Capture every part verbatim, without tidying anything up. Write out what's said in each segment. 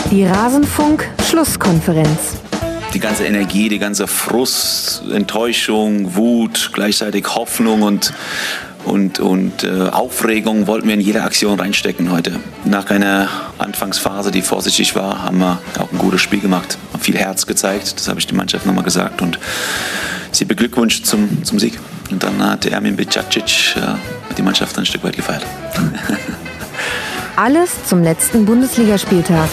Die Rasenfunk-Schlusskonferenz. Die ganze Energie, die ganze Frust, Enttäuschung, Wut, gleichzeitig Hoffnung und, und, und äh, Aufregung wollten wir in jede Aktion reinstecken heute. Nach einer Anfangsphase, die vorsichtig war, haben wir auch ein gutes Spiel gemacht. Haben viel Herz gezeigt, das habe ich der Mannschaft nochmal gesagt und sie beglückwünscht zum, zum Sieg. Und dann hat Ermin Bicacic äh, die Mannschaft ein Stück weit gefeiert. Alles zum letzten Bundesligaspieltag.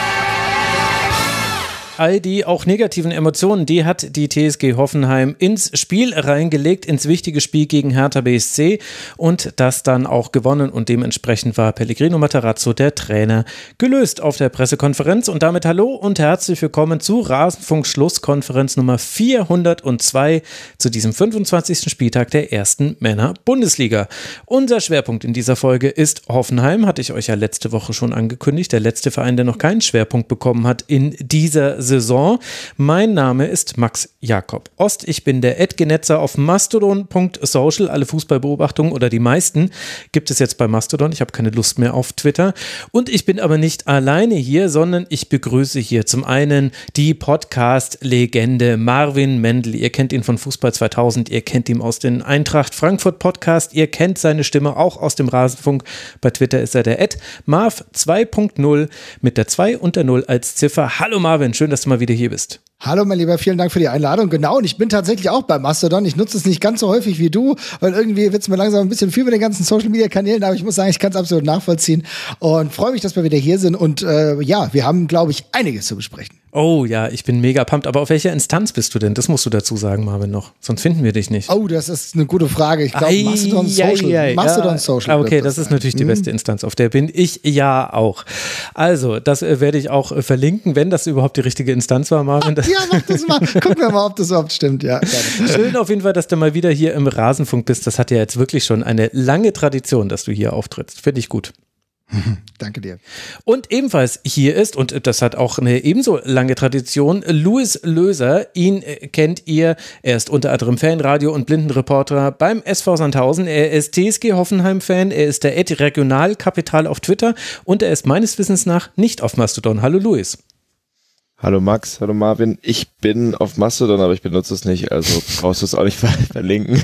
All die auch negativen Emotionen, die hat die T S G Hoffenheim ins Spiel reingelegt, ins wichtige Spiel gegen Hertha B S C und das dann auch gewonnen und dementsprechend war Pellegrino Matarazzo, der Trainer, gelöst auf der Pressekonferenz und damit hallo und herzlich willkommen zu Rasenfunk Schlusskonferenz Nummer vierhundertzwei zu diesem fünfundzwanzigsten Spieltag der ersten Männer-Bundesliga. Unser Schwerpunkt in dieser Folge ist Hoffenheim, hatte ich euch ja letzte Woche schon angekündigt, der letzte Verein, der noch keinen Schwerpunkt bekommen hat in dieser Saison. Mein Name ist Max Jakob Ost. Ich bin der Edgenetzer auf mastodon punkt social. Alle Fußballbeobachtungen oder die meisten gibt es jetzt bei Mastodon. Ich habe keine Lust mehr auf Twitter. Und ich bin aber nicht alleine hier, sondern ich begrüße hier zum einen die Podcast-Legende Marvin Mendel. Ihr kennt ihn von Fußball zweitausend. Ihr kennt ihn aus den Eintracht Frankfurt Podcast. Ihr kennt seine Stimme auch aus dem Rasenfunk. Bei Twitter ist er der Ed Marv zwei punkt null mit der zwei und der null als Ziffer. Hallo Marvin, schön, dass du mal wieder hier bist. Hallo mein Lieber, vielen Dank für die Einladung. Genau, und ich bin tatsächlich auch bei Mastodon. Ich nutze es nicht ganz so häufig wie du, weil irgendwie wird es mir langsam ein bisschen viel mit den ganzen Social-Media-Kanälen, aber ich muss sagen, ich kann es absolut nachvollziehen und freue mich, dass wir wieder hier sind und äh, ja, wir haben, glaube ich, einiges zu besprechen. Oh ja, ich bin mega pumped, aber auf welcher Instanz bist du denn? Das musst du dazu sagen, Marvin, noch. Sonst finden wir dich nicht. Oh, das ist eine gute Frage. Ich glaube, Mastodon Social. Ja, ja, Mastodon ja. Social. Okay, das, das ist natürlich die beste Instanz. Auf der bin ich ja auch. Also, das äh, werde ich auch äh, verlinken, wenn das überhaupt die richtige Instanz war, Marvin. Ja, mach das mal. Gucken wir mal, ob das überhaupt stimmt. Ja, schön auf jeden Fall, dass du mal wieder hier im Rasenfunk bist. Das hat ja jetzt wirklich schon eine lange Tradition, dass du hier auftrittst. Finde ich gut. Danke dir. Und ebenfalls hier ist, und das hat auch eine ebenso lange Tradition, Louis Löser. Ihn kennt ihr, er ist unter anderem Fanradio- und Blindenreporter beim S V Sandhausen. Er ist T S G Hoffenheim-Fan, er ist der Ed Regionalkapital auf Twitter und er ist meines Wissens nach nicht auf Mastodon. Hallo Louis. Hallo Max, hallo Marvin. Ich bin auf Mastodon, aber ich benutze es nicht, also brauchst du es auch nicht verlinken.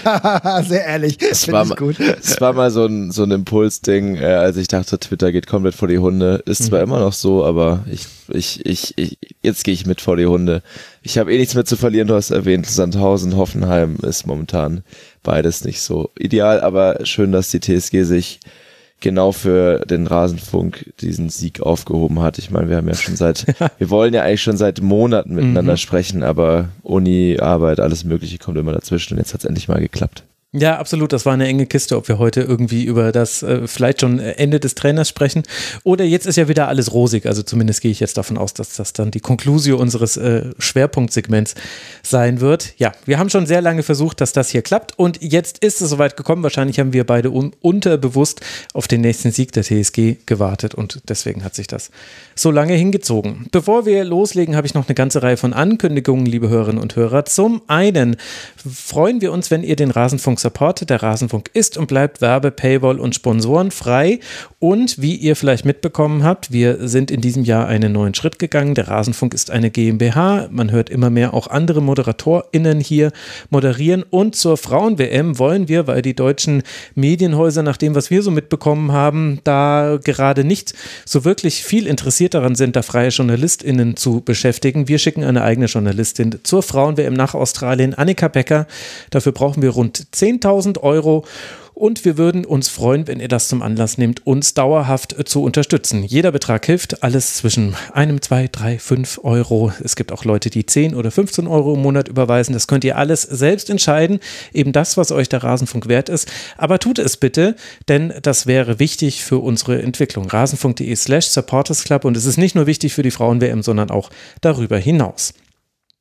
Sehr ehrlich, es war, ich gut. Es war mal so ein, so ein Impulsding, äh, als ich dachte, Twitter geht komplett vor die Hunde. Ist mhm. zwar immer noch so, aber ich, ich, ich, ich jetzt gehe ich mit vor die Hunde. Ich habe eh nichts mehr zu verlieren, du hast erwähnt, Sandhausen, Hoffenheim ist momentan beides nicht so ideal, aber schön, dass die T S G sich genau für den Rasenfunk diesen Sieg aufgehoben hat. Ich meine, wir haben ja schon seit, wir wollen ja eigentlich schon seit Monaten miteinander mhm. sprechen, aber Uni, Arbeit, alles Mögliche kommt immer dazwischen und jetzt hat es endlich mal geklappt. Ja, absolut. Das war eine enge Kiste, ob wir heute irgendwie über das äh, vielleicht schon Ende des Trainers sprechen oder jetzt ist ja wieder alles rosig. Also zumindest gehe ich jetzt davon aus, dass das dann die Konklusio unseres äh, Schwerpunktsegments sein wird. Ja, wir haben schon sehr lange versucht, dass das hier klappt und jetzt ist es soweit gekommen. Wahrscheinlich haben wir beide un- unterbewusst auf den nächsten Sieg der T S G gewartet und deswegen hat sich das so lange hingezogen. Bevor wir loslegen, habe ich noch eine ganze Reihe von Ankündigungen, liebe Hörerinnen und Hörer. Zum einen freuen wir uns, wenn ihr den Rasenfunk supportet. Der Rasenfunk ist und bleibt Werbe-, Paywall- und Sponsoren frei. Und wie ihr vielleicht mitbekommen habt, wir sind in diesem Jahr einen neuen Schritt gegangen. Der Rasenfunk ist eine GmbH. Man hört immer mehr auch andere ModeratorInnen hier moderieren. Und zur Frauen-W M wollen wir, weil die deutschen Medienhäuser, nach dem, was wir so mitbekommen haben, da gerade nicht so wirklich viel interessiert daran sind, da freie JournalistInnen zu beschäftigen. Wir schicken eine eigene Journalistin zur Frauen-W M nach Australien, Annika Becker. Dafür brauchen wir rund zehntausend Euro und wir würden uns freuen, wenn ihr das zum Anlass nehmt, uns dauerhaft zu unterstützen. Jeder Betrag hilft, alles zwischen einem, zwei, drei, fünf Euro. Es gibt auch Leute, die zehn oder fünfzehn Euro im Monat überweisen. Das könnt ihr alles selbst entscheiden. Eben das, was euch der Rasenfunk wert ist. Aber tut es bitte, denn das wäre wichtig für unsere Entwicklung. Rasenfunk.de slash Supporters Club und es ist nicht nur wichtig für die Frauen-W M, sondern auch darüber hinaus.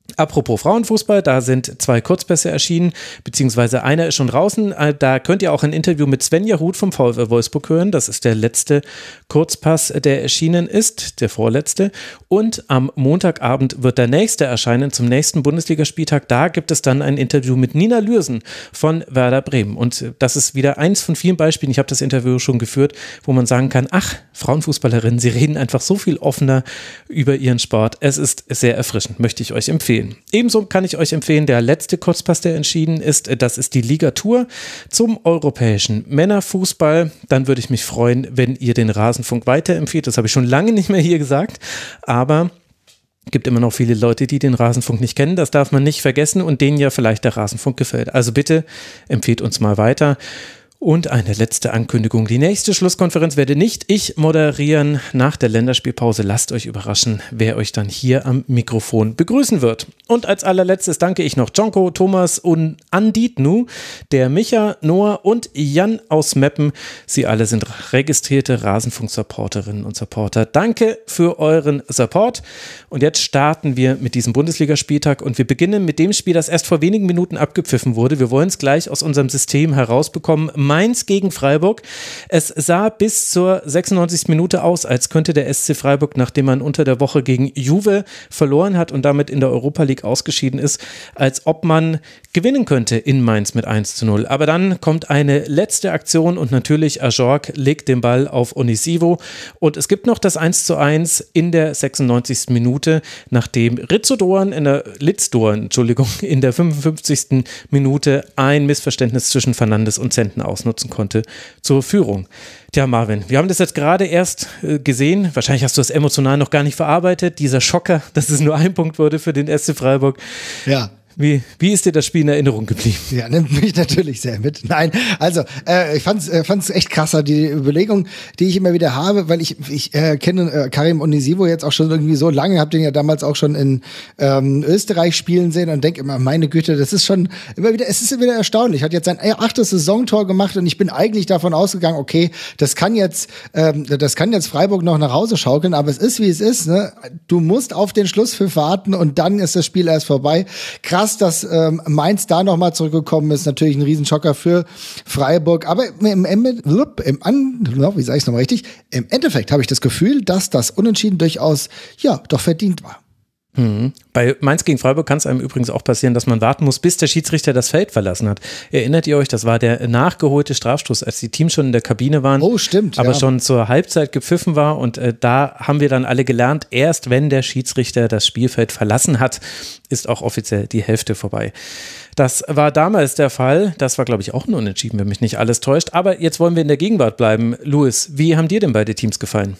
Apropos Frauenfußball, da sind zwei Kurzpässe erschienen, beziehungsweise einer ist schon draußen. Da könnt ihr auch ein Interview mit Svenja Huth vom VfL Wolfsburg hören. Das ist der letzte Kurzpass, der erschienen ist, der vorletzte. Und am Montagabend wird der nächste erscheinen zum nächsten Bundesligaspieltag. Da gibt es dann ein Interview mit Nina Lürsen von Werder Bremen. Und das ist wieder eins von vielen Beispielen, ich habe das Interview schon geführt, wo man sagen kann, ach, Frauenfußballerinnen, sie reden einfach so viel offener über ihren Sport. Es ist sehr erfrischend, möchte ich euch empfehlen. Ebenso kann ich euch empfehlen, der letzte Kurzpass, der entschieden ist, das ist die Ligatur zum europäischen Männerfußball. Dann würde ich mich freuen, wenn ihr den Rasenfunk weiterempfehlt. Das habe ich schon lange nicht mehr hier gesagt, aber es gibt immer noch viele Leute, die den Rasenfunk nicht kennen. Das darf man nicht vergessen und denen ja vielleicht der Rasenfunk gefällt. Also bitte empfehlt uns mal weiter. Und eine letzte Ankündigung. Die nächste Schlusskonferenz werde nicht ich moderieren nach der Länderspielpause. Lasst euch überraschen, wer euch dann hier am Mikrofon begrüßen wird. Und als allerletztes danke ich noch Jonko, Thomas und Anditnu, der Micha, Noah und Jan aus Meppen. Sie alle sind registrierte Rasenfunk-Supporterinnen und Supporter. Danke für euren Support. Und jetzt starten wir mit diesem Bundesligaspieltag und wir beginnen mit dem Spiel, das erst vor wenigen Minuten abgepfiffen wurde. Wir wollen es gleich aus unserem System herausbekommen. Mainz gegen Freiburg. Es sah bis zur sechsundneunzigsten Minute aus, als könnte der S C Freiburg, nachdem man unter der Woche gegen Juve verloren hat und damit in der Europa League ausgeschieden ist, als ob man gewinnen könnte in Mainz mit eins zu null. Aber dann kommt eine letzte Aktion und natürlich Ajorg legt den Ball auf Onisivo und es gibt noch das eins zu eins in der sechsundneunzigsten Minute, nachdem Rizzo Doan in der Litz Doan, Entschuldigung, in der fünfundfünfzigsten Minute ein Missverständnis zwischen Fernandes und Zentner ausnutzen konnte zur Führung. Tja, Marvin, wir haben das jetzt gerade erst äh, gesehen. Wahrscheinlich hast du das emotional noch gar nicht verarbeitet. Dieser Schocker, dass es nur ein Punkt wurde für den S C Freiburg. Ja. Wie, wie ist dir das Spiel in Erinnerung geblieben? Ja, nimmt mich natürlich sehr mit. Nein, also äh, ich fand's, äh, fand's echt krasser, die Überlegung, die ich immer wieder habe, weil ich ich äh, kenne äh, Karim Onisivo jetzt auch schon irgendwie so lange, habe den ja damals auch schon in ähm, Österreich spielen sehen und denke immer, meine Güte, das ist schon immer wieder, es ist wieder erstaunlich. Hat jetzt sein achtes Saisontor gemacht und ich bin eigentlich davon ausgegangen, okay, das kann jetzt, ähm, das kann jetzt Freiburg noch nach Hause schaukeln, aber es ist wie es ist. Ne? Du musst auf den Schlusspfiff warten und dann ist das Spiel erst vorbei. Krass, dass ähm, Mainz da nochmal zurückgekommen ist, natürlich ein Riesenschocker für Freiburg, aber im, im, im An, wie sage ich es nochmal richtig, im Endeffekt habe ich das Gefühl, dass das Unentschieden durchaus, ja, doch verdient war. Mhm. Bei Mainz gegen Freiburg kann es einem übrigens auch passieren, dass man warten muss, bis der Schiedsrichter das Feld verlassen hat. Erinnert ihr euch, das war der nachgeholte Strafstoß, als die Teams schon in der Kabine waren, oh, stimmt, aber ja. schon zur Halbzeit gepfiffen war und äh, da haben wir dann alle gelernt, erst wenn der Schiedsrichter das Spielfeld verlassen hat, ist auch offiziell die Hälfte vorbei. Das war damals der Fall, das war glaube ich auch ein Unentschieden, wenn mich nicht alles täuscht, aber jetzt wollen wir in der Gegenwart bleiben. Louis, wie haben dir denn beide Teams gefallen?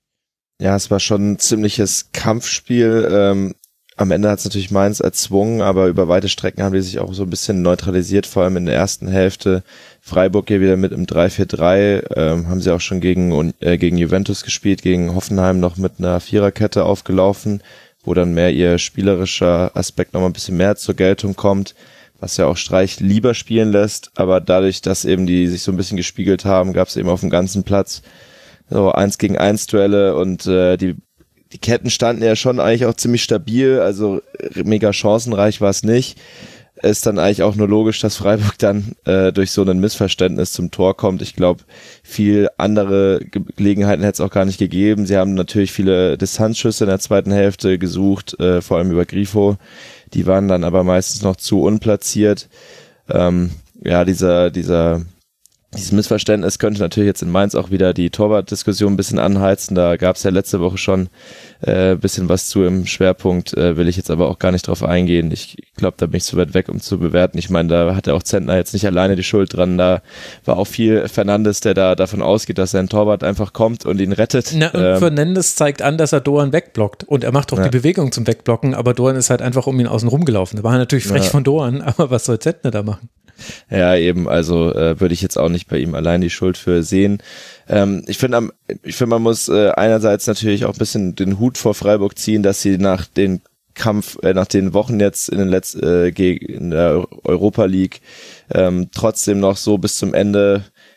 Ja, es war schon ein ziemliches Kampfspiel. Ähm, am Ende hat es natürlich Mainz erzwungen, aber über weite Strecken haben die sich auch so ein bisschen neutralisiert, vor allem in der ersten Hälfte. Freiburg hier wieder mit im drei vier drei, ähm, haben sie auch schon gegen, äh, gegen Juventus gespielt, gegen Hoffenheim noch mit einer Viererkette aufgelaufen, wo dann mehr ihr spielerischer Aspekt noch mal ein bisschen mehr zur Geltung kommt, was ja auch Streich lieber spielen lässt, aber dadurch, dass eben die sich so ein bisschen gespiegelt haben, gab es eben auf dem ganzen Platz so eins gegen eins Duelle und äh, die die Ketten standen ja schon eigentlich auch ziemlich stabil, also mega chancenreich war es nicht. Ist dann eigentlich auch nur logisch, dass Freiburg dann äh, durch so ein Missverständnis zum Tor kommt. Ich glaube, viel andere Gelegenheiten hätte es auch gar nicht gegeben. Sie haben natürlich viele Distanzschüsse in der zweiten Hälfte gesucht, äh, vor allem über Grifo. Die waren dann aber meistens noch zu unplatziert. Ähm, ja, dieser dieser Dieses Missverständnis könnte natürlich jetzt in Mainz auch wieder die Torwartdiskussion ein bisschen anheizen. Da gab es ja letzte Woche schon ein äh, bisschen was zu im Schwerpunkt, äh, will ich jetzt aber auch gar nicht drauf eingehen. Ich glaube, da bin ich zu weit weg, um zu bewerten. Ich meine, da hat ja auch Zentner jetzt nicht alleine die Schuld dran. Da war auch viel Fernandes, der da davon ausgeht, dass sein Torwart einfach kommt und ihn rettet. Na, und ähm, Fernandes zeigt an, dass er Doan wegblockt und er macht auch ja. die Bewegung zum Wegblocken, aber Doan ist halt einfach um ihn außen rumgelaufen. Da war natürlich frech ja. von Doan, aber was soll Zentner da machen? Ja, eben, also äh, würde ich jetzt auch nicht bei ihm allein die Schuld für sehen. Ähm, ich finde, ich finde, man muss äh, einerseits natürlich auch ein bisschen den Hut vor Freiburg ziehen, dass sie nach den Kampf, äh, nach den Wochen jetzt in den letzten äh, in der Europa League ähm, trotzdem noch so bis zum Ende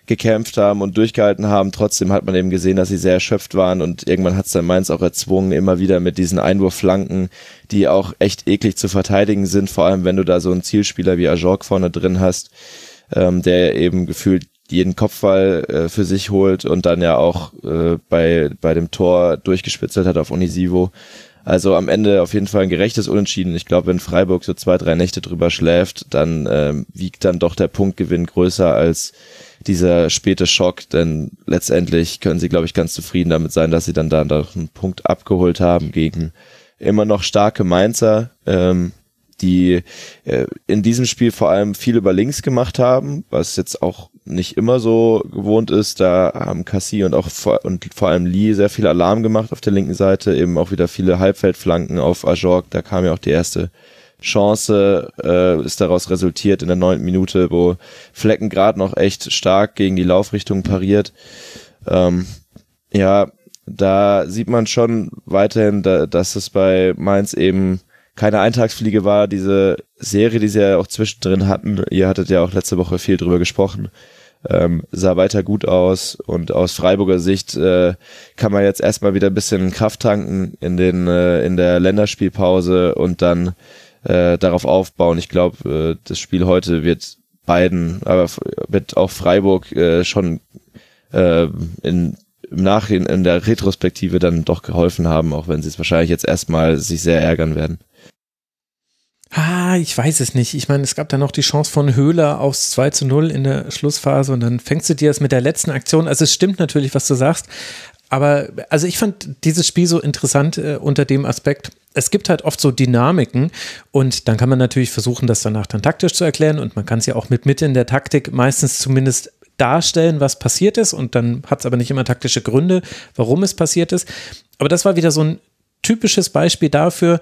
gekämpft haben und durchgehalten haben. Trotzdem hat man eben gesehen, dass sie sehr erschöpft waren und irgendwann hat es dann Mainz auch erzwungen, immer wieder mit diesen Einwurfflanken, die auch echt eklig zu verteidigen sind, vor allem wenn du da so einen Zielspieler wie Ajorg vorne drin hast, ähm, der eben gefühlt jeden Kopfball äh, für sich holt und dann ja auch äh, bei, bei dem Tor durchgespitzelt hat auf Onisivo. Also am Ende auf jeden Fall ein gerechtes Unentschieden. Ich glaube, wenn Freiburg so zwei, drei Nächte drüber schläft, dann ähm, wiegt dann doch der Punktgewinn größer als dieser späte Schock, denn letztendlich können sie, glaube ich, ganz zufrieden damit sein, dass sie dann da noch einen Punkt abgeholt haben gegen immer noch starke Mainzer, ähm, die äh, in diesem Spiel vor allem viel über links gemacht haben, was jetzt auch nicht immer so gewohnt ist. Da haben Cassie und auch vor, und vor allem Lee sehr viel Alarm gemacht auf der linken Seite, eben auch wieder viele Halbfeldflanken auf Ajorg, da kam ja auch die erste Chance, äh, ist daraus resultiert in der neunten Minute, wo Flecken gerade noch echt stark gegen die Laufrichtung pariert. Ähm, ja, da sieht man schon weiterhin, da, dass es bei Mainz eben keine Eintagsfliege war, diese Serie, die sie ja auch zwischendrin hatten. Ihr hattet ja auch letzte Woche viel drüber gesprochen. Ähm, sah weiter gut aus und aus Freiburger Sicht äh, kann man jetzt erstmal wieder ein bisschen Kraft tanken in den äh, in der Länderspielpause und dann äh, darauf aufbauen. Ich glaube, äh, das Spiel heute wird beiden, aber wird auch Freiburg äh, schon äh, in im Nachhinein in der Retrospektive dann doch geholfen haben, auch wenn sie es wahrscheinlich jetzt erstmal sich sehr ärgern werden. Ah, ich weiß es nicht. Ich meine, es gab da noch die Chance von Höhler aufs zwei zu null in der Schlussphase und dann fängst du dir das mit der letzten Aktion. Also es stimmt natürlich, was du sagst, aber also ich fand dieses Spiel so interessant äh, unter dem Aspekt, es gibt halt oft so Dynamiken und dann kann man natürlich versuchen, das danach dann taktisch zu erklären und man kann es ja auch mit Mitte in der Taktik meistens zumindest darstellen, was passiert ist und dann hat es aber nicht immer taktische Gründe, warum es passiert ist. Aber das war wieder so ein typisches Beispiel dafür,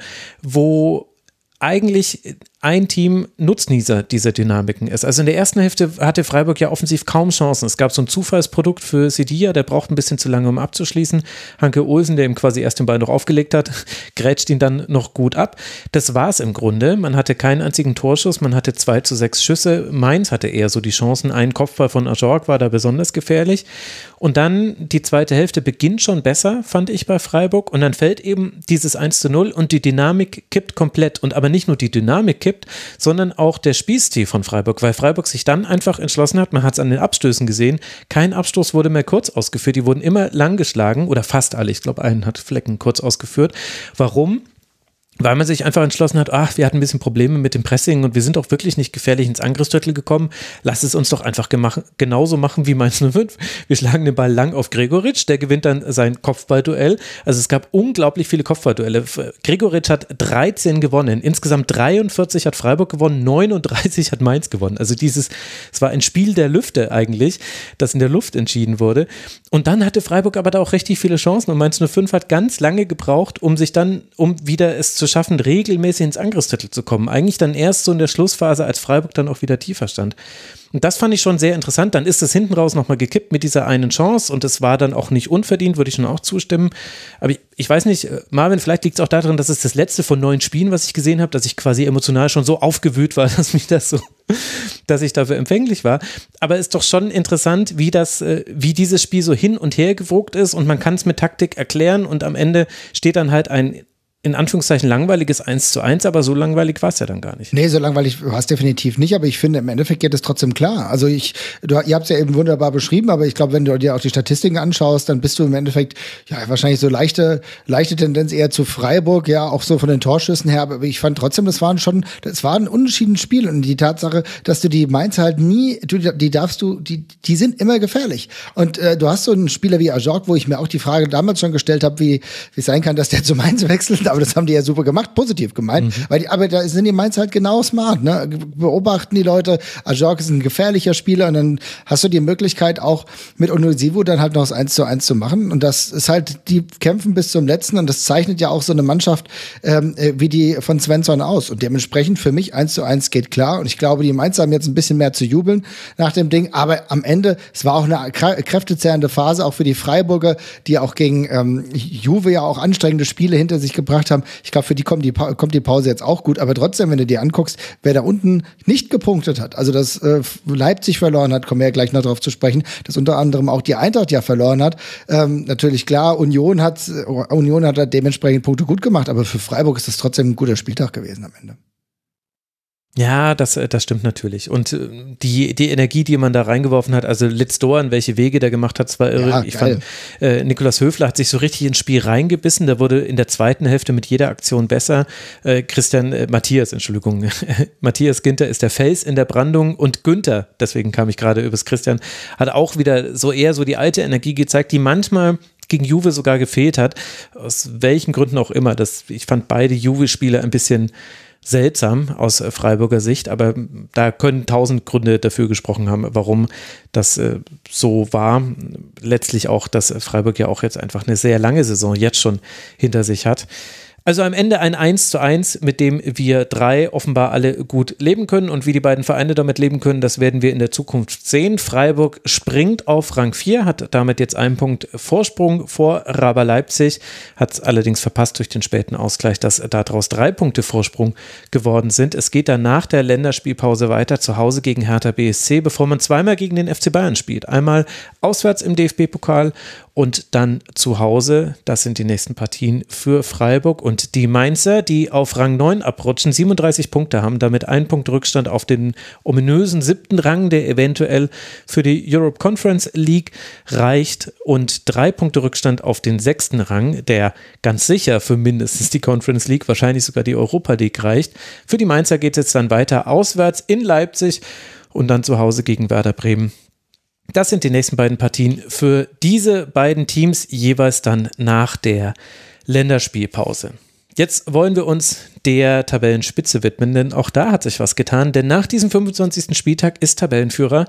wo eigentlich ein Team Nutznießer dieser Dynamiken ist. Also in der ersten Hälfte hatte Freiburg ja offensiv kaum Chancen. Es gab so ein Zufallsprodukt für Sidia, der braucht ein bisschen zu lange, um abzuschließen. Hanke Olsen, der ihm quasi erst den Ball noch aufgelegt hat, grätscht ihn dann noch gut ab. Das war es im Grunde. Man hatte keinen einzigen Torschuss, man hatte zwei zu sechs Schüsse. Mainz hatte eher so die Chancen. Ein Kopfball von Ajorg war da besonders gefährlich. Und dann die zweite Hälfte beginnt schon besser, fand ich bei Freiburg. Und dann fällt eben dieses eins zu null und die Dynamik kippt komplett. Und aber nicht nur die Dynamik kippt, sondern auch der Spielstil von Freiburg, weil Freiburg sich dann einfach entschlossen hat, man hat es an den Abstößen gesehen, kein Abstoß wurde mehr kurz ausgeführt, die wurden immer lang geschlagen oder fast alle, ich glaube einen hat Flecken kurz ausgeführt. Warum? Weil man sich einfach entschlossen hat, ach, wir hatten ein bisschen Probleme mit dem Pressing und wir sind auch wirklich nicht gefährlich ins Angriffsdrittel gekommen. Lass es uns doch einfach gemacht, genauso machen wie Mainz null fünf. Wir schlagen den Ball lang auf Gregoritsch, der gewinnt dann sein Kopfballduell. Also es gab unglaublich viele Kopfballduelle. Gregoritsch hat dreizehn gewonnen. Insgesamt dreiundvierzig hat Freiburg gewonnen, neununddreißig hat Mainz gewonnen. Also dieses, es war ein Spiel der Lüfte eigentlich, das in der Luft entschieden wurde. Und dann hatte Freiburg aber da auch richtig viele Chancen und Mainz null fünf hat ganz lange gebraucht, um sich dann, um wieder es zu schaffen, regelmäßig ins Angriffsdrittel zu kommen. Eigentlich dann erst so in der Schlussphase, als Freiburg dann auch wieder tiefer stand. Und das fand ich schon sehr interessant. Dann ist es hinten raus nochmal gekippt mit dieser einen Chance und es war dann auch nicht unverdient, würde ich schon auch zustimmen. Aber ich, ich weiß nicht, Marvin, vielleicht liegt es auch daran, dass es das letzte von neun Spielen, was ich gesehen habe, dass ich quasi emotional schon so aufgewühlt war, dass mich das so, dass ich dafür empfänglich war. Aber es ist doch schon interessant, wie das, wie dieses Spiel so hin und her gewogt ist und man kann es mit Taktik erklären und am Ende steht dann halt ein in Anführungszeichen langweiliges eins zu eins, aber so langweilig war es ja dann gar nicht. Nee, so langweilig war es definitiv nicht, aber ich finde, im Endeffekt geht es trotzdem klar. Also ich, du, ihr habt es ja eben wunderbar beschrieben, aber ich glaube, wenn du dir auch die Statistiken anschaust, dann bist du im Endeffekt, ja, wahrscheinlich so leichte, leichte Tendenz eher zu Freiburg, ja, auch so von den Torschüssen her, aber ich fand trotzdem, das waren schon, das war ein unentschiedenes Spiel und die Tatsache, dass du die Mainz halt nie, du, die darfst du, die, die sind immer gefährlich und äh, du hast so einen Spieler wie Ajorg, wo ich mir auch die Frage damals schon gestellt habe, wie, wie es sein kann, dass der zu Mainz wechselt, aber das haben die ja super gemacht, positiv gemeint, mhm. weil die, aber da sind die Mainz halt genau smart, ne? Beobachten die Leute, Ajorg ist ein gefährlicher Spieler und dann hast du die Möglichkeit auch mit Onisivo dann halt noch das eins zu eins zu machen und das ist halt, die kämpfen bis zum Letzten und das zeichnet ja auch so eine Mannschaft ähm, wie die von Svensson aus und dementsprechend für mich eins zu eins geht klar und ich glaube, die Mainz haben jetzt ein bisschen mehr zu jubeln nach dem Ding, aber am Ende, es war auch eine kräftezehrende Phase, auch für die Freiburger, die auch gegen ähm, Juve ja auch anstrengende Spiele hinter sich gebracht gemacht haben. Ich glaube, für die kommt die, pa- kommt die Pause jetzt auch gut. Aber trotzdem, wenn du dir anguckst, wer da unten nicht gepunktet hat, also dass äh, Leipzig verloren hat, kommen wir ja gleich noch drauf zu sprechen, dass unter anderem auch die Eintracht ja verloren hat. Ähm, natürlich klar, Union hat, Union hat dementsprechend Punkte gut gemacht, aber für Freiburg ist das trotzdem ein guter Spieltag gewesen am Ende. Ja, das, das stimmt natürlich. Und die, die Energie, die man da reingeworfen hat, also Litz Doan, welche Wege der gemacht hat, das war irre. Ja, ich geil. fand, äh, Niklas Höfler hat sich so richtig ins Spiel reingebissen. Der wurde in der zweiten Hälfte mit jeder Aktion besser. Äh, Christian, äh, Matthias, Entschuldigung. Matthias Ginter ist der Fels in der Brandung und Günther, deswegen kam ich gerade übers Christian, hat auch wieder so eher so die alte Energie gezeigt, die manchmal gegen Juve sogar gefehlt hat. Aus welchen Gründen auch immer. Das, ich fand beide Juve-Spiele ein bisschen seltsam aus Freiburger Sicht, aber da können tausend Gründe dafür gesprochen haben, warum das äh, so war. Letztlich auch, dass Freiburg ja auch jetzt einfach eine sehr lange Saison jetzt schon hinter sich hat. Also am Ende ein eins zu eins, mit dem wir drei offenbar alle gut leben können, und wie die beiden Vereine damit leben können, das werden wir in der Zukunft sehen. Freiburg springt auf Rang vier, hat damit jetzt einen Punkt Vorsprung vor Raber Leipzig, hat es allerdings verpasst durch den späten Ausgleich, dass daraus drei Punkte Vorsprung geworden sind. Es geht dann nach der Länderspielpause weiter zu Hause gegen Hertha B S C, bevor man zweimal gegen den F C Bayern spielt. Einmal auswärts im D F B-Pokal und dann zu Hause. Das sind die nächsten Partien für Freiburg. Und die Mainzer, die auf Rang neun abrutschen, siebenunddreißig Punkte haben, damit ein Punkt Rückstand auf den ominösen siebten Rang, der eventuell für die Europe Conference League reicht, und drei Punkte Rückstand auf den sechsten Rang, der ganz sicher für mindestens die Conference League, wahrscheinlich sogar die Europa League reicht. Für die Mainzer geht es jetzt dann weiter auswärts in Leipzig und dann zu Hause gegen Werder Bremen. Das sind die nächsten beiden Partien für diese beiden Teams, jeweils dann nach der Länderspielpause. Jetzt wollen wir uns der Tabellenspitze widmen, denn auch da hat sich was getan, denn nach diesem fünfundzwanzigsten Spieltag ist Tabellenführer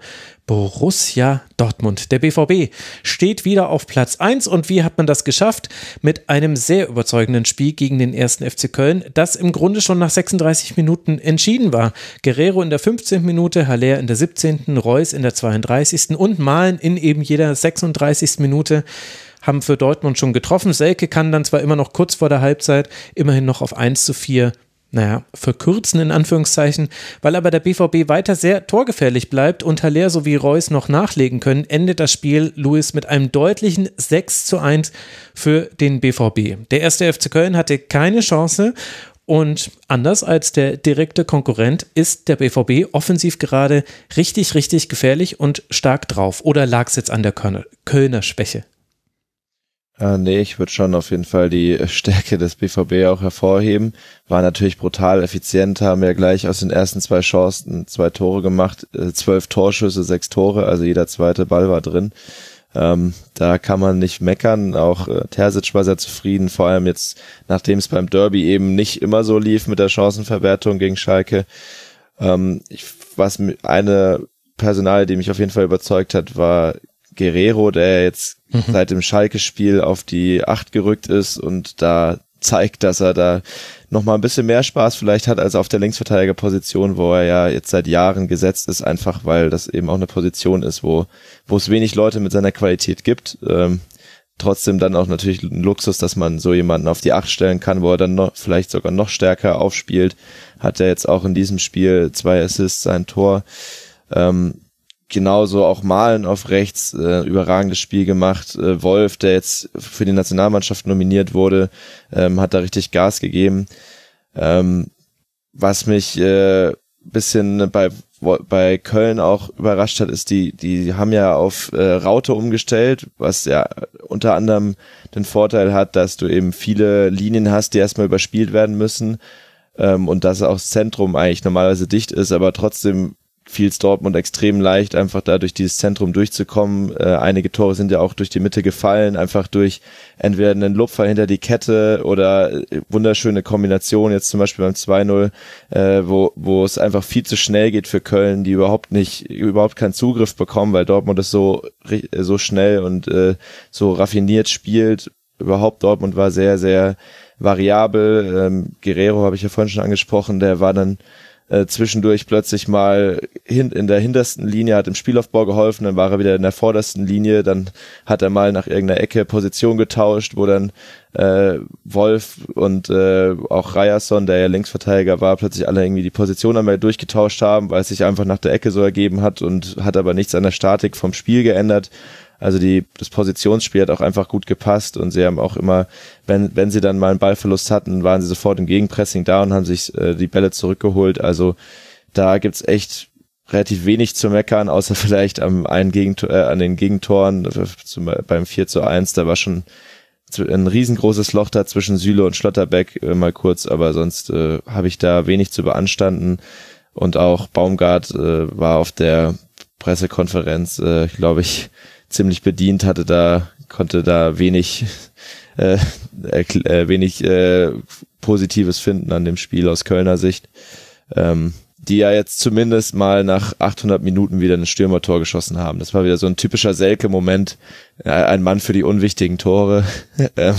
Borussia Dortmund. Der B V B steht wieder auf Platz eins, und wie hat man das geschafft? Mit einem sehr überzeugenden Spiel gegen den ersten F C Köln, das im Grunde schon nach sechsunddreißig Minuten entschieden war. Guerrero in der fünfzehnten Minute, Haller in der siebzehnten, Reus in der zweiunddreißigsten und Malen in eben jeder sechsunddreißigsten Minute haben für Dortmund schon getroffen. Selke kann dann zwar immer noch kurz vor der Halbzeit immerhin noch auf eins zu vier, naja, verkürzen in Anführungszeichen, weil aber der B V B weiter sehr torgefährlich bleibt und Haller sowie Reus noch nachlegen können, endet das Spiel, Luis, mit einem deutlichen sechs zu eins für den B V B. Der erste F C Köln hatte keine Chance, und anders als der direkte Konkurrent ist der B V B offensiv gerade richtig, richtig gefährlich und stark drauf. Oder lag es jetzt an der Kölner, Kölner Schwäche? Äh, nee, ich würde schon auf jeden Fall die Stärke des B V B auch hervorheben. War natürlich brutal effizient, haben ja gleich aus den ersten zwei Chancen zwei Tore gemacht, äh, zwölf Torschüsse, sechs Tore, also jeder zweite Ball war drin. Ähm, da kann man nicht meckern, auch äh, Terzic war sehr zufrieden, vor allem jetzt, nachdem es beim Derby eben nicht immer so lief mit der Chancenverwertung gegen Schalke. Ähm, ich, was eine Personalie, die mich auf jeden Fall überzeugt hat, war Guerrero, der jetzt mhm. seit dem Schalke-Spiel auf die acht gerückt ist und da zeigt, dass er da nochmal ein bisschen mehr Spaß vielleicht hat als auf der Linksverteidigerposition, wo er ja jetzt seit Jahren gesetzt ist, einfach weil das eben auch eine Position ist, wo wo es wenig Leute mit seiner Qualität gibt. Ähm, trotzdem dann auch natürlich ein Luxus, dass man so jemanden auf die acht stellen kann, wo er dann noch vielleicht sogar noch stärker aufspielt. Hat er jetzt auch in diesem Spiel zwei Assists, ein Tor. Ähm, Genauso auch Malen auf rechts, äh, überragendes Spiel gemacht. Äh, Wolf, der jetzt für die Nationalmannschaft nominiert wurde, ähm, hat da richtig Gas gegeben. Ähm, was mich äh, bisschen bei bei Köln auch überrascht hat, ist, die die haben ja auf äh, Raute umgestellt, was ja unter anderem den Vorteil hat, dass du eben viele Linien hast, die erstmal überspielt werden müssen, ähm, und dass auch das Zentrum eigentlich normalerweise dicht ist, aber trotzdem fiel es Dortmund extrem leicht, einfach da durch dieses Zentrum durchzukommen. Äh, einige Tore sind ja auch durch die Mitte gefallen, einfach durch entweder einen Lupfer hinter die Kette oder äh, wunderschöne Kombination, jetzt zum Beispiel beim zwei null, äh, wo wo es einfach viel zu schnell geht für Köln, die überhaupt nicht, überhaupt keinen Zugriff bekommen, weil Dortmund es so so schnell und äh, so raffiniert spielt. Überhaupt Dortmund war sehr, sehr variabel. Ähm, Guerrero habe ich ja vorhin schon angesprochen, der war dann äh, zwischendurch plötzlich mal hin, in der hintersten Linie, hat im Spielaufbau geholfen, dann war er wieder in der vordersten Linie, dann hat er mal nach irgendeiner Ecke Position getauscht, wo dann äh, Wolf und äh, auch Ryerson, der ja Linksverteidiger war, plötzlich alle irgendwie die Position einmal durchgetauscht haben, weil es sich einfach nach der Ecke so ergeben hat und hat aber nichts an der Statik vom Spiel geändert. Also die, das Positionsspiel hat auch einfach gut gepasst und sie haben auch immer, wenn wenn sie dann mal einen Ballverlust hatten, waren sie sofort im Gegenpressing da und haben sich äh, die Bälle zurückgeholt. Also da gibt's echt relativ wenig zu meckern, außer vielleicht am einen Gegentor, äh, an den Gegentoren zum, beim vier zu eins, da war schon ein riesengroßes Loch da zwischen Süle und Schlotterbeck äh, mal kurz, aber sonst äh, habe ich da wenig zu beanstanden und auch Baumgart äh, war auf der Pressekonferenz, äh, glaube ich, ziemlich bedient, hatte da, konnte da wenig äh, äh, wenig äh, Positives finden an dem Spiel aus Kölner Sicht, ähm, die ja jetzt zumindest mal nach achthundert Minuten wieder ein Stürmertor geschossen haben. Das war wieder so ein typischer Selke-Moment, äh, ein Mann für die unwichtigen Tore. äh,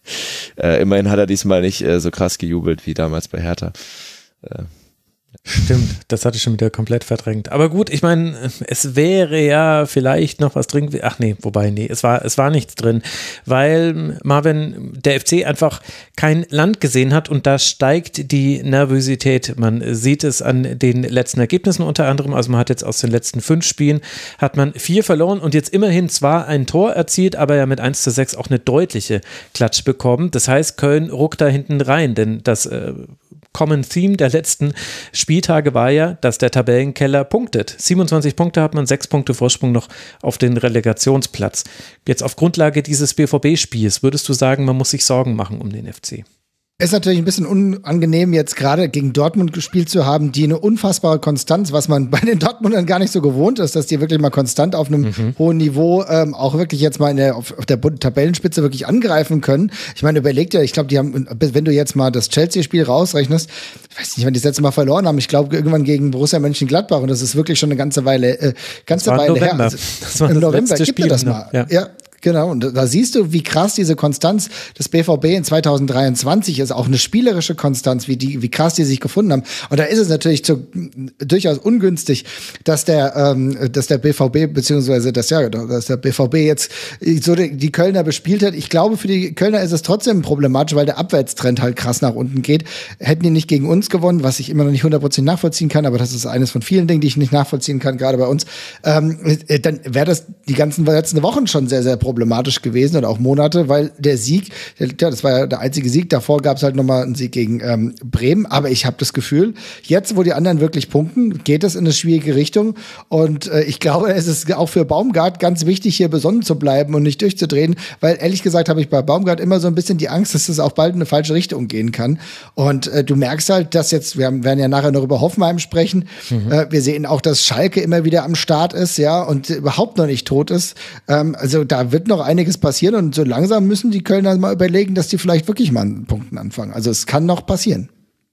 äh, immerhin hat er diesmal nicht äh, so krass gejubelt wie damals bei Hertha. Äh, Stimmt, das hatte ich schon wieder komplett verdrängt. Aber gut, ich meine, es wäre ja vielleicht noch was drin. Ach nee, wobei, nee, es war, es war nichts drin, weil Marvin, der F C einfach kein Land gesehen hat und da steigt die Nervosität. Man sieht es an den letzten Ergebnissen unter anderem. Also man hat jetzt aus den letzten fünf Spielen hat man vier verloren und jetzt immerhin zwar ein Tor erzielt, aber ja mit eins zu sechs auch eine deutliche Klatsch bekommen. Das heißt, Köln ruckt da hinten rein, denn das äh, Common Theme der letzten Spieltage war ja, dass der Tabellenkeller punktet. siebenundzwanzig Punkte hat man, sechs Punkte Vorsprung noch auf den Relegationsplatz. Jetzt auf Grundlage dieses B V B-Spiels, würdest du sagen, man muss sich Sorgen machen um den F C? Ist natürlich ein bisschen unangenehm, jetzt gerade gegen Dortmund gespielt zu haben, die eine unfassbare Konstanz, was man bei den Dortmundern gar nicht so gewohnt ist, dass die wirklich mal konstant auf einem mhm. hohen Niveau ähm, auch wirklich jetzt mal in der, auf, auf der Tabellenspitze wirklich angreifen können. Ich meine, überleg dir, ich glaube, die haben, wenn du jetzt mal das Chelsea-Spiel rausrechnest, ich weiß nicht, wann die das letzte Mal verloren haben, ich glaube irgendwann gegen Borussia Mönchengladbach und das ist wirklich schon eine ganze Weile, äh, ganze Weile November. her. Also, das war im das November, letzte gib Spiel mir das noch. mal. Ja. ja. Genau, und da siehst du, wie krass diese Konstanz des B V B in zweitausenddreiundzwanzig ist, auch eine spielerische Konstanz, wie die, wie krass die sich gefunden haben. Und da ist es natürlich zu, durchaus ungünstig, dass der, ähm, dass der B V B beziehungsweise das ja, dass der B V B jetzt so die, die Kölner bespielt hat. Ich glaube, für die Kölner ist es trotzdem problematisch, weil der Abwärtstrend halt krass nach unten geht. Hätten die nicht gegen uns gewonnen, was ich immer noch nicht hundert Prozent nachvollziehen kann, aber das ist eines von vielen Dingen, die ich nicht nachvollziehen kann, gerade bei uns. Ähm, dann wäre das die ganzen letzten Wochen schon sehr, sehr problematisch. problematisch gewesen oder auch Monate, weil der Sieg, ja, das war ja der einzige Sieg, davor gab es halt nochmal einen Sieg gegen ähm, Bremen, aber ich habe das Gefühl, jetzt, wo die anderen wirklich punkten, geht es in eine schwierige Richtung und äh, ich glaube, es ist auch für Baumgart ganz wichtig, hier besonnen zu bleiben und nicht durchzudrehen, weil ehrlich gesagt habe ich bei Baumgart immer so ein bisschen die Angst, dass es auch bald in eine falsche Richtung gehen kann und äh, du merkst halt, dass jetzt, wir werden ja nachher noch über Hoffenheim sprechen, mhm. äh, wir sehen auch, dass Schalke immer wieder am Start ist, ja, und überhaupt noch nicht tot ist, ähm, also da wird noch einiges passieren und so langsam müssen die Kölner mal überlegen, dass die vielleicht wirklich mal an Punkten anfangen. Also es kann noch passieren.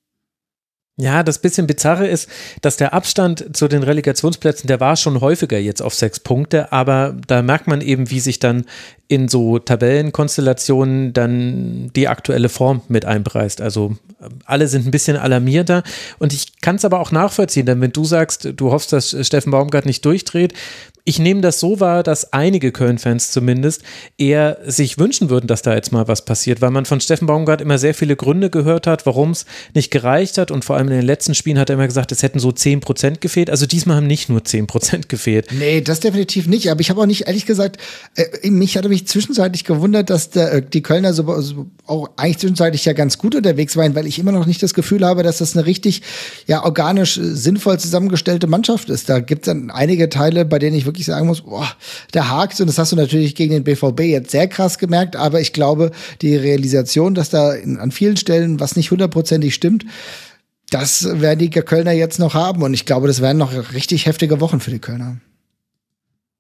Ja, das bisschen Bizarre ist, dass der Abstand zu den Relegationsplätzen, der war schon häufiger jetzt auf sechs Punkte, aber da merkt man eben, wie sich dann in so Tabellenkonstellationen dann die aktuelle Form mit einpreist. Also alle sind ein bisschen alarmierter und ich kann es aber auch nachvollziehen, denn wenn du sagst, du hoffst, dass Steffen Baumgart nicht durchdreht, ich nehme das so wahr, dass einige Köln-Fans zumindest eher sich wünschen würden, dass da jetzt mal was passiert, weil man von Steffen Baumgart immer sehr viele Gründe gehört hat, warum es nicht gereicht hat und vor allem in den letzten Spielen hat er immer gesagt, es hätten so zehn Prozent gefehlt, also diesmal haben nicht nur zehn Prozent gefehlt. Nee, das definitiv nicht, aber ich habe auch nicht, ehrlich gesagt, äh, mich hatte mich zwischenzeitlich gewundert, dass der, die Kölner so, so auch eigentlich zwischenzeitlich ja ganz gut unterwegs waren, weil ich immer noch nicht das Gefühl habe, dass das eine richtig, ja, organisch sinnvoll zusammengestellte Mannschaft ist. Da gibt es dann einige Teile, bei denen ich wirklich sagen muss, boah, der hakt und das hast du natürlich gegen den B V B jetzt sehr krass gemerkt, aber ich glaube, die Realisation, dass da in, an vielen Stellen was nicht hundertprozentig stimmt, das werden die Kölner jetzt noch haben und ich glaube, das werden noch richtig heftige Wochen für die Kölner.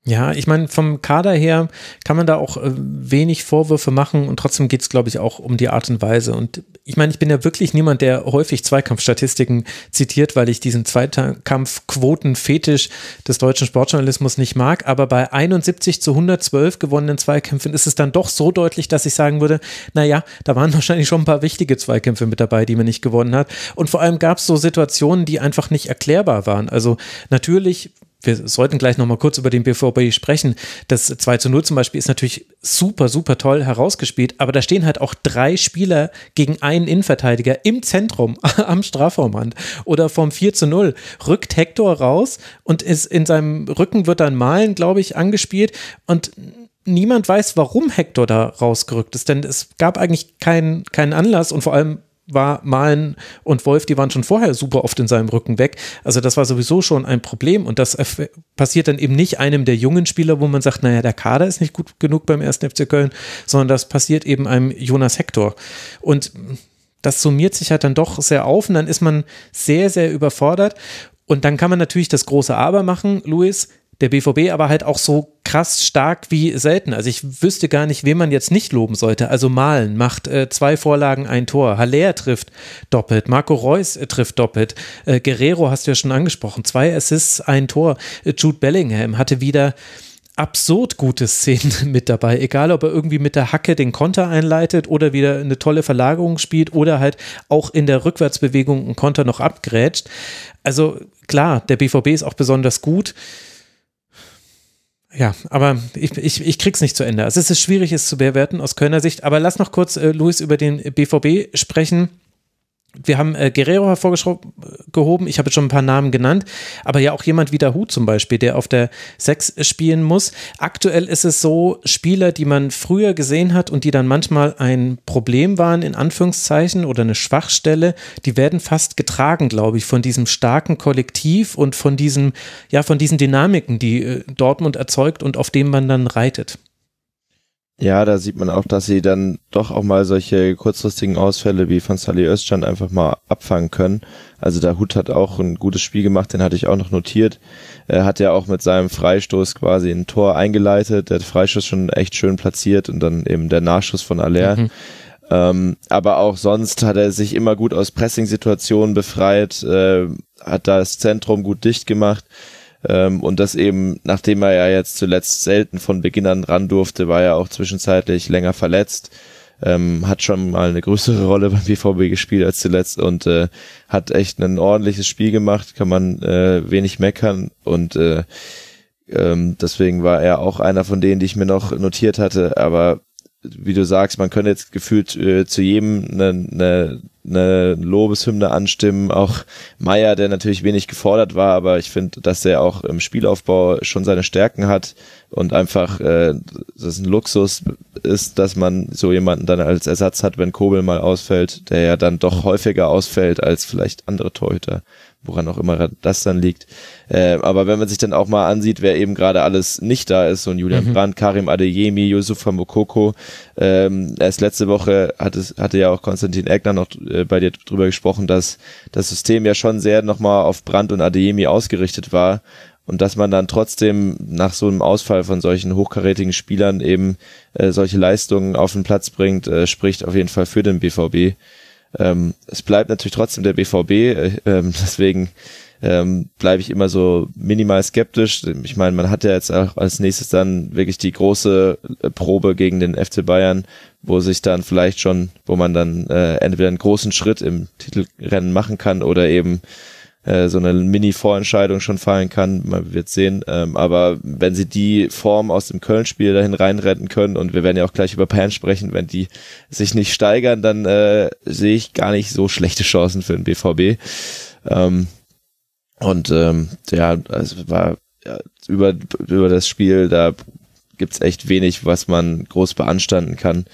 Ja, ich meine, vom Kader her kann man da auch äh, wenig Vorwürfe machen und trotzdem geht es, glaube ich, auch um die Art und Weise. Und ich meine, ich bin ja wirklich niemand, der häufig Zweikampfstatistiken zitiert, weil ich diesen Zweikampfquoten-Fetisch des deutschen Sportjournalismus nicht mag. Aber bei einundsiebzig zu hundertzwölf gewonnenen Zweikämpfen ist es dann doch so deutlich, dass ich sagen würde, naja, da waren wahrscheinlich schon ein paar wichtige Zweikämpfe mit dabei, die man nicht gewonnen hat. Und vor allem gab es so Situationen, die einfach nicht erklärbar waren. Also natürlich, wir sollten gleich nochmal kurz über den B V B sprechen. Das zwei zu null zum Beispiel ist natürlich super, super toll herausgespielt, aber da stehen halt auch drei Spieler gegen einen Innenverteidiger im Zentrum am Strafraumrand. Oder vom vier zu null rückt Hector raus und ist in seinem Rücken wird dann Malen, glaube ich, angespielt und niemand weiß, warum Hector da rausgerückt ist, denn es gab eigentlich keinen, keinen Anlass und vor allem war Malen und Wolf, die waren schon vorher super oft in seinem Rücken weg. Also das war sowieso schon ein Problem und das passiert dann eben nicht einem der jungen Spieler, wo man sagt, naja, der Kader ist nicht gut genug beim ersten F C Köln, sondern das passiert eben einem Jonas Hector. Und das summiert sich halt dann doch sehr auf und dann ist man sehr, sehr überfordert und dann kann man natürlich das große Aber machen, Luis, der B V B aber halt auch so krass stark wie selten. Also ich wüsste gar nicht, wen man jetzt nicht loben sollte. Also Malen macht äh, zwei Vorlagen, ein Tor. Haller trifft doppelt. Marco Reus äh, trifft doppelt. Äh, Guerrero hast du ja schon angesprochen. Zwei Assists, ein Tor. Äh, Jude Bellingham hatte wieder absurd gute Szenen mit dabei. Egal, ob er irgendwie mit der Hacke den Konter einleitet oder wieder eine tolle Verlagerung spielt oder halt auch in der Rückwärtsbewegung einen Konter noch abgrätscht. Also klar, der B V B ist auch besonders gut. Ja, aber ich, ich, ich krieg's nicht zu Ende. Also es ist schwierig, es zu bewerten aus Kölner Sicht. Aber lass noch kurz, äh, Luis, über den B V B sprechen. Wir haben äh, Guerrero hervorgehoben, ich habe jetzt schon ein paar Namen genannt, aber ja auch jemand wie Dahoud zum Beispiel, der auf der sechs spielen muss. Aktuell ist es so, Spieler, die man früher gesehen hat und die dann manchmal ein Problem waren, in Anführungszeichen, oder eine Schwachstelle, die werden fast getragen, glaube ich, von diesem starken Kollektiv und von diesem, ja, von diesen Dynamiken, die äh, Dortmund erzeugt und auf dem man dann reitet. Ja, da sieht man auch, dass sie dann doch auch mal solche kurzfristigen Ausfälle wie von Salih Özcan einfach mal abfangen können. Also der Hut hat auch ein gutes Spiel gemacht, den hatte ich auch noch notiert. Er hat ja auch mit seinem Freistoß quasi ein Tor eingeleitet, der Freistoß schon echt schön platziert und dann eben der Nachschuss von Haller. Mhm. Ähm, aber auch sonst hat er sich immer gut aus Pressing-Situationen befreit, äh, hat das Zentrum gut dicht gemacht. Ähm, und das eben, nachdem er ja jetzt zuletzt selten von Beginn an ran durfte, war er auch zwischenzeitlich länger verletzt, ähm, hat schon mal eine größere Rolle beim B V B gespielt als zuletzt und äh, hat echt ein ordentliches Spiel gemacht, kann man äh, wenig meckern und äh, ähm, deswegen war er auch einer von denen, die ich mir noch notiert hatte, aber wie du sagst, man könnte jetzt gefühlt äh, zu jedem eine, eine, eine Lobeshymne anstimmen, auch Meier, der natürlich wenig gefordert war, aber ich finde, dass er auch im Spielaufbau schon seine Stärken hat und einfach äh, das ein Luxus ist, dass man so jemanden dann als Ersatz hat, wenn Kobel mal ausfällt, der ja dann doch häufiger ausfällt als vielleicht andere Torhüter, woran auch immer das dann liegt. Äh, aber wenn man sich dann auch mal ansieht, wer eben gerade alles nicht da ist, so ein Julian mhm. Brandt, Karim Adeyemi, Yusufa Moukoko, ähm, erst letzte Woche hat es, hatte ja auch Konstantin Egner noch äh, bei dir drüber gesprochen, dass das System ja schon sehr nochmal auf Brandt und Adeyemi ausgerichtet war und dass man dann trotzdem nach so einem Ausfall von solchen hochkarätigen Spielern eben äh, solche Leistungen auf den Platz bringt, äh, spricht auf jeden Fall für den B V B. Ähm, es bleibt natürlich trotzdem der B V B, äh, ähm, deswegen ähm, bleibe ich immer so minimal skeptisch. Ich meine, man hat ja jetzt auch als nächstes dann wirklich die große Probe gegen den F C Bayern, wo sich dann vielleicht schon, wo man dann äh, entweder einen großen Schritt im Titelrennen machen kann oder eben äh, so eine Mini-Vorentscheidung schon fallen kann. Man wird sehen. Ähm, aber wenn sie die Form aus dem Köln-Spiel dahin reinretten können, und wir werden ja auch gleich über Pan sprechen, wenn die sich nicht steigern, dann äh, sehe ich gar nicht so schlechte Chancen für den B V B. Ähm, und ähm, ja, also war ja, über über das Spiel, da gibt's echt wenig, was man groß beanstanden kann.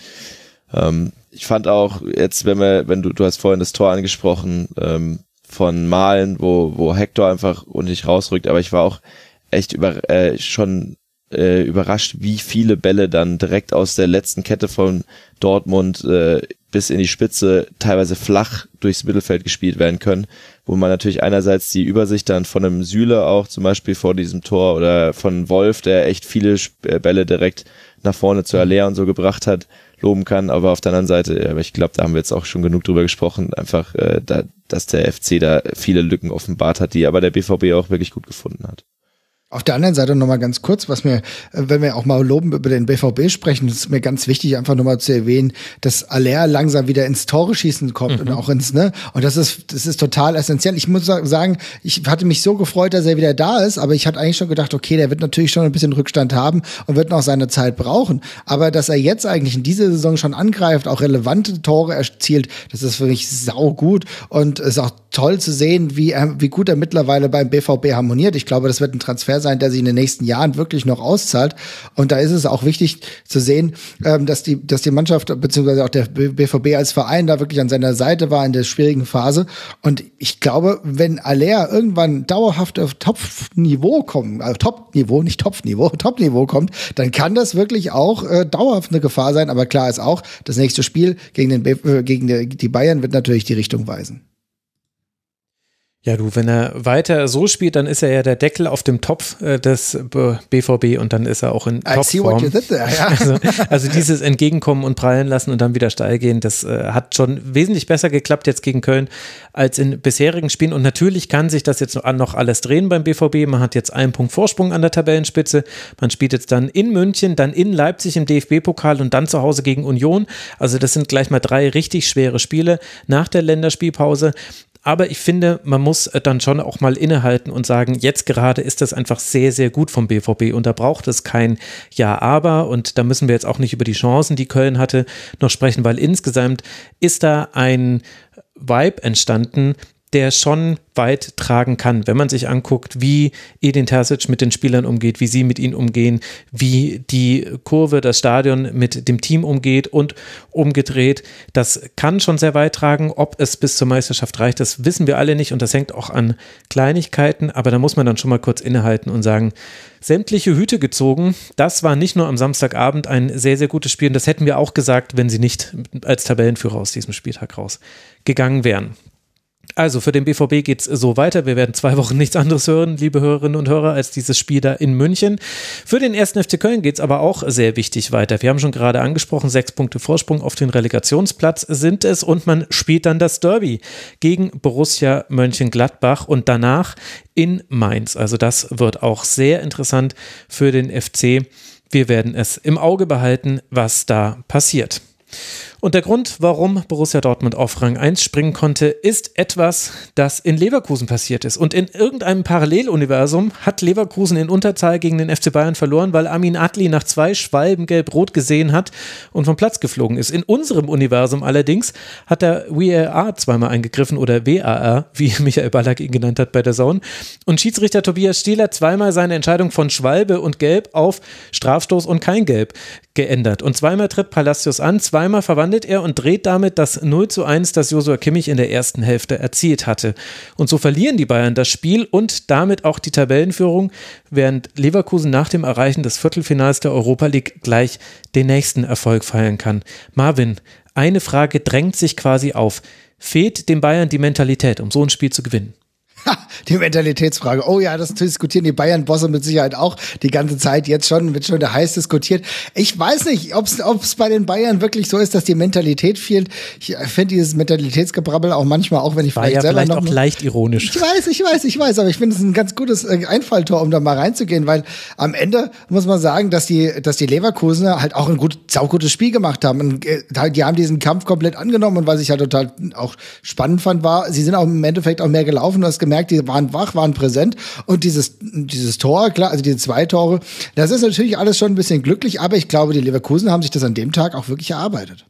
Ähm, ich fand auch jetzt, wenn wir, wenn du, du hast vorhin das Tor angesprochen, ähm, von Malen, wo wo Hector einfach ordentlich rausrückt, aber ich war auch echt über äh, schon äh, überrascht, wie viele Bälle dann direkt aus der letzten Kette von Dortmund äh, bis in die Spitze teilweise flach durchs Mittelfeld gespielt werden können, wo man natürlich einerseits die Übersicht dann von einem Süle auch zum Beispiel vor diesem Tor oder von Wolf, der echt viele Bälle direkt nach vorne zu Haller und so gebracht hat, loben kann, aber auf der anderen Seite, aber ich glaube, da haben wir jetzt auch schon genug drüber gesprochen, einfach, äh, da, dass der F C da viele Lücken offenbart hat, die aber der B V B auch wirklich gut gefunden hat. Auf der anderen Seite nochmal ganz kurz, was mir, wenn wir auch mal loben über den B V B sprechen, das ist mir ganz wichtig, einfach nochmal zu erwähnen, dass Haller langsam wieder ins Tore-Schießen kommt mhm. und auch ins, ne, und das ist, das ist total essentiell. Ich muss sagen, ich hatte mich so gefreut, dass er wieder da ist, aber ich hatte eigentlich schon gedacht, okay, der wird natürlich schon ein bisschen Rückstand haben und wird noch seine Zeit brauchen. Aber dass er jetzt eigentlich in dieser Saison schon angreift, auch relevante Tore erzielt, das ist für mich sau gut und ist auch toll zu sehen, wie er, wie gut er mittlerweile beim B V B harmoniert. Ich glaube, das wird ein Transfer sein, der sich in den nächsten Jahren wirklich noch auszahlt. Und da ist es auch wichtig zu sehen, ähm, dass die, dass die Mannschaft beziehungsweise auch der B V B als Verein da wirklich an seiner Seite war in der schwierigen Phase. Und ich glaube, wenn Haller irgendwann dauerhaft auf Top-Niveau kommt, also Top-Niveau, nicht Top-Niveau, Top-Niveau kommt, dann kann das wirklich auch äh, dauerhaft eine Gefahr sein. Aber klar ist auch, das nächste Spiel gegen den B- äh, gegen die, die Bayern wird natürlich die Richtung weisen. Ja, du, wenn er weiter so spielt, dann ist er ja der Deckel auf dem Topf äh, des B V B und dann ist er auch in Topform. I see what you did there, ja. Also, also dieses Entgegenkommen und prallen lassen und dann wieder steil gehen, das äh, hat schon wesentlich besser geklappt jetzt gegen Köln als in bisherigen Spielen und natürlich kann sich das jetzt noch alles drehen beim B V B. Man hat jetzt einen Punkt Vorsprung an der Tabellenspitze. Man spielt jetzt dann in München, dann in Leipzig im D F B-Pokal und dann zu Hause gegen Union. Also das sind gleich mal drei richtig schwere Spiele nach der Länderspielpause. Aber ich finde, man muss dann schon auch mal innehalten und sagen, jetzt gerade ist das einfach sehr, sehr gut vom B V B und da braucht es kein Ja, aber und da müssen wir jetzt auch nicht über die Chancen, die Köln hatte, noch sprechen, weil insgesamt ist da ein Vibe entstanden, der schon weit tragen kann, wenn man sich anguckt, wie Edin Terzic mit den Spielern umgeht, wie sie mit ihnen umgehen, wie die Kurve, das Stadion mit dem Team umgeht und umgedreht. Das kann schon sehr weit tragen. Ob es bis zur Meisterschaft reicht, das wissen wir alle nicht und das hängt auch an Kleinigkeiten, aber da muss man dann schon mal kurz innehalten und sagen, sämtliche Hüte gezogen. Das war nicht nur am Samstagabend ein sehr, sehr gutes Spiel und das hätten wir auch gesagt, wenn sie nicht als Tabellenführer aus diesem Spieltag rausgegangen wären. Also für den B V B geht's so weiter. Wir werden zwei Wochen nichts anderes hören, liebe Hörerinnen und Hörer, als dieses Spiel da in München. Für den ersten F C Köln geht's aber auch sehr wichtig weiter. Wir haben schon gerade angesprochen, sechs Punkte Vorsprung auf den Relegationsplatz sind es und man spielt dann das Derby gegen Borussia Mönchengladbach und danach in Mainz. Also das wird auch sehr interessant für den F C. Wir werden es im Auge behalten, was da passiert. Und der Grund, warum Borussia Dortmund auf Rang eins springen konnte, ist etwas, das in Leverkusen passiert ist. Und in irgendeinem Paralleluniversum hat Leverkusen in Unterzahl gegen den F C Bayern verloren, weil Amin Adli nach zwei Schwalben gelb-rot gesehen hat und vom Platz geflogen ist. In unserem Universum allerdings hat der V A R zweimal eingegriffen oder W A R, wie Michael Ballack ihn genannt hat bei der Zone. Und Schiedsrichter Tobias Stieler zweimal seine Entscheidung von Schwalbe und Gelb auf Strafstoß und kein Gelb geändert. Und zweimal tritt Palacios an, zweimal verwandelt er und dreht damit das null zu eins, das Joshua Kimmich in der ersten Hälfte erzielt hatte. Und so verlieren die Bayern das Spiel und damit auch die Tabellenführung, während Leverkusen nach dem Erreichen des Viertelfinals der Europa League gleich den nächsten Erfolg feiern kann. Marvin, eine Frage drängt sich quasi auf. Fehlt den Bayern die Mentalität, um so ein Spiel zu gewinnen? Die Mentalitätsfrage. Oh ja, das diskutieren die Bayern-Bosse mit Sicherheit auch die ganze Zeit jetzt schon, wird schon heiß diskutiert. Ich weiß nicht, ob es bei den Bayern wirklich so ist, dass die Mentalität fehlt. Ich finde dieses Mentalitätsgebrabbel auch manchmal, auch wenn ich War vielleicht ja selber vielleicht noch... auch leicht ironisch. Ich weiß, ich weiß, ich weiß, aber ich finde es ein ganz gutes Einfalltor, um da mal reinzugehen, weil am Ende muss man sagen, dass die, dass die Leverkusener halt auch ein gut, saugutes Spiel gemacht haben. Und die haben diesen Kampf komplett angenommen und was ich halt total auch spannend fand, war, sie sind auch im Endeffekt auch mehr gelaufen, du hast gemerkt, die waren wach, waren präsent und dieses, dieses Tor, klar, also diese zwei Tore, das ist natürlich alles schon ein bisschen glücklich, aber ich glaube, die Leverkusen haben sich das an dem Tag auch wirklich erarbeitet.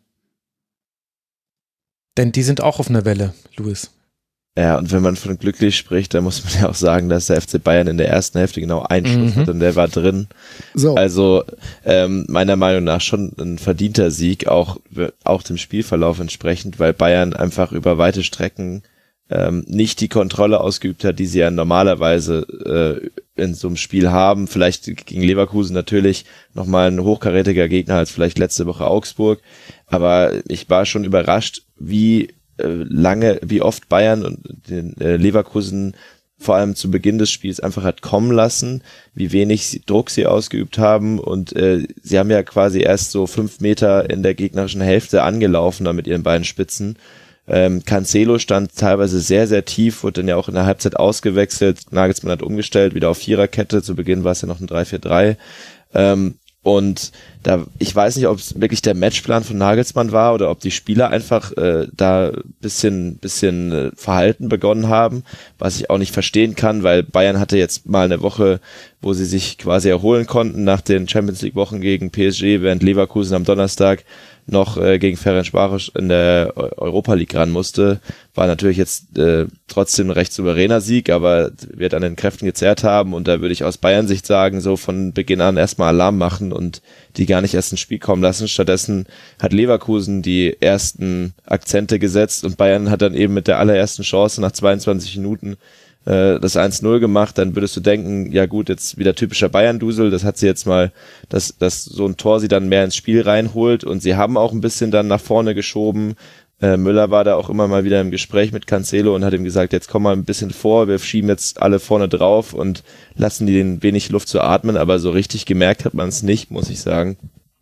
Denn die sind auch auf einer Welle, Luis. Ja, und wenn man von glücklich spricht, dann muss man ja auch sagen, dass der F C Bayern in der ersten Hälfte genau einen Schuss mhm. hat und der war drin. So. Also ähm, meiner Meinung nach schon ein verdienter Sieg, auch, auch dem Spielverlauf entsprechend, weil Bayern einfach über weite Strecken ähm, nicht die Kontrolle ausgeübt hat, die sie ja normalerweise äh, in so einem Spiel haben. Vielleicht gegen Leverkusen natürlich nochmal ein hochkarätiger Gegner als vielleicht letzte Woche Augsburg. Aber ich war schon überrascht, wie äh, lange, wie oft Bayern und den, äh, Leverkusen vor allem zu Beginn des Spiels einfach hat kommen lassen, wie wenig Druck sie ausgeübt haben und äh, sie haben ja quasi erst so fünf Meter in der gegnerischen Hälfte angelaufen da mit ihren beiden Spitzen. Ähm, Cancelo stand teilweise sehr, sehr tief, wurde dann ja auch in der Halbzeit ausgewechselt, Nagelsmann hat umgestellt, wieder auf Viererkette, zu Beginn war es ja noch ein drei vier drei. Ähm, und da, ich weiß nicht, ob es wirklich der Matchplan von Nagelsmann war oder ob die Spieler einfach äh, da bisschen bisschen äh, Verhalten begonnen haben, was ich auch nicht verstehen kann, weil Bayern hatte jetzt mal eine Woche, wo sie sich quasi erholen konnten nach den Champions League Wochen gegen P S G, während Leverkusen am Donnerstag noch äh, gegen Ferencváros in der Europa League ran musste. War natürlich jetzt äh, trotzdem ein recht souveräner Sieg, aber wird an den Kräften gezerrt haben und da würde ich aus Bayern-Sicht sagen, so von Beginn an erstmal Alarm machen und die gar nicht erst ins Spiel kommen lassen. Stattdessen hat Leverkusen die ersten Akzente gesetzt und Bayern hat dann eben mit der allerersten Chance nach zweiundzwanzig Minuten äh, das eins null gemacht. Dann würdest du denken, ja gut, jetzt wieder typischer Bayern-Dusel, das hat sie jetzt mal, dass, dass so ein Tor sie dann mehr ins Spiel reinholt und sie haben auch ein bisschen dann nach vorne geschoben. Äh, Müller war da auch immer mal wieder im Gespräch mit Cancelo und hat ihm gesagt, jetzt komm mal ein bisschen vor, wir schieben jetzt alle vorne drauf und lassen die den wenig Luft zu atmen, aber so richtig gemerkt hat man es nicht, muss ich sagen.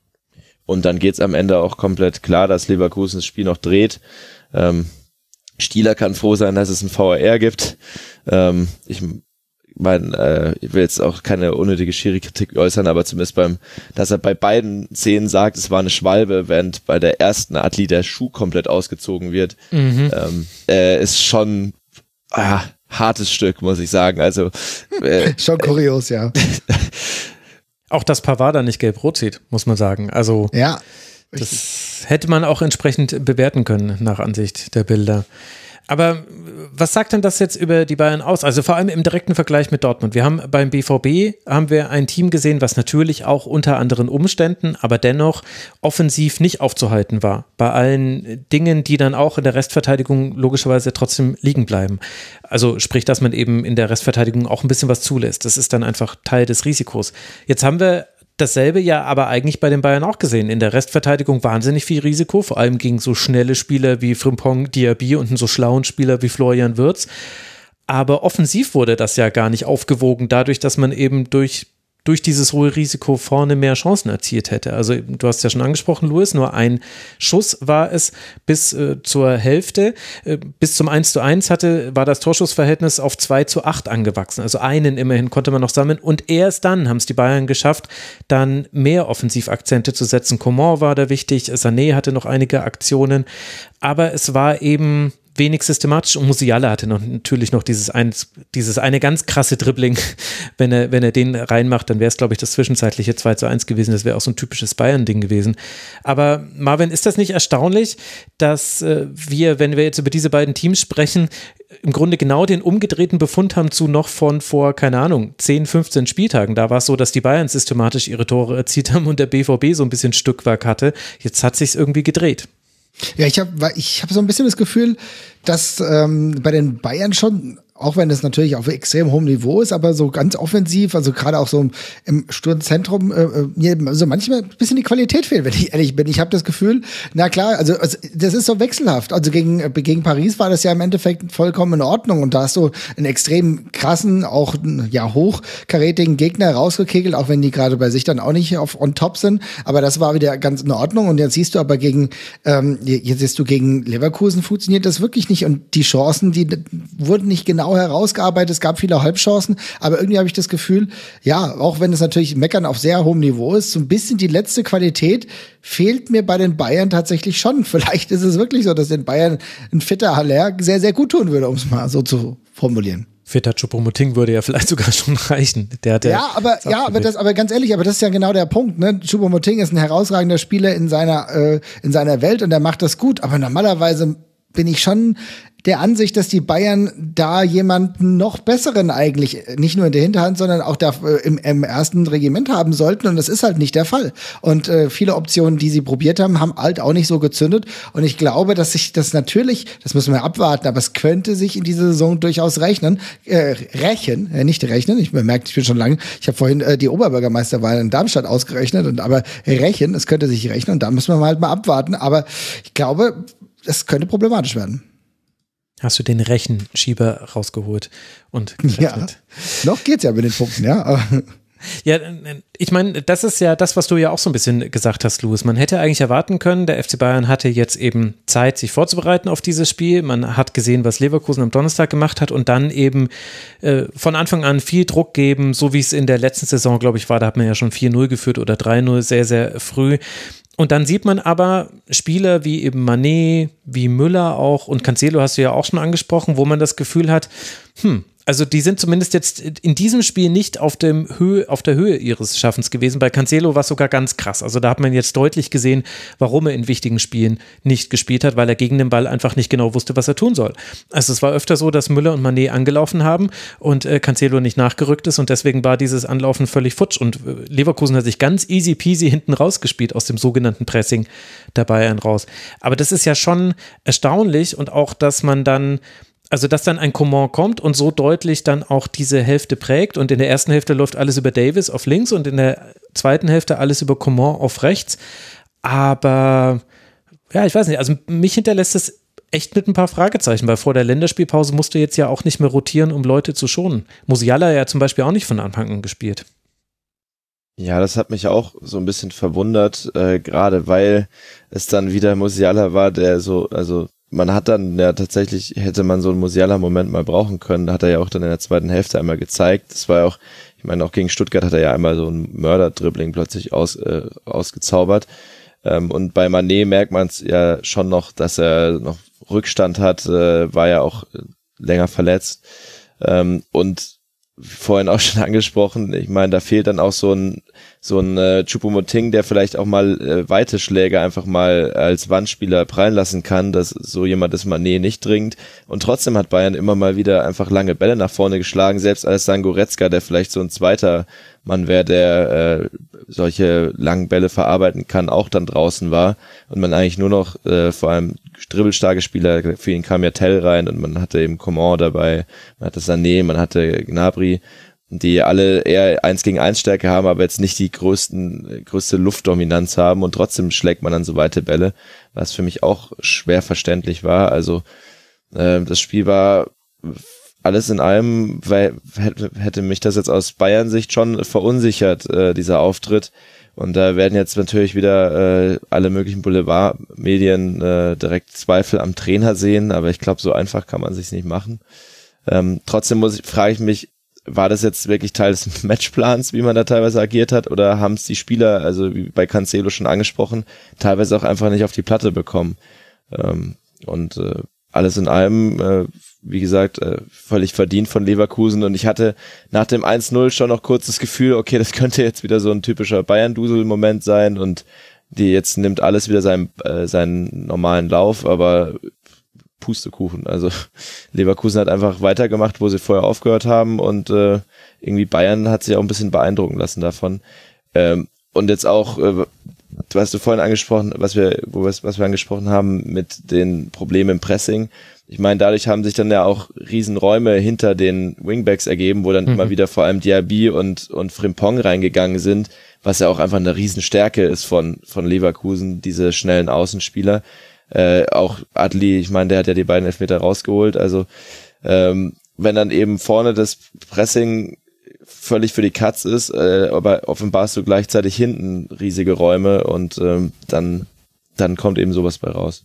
Und dann geht's am Ende auch komplett klar, dass Leverkusen das Spiel noch dreht. Ähm, Stieler kann froh sein, dass es ein V A R gibt. Ähm, ich meine, äh, ich will jetzt auch keine unnötige Schiri-Kritik äußern, aber zumindest beim, dass er bei beiden Szenen sagt, es war eine Schwalbe, während bei der ersten Adli der Schuh komplett ausgezogen wird, mhm. ähm, äh, ist schon ah, hartes Stück, muss ich sagen. Also äh, schon kurios, ja. Auch dass Pavard da nicht gelb-rot sieht, muss man sagen. Also ja, das hätte man auch entsprechend bewerten können nach Ansicht der Bilder. Aber was sagt denn das jetzt über die Bayern aus? Also vor allem im direkten Vergleich mit Dortmund. Wir haben beim B V B haben wir ein Team gesehen, was natürlich auch unter anderen Umständen, aber dennoch offensiv nicht aufzuhalten war. Bei allen Dingen, die dann auch in der Restverteidigung logischerweise trotzdem liegen bleiben. Also sprich, dass man eben in der Restverteidigung auch ein bisschen was zulässt. Das ist dann einfach Teil des Risikos. Jetzt haben wir dasselbe ja aber eigentlich bei den Bayern auch gesehen. In der Restverteidigung wahnsinnig viel Risiko, vor allem gegen so schnelle Spieler wie Frimpong, Diaby und einen so schlauen Spieler wie Florian Wirtz. Aber offensiv wurde das ja gar nicht aufgewogen, dadurch, dass man eben durch durch dieses hohe Risiko vorne mehr Chancen erzielt hätte. Also du hast ja schon angesprochen, Louis, nur ein Schuss war es bis äh, zur Hälfte. Äh, bis zum eins zu eins hatte, war das Torschussverhältnis auf zwei zu acht angewachsen. Also einen immerhin konnte man noch sammeln und erst dann haben es die Bayern geschafft, dann mehr Offensivakzente zu setzen. Coman war da wichtig, Sané hatte noch einige Aktionen, aber es war eben wenig systematisch und Musiala hatte noch natürlich noch dieses, ein, dieses eine ganz krasse Dribbling, wenn er, wenn er den reinmacht, dann wäre es, glaube ich, das zwischenzeitliche zwei zu eins gewesen, das wäre auch so ein typisches Bayern-Ding gewesen. Aber Marvin, ist das nicht erstaunlich, dass äh, wir, wenn wir jetzt über diese beiden Teams sprechen, im Grunde genau den umgedrehten Befund haben zu noch von vor, keine Ahnung, zehn, fünfzehn Spieltagen. Da war es so, dass die Bayern systematisch ihre Tore erzielt haben und der B V B so ein bisschen Stückwerk hatte. Jetzt hat sich's irgendwie gedreht. Ja, ich habe ich hab so ein bisschen das Gefühl, dass ähm, bei den Bayern schon, auch wenn es natürlich auf extrem hohem Niveau ist, aber so ganz offensiv, also gerade auch so im Sturmzentrum, äh, mir so manchmal ein bisschen die Qualität fehlt, wenn ich ehrlich bin. Ich habe das Gefühl, na klar, also, also das ist so wechselhaft. Also gegen gegen Paris war das ja im Endeffekt vollkommen in Ordnung und da hast du einen extrem krassen, auch ja hochkarätigen Gegner rausgekegelt, auch wenn die gerade bei sich dann auch nicht auf on top sind. Aber das war wieder ganz in Ordnung und jetzt siehst du aber gegen, ähm, jetzt siehst du gegen Leverkusen funktioniert das wirklich nicht und die Chancen, die wurden nicht genau herausgearbeitet, es gab viele Halbchancen, aber irgendwie habe ich das Gefühl, ja, auch wenn es natürlich Meckern auf sehr hohem Niveau ist, so ein bisschen die letzte Qualität fehlt mir bei den Bayern tatsächlich schon. Vielleicht ist es wirklich so, dass den Bayern ein fitter Haller sehr, sehr gut tun würde, um es mal so zu formulieren. Fitter Choupo-Moting würde ja vielleicht sogar schon reichen. Der hat ja, aber ja, aber das, aber ganz ehrlich, aber das ist ja genau der Punkt. Ne? Choupo-Moting ist ein herausragender Spieler in seiner äh, in seiner Welt und der macht das gut. Aber normalerweise bin ich schon der Ansicht, dass die Bayern da jemanden noch besseren eigentlich, nicht nur in der Hinterhand, sondern auch da äh, im, im ersten Regiment haben sollten. Und das ist halt nicht der Fall. Und äh, viele Optionen, die sie probiert haben, haben halt auch nicht so gezündet. Und ich glaube, dass sich das natürlich, das müssen wir abwarten, aber es könnte sich in dieser Saison durchaus rechnen, äh, rächen, äh, nicht rechnen. Ich merke, ich bin schon lange, ich habe vorhin äh, die Oberbürgermeisterwahl in Darmstadt ausgerechnet, und aber rächen, es könnte sich rechnen. Und da müssen wir halt mal abwarten. Aber ich glaube, es könnte problematisch werden. Hast du den Rechenschieber rausgeholt und gerechnet? Ja, noch geht's ja mit den Punkten, ja. Ja, ich meine, das ist ja das, was du ja auch so ein bisschen gesagt hast, Louis. Man hätte eigentlich erwarten können, der F C Bayern hatte jetzt eben Zeit, sich vorzubereiten auf dieses Spiel. Man hat gesehen, was Leverkusen am Donnerstag gemacht hat, und dann eben äh, von Anfang an viel Druck geben, so wie es in der letzten Saison, glaube ich, war. Da hat man ja schon vier null geführt oder drei null sehr, sehr früh. Und dann sieht man aber Spieler wie eben Mané, wie Müller auch, und Cancelo hast du ja auch schon angesprochen, wo man das Gefühl hat, hm, also die sind zumindest jetzt in diesem Spiel nicht auf, dem Höhe, auf der Höhe ihres Schaffens gewesen. Bei Cancelo war es sogar ganz krass. Also da hat man jetzt deutlich gesehen, warum er in wichtigen Spielen nicht gespielt hat, weil er gegen den Ball einfach nicht genau wusste, was er tun soll. Also es war öfter so, dass Müller und Mané angelaufen haben und äh, Cancelo nicht nachgerückt ist, und deswegen war dieses Anlaufen völlig futsch. Und äh, Leverkusen hat sich ganz easy peasy hinten rausgespielt aus dem sogenannten Pressing der Bayern raus. Aber das ist ja schon erstaunlich, und auch, dass man dann Also, dass dann ein Coman kommt und so deutlich dann auch diese Hälfte prägt, und in der ersten Hälfte läuft alles über Davis auf links und in der zweiten Hälfte alles über Coman auf rechts. Aber ja, ich weiß nicht, also mich hinterlässt es echt mit ein paar Fragezeichen, weil vor der Länderspielpause musst du jetzt ja auch nicht mehr rotieren, um Leute zu schonen. Musiala ja zum Beispiel auch nicht von Anfang an gespielt. Ja, das hat mich auch so ein bisschen verwundert, äh, gerade weil es dann wieder Musiala war, der so, also man hat dann ja tatsächlich, hätte man so einen Musiala-Moment mal brauchen können, hat er ja auch dann in der zweiten Hälfte einmal gezeigt. Das war ja auch, ich meine, auch gegen Stuttgart hat er ja einmal so ein Mörder-Dribbling plötzlich aus, äh, ausgezaubert. Ähm, und bei Mané merkt man es ja schon noch, dass er noch Rückstand hat, äh, war ja auch länger verletzt. Ähm, und vorhin auch schon angesprochen, ich meine, da fehlt dann auch so ein so ein äh, Choupo-Moting, der vielleicht auch mal äh, weite Schläge einfach mal als Wandspieler prallen lassen kann, dass so jemand das Mané nicht dringt. Und trotzdem hat Bayern immer mal wieder einfach lange Bälle nach vorne geschlagen, selbst Alessandro Goretzka, der vielleicht so ein zweiter Mann wäre, der äh, solche langen Bälle verarbeiten kann, auch dann draußen war, und man eigentlich nur noch äh, vor allem dribbelstarke Spieler, für ihn kam ja Tell rein, und man hatte eben Coman dabei, man hatte Sané, man hatte Gnabry, die alle eher eins gegen eins Stärke haben, aber jetzt nicht die größten, größte Luftdominanz haben, und trotzdem schlägt man dann so weite Bälle, was für mich auch schwer verständlich war. Also äh, das Spiel war alles in allem, weil hätte, hätte mich das jetzt aus Bayern-Sicht schon verunsichert, äh, dieser Auftritt. Und da werden jetzt natürlich wieder äh, alle möglichen Boulevardmedien äh, direkt Zweifel am Trainer sehen, aber ich glaube, so einfach kann man sich's nicht machen. Ähm, trotzdem muss ich, frage ich mich, war das jetzt wirklich Teil des Matchplans, wie man da teilweise agiert hat, oder haben es die Spieler, also wie bei Cancelo schon angesprochen, teilweise auch einfach nicht auf die Platte bekommen? Ähm, und äh, alles in allem, äh, wie gesagt, äh, völlig verdient von Leverkusen, und ich hatte nach dem eins null schon noch kurz das Gefühl, okay, das könnte jetzt wieder so ein typischer Bayern-Dusel-Moment sein, und die jetzt nimmt alles wieder seinen, äh, seinen normalen Lauf, aber Pustekuchen. Also Leverkusen hat einfach weitergemacht, wo sie vorher aufgehört haben, und äh, irgendwie Bayern hat sich auch ein bisschen beeindrucken lassen davon. Ähm, und jetzt auch, äh, du hast du vorhin angesprochen, was wir, wo wir, was wir angesprochen haben mit den Problemen im Pressing. Ich meine, dadurch haben sich dann ja auch Riesenräume hinter den Wingbacks ergeben, wo dann mhm. immer wieder vor allem Diaby und und Frimpong reingegangen sind, was ja auch einfach eine Riesenstärke ist von von Leverkusen, diese schnellen Außenspieler. Äh, auch Adli, ich meine, der hat ja die beiden Elfmeter rausgeholt, also ähm, wenn dann eben vorne das Pressing völlig für die Katz ist, äh, aber offenbarst du gleichzeitig hinten riesige Räume, und ähm, dann dann kommt eben sowas bei raus.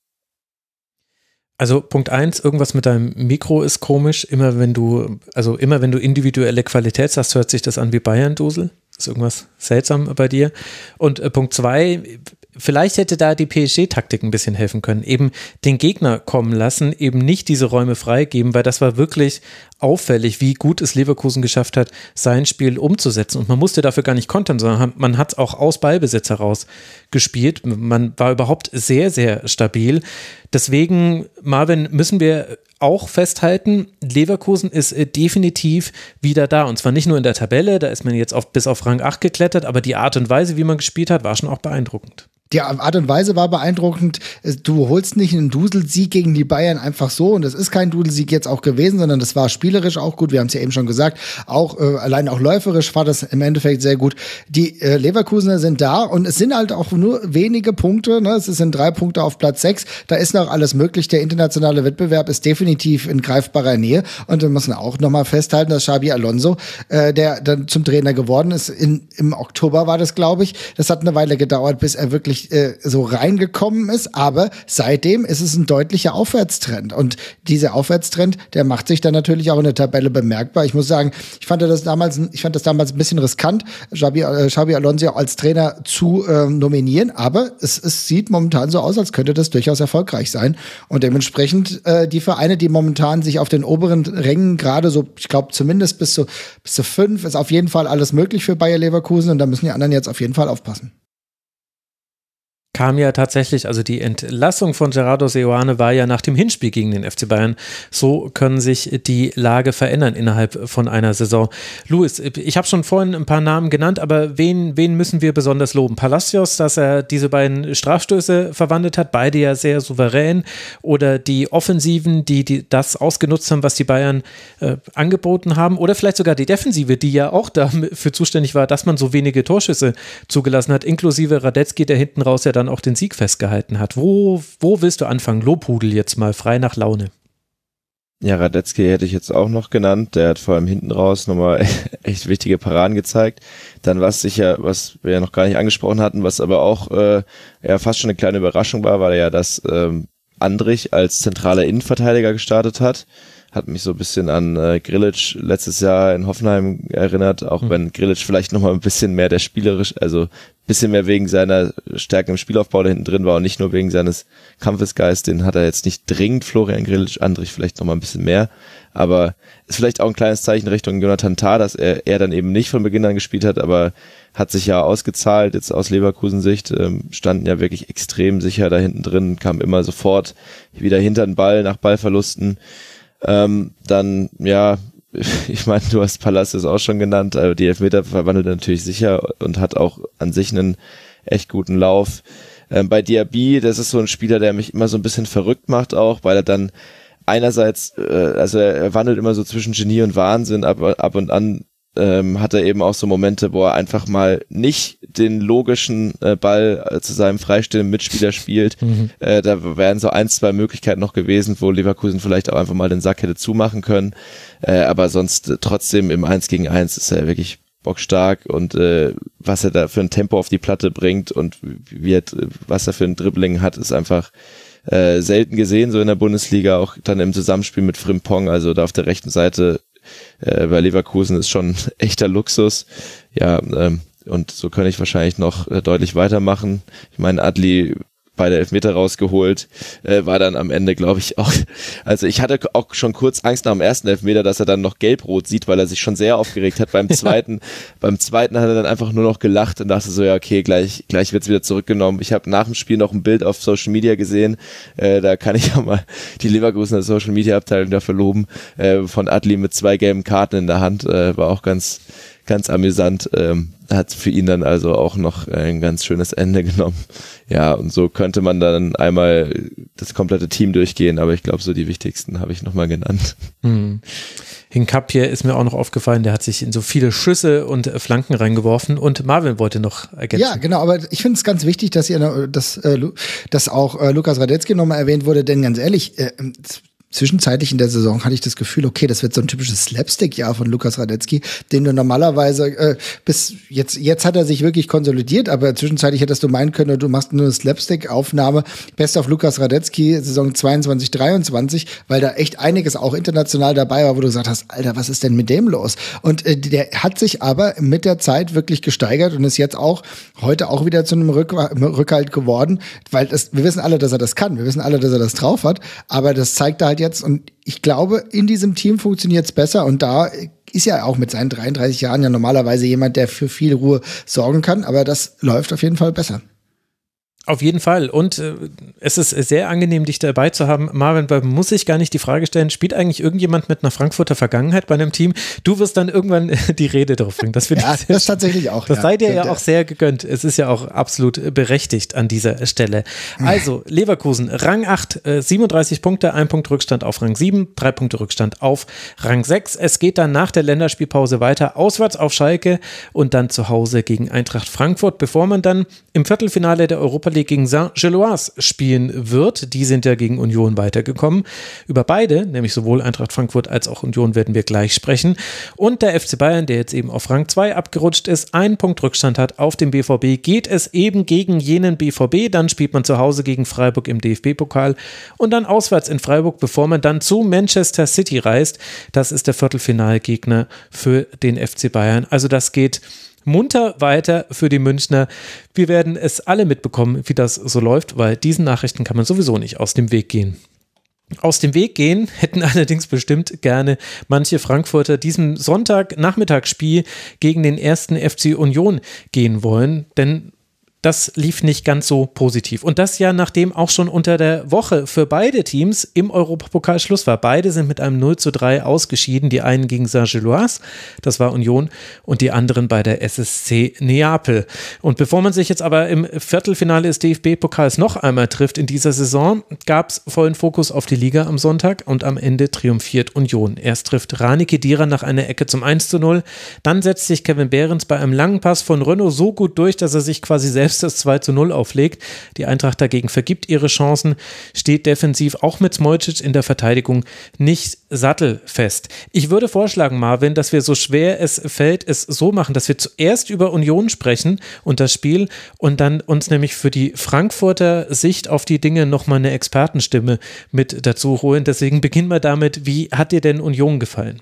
Also Punkt eins, irgendwas mit deinem Mikro ist komisch, immer wenn du, also immer wenn du individuelle Qualität hast, hört sich das an wie Bayern-Dusel. Ist irgendwas seltsam bei dir. Und äh, Punkt zwei, vielleicht hätte da die P S G-Taktik ein bisschen helfen können. Eben den Gegner kommen lassen, eben nicht diese Räume freigeben, weil das war wirklich auffällig, wie gut es Leverkusen geschafft hat, sein Spiel umzusetzen. Und man musste dafür gar nicht kontern, sondern man hat es auch aus Ballbesitz heraus gespielt. Man war überhaupt sehr, sehr stabil. Deswegen, Marvin, müssen wir auch festhalten, Leverkusen ist äh, definitiv wieder da. Und zwar nicht nur in der Tabelle, da ist man jetzt auf, bis auf Rang acht geklettert, aber die Art und Weise, wie man gespielt hat, war schon auch beeindruckend. Die Art und Weise war beeindruckend. Du holst nicht einen Duselsieg gegen die Bayern einfach so, und es ist kein Duselsieg jetzt auch gewesen, sondern das war spielerisch auch gut. Wir haben es ja eben schon gesagt, auch äh, allein auch läuferisch war das im Endeffekt sehr gut. Die äh, Leverkusener sind da, und es sind halt auch nur wenige Punkte, ne? Es sind drei Punkte auf Platz sechs. Da ist noch alles möglich. Der internationale Wettbewerb ist definitiv in greifbarer Nähe, und wir müssen auch nochmal festhalten, dass Xabi Alonso, äh, der dann zum Trainer geworden ist, in, im Oktober war das, glaube ich. Das hat eine Weile gedauert, bis er wirklich so reingekommen ist, aber seitdem ist es ein deutlicher Aufwärtstrend, und dieser Aufwärtstrend, der macht sich dann natürlich auch in der Tabelle bemerkbar. Ich muss sagen, ich fand das damals, ich fand das damals ein bisschen riskant, Xabi, äh, Xabi Alonso als Trainer zu äh, nominieren, aber es, es sieht momentan so aus, als könnte das durchaus erfolgreich sein, und dementsprechend äh, die Vereine, die momentan sich auf den oberen Rängen gerade so, ich glaube zumindest bis zu, bis zu fünf, ist auf jeden Fall alles möglich für Bayer Leverkusen, und da müssen die anderen jetzt auf jeden Fall aufpassen. Kam ja tatsächlich, also die Entlassung von Gerardo Seoane war ja nach dem Hinspiel gegen den F C Bayern. So können sich die Lage verändern innerhalb von einer Saison. Luis, ich habe schon vorhin ein paar Namen genannt, aber wen, wen müssen wir besonders loben? Palacios, dass er diese beiden Strafstöße verwandelt hat, beide ja sehr souverän, oder die Offensiven, die, die das ausgenutzt haben, was die Bayern äh, angeboten haben, oder vielleicht sogar die Defensive, die ja auch dafür zuständig war, dass man so wenige Torschüsse zugelassen hat, inklusive Radetzky, der hinten raus ja dann auch den Sieg festgehalten hat. Wo, wo willst du anfangen? Lobhudel jetzt mal, frei nach Laune. Ja, Radetzky hätte ich jetzt auch noch genannt. Der hat vor allem hinten raus nochmal echt wichtige Paraden gezeigt. Dann was sicher, was wir ja noch gar nicht angesprochen hatten, was aber auch äh, ja fast schon eine kleine Überraschung war, war ja, dass ähm, Andrich als zentraler Innenverteidiger gestartet hat. Hat mich so ein bisschen an äh, Grilic letztes Jahr in Hoffenheim erinnert, auch mhm. wenn Grilic vielleicht nochmal ein bisschen mehr der spielerisch, also ein bisschen mehr wegen seiner Stärken im Spielaufbau da hinten drin war und nicht nur wegen seines Kampfesgeistes, den hat er jetzt nicht dringend, Florian Grilic, Andrich vielleicht nochmal ein bisschen mehr, aber ist vielleicht auch ein kleines Zeichen Richtung Jonathan Tah, dass er, er dann eben nicht von Beginn an gespielt hat, aber hat sich ja ausgezahlt, jetzt aus Leverkusen-Sicht, ähm, standen ja wirklich extrem sicher da hinten drin, kam immer sofort wieder hinter den Ball nach Ballverlusten. Ähm, dann, ja, ich meine, du hast Palacios auch schon genannt, also die Elfmeter verwandelt er natürlich sicher und hat auch an sich einen echt guten Lauf. Ähm, bei Diaby, das ist so ein Spieler, der mich immer so ein bisschen verrückt macht auch, weil er dann einerseits, äh, also er wandelt immer so zwischen Genie und Wahnsinn, ab, ab und an ähm, hat er eben auch so Momente, wo er einfach mal nicht den logischen äh, Ball äh, zu seinem freistehenden Mitspieler spielt. Mhm. Äh, da wären so ein, zwei Möglichkeiten noch gewesen, wo Leverkusen vielleicht auch einfach mal den Sack hätte zumachen können. Äh, aber sonst äh, trotzdem im eins gegen eins ist er wirklich bockstark, und äh, was er da für ein Tempo auf die Platte bringt und wie er, was er für ein Dribbling hat, ist einfach äh, selten gesehen, so in der Bundesliga, auch dann im Zusammenspiel mit Frimpong, also da auf der rechten Seite äh, bei Leverkusen ist schon echter Luxus. Ja, ähm, und so kann ich wahrscheinlich noch äh, deutlich weitermachen. Ich meine, Adli bei der Elfmeter rausgeholt, äh, war dann am Ende, glaube ich, auch, also ich hatte auch schon kurz Angst nach dem ersten Elfmeter, dass er dann noch gelb-rot sieht, weil er sich schon sehr aufgeregt hat. Beim zweiten, beim zweiten hat er dann einfach nur noch gelacht und dachte so, ja, okay, gleich, gleich wird's wieder zurückgenommen. Ich habe nach dem Spiel noch ein Bild auf Social Media gesehen, äh, da kann ich auch mal die Leverkusener Social Media Abteilung dafür loben, äh, von Adli mit zwei gelben Karten in der Hand, äh, war auch ganz, ganz amüsant, ähm, hat für ihn dann also auch noch ein ganz schönes Ende genommen. Ja, und so könnte man dann einmal das komplette Team durchgehen, aber ich glaube, so die wichtigsten habe ich nochmal genannt. Hm. Hinkapje ist mir auch noch aufgefallen, der hat sich in so viele Schüsse und Flanken reingeworfen, und Marvin wollte noch ergänzen. Ja, genau, aber ich finde es ganz wichtig, dass ihr, dass, äh, dass auch äh, Lukas Radetzky nochmal erwähnt wurde, denn ganz ehrlich, äh, zwischenzeitlich in der Saison hatte ich das Gefühl, okay, das wird so ein typisches Slapstick-Jahr von Lukas Radetzky, den du normalerweise äh, bis jetzt, jetzt hat er sich wirklich konsolidiert, aber zwischenzeitlich hättest du meinen können, du machst nur eine Slapstick-Aufnahme, Best of Lukas Radetzky, Saison zweiundzwanzig dreiundzwanzig, weil da echt einiges auch international dabei war, wo du gesagt hast, Alter, was ist denn mit dem los? Und äh, der hat sich aber mit der Zeit wirklich gesteigert und ist jetzt auch heute auch wieder zu einem Rück- Rückhalt geworden, weil das, wir wissen alle, dass er das kann, wir wissen alle, dass er das drauf hat, aber das zeigt da halt jetzt, und ich glaube, in diesem Team funktioniert es besser, und da ist ja auch mit seinen dreiunddreißig Jahren ja normalerweise jemand, der für viel Ruhe sorgen kann, aber das läuft auf jeden Fall besser. Auf jeden Fall. Und äh, es ist sehr angenehm, dich dabei zu haben. Marvin, man muss sich gar nicht die Frage stellen, spielt eigentlich irgendjemand mit einer Frankfurter Vergangenheit bei einem Team? Du wirst dann irgendwann die Rede drauf bringen. Das, ja, ich das tatsächlich auch. Das ja. sei dir ja auch sehr gegönnt. Es ist ja auch absolut berechtigt an dieser Stelle. Also, Leverkusen, Rang acht, äh, siebenunddreißig Punkte, ein Punkt Rückstand auf Rang sieben, drei Punkte Rückstand auf Rang sechs. Es geht dann nach der Länderspielpause weiter, auswärts auf Schalke und dann zu Hause gegen Eintracht Frankfurt, bevor man dann im Viertelfinale der Europa League gegen Saint-Gilloise spielen wird. Die sind ja gegen Union weitergekommen. Über beide, nämlich sowohl Eintracht Frankfurt als auch Union, werden wir gleich sprechen. Und der F C Bayern, der jetzt eben auf Rang zwei abgerutscht ist, einen Punkt Rückstand hat auf dem B V B, geht es eben gegen jenen B V B. Dann spielt man zu Hause gegen Freiburg im D F B-Pokal und dann auswärts in Freiburg, bevor man dann zu Manchester City reist. Das ist der Viertelfinalgegner für den F C Bayern. Also das geht munter weiter für die Münchner. Wir werden es alle mitbekommen, wie das so läuft, weil diesen Nachrichten kann man sowieso nicht aus dem Weg gehen. Aus dem Weg gehen hätten allerdings bestimmt gerne manche Frankfurter diesem Sonntagnachmittagsspiel gegen den ersten F C Union gehen wollen, denn das lief nicht ganz so positiv. Und das ja, nachdem auch schon unter der Woche für beide Teams im Europapokal Schluss war. Beide sind mit einem null zu drei ausgeschieden. Die einen gegen Saint-Gilloise, das war Union, und die anderen bei der S S C Neapel. Und bevor man sich jetzt aber im Viertelfinale des D F B-Pokals noch einmal trifft in dieser Saison, gab es vollen Fokus auf die Liga am Sonntag und am Ende triumphiert Union. Erst trifft Rani Khedira nach einer Ecke zum eins zu null. Dann setzt sich Kevin Behrens bei einem langen Pass von Renaud so gut durch, dass er sich quasi selbst das zwei zu null auflegt. Die Eintracht dagegen vergibt ihre Chancen, steht defensiv auch mit Smojcic in der Verteidigung nicht sattelfest. Ich würde vorschlagen, Marvin, dass wir, so schwer es fällt, es so machen, dass wir zuerst über Union sprechen und das Spiel und dann uns nämlich für die Frankfurter Sicht auf die Dinge nochmal eine Expertenstimme mit dazu holen. Deswegen beginnen wir damit, wie hat dir denn Union gefallen?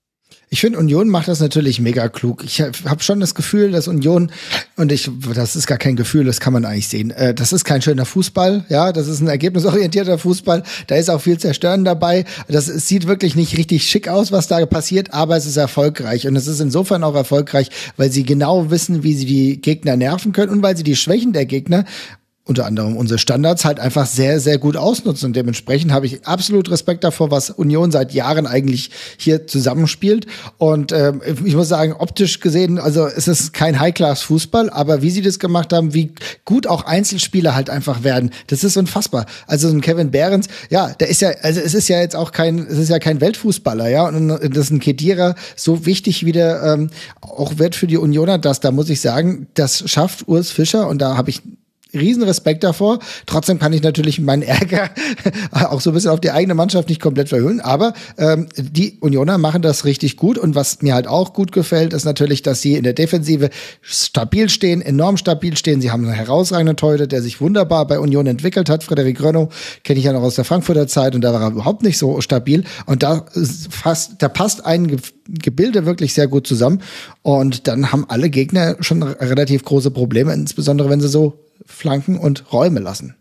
Ich finde, Union macht das natürlich mega klug. Ich habe schon das Gefühl, dass Union, und ich, das ist gar kein Gefühl, das kann man eigentlich sehen, äh, das ist kein schöner Fußball, ja, das ist ein ergebnisorientierter Fußball, da ist auch viel Zerstören dabei, das es sieht wirklich nicht richtig schick aus, was da passiert, aber es ist erfolgreich und es ist insofern auch erfolgreich, weil sie genau wissen, wie sie die Gegner nerven können und weil sie die Schwächen der Gegner, unter anderem unsere Standards, halt einfach sehr, sehr gut ausnutzen. Und dementsprechend habe ich absolut Respekt davor, was Union seit Jahren eigentlich hier zusammenspielt. Und ähm, ich muss sagen, optisch gesehen, also es ist kein High-Class-Fußball, aber wie sie das gemacht haben, wie gut auch Einzelspieler halt einfach werden, das ist unfassbar. Also ein Kevin Behrens, ja, der ist ja, also es ist ja jetzt auch kein, es ist ja kein Weltfußballer, ja, und das ist ein Khedira so wichtig wie der ähm, auch wird für die Unioner, das, da muss ich sagen, das schafft Urs Fischer und da habe ich riesen Respekt davor. Trotzdem kann ich natürlich meinen Ärger auch so ein bisschen auf die eigene Mannschaft nicht komplett verhüllen, aber ähm, die Unioner machen das richtig gut und was mir halt auch gut gefällt, ist natürlich, dass sie in der Defensive stabil stehen, enorm stabil stehen. Sie haben einen herausragenden Torhüter, der sich wunderbar bei Union entwickelt hat. Frederik Renaud kenne ich ja noch aus der Frankfurter Zeit und da war er überhaupt nicht so stabil und da fast, da passt ein Ge- Gebilde wirklich sehr gut zusammen und dann haben alle Gegner schon relativ große Probleme, insbesondere wenn sie so Flanken und Räume lassen.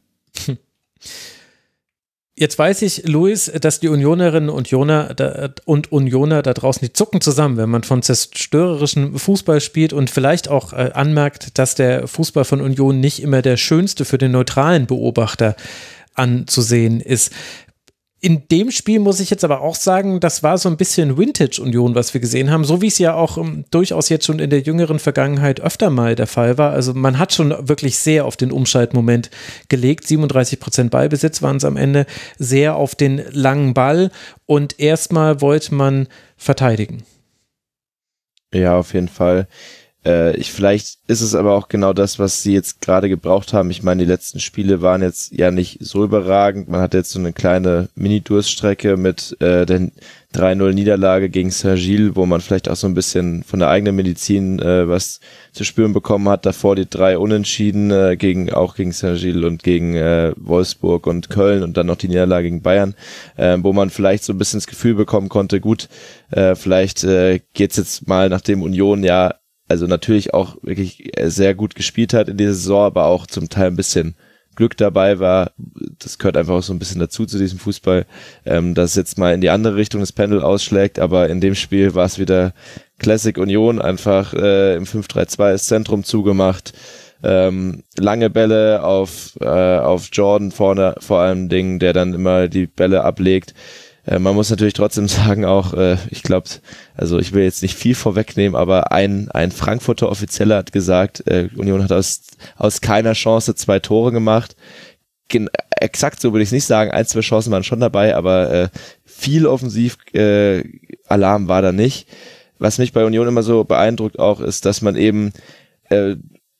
Jetzt weiß ich, Luis, dass die Unionerinnen und Unioner da, und Unioner da draußen, die zucken zusammen, wenn man von zerstörerischem Fußball spielt und vielleicht auch äh, anmerkt, dass der Fußball von Union nicht immer der schönste für den neutralen Beobachter anzusehen ist. In dem Spiel muss ich jetzt aber auch sagen, das war so ein bisschen Vintage-Union, was wir gesehen haben, so wie es ja auch um, durchaus jetzt schon in der jüngeren Vergangenheit öfter mal der Fall war. Also man hat schon wirklich sehr auf den Umschaltmoment gelegt. siebenunddreißig Prozent Ballbesitz waren es am Ende, sehr auf den langen Ball und erstmal wollte man verteidigen. Ja, auf jeden Fall. Äh, ich, vielleicht ist es aber auch genau das, was sie jetzt gerade gebraucht haben. Ich meine, die letzten Spiele waren jetzt ja nicht so überragend. Man hatte jetzt so eine kleine Mini-Durststrecke mit äh, der drei null Niederlage gegen Saint-Gilles, wo man vielleicht auch so ein bisschen von der eigenen Medizin äh, was zu spüren bekommen hat. Davor die drei Unentschieden äh, gegen auch gegen Saint-Gilles und gegen äh, Wolfsburg und Köln und dann noch die Niederlage gegen Bayern, äh, wo man vielleicht so ein bisschen das Gefühl bekommen konnte, gut, äh, vielleicht äh, geht's jetzt mal, nachdem Union ja also natürlich auch wirklich sehr gut gespielt hat in dieser Saison, aber auch zum Teil ein bisschen Glück dabei war. Das gehört einfach auch so ein bisschen dazu zu diesem Fußball, ähm, dass jetzt mal in die andere Richtung das Pendel ausschlägt, aber in dem Spiel war es wieder Classic Union, einfach äh, im fünf drei zwei das Zentrum zugemacht, ähm, lange Bälle auf äh, auf Jordan vorne vor allem Ding, der dann immer die Bälle ablegt. Äh, man muss natürlich trotzdem sagen auch, äh, ich glaube, also ich will jetzt nicht viel vorwegnehmen, aber ein ein Frankfurter Offizieller hat gesagt, äh, Union hat aus aus keiner Chance zwei Tore gemacht. Gen- exakt so würde ich es nicht sagen, ein, zwei Chancen waren schon dabei, aber äh, viel offensiv äh, Alarm war da nicht. Was mich bei Union immer so beeindruckt auch ist, dass man eben äh,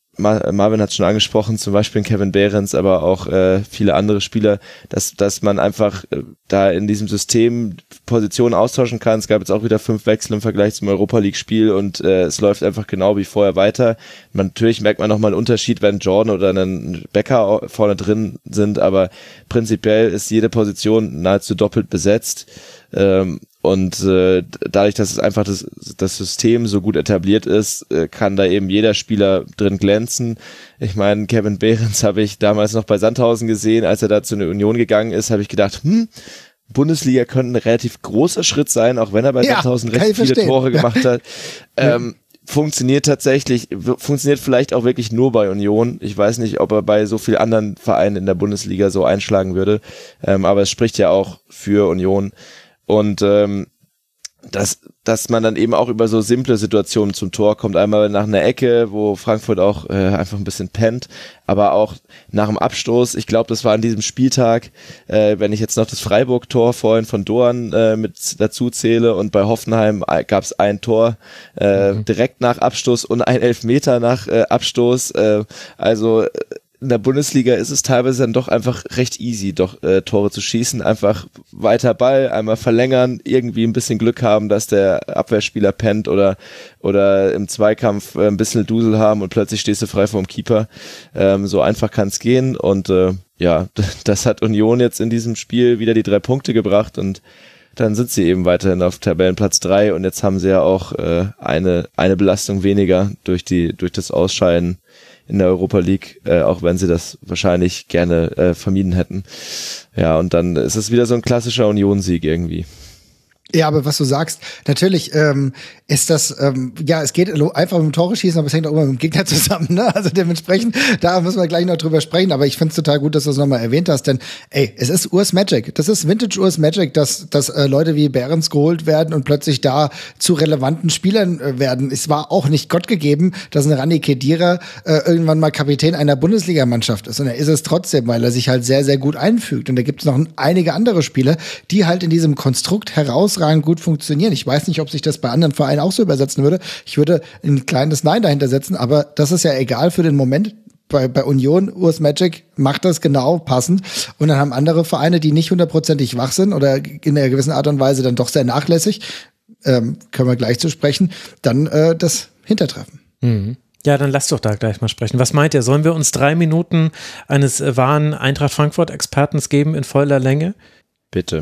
Marvin hat es schon angesprochen, zum Beispiel Kevin Behrens, aber auch äh, viele andere Spieler, dass dass man einfach äh, da in diesem System Positionen austauschen kann. Es gab jetzt auch wieder fünf Wechsel im Vergleich zum Europa-League-Spiel und äh, es läuft einfach genau wie vorher weiter. Man, natürlich merkt man nochmal einen Unterschied, wenn Jordan oder ein Becker vorne drin sind, aber prinzipiell ist jede Position nahezu doppelt besetzt. Ähm, und äh, dadurch, dass es einfach das, das System so gut etabliert ist, äh, kann da eben jeder Spieler drin glänzen. Ich meine, Kevin Behrens habe ich damals noch bei Sandhausen gesehen, als er da zu der Union gegangen ist, habe ich gedacht, hm, Bundesliga könnte ein relativ großer Schritt sein, auch wenn er bei ja, Sandhausen recht viele verstehen. Tore gemacht hat. ähm, funktioniert tatsächlich, funktioniert vielleicht auch wirklich nur bei Union. Ich weiß nicht, ob er bei so vielen anderen Vereinen in der Bundesliga so einschlagen würde, ähm, aber es spricht ja auch für Union. Und ähm, dass, dass man dann eben auch über so simple Situationen zum Tor kommt, einmal nach einer Ecke, wo Frankfurt auch äh, einfach ein bisschen pennt, aber auch nach dem Abstoß, ich glaube, das war an diesem Spieltag, äh, wenn ich jetzt noch das Freiburg-Tor vorhin von Doan äh, mit dazu zähle und bei Hoffenheim gab es ein Tor äh, mhm. direkt nach Abstoß und ein Elfmeter nach äh, Abstoß, äh, also in der Bundesliga ist es teilweise dann doch einfach recht easy, doch äh, Tore zu schießen. Einfach weiter Ball, einmal verlängern, irgendwie ein bisschen Glück haben, dass der Abwehrspieler pennt oder oder im Zweikampf äh, ein bisschen Dusel haben und plötzlich stehst du frei vorm Keeper. Ähm, so einfach kann es gehen und äh, ja, das hat Union jetzt in diesem Spiel wieder die drei Punkte gebracht und dann sind sie eben weiterhin auf Tabellenplatz drei und jetzt haben sie ja auch äh, eine eine Belastung weniger durch die durch das Ausscheiden in der Europa League, äh, auch wenn sie das wahrscheinlich gerne äh, vermieden hätten. Ja, und dann ist es wieder so ein klassischer Union-Sieg irgendwie. Ja, aber was du sagst, natürlich ähm, ist das, ähm, ja, es geht einfach mit dem Tore schießen, aber es hängt auch immer mit dem Gegner zusammen, ne? Also dementsprechend, da müssen wir gleich noch drüber sprechen, aber ich find's total gut, dass du es nochmal erwähnt hast, denn ey, es ist Urs Magic, das ist Vintage Urs Magic, dass, dass äh, Leute wie Behrens geholt werden und plötzlich da zu relevanten Spielern äh, werden. Es war auch nicht Gott gegeben, dass ein Rani Khedira äh, irgendwann mal Kapitän einer Bundesligamannschaft ist, und er ist es trotzdem, weil er sich halt sehr, sehr gut einfügt, und da gibt's noch einige andere Spieler, die halt in diesem Konstrukt heraus gut funktionieren. Ich weiß nicht, ob sich das bei anderen Vereinen auch so übersetzen würde. Ich würde ein kleines Nein dahinter setzen, aber das ist ja egal für den Moment. Bei, bei Union, Urs Magic macht das genau passend. Und dann haben andere Vereine, die nicht hundertprozentig wach sind oder in einer gewissen Art und Weise dann doch sehr nachlässig, ähm, können wir gleich zu sprechen, dann äh, das Hintertreffen. Mhm. Ja, dann lass doch da gleich mal sprechen. Was meint ihr? Sollen wir uns drei Minuten eines wahren Eintracht Frankfurt-Expertens geben in voller Länge? Bitte.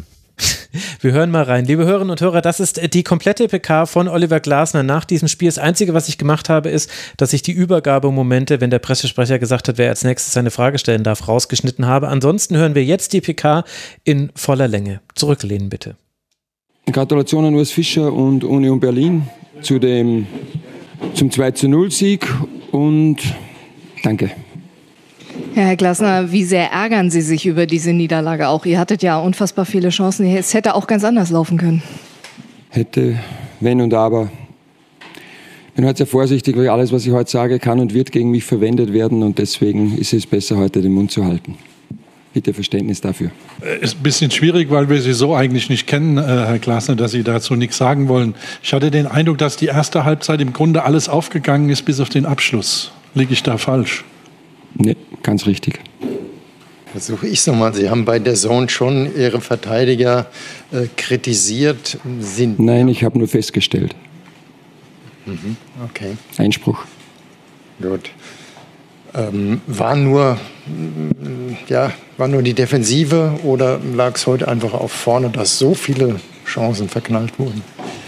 Wir hören mal rein. Liebe Hörerinnen und Hörer, das ist die komplette P K von Oliver Glasner nach diesem Spiel. Das Einzige, was ich gemacht habe, ist, dass ich die Übergabemomente, wenn der Pressesprecher gesagt hat, wer als nächstes eine Frage stellen darf, rausgeschnitten habe. Ansonsten hören wir jetzt die P K in voller Länge. Zurücklehnen, bitte. Gratulation an Urs Fischer und Union Berlin zu dem, zum zwei zu null Sieg und danke. Ja, Herr Glasner, wie sehr ärgern Sie sich über diese Niederlage auch? Ihr hattet ja unfassbar viele Chancen. Es hätte auch ganz anders laufen können. Hätte, wenn und aber. Ich bin heute sehr vorsichtig, weil alles, was ich heute sage, kann und wird gegen mich verwendet werden. Und deswegen ist es besser, heute den Mund zu halten. Bitte Verständnis dafür. Ist ein bisschen schwierig, weil wir Sie so eigentlich nicht kennen, Herr Glasner, dass Sie dazu nichts sagen wollen. Ich hatte den Eindruck, dass die erste Halbzeit im Grunde alles aufgegangen ist, bis auf den Abschluss. Liege ich da falsch? Nee, ganz richtig. Versuche ich es nochmal. Sie haben bei der Zone schon Ihre Verteidiger äh, kritisiert. Sind Nein, ich habe nur festgestellt. Mhm, okay. Einspruch. Gut. Ähm, war nur, ja, war nur die Defensive oder lag es heute einfach auf vorne, dass so viele Chancen verknallt wurden?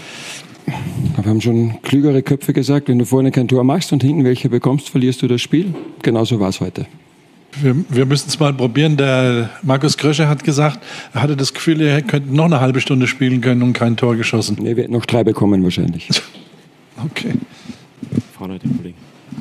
Wir haben schon klügere Köpfe gesagt, wenn du vorne kein Tor machst und hinten welche bekommst, verlierst du das Spiel. Genauso war es heute. Wir, wir müssen es mal probieren. Der Markus Krösche hat gesagt, er hatte das Gefühl, er könnte noch eine halbe Stunde spielen können und kein Tor geschossen. Nee, wir hätten noch drei bekommen wahrscheinlich. Okay. Frau Leute,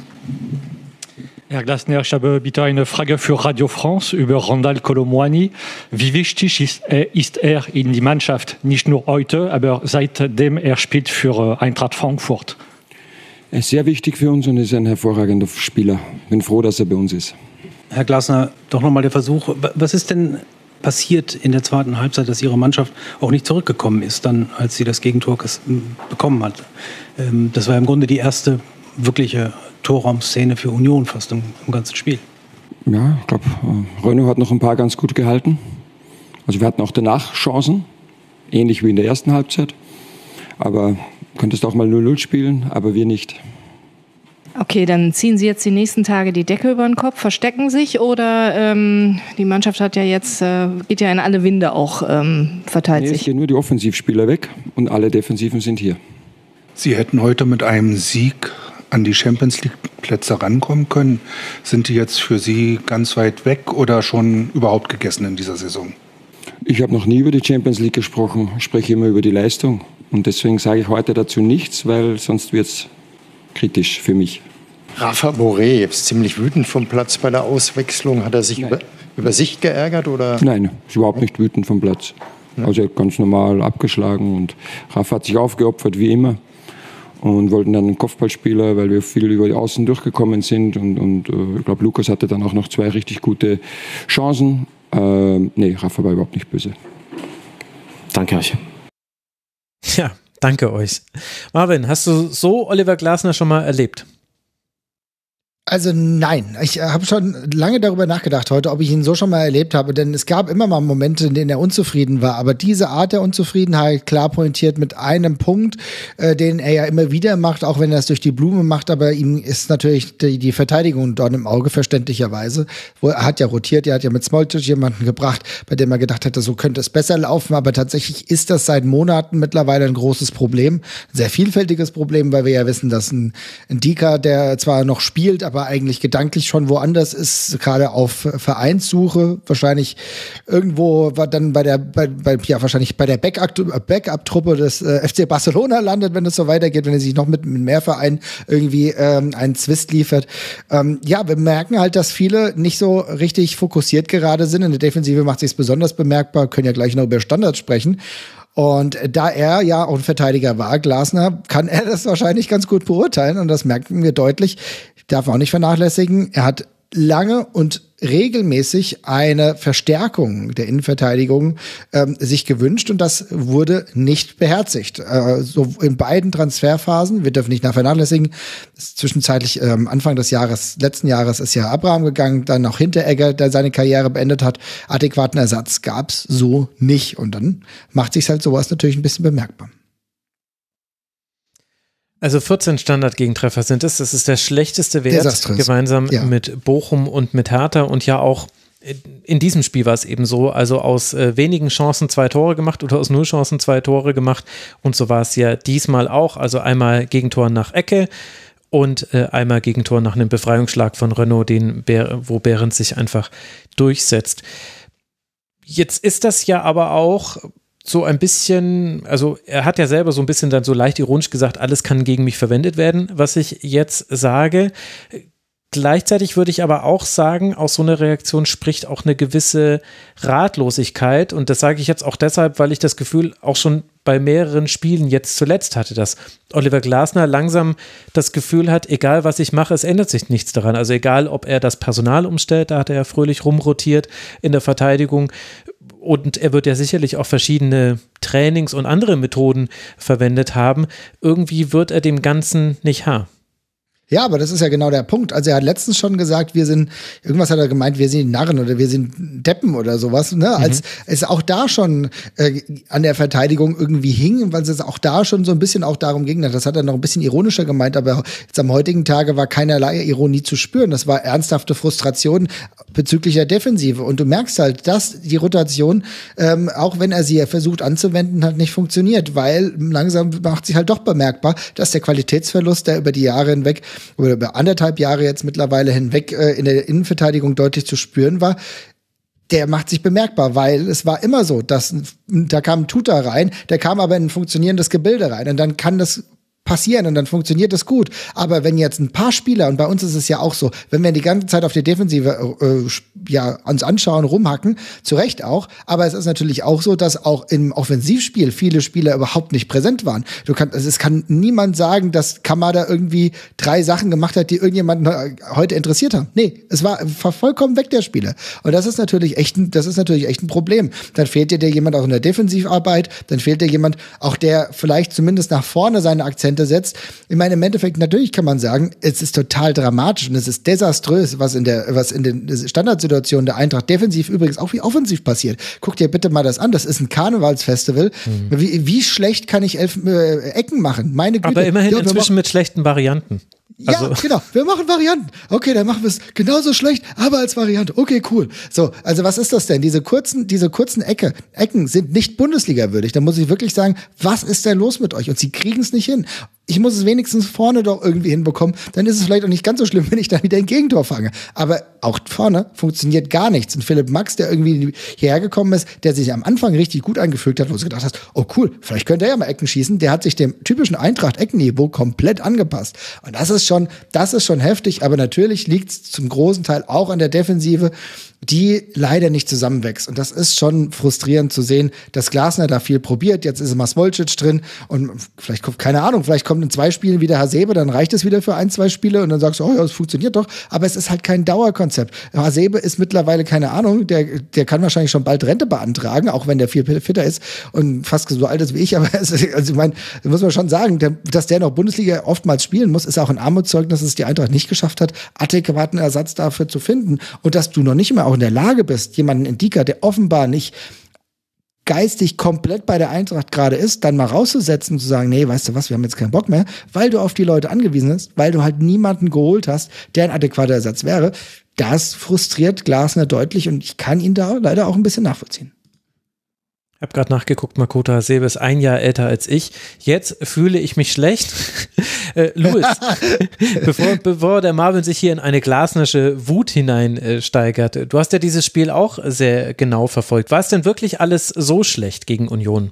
Herr Glasner, ich habe bitte eine Frage für Radio France über Randal Kolo Muani. Wie wichtig ist, ist er in die Mannschaft, nicht nur heute, aber seitdem er spielt für Eintracht Frankfurt? Er ist sehr wichtig für uns und ist ein hervorragender Spieler. Ich bin froh, dass er bei uns ist. Herr Glasner, doch nochmal der Versuch. Was ist denn passiert in der zweiten Halbzeit, dass Ihre Mannschaft auch nicht zurückgekommen ist, dann, als sie das Gegentor bekommen hat? Das war im Grunde die erste wirkliche Torraumszene für Union fast im, im ganzen Spiel. Ja, ich glaube, Renaud hat noch ein paar ganz gut gehalten. Also wir hatten auch danach Chancen, ähnlich wie in der ersten Halbzeit. Aber könntest auch mal null null spielen, aber wir nicht. Okay, dann ziehen Sie jetzt die nächsten Tage die Decke über den Kopf, verstecken sich oder ähm, die Mannschaft hat ja jetzt, äh, geht ja in alle Winde auch, ähm, verteilt nee, sich. Es gehen nur die Offensivspieler weg und alle Defensiven sind hier. Sie hätten heute mit einem Sieg an die Champions-League-Plätze rankommen können. Sind die jetzt für Sie ganz weit weg oder schon überhaupt gegessen in dieser Saison? Ich habe noch nie über die Champions League gesprochen. Ich spreche immer über die Leistung. Und deswegen sage ich heute dazu nichts, weil sonst wird es kritisch für mich. Rafa Borré ist ziemlich wütend vom Platz bei der Auswechslung. Hat er sich über, über sich geärgert? Oder? Nein, ist überhaupt nicht wütend vom Platz. Also er hat ganz normal abgeschlagen und Rafa hat sich aufgeopfert wie immer. Und wollten dann einen Kopfballspieler, weil wir viel über die Außen durchgekommen sind. Und, und äh, ich glaube, Lukas hatte dann auch noch zwei richtig gute Chancen. Äh, nee, Rafa war überhaupt nicht böse. Danke euch. Ja, danke euch. Marvin, hast du so Oliver Glasner schon mal erlebt? Also nein, ich habe schon lange darüber nachgedacht heute, ob ich ihn so schon mal erlebt habe, denn es gab immer mal Momente, in denen er unzufrieden war, aber diese Art der Unzufriedenheit klar pointiert mit einem Punkt, äh, den er ja immer wieder macht, auch wenn er es durch die Blume macht, aber ihm ist natürlich die, die Verteidigung dort im Auge, verständlicherweise. Wo er hat ja rotiert, er hat ja mit Smolcic jemanden gebracht, bei dem er gedacht hätte, so könnte es besser laufen, aber tatsächlich ist das seit Monaten mittlerweile ein großes Problem, ein sehr vielfältiges Problem, weil wir ja wissen, dass ein, ein Dika, der zwar noch spielt, aber eigentlich gedanklich schon woanders ist, gerade auf Vereinssuche, wahrscheinlich irgendwo war dann bei der, bei, bei, ja, wahrscheinlich bei der Backup-Truppe des äh, F C Barcelona landet, wenn es so weitergeht, wenn er sich noch mit, mit mehr Vereinen irgendwie ähm, einen Zwist liefert. Ähm, ja, wir merken halt, dass viele nicht so richtig fokussiert gerade sind. In der Defensive macht sich es besonders bemerkbar, können ja gleich noch über Standards sprechen. Und da er ja auch ein Verteidiger war, Glasner, kann er das wahrscheinlich ganz gut beurteilen und das merken wir deutlich. Darf man auch nicht vernachlässigen. Er hat lange und regelmäßig eine Verstärkung der Innenverteidigung ähm, sich gewünscht und das wurde nicht beherzigt. Äh, so in beiden Transferphasen, wir dürfen nicht nach vernachlässigen, zwischenzeitlich ähm, Anfang des Jahres, letzten Jahres ist ja Abraham gegangen, dann auch Hinteregger, der seine Karriere beendet hat. Adäquaten Ersatz gab's so nicht und dann macht sich halt sowas natürlich ein bisschen bemerkbar. Also vierzehn Standardgegentreffer sind es. Das ist der schlechteste Wert, Desaströs. gemeinsam ja. mit Bochum und mit Hertha. Und ja auch in diesem Spiel war es eben so, also aus äh, wenigen Chancen zwei Tore gemacht oder aus null Chancen zwei Tore gemacht. Und so war es ja diesmal auch. Also einmal Gegentor nach Ecke und äh, einmal Gegentor nach einem Befreiungsschlag von Renaud, den Be- wo Behrens sich einfach durchsetzt. Jetzt ist das ja aber auch so ein bisschen, also er hat ja selber so ein bisschen dann so leicht ironisch gesagt, alles kann gegen mich verwendet werden, was ich jetzt sage. Gleichzeitig würde ich aber auch sagen, aus so einer Reaktion spricht auch eine gewisse Ratlosigkeit und das sage ich jetzt auch deshalb, weil ich das Gefühl auch schon bei mehreren Spielen jetzt zuletzt hatte, dass Oliver Glasner langsam das Gefühl hat, egal was ich mache, es ändert sich nichts daran. Also egal, ob er das Personal umstellt, da hat er ja fröhlich rumrotiert in der Verteidigung und er wird ja sicherlich auch verschiedene Trainings und andere Methoden verwendet haben. Irgendwie wird er dem Ganzen nicht Herr. Ja, aber das ist ja genau der Punkt. Also er hat letztens schon gesagt, wir sind, irgendwas hat er gemeint, wir sind Narren oder wir sind Deppen oder sowas, ne? Mhm. Als es auch da schon äh, an der Verteidigung irgendwie hing, weil es auch da schon so ein bisschen auch darum ging, das hat er noch ein bisschen ironischer gemeint, aber jetzt am heutigen Tage war keinerlei Ironie zu spüren. Das war ernsthafte Frustration bezüglich der Defensive. Und du merkst halt, dass die Rotation, ähm, auch wenn er sie versucht anzuwenden, hat nicht funktioniert, weil langsam macht sich halt doch bemerkbar, dass der Qualitätsverlust, der über die Jahre hinweg oder über anderthalb Jahre jetzt mittlerweile hinweg äh, in der Innenverteidigung deutlich zu spüren war, der macht sich bemerkbar, weil es war immer so, dass da kam ein Tuta rein, der kam aber in ein funktionierendes Gebilde rein und dann kann das passieren und dann funktioniert das gut. Aber wenn jetzt ein paar Spieler, und bei uns ist es ja auch so, wenn wir die ganze Zeit auf die Defensive äh, ja, uns anschauen, rumhacken, zu Recht auch, aber es ist natürlich auch so, dass auch im Offensivspiel viele Spieler überhaupt nicht präsent waren. Du kannst, also es kann niemand sagen, dass Kamada irgendwie drei Sachen gemacht hat, die irgendjemanden heute interessiert haben. Nee, es war, war vollkommen weg, der Spieler. Und das ist natürlich echt ein, das ist natürlich echt ein Problem. Dann fehlt dir jemand auch in der Defensivarbeit, dann fehlt dir jemand auch, der vielleicht zumindest nach vorne seine Akzente setzt. Ich meine, im Endeffekt, natürlich kann man sagen, es ist total dramatisch und es ist desaströs, was in der, was in den Standardsituationen der Eintracht defensiv übrigens auch wie offensiv passiert. Guck dir bitte mal das an. Das ist ein Karnevalsfestival. Mhm. Wie, wie schlecht kann ich elf äh, Ecken machen? Meine Güte. Aber immerhin ja, inzwischen mit schlechten Varianten. Also. Ja, genau. Wir machen Varianten. Okay, dann machen wir es genauso schlecht, aber als Variante. Okay, cool. So, also was ist das denn? Diese kurzen, diese kurzen Ecke, Ecken sind nicht Bundesliga-würdig. Da muss ich wirklich sagen, was ist denn los mit euch? Und sie kriegen es nicht hin. Ich muss es wenigstens vorne doch irgendwie hinbekommen. Dann ist es vielleicht auch nicht ganz so schlimm, wenn ich dann wieder ein Gegentor fange. Aber auch vorne funktioniert gar nichts. Und Philipp Max, der irgendwie hierher gekommen ist, der sich am Anfang richtig gut angefügt hat, wo du gedacht hast, oh cool, vielleicht könnte er ja mal Ecken schießen. Der hat sich dem typischen Eintracht-Eckenniveau komplett angepasst. Und das ist schon, das ist schon heftig. Aber natürlich liegt es zum großen Teil auch an der Defensive, die leider nicht zusammenwächst. Und das ist schon frustrierend zu sehen, dass Glasner da viel probiert. Jetzt ist immer Smolcic drin und vielleicht kommt, keine Ahnung, vielleicht kommt in zwei Spielen wieder Hasebe, dann reicht es wieder für ein, zwei Spiele und dann sagst du, oh ja, es funktioniert doch. Aber es ist halt kein Dauerkonzept. Hasebe ist mittlerweile, keine Ahnung, der, der kann wahrscheinlich schon bald Rente beantragen, auch wenn der viel fitter ist und fast so alt ist wie ich. Aber es, also ich meine, muss man schon sagen, der, dass der noch Bundesliga oftmals spielen muss, ist auch ein Armutszeugnis, dass es die Eintracht nicht geschafft hat, adäquaten Ersatz dafür zu finden und dass du noch nicht mehr auch in der Lage bist, jemanden in Dika, der offenbar nicht geistig komplett bei der Eintracht gerade ist, dann mal rauszusetzen und zu sagen, nee, weißt du was, wir haben jetzt keinen Bock mehr, weil du auf die Leute angewiesen bist, weil du halt niemanden geholt hast, der ein adäquater Ersatz wäre. Das frustriert Glasner deutlich und ich kann ihn da leider auch ein bisschen nachvollziehen. Ich habe gerade nachgeguckt, Makoto Hasebe ist ein Jahr älter als ich. Jetzt fühle ich mich schlecht. äh, Louis, bevor, bevor der Marvin sich hier in eine glasnersche Wut hineinsteigert, äh, du hast ja dieses Spiel auch sehr genau verfolgt. War es denn wirklich alles so schlecht gegen Union?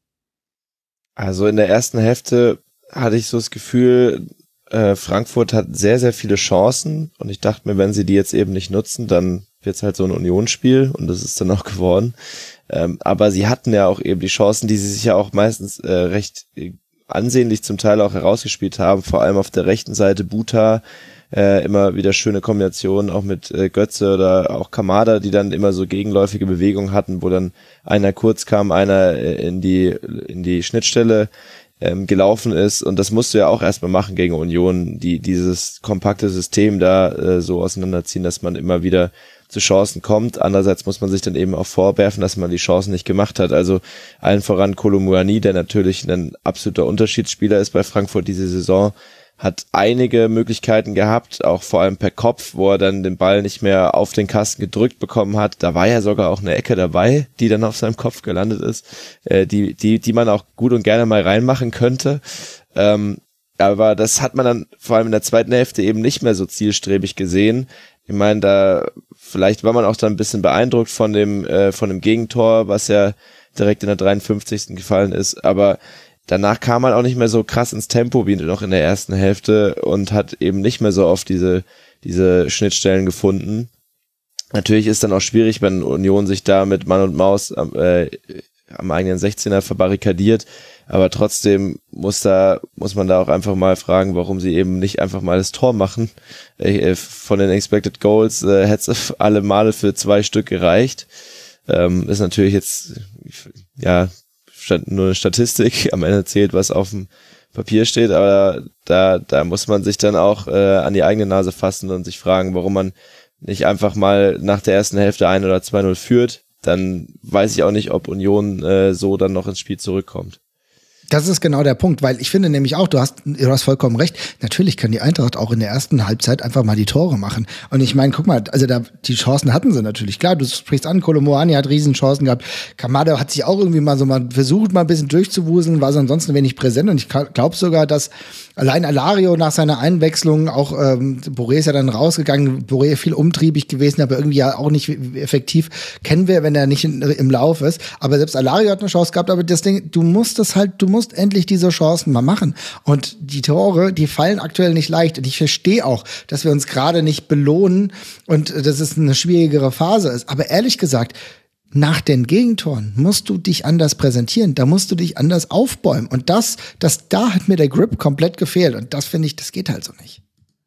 Also in der ersten Hälfte hatte ich so das Gefühl, äh, Frankfurt hat sehr, sehr viele Chancen und ich dachte mir, wenn sie die jetzt eben nicht nutzen, dann wird es halt so ein Unionsspiel und das ist dann auch geworden. Ähm, aber sie hatten ja auch eben die Chancen, die sie sich ja auch meistens äh, recht äh, ansehnlich zum Teil auch herausgespielt haben, vor allem auf der rechten Seite Buta, äh, immer wieder schöne Kombinationen, auch mit äh, Götze oder auch Kamada, die dann immer so gegenläufige Bewegungen hatten, wo dann einer kurz kam, einer äh, in die in die Schnittstelle ähm, gelaufen ist und das musst du ja auch erstmal machen gegen Union, die dieses kompakte System da äh, so auseinanderziehen, dass man immer wieder zu Chancen kommt. Andererseits muss man sich dann eben auch vorwerfen, dass man die Chancen nicht gemacht hat. Also allen voran Kolo Muani, der natürlich ein absoluter Unterschiedsspieler ist bei Frankfurt diese Saison, hat einige Möglichkeiten gehabt, auch vor allem per Kopf, wo er dann den Ball nicht mehr auf den Kasten gedrückt bekommen hat. Da war ja sogar auch eine Ecke dabei, die dann auf seinem Kopf gelandet ist, äh, die die die man auch gut und gerne mal reinmachen könnte. Ähm, aber das hat man dann vor allem in der zweiten Hälfte eben nicht mehr so zielstrebig gesehen. Ich meine, da vielleicht war man auch dann ein bisschen beeindruckt von dem äh, von dem Gegentor, was ja direkt in der dreiundfünfzigsten gefallen ist, aber danach kam man auch nicht mehr so krass ins Tempo wie noch in der ersten Hälfte und hat eben nicht mehr so oft diese diese Schnittstellen gefunden. Natürlich ist dann auch schwierig, wenn Union sich da mit Mann und Maus am, äh, am eigenen sechzehner verbarrikadiert, aber trotzdem muss da muss man da auch einfach mal fragen, warum sie eben nicht einfach mal das Tor machen. Äh, von den Expected Goals äh, hätte es alle Male für zwei Stück gereicht. Ähm, ist natürlich jetzt ja nur eine Statistik, am Ende zählt, was auf dem Papier steht, aber da da muss man sich dann auch äh, an die eigene Nase fassen und sich fragen, warum man nicht einfach mal nach der ersten Hälfte ein oder zwei null führt. Dann weiß ich auch nicht, ob Union äh, so dann noch ins Spiel zurückkommt. Das ist genau der Punkt, weil ich finde nämlich auch, du hast, du hast vollkommen recht, natürlich kann die Eintracht auch in der ersten Halbzeit einfach mal die Tore machen. Und ich meine, guck mal, also da die Chancen hatten sie natürlich. Klar, du sprichst an, Kolo Muani hat Riesenchancen gehabt, Kamada hat sich auch irgendwie mal so mal versucht, mal ein bisschen durchzuwuseln, war so ansonsten wenig präsent. Und ich glaube sogar, dass allein Alario nach seiner Einwechslung, auch ähm, Boré ist ja dann rausgegangen, Boré viel umtriebig gewesen, aber irgendwie ja auch nicht effektiv, kennen wir, wenn er nicht in, im Lauf ist. Aber selbst Alario hat eine Chance gehabt, aber das Ding, du musst das halt, du musst endlich diese Chancen mal machen. Und die Tore, die fallen aktuell nicht leicht. Und ich verstehe auch, dass wir uns gerade nicht belohnen und dass es eine schwierigere Phase ist. Aber ehrlich gesagt, nach den Gegentoren musst du dich anders präsentieren. Da musst du dich anders aufbäumen. Und das, das, da hat mir der Grip komplett gefehlt. Und das finde ich, das geht halt so nicht.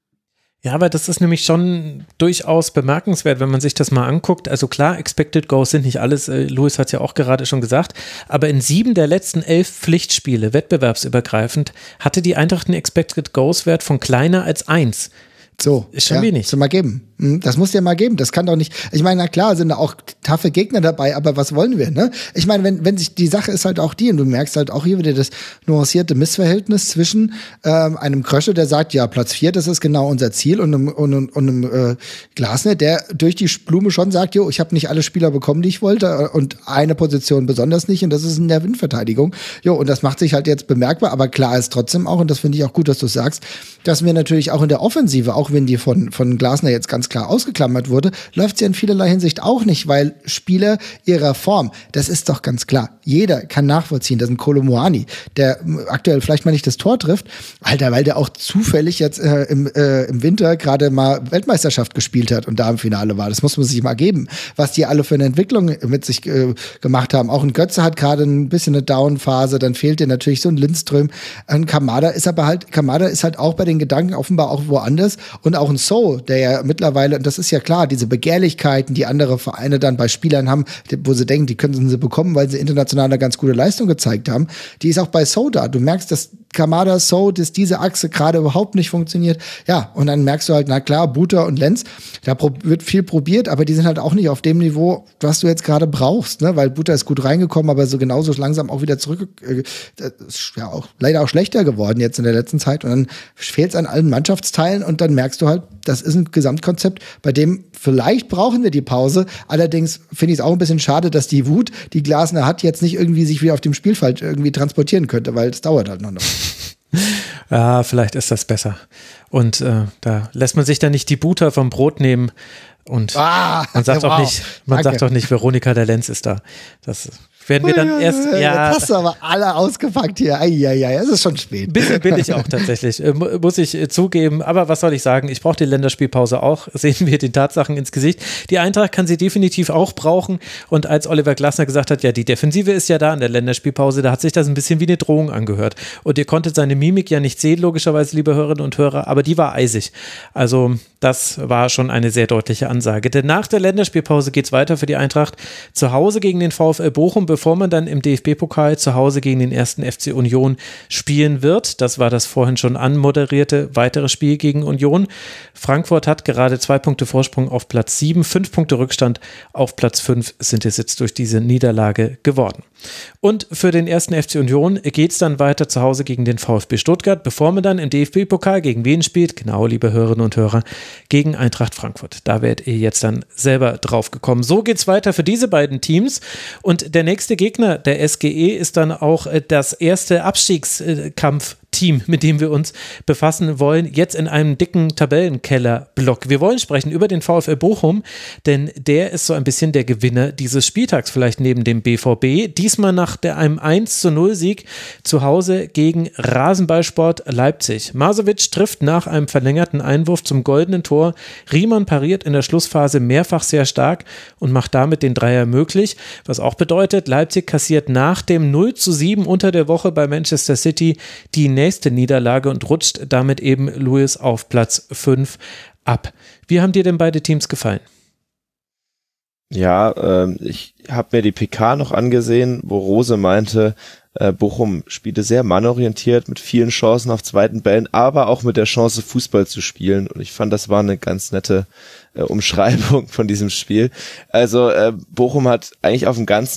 Ja, aber das ist nämlich schon durchaus bemerkenswert, wenn man sich das mal anguckt. Also klar, Expected Goals sind nicht alles, äh, Louis hat es ja auch gerade schon gesagt, aber in sieben der letzten elf Pflichtspiele, wettbewerbsübergreifend, hatte die Eintracht einen Expected Goals Wert von kleiner als eins. So, ist schon ja, wenig. Muss mal geben. Das muss dir mal geben. Das kann doch nicht. Ich meine, na klar, sind da auch taffe Gegner dabei, aber was wollen wir, ne? Ich meine, wenn, wenn sich die Sache ist halt auch die, und du merkst halt auch hier wieder das nuancierte Missverhältnis zwischen ähm, einem Krösche, der sagt, ja, Platz vier, das ist genau unser Ziel, und einem, und, und einem äh, Glasner, der durch die Blume schon sagt, jo, ich habe nicht alle Spieler bekommen, die ich wollte, und eine Position besonders nicht, und das ist in der Windverteidigung. Jo, und das macht sich halt jetzt bemerkbar, aber klar ist trotzdem auch, und das finde ich auch gut, dass du sagst, dass wir natürlich auch in der Offensive, auch wenn die von, von Glasner jetzt ganz klar ausgeklammert wurde, läuft sie in vielerlei Hinsicht auch nicht, weil Spieler ihrer Form, das ist doch ganz klar, jeder kann nachvollziehen, das ist ein Kolo Muani, der aktuell vielleicht mal nicht das Tor trifft, Alter, weil der auch zufällig jetzt äh, im, äh, im Winter gerade mal Weltmeisterschaft gespielt hat und da im Finale war. Das muss man sich mal geben, was die alle für eine Entwicklung mit sich äh, gemacht haben. Auch ein Götze hat gerade ein bisschen eine Down-Phase, dann fehlt dir natürlich so ein Lindström. Ein Kamada ist aber halt, Kamada ist halt auch bei den Gedanken offenbar auch woanders, und auch ein So, der ja mittlerweile, und das ist ja klar, diese Begehrlichkeiten, die andere Vereine dann bei Spielern haben, wo sie denken, die können sie bekommen, weil sie international eine ganz gute Leistung gezeigt haben, die ist auch bei So da. Du merkst, dass Kamada, So, dass diese Achse gerade überhaupt nicht funktioniert. Ja, und dann merkst du halt, na klar, Buter und Lenz, da wird viel probiert, aber die sind halt auch nicht auf dem Niveau, was du jetzt gerade brauchst, ne? Weil Buter ist gut reingekommen, aber so genauso langsam auch wieder zurück, äh, ist ja auch leider auch schlechter geworden jetzt in der letzten Zeit, und dann fehlt es an allen Mannschaftsteilen, und dann merkst du halt, das ist ein Gesamtkonzept, bei dem vielleicht brauchen wir die Pause. Allerdings finde ich es auch ein bisschen schade, dass die Wut, die Glasner hat, jetzt nicht irgendwie sich wieder auf dem Spielfeld irgendwie transportieren könnte, weil es dauert halt noch. noch. Ja, vielleicht ist das besser. Und äh, da lässt man sich dann nicht die Butter vom Brot nehmen, und ah, man sagt wow. auch nicht, man Danke. sagt auch nicht, Veronika der Lenz ist da. Das werden wir dann erst, ja. Jetzt hast du aber alle ausgepackt hier. Eieiei, es ist schon spät. Ein bisschen bin ich auch tatsächlich, äh, muss ich äh, zugeben. Aber was soll ich sagen? Ich brauche die Länderspielpause auch. Sehen wir den Tatsachen ins Gesicht. Die Eintracht kann sie definitiv auch brauchen. Und als Oliver Glasner gesagt hat, ja, die Defensive ist ja da in der Länderspielpause, da hat sich das ein bisschen wie eine Drohung angehört. Und ihr konntet seine Mimik ja nicht sehen, logischerweise, liebe Hörerinnen und Hörer, aber die war eisig. Also das war schon eine sehr deutliche Ansage. Denn nach der Länderspielpause geht es weiter für die Eintracht zu Hause gegen den VfL Bochum, bevor man dann im D F B-Pokal zu Hause gegen den ersten F C Union spielen wird. Das war das vorhin schon anmoderierte weitere Spiel gegen Union. Frankfurt hat gerade zwei Punkte Vorsprung auf Platz sieben, fünf Punkte Rückstand auf Platz fünf sind es jetzt durch diese Niederlage geworden. Und für den ersten F C Union geht es dann weiter zu Hause gegen den VfB Stuttgart, bevor man dann im D F B-Pokal gegen wen spielt? Genau, liebe Hörerinnen und Hörer, gegen Eintracht Frankfurt. Da werdet ihr jetzt dann selber drauf gekommen. So geht's weiter für diese beiden Teams, und der nächste Gegner der S G E ist dann auch das erste Abstiegskampf Team, mit dem wir uns befassen wollen, jetzt in einem dicken Tabellenkeller-Block. Wir wollen sprechen über den VfL Bochum, denn der ist so ein bisschen der Gewinner dieses Spieltags, vielleicht neben dem B V B. Diesmal nach der, einem eins zu null Sieg zu Hause gegen Rasenballsport Leipzig. Masovic trifft nach einem verlängerten Einwurf zum goldenen Tor. Riemann pariert in der Schlussphase mehrfach sehr stark und macht damit den Dreier möglich, was auch bedeutet, Leipzig kassiert nach dem null zu sieben unter der Woche bei Manchester City die nächste Niederlage und rutscht damit eben Louis auf Platz fünf ab. Wie haben dir denn beide Teams gefallen? Ja, ähm, ich habe mir die P K noch angesehen, wo Rose meinte, äh, Bochum spielte sehr mannorientiert mit vielen Chancen auf zweiten Bällen, aber auch mit der Chance, Fußball zu spielen. Und ich fand, das war eine ganz nette äh, Umschreibung von diesem Spiel. Also äh, Bochum hat eigentlich auf dem ganzen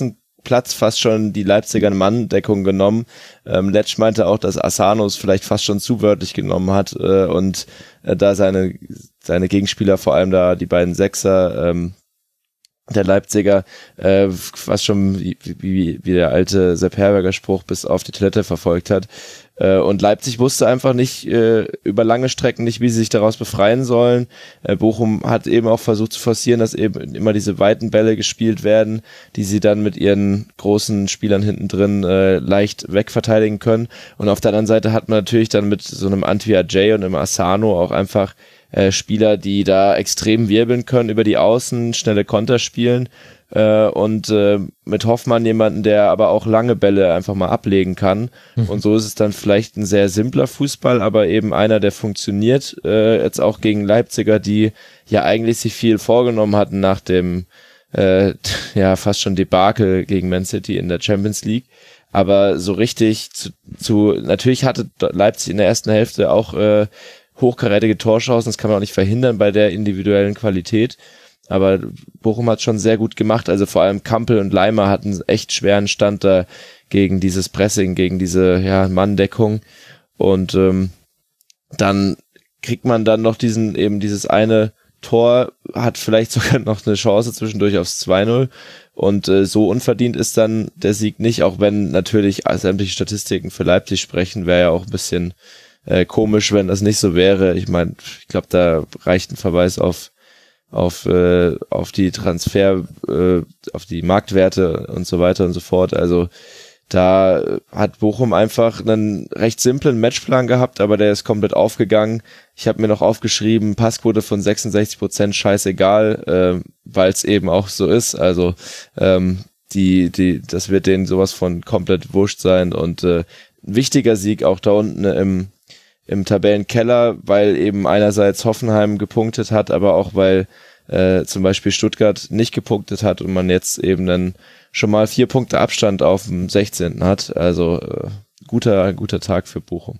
Platz fast schon die Leipziger Manndeckung genommen. Ähm, Letsch meinte auch, dass Asano es vielleicht fast schon zu wörtlich genommen hat äh, und äh, da seine seine Gegenspieler, vor allem da die beiden Sechser, ähm, der Leipziger, äh, fast schon wie, wie, wie der alte Sepp Herberger Spruch bis auf die Toilette verfolgt hat. Äh, und Leipzig wusste einfach nicht äh, über lange Strecken nicht, wie sie sich daraus befreien sollen. Äh, Bochum hat eben auch versucht zu forcieren, dass eben immer diese weiten Bälle gespielt werden, die sie dann mit ihren großen Spielern hinten drin äh, leicht wegverteidigen können. Und auf der anderen Seite hat man natürlich dann mit so einem Antwi Ajay und einem Asano auch einfach äh, Spieler, die da extrem wirbeln können über die Außen, schnelle Konter spielen. Äh, und äh, mit Hoffmann jemanden, der aber auch lange Bälle einfach mal ablegen kann. Mhm. Und so ist es dann vielleicht ein sehr simpler Fußball, aber eben einer, der funktioniert, äh, jetzt auch gegen Leipziger, die ja eigentlich sich viel vorgenommen hatten nach dem äh, ja fast schon Debakel gegen Man City in der Champions League. Aber so richtig zu, zu natürlich hatte Leipzig in der ersten Hälfte auch äh, hochkarätige Torchancen, das kann man auch nicht verhindern bei der individuellen Qualität. Aber Bochum hat schon sehr gut gemacht, also vor allem Kampel und Leimer hatten einen echt schweren Stand da gegen dieses Pressing, gegen diese ja, Manndeckung und ähm, dann kriegt man dann noch diesen eben dieses eine Tor, hat vielleicht sogar noch eine Chance zwischendurch aufs zwei null und äh, so unverdient ist dann der Sieg nicht, auch wenn natürlich sämtliche Statistiken für Leipzig sprechen, wäre ja auch ein bisschen äh, komisch, wenn das nicht so wäre. Ich meine, ich glaube, da reicht ein Verweis auf auf äh, auf die Transfer, äh, auf die Marktwerte und so weiter und so fort. Also da hat Bochum einfach einen recht simplen Matchplan gehabt, aber der ist komplett aufgegangen. Ich habe mir noch aufgeschrieben, Passquote von sechsundsechzig Prozent, scheißegal, äh, weil es eben auch so ist. Also ähm, die die das wird denen sowas von komplett wurscht sein und äh, ein wichtiger Sieg auch da unten im im Tabellenkeller, weil eben einerseits Hoffenheim gepunktet hat, aber auch weil äh, zum Beispiel Stuttgart nicht gepunktet hat und man jetzt eben dann schon mal vier Punkte Abstand auf dem sechzehnten hat. Also äh, guter guter Tag für Bochum.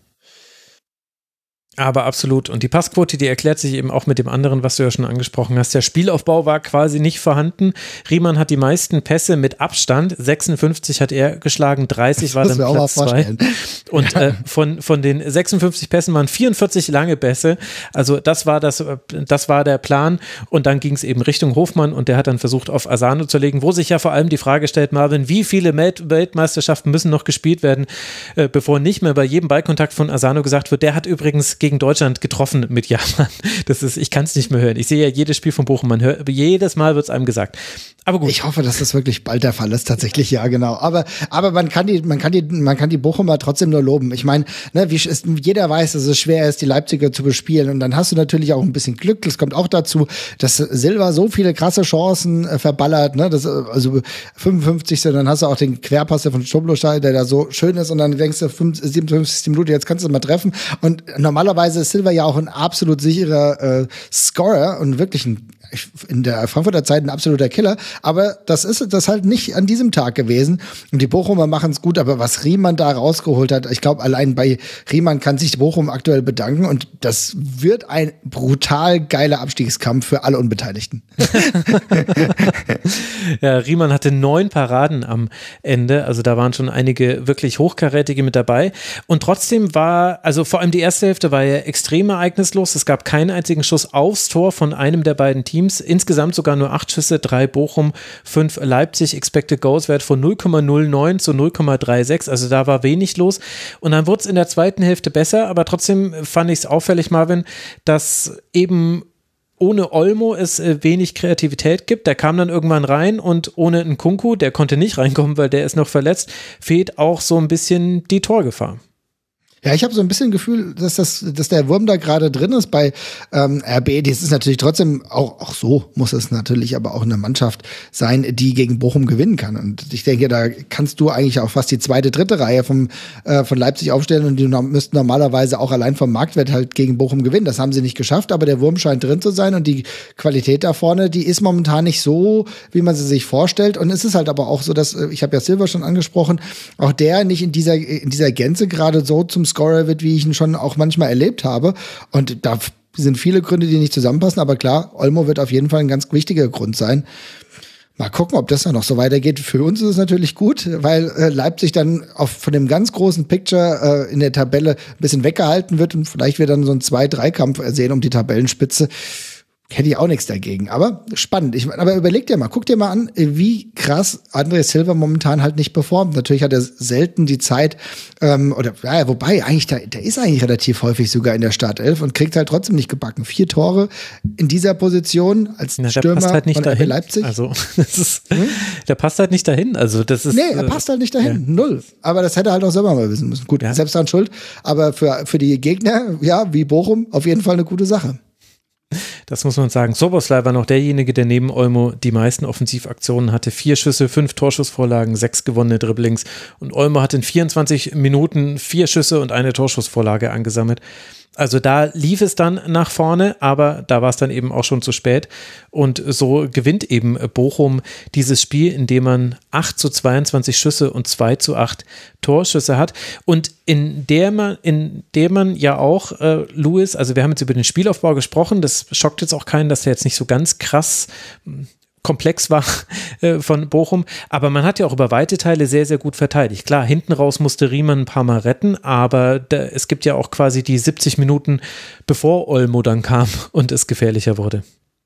Aber absolut. Und die Passquote, die erklärt sich eben auch mit dem anderen, was du ja schon angesprochen hast. Der Spielaufbau war quasi nicht vorhanden. Riemann hat die meisten Pässe mit Abstand. sechsundfünfzig hat er geschlagen, dreißig war dann Platz zwei. Und äh, von, von den sechsundfünfzig Pässen waren vierundvierzig lange Pässe. Also das war das, das war der Plan. Und dann ging es eben Richtung Hofmann und der hat dann versucht, auf Asano zu legen, wo sich ja vor allem die Frage stellt, Marvin, wie viele Weltmeisterschaften müssen noch gespielt werden, äh, bevor nicht mehr bei jedem Ballkontakt von Asano gesagt wird, der hat übrigens gegen Deutschland getroffen mit Japan. Das ist, ich kann es nicht mehr hören. Ich sehe ja jedes Spiel von Bochum, man hört, jedes Mal wird es einem gesagt. Aber gut. Ich hoffe, dass das wirklich bald der Fall ist, tatsächlich, ja, genau. Aber, aber man kann die, man kann die, man kann die Bochumer trotzdem nur loben. Ich meine, ne, wie ist, jeder weiß, dass es schwer ist, die Leipziger zu bespielen. Und dann hast du natürlich auch ein bisschen Glück. Das kommt auch dazu, dass Silva so viele krasse Chancen äh, verballert, ne, das, also fünfundfünfzig. Dann hast du auch den Querpass von Stobloschei, der da so schön ist. Und dann denkst du, siebenundfünfzigste Minute, jetzt kannst du mal treffen. Und normalerweise ist Silva ja auch ein absolut sicherer äh, Scorer und wirklich ein, in der Frankfurter Zeit ein absoluter Killer, aber das ist das halt nicht an diesem Tag gewesen und die Bochumer machen es gut, aber was Riemann da rausgeholt hat, ich glaube, allein bei Riemann kann sich Bochum aktuell bedanken und das wird ein brutal geiler Abstiegskampf für alle Unbeteiligten. Ja, Riemann hatte neun Paraden am Ende, also da waren schon einige wirklich hochkarätige mit dabei und trotzdem war, also vor allem die erste Hälfte war ja extrem ereignislos, es gab keinen einzigen Schuss aufs Tor von einem der beiden Teams. Insgesamt sogar nur acht Schüsse, drei Bochum, fünf Leipzig, Expected Goals Wert von null Komma null neun zu null Komma sechsunddreißig, also da war wenig los und dann wurde es in der zweiten Hälfte besser, aber trotzdem fand ich es auffällig, Marvin, dass eben ohne Olmo es wenig Kreativität gibt, der kam dann irgendwann rein und ohne Nkunku, der konnte nicht reinkommen, weil der ist noch verletzt, fehlt auch so ein bisschen die Torgefahr. Ja, ich habe so ein bisschen Gefühl, dass das, dass der Wurm da gerade drin ist bei ähm, R B. Das ist natürlich trotzdem auch, auch so muss es natürlich aber auch eine Mannschaft sein, die gegen Bochum gewinnen kann. Und ich denke, da kannst du eigentlich auch fast die zweite, dritte Reihe vom äh, von Leipzig aufstellen und die no- müssten normalerweise auch allein vom Marktwert halt gegen Bochum gewinnen. Das haben sie nicht geschafft, aber der Wurm scheint drin zu sein und die Qualität da vorne, die ist momentan nicht so, wie man sie sich vorstellt. Und es ist halt aber auch so, dass ich habe ja Silva schon angesprochen, auch der nicht in dieser in dieser Gänze gerade so zum Scorer wird, wie ich ihn schon auch manchmal erlebt habe. Und da sind viele Gründe, die nicht zusammenpassen. Aber klar, Olmo wird auf jeden Fall ein ganz wichtiger Grund sein. Mal gucken, ob das dann noch so weitergeht. Für uns ist es natürlich gut, weil äh, Leipzig dann auf, von dem ganz großen Picture äh, in der Tabelle ein bisschen weggehalten wird und vielleicht wir dann so einen zwei drei Kampf sehen um die Tabellenspitze. Hätte ich auch nichts dagegen. Aber spannend. Ich, aber überleg dir mal, guck dir mal an, wie krass André Silva momentan halt nicht performt. Natürlich hat er selten die Zeit, ähm, oder ja, wobei, eigentlich, der, der ist eigentlich relativ häufig sogar in der Startelf und kriegt halt trotzdem nicht gebacken. Vier Tore in dieser Position als Na, Stürmer passt halt nicht von R B dahin. Leipzig. Also, das ist, hm? Der passt halt nicht dahin. Also, das ist. Nee, er passt halt nicht dahin. Ja. Null. Aber das hätte er halt auch selber mal wissen müssen. Gut, Ja. selbst dran schuld. Aber für, für die Gegner, ja, wie Bochum, auf jeden Fall eine gute Sache. Das muss man sagen. Soboslai war noch derjenige, der neben Olmo die meisten Offensivaktionen hatte. Vier Schüsse, fünf Torschussvorlagen, sechs gewonnene Dribblings. Und Olmo hat in vierundzwanzig Minuten vier Schüsse und eine Torschussvorlage angesammelt. Also da lief es dann nach vorne, aber da war es dann eben auch schon zu spät. Und so gewinnt eben Bochum dieses Spiel, indem man acht zu zweiundzwanzig Schüsse und zwei zu acht Torschüsse hat. Und in der man, in der man ja auch, äh, Louis, also wir haben jetzt über den Spielaufbau gesprochen, das schockt jetzt auch keinen, dass der jetzt nicht so ganz krass komplex war äh, von Bochum, aber man hat ja auch über weite Teile sehr, sehr gut verteidigt. Klar, hinten raus musste Riemann ein paar Mal retten, aber da, es gibt ja auch quasi die siebzig Minuten, bevor Olmo dann kam und es gefährlicher wurde.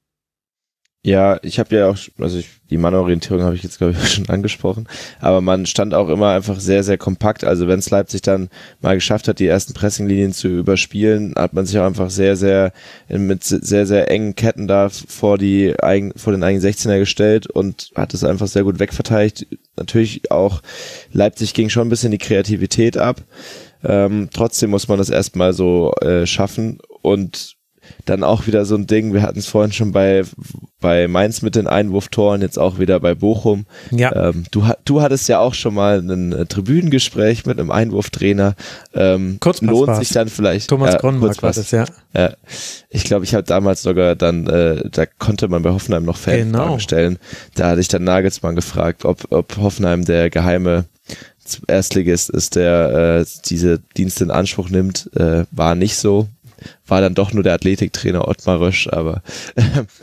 Ja, ich habe ja auch, also ich, die Mannorientierung habe ich jetzt, glaube ich, schon angesprochen, aber man stand auch immer einfach sehr, sehr kompakt. Also wenn es Leipzig dann mal geschafft hat, die ersten Pressinglinien zu überspielen, hat man sich auch einfach sehr, sehr mit sehr, sehr engen Ketten da vor die eigen, vor den eigenen sechzehner gestellt und hat es einfach sehr gut wegverteidigt. Natürlich auch Leipzig ging schon ein bisschen die Kreativität ab. Ähm, trotzdem muss man das erstmal so äh, schaffen und dann auch wieder so ein Ding, wir hatten es vorhin schon bei bei Mainz mit den Einwurftoren, jetzt auch wieder bei Bochum. Ja. Ähm, du, du hattest ja auch schon mal ein äh, Tribünengespräch mit einem Einwurftrainer. Ähm, Kurzpass lohnt war's. sich dann vielleicht. Thomas ja, Gronnenberg war das, ja. Ja. Ich glaube, ich habe damals sogar dann, äh, da konnte man bei Hoffenheim noch Fanfragen Genau. stellen. Da hatte ich dann Nagelsmann gefragt, ob, ob Hoffenheim der geheime Erstligist ist, der äh, diese Dienste in Anspruch nimmt. Äh, war nicht so. War dann doch nur der Athletiktrainer Ottmar Rösch, aber äh,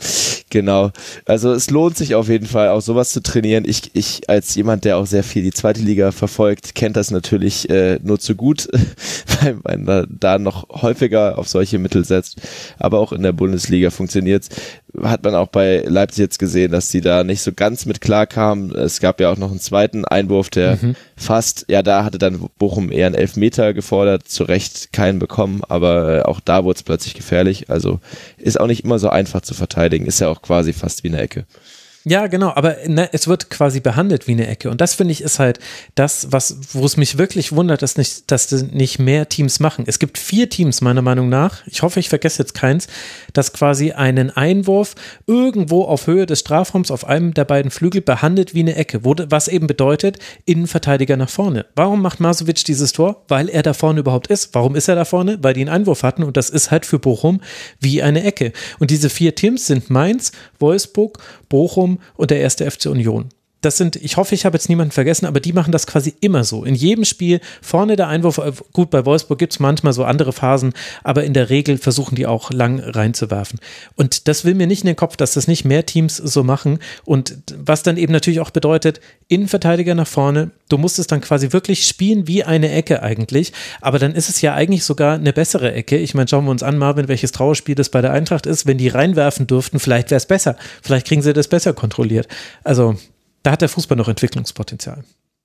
genau. Also es lohnt sich auf jeden Fall auch sowas zu trainieren. Ich, ich als jemand, der auch sehr viel die zweite Liga verfolgt, kennt das natürlich äh, nur zu gut, weil man da, da noch häufiger auf solche Mittel setzt. Aber auch in der Bundesliga funktioniert's. Hat man auch bei Leipzig jetzt gesehen, dass sie da nicht so ganz mit klar kamen. Es gab ja auch noch einen zweiten Einwurf, der mhm. fast, ja, da hatte dann Bochum eher einen Elfmeter gefordert, zu Recht keinen bekommen, aber äh, auch da wurde es plötzlich gefährlich. Also ist auch nicht immer so einfach zu verteidigen, ist ja auch quasi fast wie eine Ecke. Ja, genau, aber ne, es wird quasi behandelt wie eine Ecke und das finde ich ist halt das, was, wo es mich wirklich wundert, dass nicht, dass das nicht mehr Teams machen. Es gibt vier Teams meiner Meinung nach, ich hoffe, ich vergesse jetzt keins, das quasi einen Einwurf irgendwo auf Höhe des Strafraums auf einem der beiden Flügel behandelt wie eine Ecke, wo, was eben bedeutet, Innenverteidiger nach vorne. Warum macht Masovic dieses Tor? Weil er da vorne überhaupt ist. Warum ist er da vorne? Weil die einen Einwurf hatten und das ist halt für Bochum wie eine Ecke. Und diese vier Teams sind Mainz, Wolfsburg, Bochum und der erste F C Union. Das sind, ich hoffe, ich habe jetzt niemanden vergessen, aber die machen das quasi immer so. In jedem Spiel vorne der Einwurf, gut, bei Wolfsburg gibt es manchmal so andere Phasen, aber in der Regel versuchen die auch lang reinzuwerfen. Und das will mir nicht in den Kopf, dass das nicht mehr Teams so machen und was dann eben natürlich auch bedeutet, Innenverteidiger nach vorne, du musst es dann quasi wirklich spielen wie eine Ecke eigentlich, aber dann ist es ja eigentlich sogar eine bessere Ecke. Ich meine, schauen wir uns an, Marvin, welches Trauerspiel das bei der Eintracht ist. Wenn die reinwerfen dürften, vielleicht wäre es besser. Vielleicht kriegen sie das besser kontrolliert. Also da hat der Fußball noch Entwicklungspotenzial.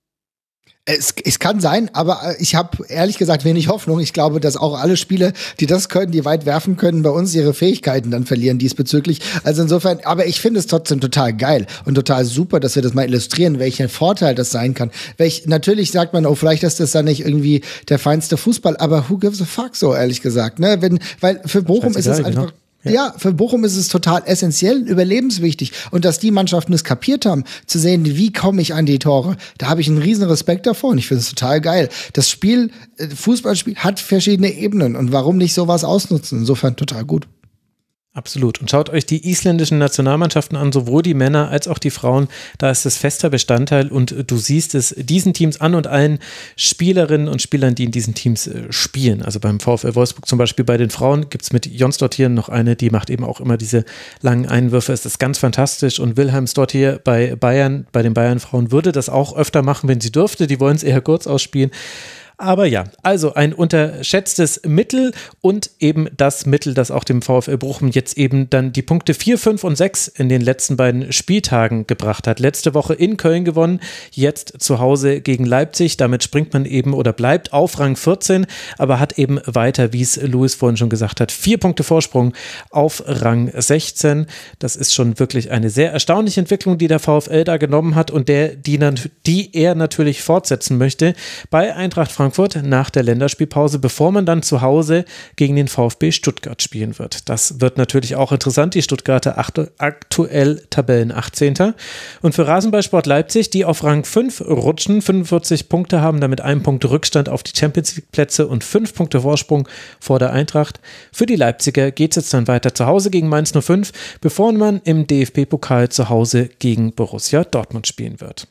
Es, es kann sein, aber ich habe ehrlich gesagt wenig Hoffnung. Ich glaube, dass auch alle Spieler, die das können, die weit werfen können, bei uns ihre Fähigkeiten dann verlieren diesbezüglich. Also insofern, aber ich finde es trotzdem total geil und total super, dass wir das mal illustrieren, welchen Vorteil das sein kann. Welch, natürlich sagt man, oh, vielleicht ist das dann nicht irgendwie der feinste Fußball, aber who gives a fuck, so ehrlich gesagt, ne? Wenn, weil für Bochum ist es einfach, genau. Ja. ja, für Bochum ist es total essentiell, überlebenswichtig. Und dass die Mannschaften es kapiert haben, zu sehen, wie komme ich an die Tore, da habe ich einen riesen Respekt davor und ich finde es total geil. Das Spiel, Fußballspiel hat verschiedene Ebenen und warum nicht sowas ausnutzen? Insofern total gut. Absolut. Und schaut euch die isländischen Nationalmannschaften an, sowohl die Männer als auch die Frauen. Da ist es fester Bestandteil und du siehst es diesen Teams an und allen Spielerinnen und Spielern, die in diesen Teams äh, spielen. Also beim VfL Wolfsburg zum Beispiel bei den Frauen gibt es mit Jonsdottir noch eine, die macht eben auch immer diese langen Einwürfe. Es ist ganz fantastisch und Wilhelmsdottir bei Bayern, bei den Bayern-Frauen würde das auch öfter machen, wenn sie dürfte. Die wollen es eher kurz ausspielen. Aber ja, also ein unterschätztes Mittel und eben das Mittel, das auch dem VfL Bochum jetzt eben dann die Punkte vier, fünf und sechs in den letzten beiden Spieltagen gebracht hat. Letzte Woche in Köln gewonnen, jetzt zu Hause gegen Leipzig. Damit springt man eben oder bleibt auf Rang vierzehn, aber hat eben weiter, wie es Louis vorhin schon gesagt hat, vier Punkte Vorsprung auf Rang sechzehn. Das ist schon wirklich eine sehr erstaunliche Entwicklung, die der VfL da genommen hat und der, die, die er natürlich fortsetzen möchte bei Eintracht Frankfurt nach der Länderspielpause, bevor man dann zu Hause gegen den VfB Stuttgart spielen wird. Das wird natürlich auch interessant. Die Stuttgarter aktuell Tabellen achtzehnter Und für Rasenballsport Leipzig, die auf Rang fünf rutschen, fünfundvierzig Punkte haben, damit einen Punkt Rückstand auf die Champions League Plätze und fünf Punkte Vorsprung vor der Eintracht. Für die Leipziger geht es jetzt dann weiter zu Hause gegen Mainz null fünf, bevor man im D F B-Pokal zu Hause gegen Borussia Dortmund spielen wird.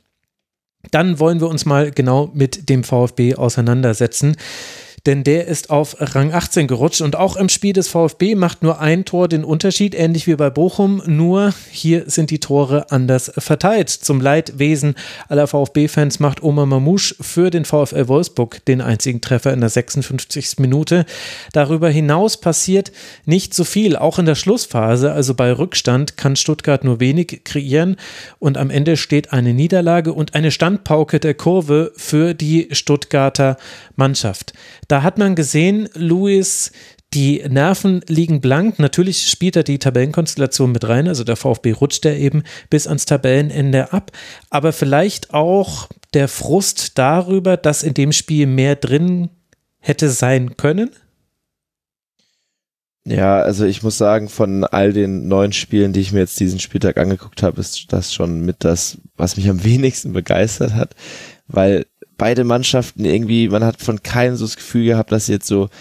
Dann wollen wir uns mal genau mit dem VfB auseinandersetzen, denn der ist auf Rang achtzehn gerutscht und auch im Spiel des VfB macht nur ein Tor den Unterschied, ähnlich wie bei Bochum, nur hier sind die Tore anders verteilt. Zum Leidwesen aller VfB-Fans macht Omar Mamouche für den VfL Wolfsburg den einzigen Treffer in der sechsundfünfzigsten Minute. Darüber hinaus passiert nicht so viel, auch in der Schlussphase, also bei Rückstand kann Stuttgart nur wenig kreieren und am Ende steht eine Niederlage und eine Standpauke der Kurve für die Stuttgarter Mannschaft. Da hat man gesehen, Luis, die Nerven liegen blank. Natürlich spielt er die Tabellenkonstellation mit rein, also der VfB rutscht ja eben bis ans Tabellenende ab, aber vielleicht auch der Frust darüber, dass in dem Spiel mehr drin hätte sein können? Ja, also ich muss sagen, von all den neun Spielen, die ich mir jetzt diesen Spieltag angeguckt habe, ist das schon mit das, was mich am wenigsten begeistert hat, weil beide Mannschaften irgendwie, man hat von keinem so das Gefühl gehabt, dass sie jetzt so,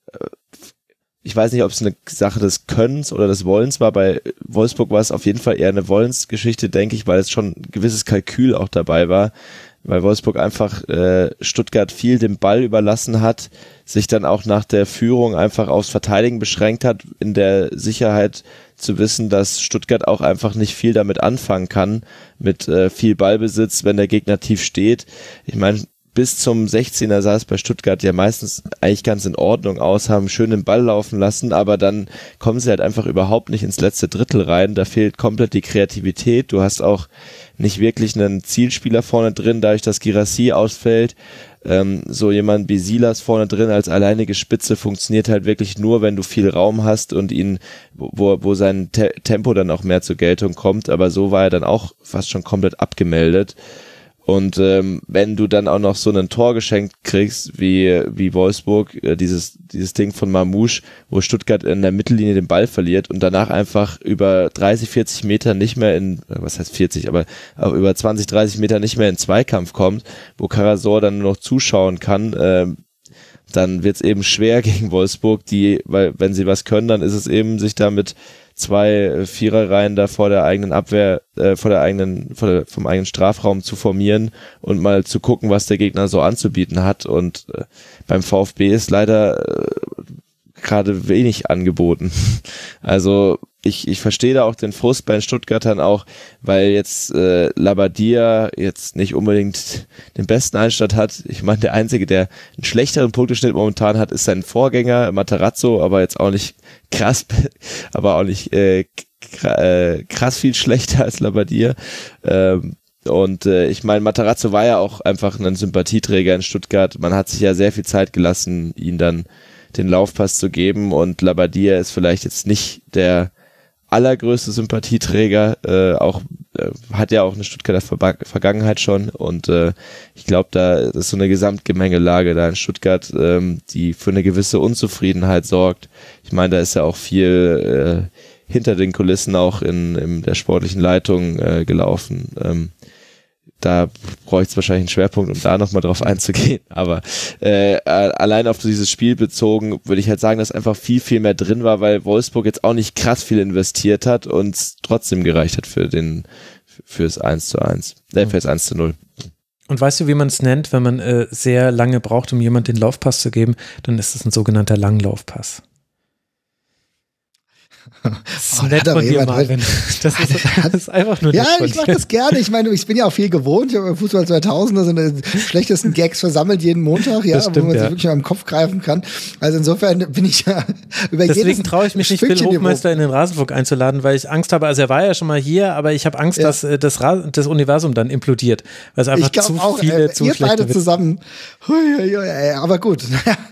ich weiß nicht, ob es eine Sache des Könnens oder des Wollens war, bei Wolfsburg war es auf jeden Fall eher eine Wollensgeschichte, denke ich, weil es schon ein gewisses Kalkül auch dabei war, weil Wolfsburg einfach äh, Stuttgart viel dem Ball überlassen hat, sich dann auch nach der Führung einfach aufs Verteidigen beschränkt hat, in der Sicherheit zu wissen, dass Stuttgart auch einfach nicht viel damit anfangen kann, mit äh, viel Ballbesitz, wenn der Gegner tief steht. Ich meine, bis zum sechzehner sah es bei Stuttgart ja meistens eigentlich ganz in Ordnung aus, haben schön den Ball laufen lassen, aber dann kommen sie halt einfach überhaupt nicht ins letzte Drittel rein, da fehlt komplett die Kreativität, du hast auch nicht wirklich einen Zielspieler vorne drin, dadurch, dass Guirassy ausfällt, ähm, so jemand wie Silas vorne drin als alleinige Spitze funktioniert halt wirklich nur, wenn du viel Raum hast und ihn, wo, wo sein Te- Tempo dann auch mehr zur Geltung kommt, aber so war er dann auch fast schon komplett abgemeldet. Und ähm, wenn du dann auch noch so ein Tor geschenkt kriegst, wie wie Wolfsburg, äh, dieses dieses Ding von Mamouche, wo Stuttgart in der Mittellinie den Ball verliert und danach einfach über dreißig, vierzig Meter nicht mehr in, was heißt vierzig, aber auch über zwanzig, dreißig Meter nicht mehr in Zweikampf kommt, wo Karasor dann nur noch zuschauen kann, äh, dann wird's eben schwer gegen Wolfsburg, die, weil wenn sie was können, dann ist es eben, sich da mit zwei Viererreihen da vor der eigenen Abwehr, äh, vor der eigenen, vor der, vom eigenen Strafraum zu formieren und mal zu gucken, was der Gegner so anzubieten hat. Und äh, beim VfB ist leider äh, gerade wenig angeboten. Also ich, ich verstehe da auch den Frust bei den Stuttgartern auch, weil jetzt äh, Labadia jetzt nicht unbedingt den besten Einstand hat. Ich meine, der Einzige, der einen schlechteren Punkteschnitt momentan hat, ist sein Vorgänger Matarazzo, aber jetzt auch nicht krass, aber auch nicht äh, krass viel schlechter als Labadia. Ähm, und äh, ich meine, Matarazzo war ja auch einfach ein Sympathieträger in Stuttgart. Man hat sich ja sehr viel Zeit gelassen, ihn dann den Laufpass zu geben, und Labadia ist vielleicht jetzt nicht der allergrößte Sympathieträger, äh, auch äh, hat ja auch eine Stuttgarter Ver- Vergangenheit schon, und äh, ich glaube, da ist so eine Gesamtgemengelage da in Stuttgart, ähm, die für eine gewisse Unzufriedenheit sorgt. Ich meine, da ist ja auch viel äh, hinter den Kulissen auch in, in der sportlichen Leitung äh, gelaufen. Ähm, da bräuchte es wahrscheinlich einen Schwerpunkt, um da nochmal drauf einzugehen. Aber äh, allein auf dieses Spiel bezogen würde ich halt sagen, dass einfach viel, viel mehr drin war, weil Wolfsburg jetzt auch nicht krass viel investiert hat und trotzdem gereicht hat für den fürs eins zu eins, äh, fürs eins zu null. Und weißt du, wie man es nennt, wenn man äh, sehr lange braucht, um jemand den Laufpass zu geben? Dann ist es ein sogenannter Langlaufpass. Das ist oh, nett von dir, Marvin. Das ist, das ist einfach nur Ja, nett von ich mache dir. das gerne. Ich meine, ich bin ja auch viel gewohnt. Ich habe Fußball zweitausend, da sind die schlechtesten Gags versammelt jeden Montag, ja, Stimmt, wo man ja. sich wirklich mal im Kopf greifen kann. Also insofern bin ich ja über jedes Deswegen traue ich mich nicht, Phil Hofmeister in den Rasenfunk einzuladen, weil ich Angst habe, also er war ja schon mal hier, aber ich habe Angst, Ja. dass äh, das, Ra- das Universum dann implodiert, weil es einfach Ich glaube zu auch, viele, ey, zu ihr schlechte beide Witze. zusammen. Hui, hui, hui, ey, aber gut.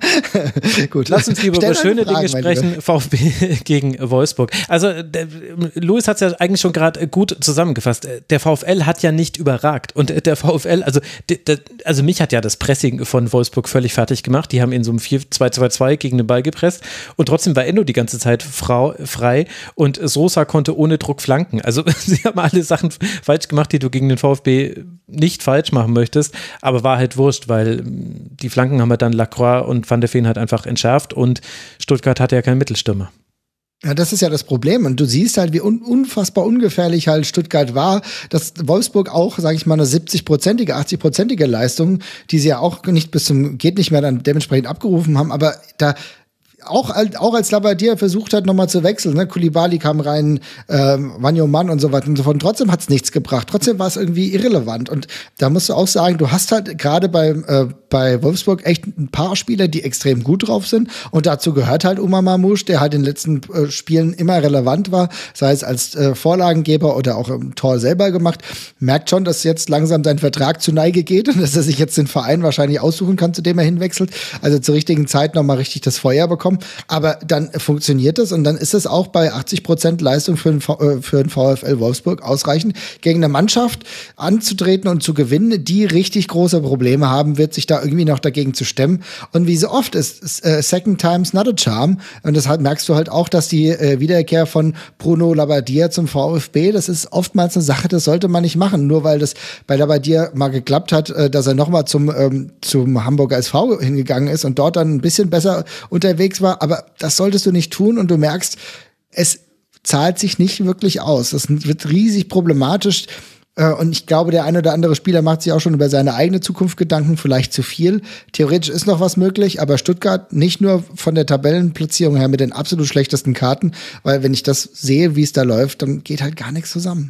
gut. Lass uns lieber Stell über deine schöne Fragen, Dinge mein sprechen, Lieber. VfB gegen Wolfsburg. Also der, Louis hat es ja eigentlich schon gerade gut zusammengefasst. Der VfL hat ja nicht überragt und der VfL, also, der, der, also mich hat ja das Pressing von Wolfsburg völlig fertig gemacht. Die haben in so einem vier zwei zwei zwei gegen den Ball gepresst und trotzdem war Endo die ganze Zeit frau, frei und Sosa konnte ohne Druck flanken. Also sie haben alle Sachen falsch gemacht, die du gegen den VfB nicht falsch machen möchtest, aber war halt wurscht, weil die Flanken haben wir dann Lacroix und Van der Veen halt einfach entschärft und Stuttgart hatte ja keinen Mittelstürmer. Ja, das ist ja das Problem. Und du siehst halt, wie un- unfassbar ungefährlich halt Stuttgart war, dass Wolfsburg auch, sage ich mal, eine siebzig-prozentige, achtzig-prozentige Leistung, die sie ja auch nicht bis zum geht nicht mehr dann dementsprechend abgerufen haben, aber da auch, auch als Labbadia versucht hat, nochmal zu wechseln, ne? Koulibaly kam rein, ähm, Wanyama und so weiter und so fort. Und trotzdem hat's nichts gebracht. Trotzdem war es irgendwie irrelevant. Und da musst du auch sagen, du hast halt gerade bei, äh, bei Wolfsburg echt ein paar Spieler, die extrem gut drauf sind. Und dazu gehört halt Umar Mamouche, der halt in den letzten äh, Spielen immer relevant war, sei es als äh, Vorlagengeber oder auch im Tor selber gemacht. Merkt schon, dass jetzt langsam sein Vertrag zu Neige geht und dass er sich jetzt den Verein wahrscheinlich aussuchen kann, zu dem er hinwechselt. Also zur richtigen Zeit nochmal richtig das Feuer bekommen. Aber dann funktioniert das und dann ist es auch bei achtzig Prozent Leistung für den, v- äh, für den VfL Wolfsburg ausreichend, gegen eine Mannschaft anzutreten und zu gewinnen, die richtig große Probleme haben wird, sich da irgendwie noch dagegen zu stemmen. Und wie so oft ist, ist äh, Second Time's not a charm. Und deshalb merkst du halt auch, dass die äh, Wiederkehr von Bruno Labbadia zum VfB, das ist oftmals eine Sache, das sollte man nicht machen. Nur weil das bei Labbadia mal geklappt hat, äh, dass er nochmal zum, ähm, zum Hamburger S V hingegangen ist und dort dann ein bisschen besser unterwegs war. Aber das solltest du nicht tun und du merkst, es zahlt sich nicht wirklich aus. Das wird riesig problematisch. Und ich glaube, der eine oder andere Spieler macht sich auch schon über seine eigene Zukunft Gedanken, vielleicht zu viel. Theoretisch ist noch was möglich, aber Stuttgart nicht nur von der Tabellenplatzierung her mit den absolut schlechtesten Karten, weil wenn ich das sehe, wie es da läuft, dann geht halt gar nichts zusammen.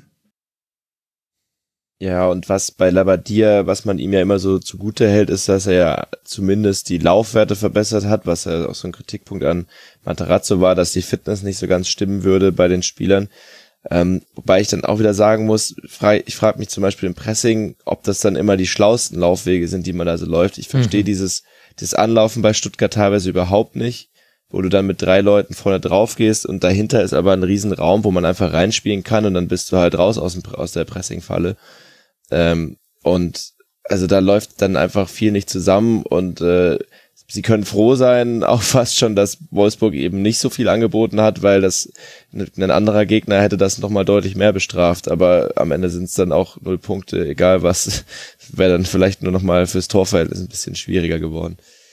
Ja, und was bei Labbadia, was man ihm ja immer so zugute hält, ist, dass er ja zumindest die Laufwerte verbessert hat, was ja auch so ein Kritikpunkt an Materazzo war, dass die Fitness nicht so ganz stimmen würde bei den Spielern. Ähm, wobei ich dann auch wieder sagen muss, frei, ich frage mich zum Beispiel im Pressing, ob das dann immer die schlauesten Laufwege sind, die man da so läuft. Ich verstehe mhm. dieses, dieses Anlaufen bei Stuttgart teilweise überhaupt nicht, wo du dann mit drei Leuten vorne drauf gehst und dahinter ist aber ein riesen Raum, wo man einfach reinspielen kann und dann bist du halt raus aus, dem, aus der Pressingfalle. Ähm, und also da läuft dann einfach viel nicht zusammen und äh, sie können froh sein, auch fast schon, dass Wolfsburg eben nicht so viel angeboten hat, weil das ein anderer Gegner hätte das nochmal deutlich mehr bestraft, aber am Ende sind es dann auch null Punkte, egal was, wäre dann vielleicht nur nochmal fürs Torverhältnis ein bisschen schwieriger geworden.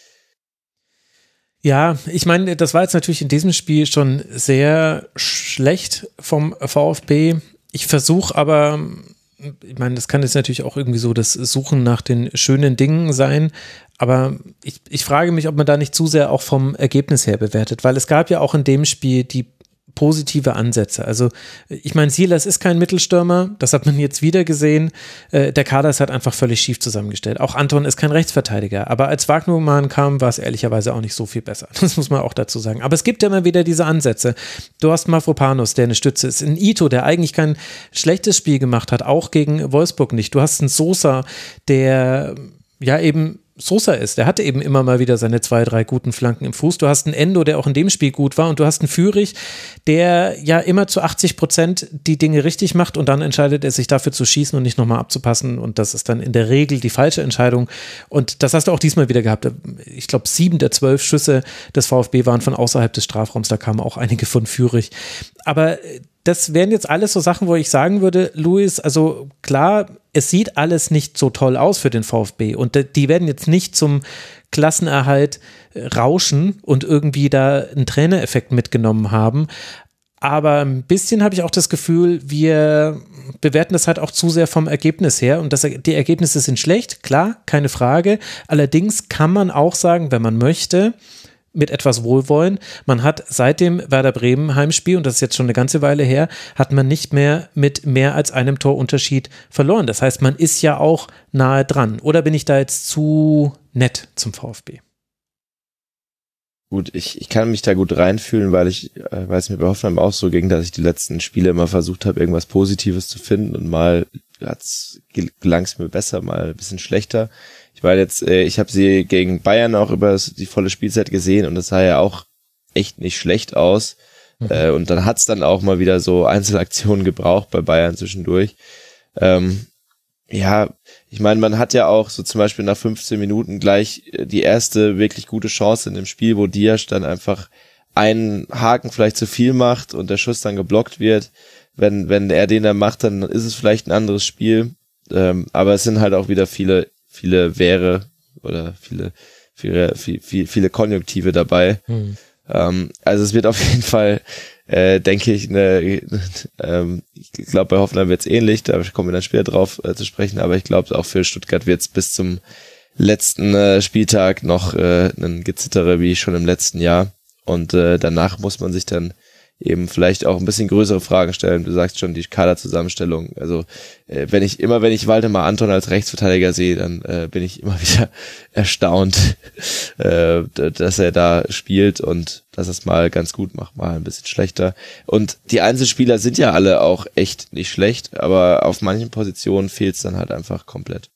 Ja, ich meine, das war jetzt natürlich in diesem Spiel schon sehr schlecht vom VfB. Ich versuche aber, ich meine, das kann jetzt natürlich auch irgendwie so das Suchen nach den schönen Dingen sein, aber ich, ich frage mich, ob man da nicht zu sehr auch vom Ergebnis her bewertet, weil es gab ja auch in dem Spiel die positive Ansätze. Also ich meine, Silas ist kein Mittelstürmer, das hat man jetzt wieder gesehen. Äh, der Kader ist halt einfach völlig schief zusammengestellt. Auch Anton ist kein Rechtsverteidiger, aber als Wagnumann kam, war es ehrlicherweise auch nicht so viel besser. Das muss man auch dazu sagen. Aber es gibt ja immer wieder diese Ansätze. Du hast Mavropanos, der eine Stütze ist, ein Ito, der eigentlich kein schlechtes Spiel gemacht hat, auch gegen Wolfsburg nicht. Du hast einen Sosa, der ja eben Sosa ist, der hatte eben immer mal wieder seine zwei, drei guten Flanken im Fuß. Du hast einen Endo, der auch in dem Spiel gut war und du hast einen Führig, der ja immer zu achtzig Prozent die Dinge richtig macht und dann entscheidet er sich dafür zu schießen und nicht nochmal abzupassen und das ist dann in der Regel die falsche Entscheidung und das hast du auch diesmal wieder gehabt. Ich glaube, sieben der zwölf Schüsse des VfB waren von außerhalb des Strafraums, da kamen auch einige von Führig. Aber das wären jetzt alles so Sachen, wo ich sagen würde, Luis, also klar, es sieht alles nicht so toll aus für den VfB und die werden jetzt nicht zum Klassenerhalt rauschen und irgendwie da einen Trainereffekt mitgenommen haben. Aber ein bisschen habe ich auch das Gefühl, wir bewerten das halt auch zu sehr vom Ergebnis her. Und das, die Ergebnisse sind schlecht, klar, keine Frage. Allerdings kann man auch sagen, wenn man möchte, mit etwas Wohlwollen, man hat seit dem Werder Bremen Heimspiel, und das ist jetzt schon eine ganze Weile her, hat man nicht mehr mit mehr als einem Torunterschied verloren. Das heißt, man ist ja auch nahe dran. Oder bin ich da jetzt zu nett zum VfB? Gut, ich, ich kann mich da gut reinfühlen, weil ich, äh, weil es mir bei Hoffenheim auch so ging, dass ich die letzten Spiele immer versucht habe, irgendwas Positives zu finden und mal hat's, gelang es mir besser, mal ein bisschen schlechter. Ich war jetzt, äh, ich habe sie gegen Bayern auch über die volle Spielzeit gesehen und das sah ja auch echt nicht schlecht aus. Mhm. Äh, und dann hat's dann auch mal wieder so Einzelaktionen gebraucht bei Bayern zwischendurch. Ähm, ja, ich meine, man hat ja auch so zum Beispiel nach fünfzehn Minuten gleich die erste wirklich gute Chance in dem Spiel, wo Diaz dann einfach einen Haken vielleicht zu viel macht und der Schuss dann geblockt wird. Wenn wenn er den dann macht, dann ist es vielleicht ein anderes Spiel. Ähm, aber es sind halt auch wieder viele viele Wäre oder viele viele viele, viele Konjunktive dabei. Hm. Ähm, also es wird auf jeden Fall Äh, denke ich, ne, ähm, ich glaube, bei Hoffenheim wird's ähnlich, da kommen wir dann später drauf äh, zu sprechen, aber ich glaube, auch für Stuttgart wird's bis zum letzten äh, Spieltag noch äh, ein Gezittere wie schon im letzten Jahr und äh, danach muss man sich dann eben vielleicht auch ein bisschen größere Fragen stellen. Du sagst schon, die Kaderzusammenstellung, also äh, wenn ich immer, wenn ich Waldemar Anton als Rechtsverteidiger sehe, dann äh, bin ich immer wieder erstaunt, äh, dass er da spielt und dass er es mal ganz gut macht, mal ein bisschen schlechter. Und die Einzelspieler sind ja alle auch echt nicht schlecht, aber auf manchen Positionen fehlt es dann halt einfach komplett.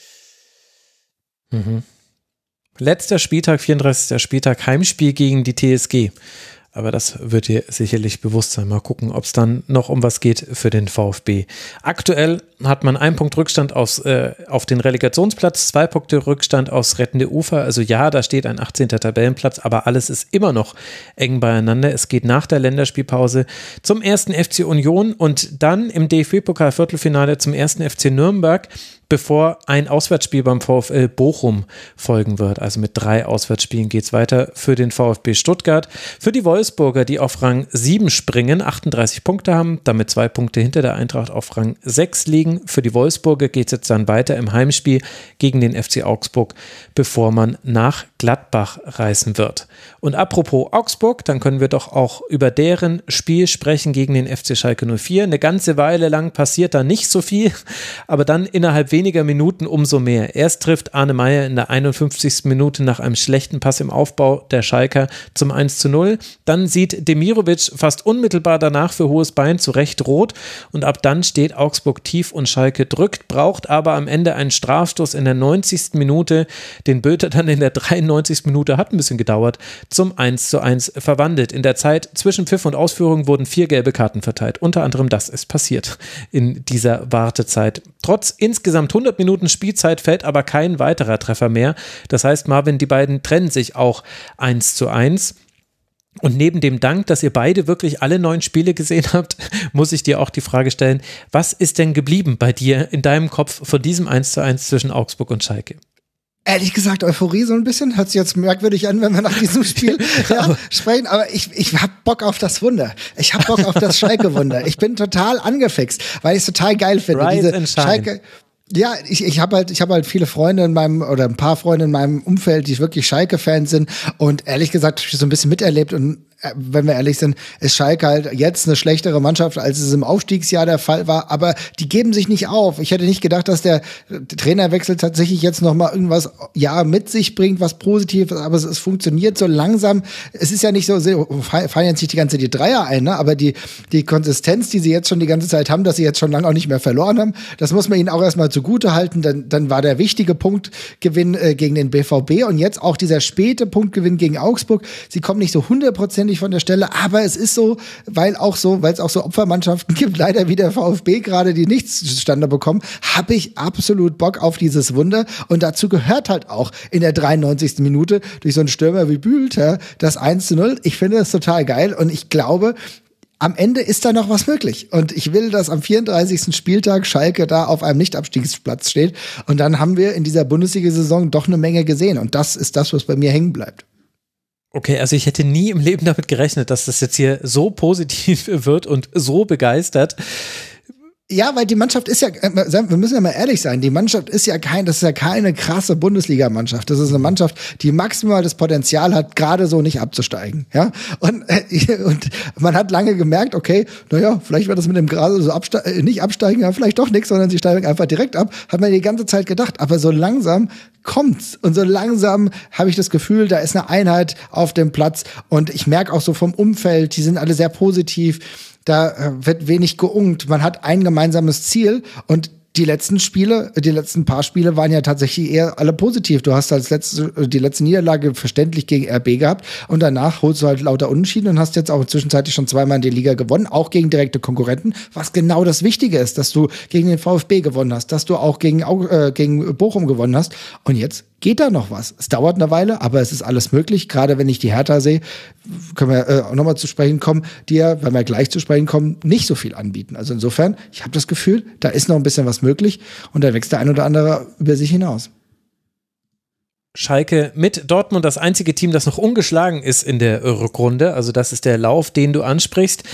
Mhm. Letzter Spieltag, vierunddreißigster Spieltag, Heimspiel gegen die T S G. Aber das wird dir sicherlich bewusst sein. Mal gucken, ob es dann noch um was geht für den VfB. Aktuell hat man einen Punkt Rückstand aus, äh, auf den Relegationsplatz, zwei Punkte Rückstand aufs rettende Ufer. Also ja, da steht ein achtzehnter Tabellenplatz, aber alles ist immer noch eng beieinander. Es geht nach der Länderspielpause zum ersten F C Union und dann im D F B-Pokal-Viertelfinale zum ersten F C Nürnberg, bevor ein Auswärtsspiel beim VfL Bochum folgen wird. Also mit drei Auswärtsspielen geht es weiter für den VfB Stuttgart. Für die Wolfsburger, die auf Rang sieben springen, achtunddreißig Punkte haben, damit zwei Punkte hinter der Eintracht auf Rang sechs liegen. Für die Wolfsburger geht es jetzt dann weiter im Heimspiel gegen den F C Augsburg, bevor man nach Gladbach reisen wird. Und apropos Augsburg, dann können wir doch auch über deren Spiel sprechen gegen den F C Schalke null vier. Eine ganze Weile lang passiert da nicht so viel, aber dann innerhalb weniger Minuten umso mehr. Erst trifft Arne Meyer in der einundfünfzigsten Minute nach einem schlechten Pass im Aufbau der Schalker zum eins zu null. Dann sieht Demirovic fast unmittelbar danach für hohes Bein zu Recht rot und ab dann steht Augsburg tief und Schalke drückt, braucht aber am Ende einen Strafstoß in der neunzigsten Minute, den Bülter dann in der dreiundneunzigsten Minute, hat ein bisschen gedauert, zum eins zu eins verwandelt. In der Zeit zwischen Pfiff und Ausführung wurden vier gelbe Karten verteilt. Unter anderem das ist passiert in dieser Wartezeit. Trotz insgesamt hundert Minuten Spielzeit fällt aber kein weiterer Treffer mehr. Das heißt, Marvin, die beiden trennen sich auch eins zu eins. Und neben dem Dank, dass ihr beide wirklich alle neun Spiele gesehen habt, muss ich dir auch die Frage stellen, was ist denn geblieben bei dir in deinem Kopf von diesem eins zu eins zwischen Augsburg und Schalke? Ehrlich gesagt, Euphorie so ein bisschen. Hört sich jetzt merkwürdig an, wenn wir nach diesem Spiel ja, sprechen. Aber ich, ich hab Bock auf das Wunder. Ich hab Bock auf das Schalke-Wunder. Ich bin total angefixt, weil ich es total geil finde. Rise Diese and shine. Schalke. Ja, ich, ich habe halt, ich habe halt viele Freunde in meinem, oder ein paar Freunde in meinem Umfeld, die wirklich Schalke-Fans sind. Und ehrlich gesagt, ich so ein bisschen miterlebt und wenn wir ehrlich sind, ist Schalke halt jetzt eine schlechtere Mannschaft, als es im Aufstiegsjahr der Fall war, aber die geben sich nicht auf. Ich hätte nicht gedacht, dass der Trainerwechsel tatsächlich jetzt noch mal irgendwas ja mit sich bringt, was Positives, aber es, es funktioniert so langsam. Es ist ja nicht so, fallen jetzt nicht die ganze die Dreier ein, ne? Aber die die Konsistenz, die sie jetzt schon die ganze Zeit haben, dass sie jetzt schon lange auch nicht mehr verloren haben, das muss man ihnen auch erstmal zugute halten. Dann, dann war der wichtige Punktgewinn äh, gegen den B V B und jetzt auch dieser späte Punktgewinn gegen Augsburg. Sie kommen nicht so hundertprozentig von der Stelle, aber es ist so, weil auch so, weil es auch so Opfermannschaften gibt, leider wie der VfB gerade, die nichts zustande bekommen, habe ich absolut Bock auf dieses Wunder und dazu gehört halt auch in der dreiundneunzigsten Minute durch so einen Stürmer wie Bülter das eins zu null. Ich finde das total geil und ich glaube, am Ende ist da noch was möglich. Und ich will, dass am vierunddreißigsten Spieltag Schalke da auf einem Nicht-Abstiegsplatz steht. Und dann haben wir in dieser Bundesliga-Saison doch eine Menge gesehen. Und das ist das, was bei mir hängen bleibt. Okay, also ich hätte nie im Leben damit gerechnet, dass das jetzt hier so positiv wird und so begeistert. Ja, weil die Mannschaft ist ja, wir müssen ja mal ehrlich sein, die Mannschaft ist ja kein, das ist ja keine krasse Bundesliga-Mannschaft. Das ist eine Mannschaft, die maximal das Potenzial hat, gerade so nicht abzusteigen. Ja, und, und man hat lange gemerkt, okay, naja, vielleicht wird das mit dem gerade so abste- nicht absteigen, ja, vielleicht doch nichts, sondern sie steigen einfach direkt ab. Hat man die ganze Zeit gedacht. Aber so langsam kommt's. Und so langsam habe ich das Gefühl, da ist eine Einheit auf dem Platz. Und ich merke auch so vom Umfeld, die sind alle sehr positiv. Da wird wenig geungt. Man hat ein gemeinsames Ziel und die letzten Spiele, die letzten paar Spiele waren ja tatsächlich eher alle positiv. Du hast als letzte, die letzte Niederlage verständlich gegen R B gehabt und danach holst du halt lauter Unentschieden und hast jetzt auch zwischenzeitlich schon zweimal in der Liga gewonnen, auch gegen direkte Konkurrenten, was genau das Wichtige ist, dass du gegen den VfB gewonnen hast, dass du auch gegen, äh, gegen Bochum gewonnen hast und jetzt geht da noch was. Es dauert eine Weile, aber es ist alles möglich. Gerade wenn ich die Hertha sehe, können wir äh, auch nochmal zu sprechen kommen, die ja, wenn wir gleich zu sprechen kommen, nicht so viel anbieten. Also insofern, ich habe das Gefühl, da ist noch ein bisschen was möglich und da wächst der ein oder andere über sich hinaus. Schalke mit Dortmund das einzige Team, das noch ungeschlagen ist in der Rückrunde. Also das ist der Lauf, den du ansprichst.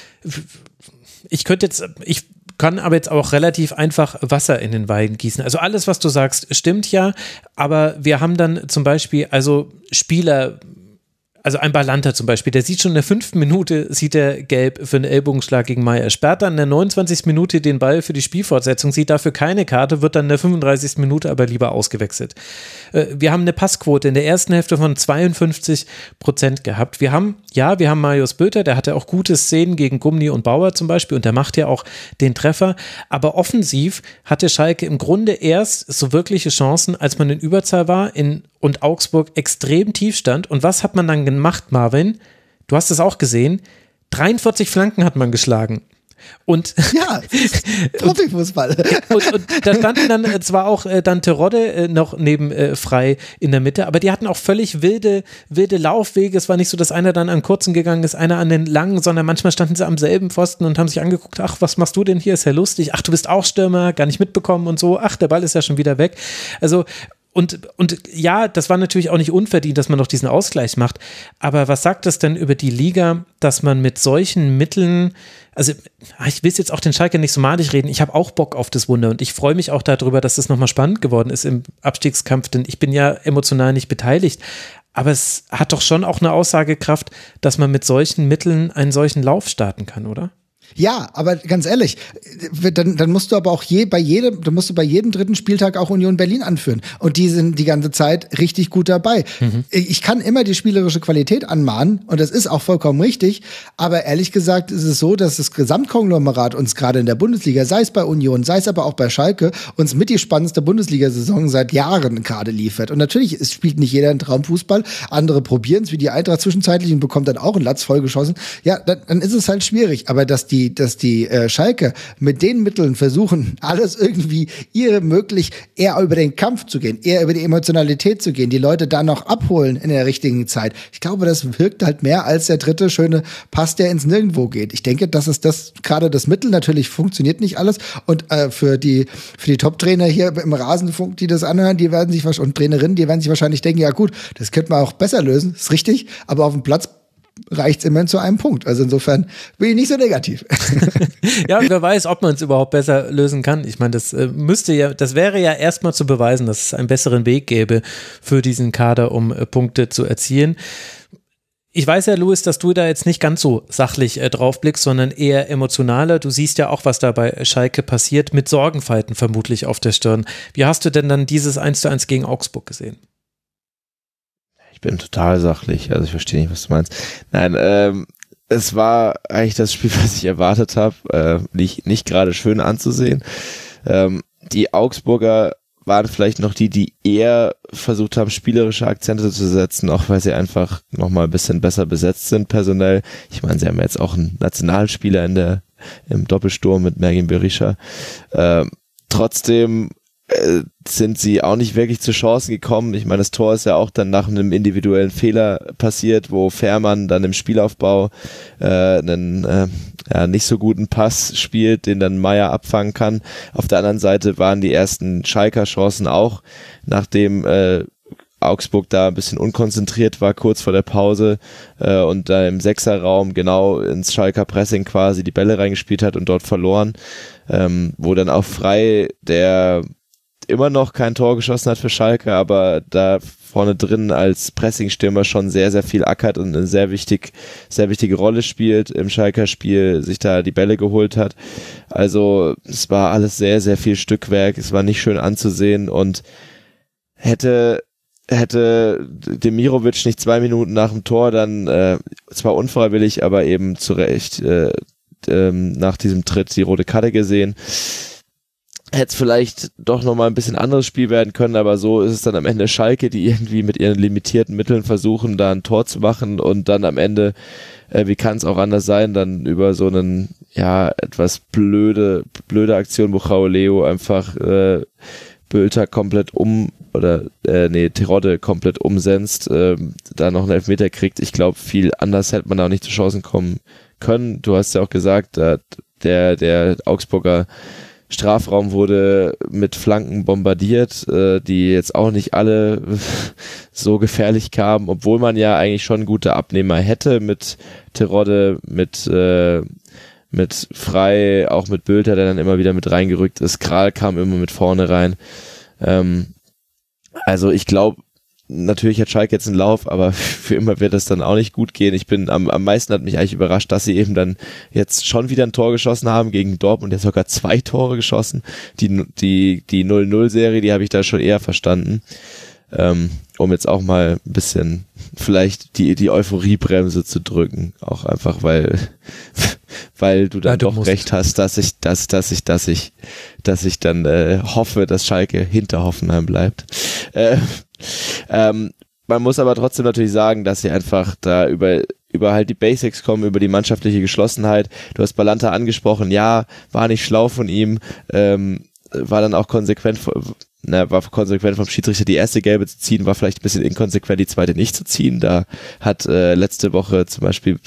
Ich könnte jetzt, ich kann aber jetzt auch relativ einfach Wasser in den Wein gießen. Also alles, was du sagst, stimmt ja, aber wir haben dann zum Beispiel, also Spieler, also ein Balanta zum Beispiel, der sieht schon in der fünften Minute, sieht er gelb für einen Ellbogenschlag gegen Meier, sperrt dann in der neunundzwanzigsten Minute den Ball für die Spielfortsetzung, sieht dafür keine Karte, wird dann in der fünfunddreißigsten Minute aber lieber ausgewechselt. Wir haben eine Passquote in der ersten Hälfte von zweiundfünfzig Prozent gehabt. Wir haben, ja, wir haben Marius Bülter, der hatte auch gute Szenen gegen Gumni und Bauer zum Beispiel und der macht ja auch den Treffer, aber offensiv hatte Schalke im Grunde erst so wirkliche Chancen, als man in Überzahl war in, und Augsburg extrem tief stand. Und was hat man dann gemacht, Marvin? Du hast es auch gesehen, dreiundvierzig Flanken hat man geschlagen. Und ja, Profifußball. und, und da standen dann äh, zwar auch äh, dann Terodde äh, noch neben äh, frei in der Mitte, aber die hatten auch völlig wilde, wilde Laufwege. Es war nicht so, dass einer dann an kurzen gegangen ist, einer an den langen, sondern manchmal standen sie am selben Pfosten und haben sich angeguckt, ach, was machst du denn hier? Ist ja lustig. Ach, du bist auch Stürmer, gar nicht mitbekommen und so. Ach, der Ball ist ja schon wieder weg. Also Und, und ja, das war natürlich auch nicht unverdient, dass man noch diesen Ausgleich macht. Aber was sagt das denn über die Liga, dass man mit solchen Mitteln, also ich will jetzt auch den Schalke nicht so malig reden, ich habe auch Bock auf das Wunder und ich freue mich auch darüber, dass das nochmal spannend geworden ist im Abstiegskampf, denn ich bin ja emotional nicht beteiligt. Aber es hat doch schon auch eine Aussagekraft, dass man mit solchen Mitteln einen solchen Lauf starten kann, oder? Ja, aber ganz ehrlich, dann, dann musst du aber auch je, bei jedem, dann musst du bei jedem dritten Spieltag auch Union Berlin anführen. Und die sind die ganze Zeit richtig gut dabei. Mhm. Ich kann immer die spielerische Qualität anmahnen und das ist auch vollkommen richtig. Aber ehrlich gesagt ist es so, dass das Gesamtkonglomerat uns gerade in der Bundesliga, sei es bei Union, sei es aber auch bei Schalke, uns mit die spannendste Bundesliga-Saison seit Jahren gerade liefert. Und natürlich es spielt nicht jeder einen Traumfußball. Andere probieren es, wie die Eintracht zwischenzeitlich und bekommt dann auch einen Latz vollgeschossen. Ja, dann, dann ist es halt schwierig. Aber dass die Die, dass die äh, Schalke mit den Mitteln versuchen, alles irgendwie ihre möglich eher über den Kampf zu gehen, eher über die Emotionalität zu gehen, die Leute da noch abholen in der richtigen Zeit. Ich glaube, das wirkt halt mehr als der dritte schöne Pass, der ins Nirgendwo geht. Ich denke, das ist das gerade das Mittel. Natürlich funktioniert nicht alles und äh, für die für die Top-Trainer hier im Rasenfunk, die das anhören, die werden sich und Trainerinnen, die werden sich wahrscheinlich denken, ja gut, das könnte man auch besser lösen, ist richtig, aber auf dem Platz reicht es immerhin zu einem Punkt. Also insofern bin ich nicht so negativ. Ja, wer weiß, ob man es überhaupt besser lösen kann. Ich meine, das äh, müsste ja, das wäre ja erstmal zu beweisen, dass es einen besseren Weg gäbe für diesen Kader, um äh, Punkte zu erzielen. Ich weiß ja, Louis, dass du da jetzt nicht ganz so sachlich äh, drauf blickst, sondern eher emotionaler. Du siehst ja auch, was da bei Schalke passiert, mit Sorgenfalten vermutlich auf der Stirn. Wie hast du denn dann dieses eins zu eins gegen Augsburg gesehen? Ich bin total sachlich, also ich verstehe nicht, was du meinst. Nein, ähm, es war eigentlich das Spiel, was ich erwartet habe, äh, nicht, nicht gerade schön anzusehen. Ähm, die Augsburger waren vielleicht noch die, die eher versucht haben, spielerische Akzente zu setzen, auch weil sie einfach nochmal ein bisschen besser besetzt sind personell. Ich meine, sie haben jetzt auch einen Nationalspieler in der, im Doppelsturm mit Mergin Berisha. Ähm, trotzdem äh, sind sie auch nicht wirklich zu Chancen gekommen. Ich meine, das Tor ist ja auch dann nach einem individuellen Fehler passiert, wo Fährmann dann im Spielaufbau äh, einen äh, ja, nicht so guten Pass spielt, den dann Meier abfangen kann. Auf der anderen Seite waren die ersten Schalker Chancen auch, nachdem äh, Augsburg da ein bisschen unkonzentriert war, kurz vor der Pause äh, und da im Sechserraum genau ins Schalker Pressing quasi die Bälle reingespielt hat und dort verloren, ähm, wo dann auch Frei, der immer noch kein Tor geschossen hat für Schalke, aber da vorne drin als Pressingstürmer schon sehr, sehr viel ackert und eine sehr wichtig, sehr wichtige Rolle spielt im Schalker Spiel, sich da die Bälle geholt hat. Also es war alles sehr, sehr viel Stückwerk, es war nicht schön anzusehen und hätte hätte Demirovic nicht zwei Minuten nach dem Tor dann, äh, zwar unfreiwillig, aber eben zu Recht äh, ähm, nach diesem Tritt die rote Karte gesehen, hätte es vielleicht doch nochmal ein bisschen anderes Spiel werden können, aber so ist es dann am Ende Schalke, die irgendwie mit ihren limitierten Mitteln versuchen, da ein Tor zu machen und dann am Ende, äh, wie kann es auch anders sein, dann über so einen, ja, etwas blöde, blöde Aktion, wo Rauleo einfach äh, Bülter komplett um oder äh, nee, Terodde komplett umsetzt, äh, da noch einen Elfmeter kriegt. Ich glaube, viel anders hätte man da auch nicht zu Chancen kommen können. Du hast ja auch gesagt, äh, der der Augsburger Strafraum wurde mit Flanken bombardiert, äh, die jetzt auch nicht alle so gefährlich kamen, obwohl man ja eigentlich schon gute Abnehmer hätte mit Terodde, mit äh, mit Frei, auch mit Bülter, der dann immer wieder mit reingerückt ist. Kral kam immer mit vorne rein. Ähm, also ich glaube, natürlich hat Schalke jetzt einen Lauf, aber für immer wird das dann auch nicht gut gehen. Ich bin am, am meisten hat mich eigentlich überrascht, dass sie eben dann jetzt schon wieder ein Tor geschossen haben gegen Dortmund, der hat sogar zwei Tore geschossen. Die die die null null Serie, die habe ich da schon eher verstanden. Ähm, um jetzt auch mal ein bisschen vielleicht die die Euphoriebremse zu drücken, auch einfach weil weil du dann ja, du doch musst. recht hast, dass ich dass dass ich dass ich dass ich dann äh, hoffe, dass Schalke hinter Hoffenheim bleibt. Äh, ähm, man muss aber trotzdem natürlich sagen, dass sie einfach da über über halt die Basics kommen, über die mannschaftliche Geschlossenheit. Du hast Balanta angesprochen, ja, war nicht schlau von ihm, ähm, war dann auch konsequent Na, war konsequent vom Schiedsrichter die erste gelbe zu ziehen, war vielleicht ein bisschen inkonsequent, die zweite nicht zu ziehen. Da hat äh, letzte Woche zum Beispiel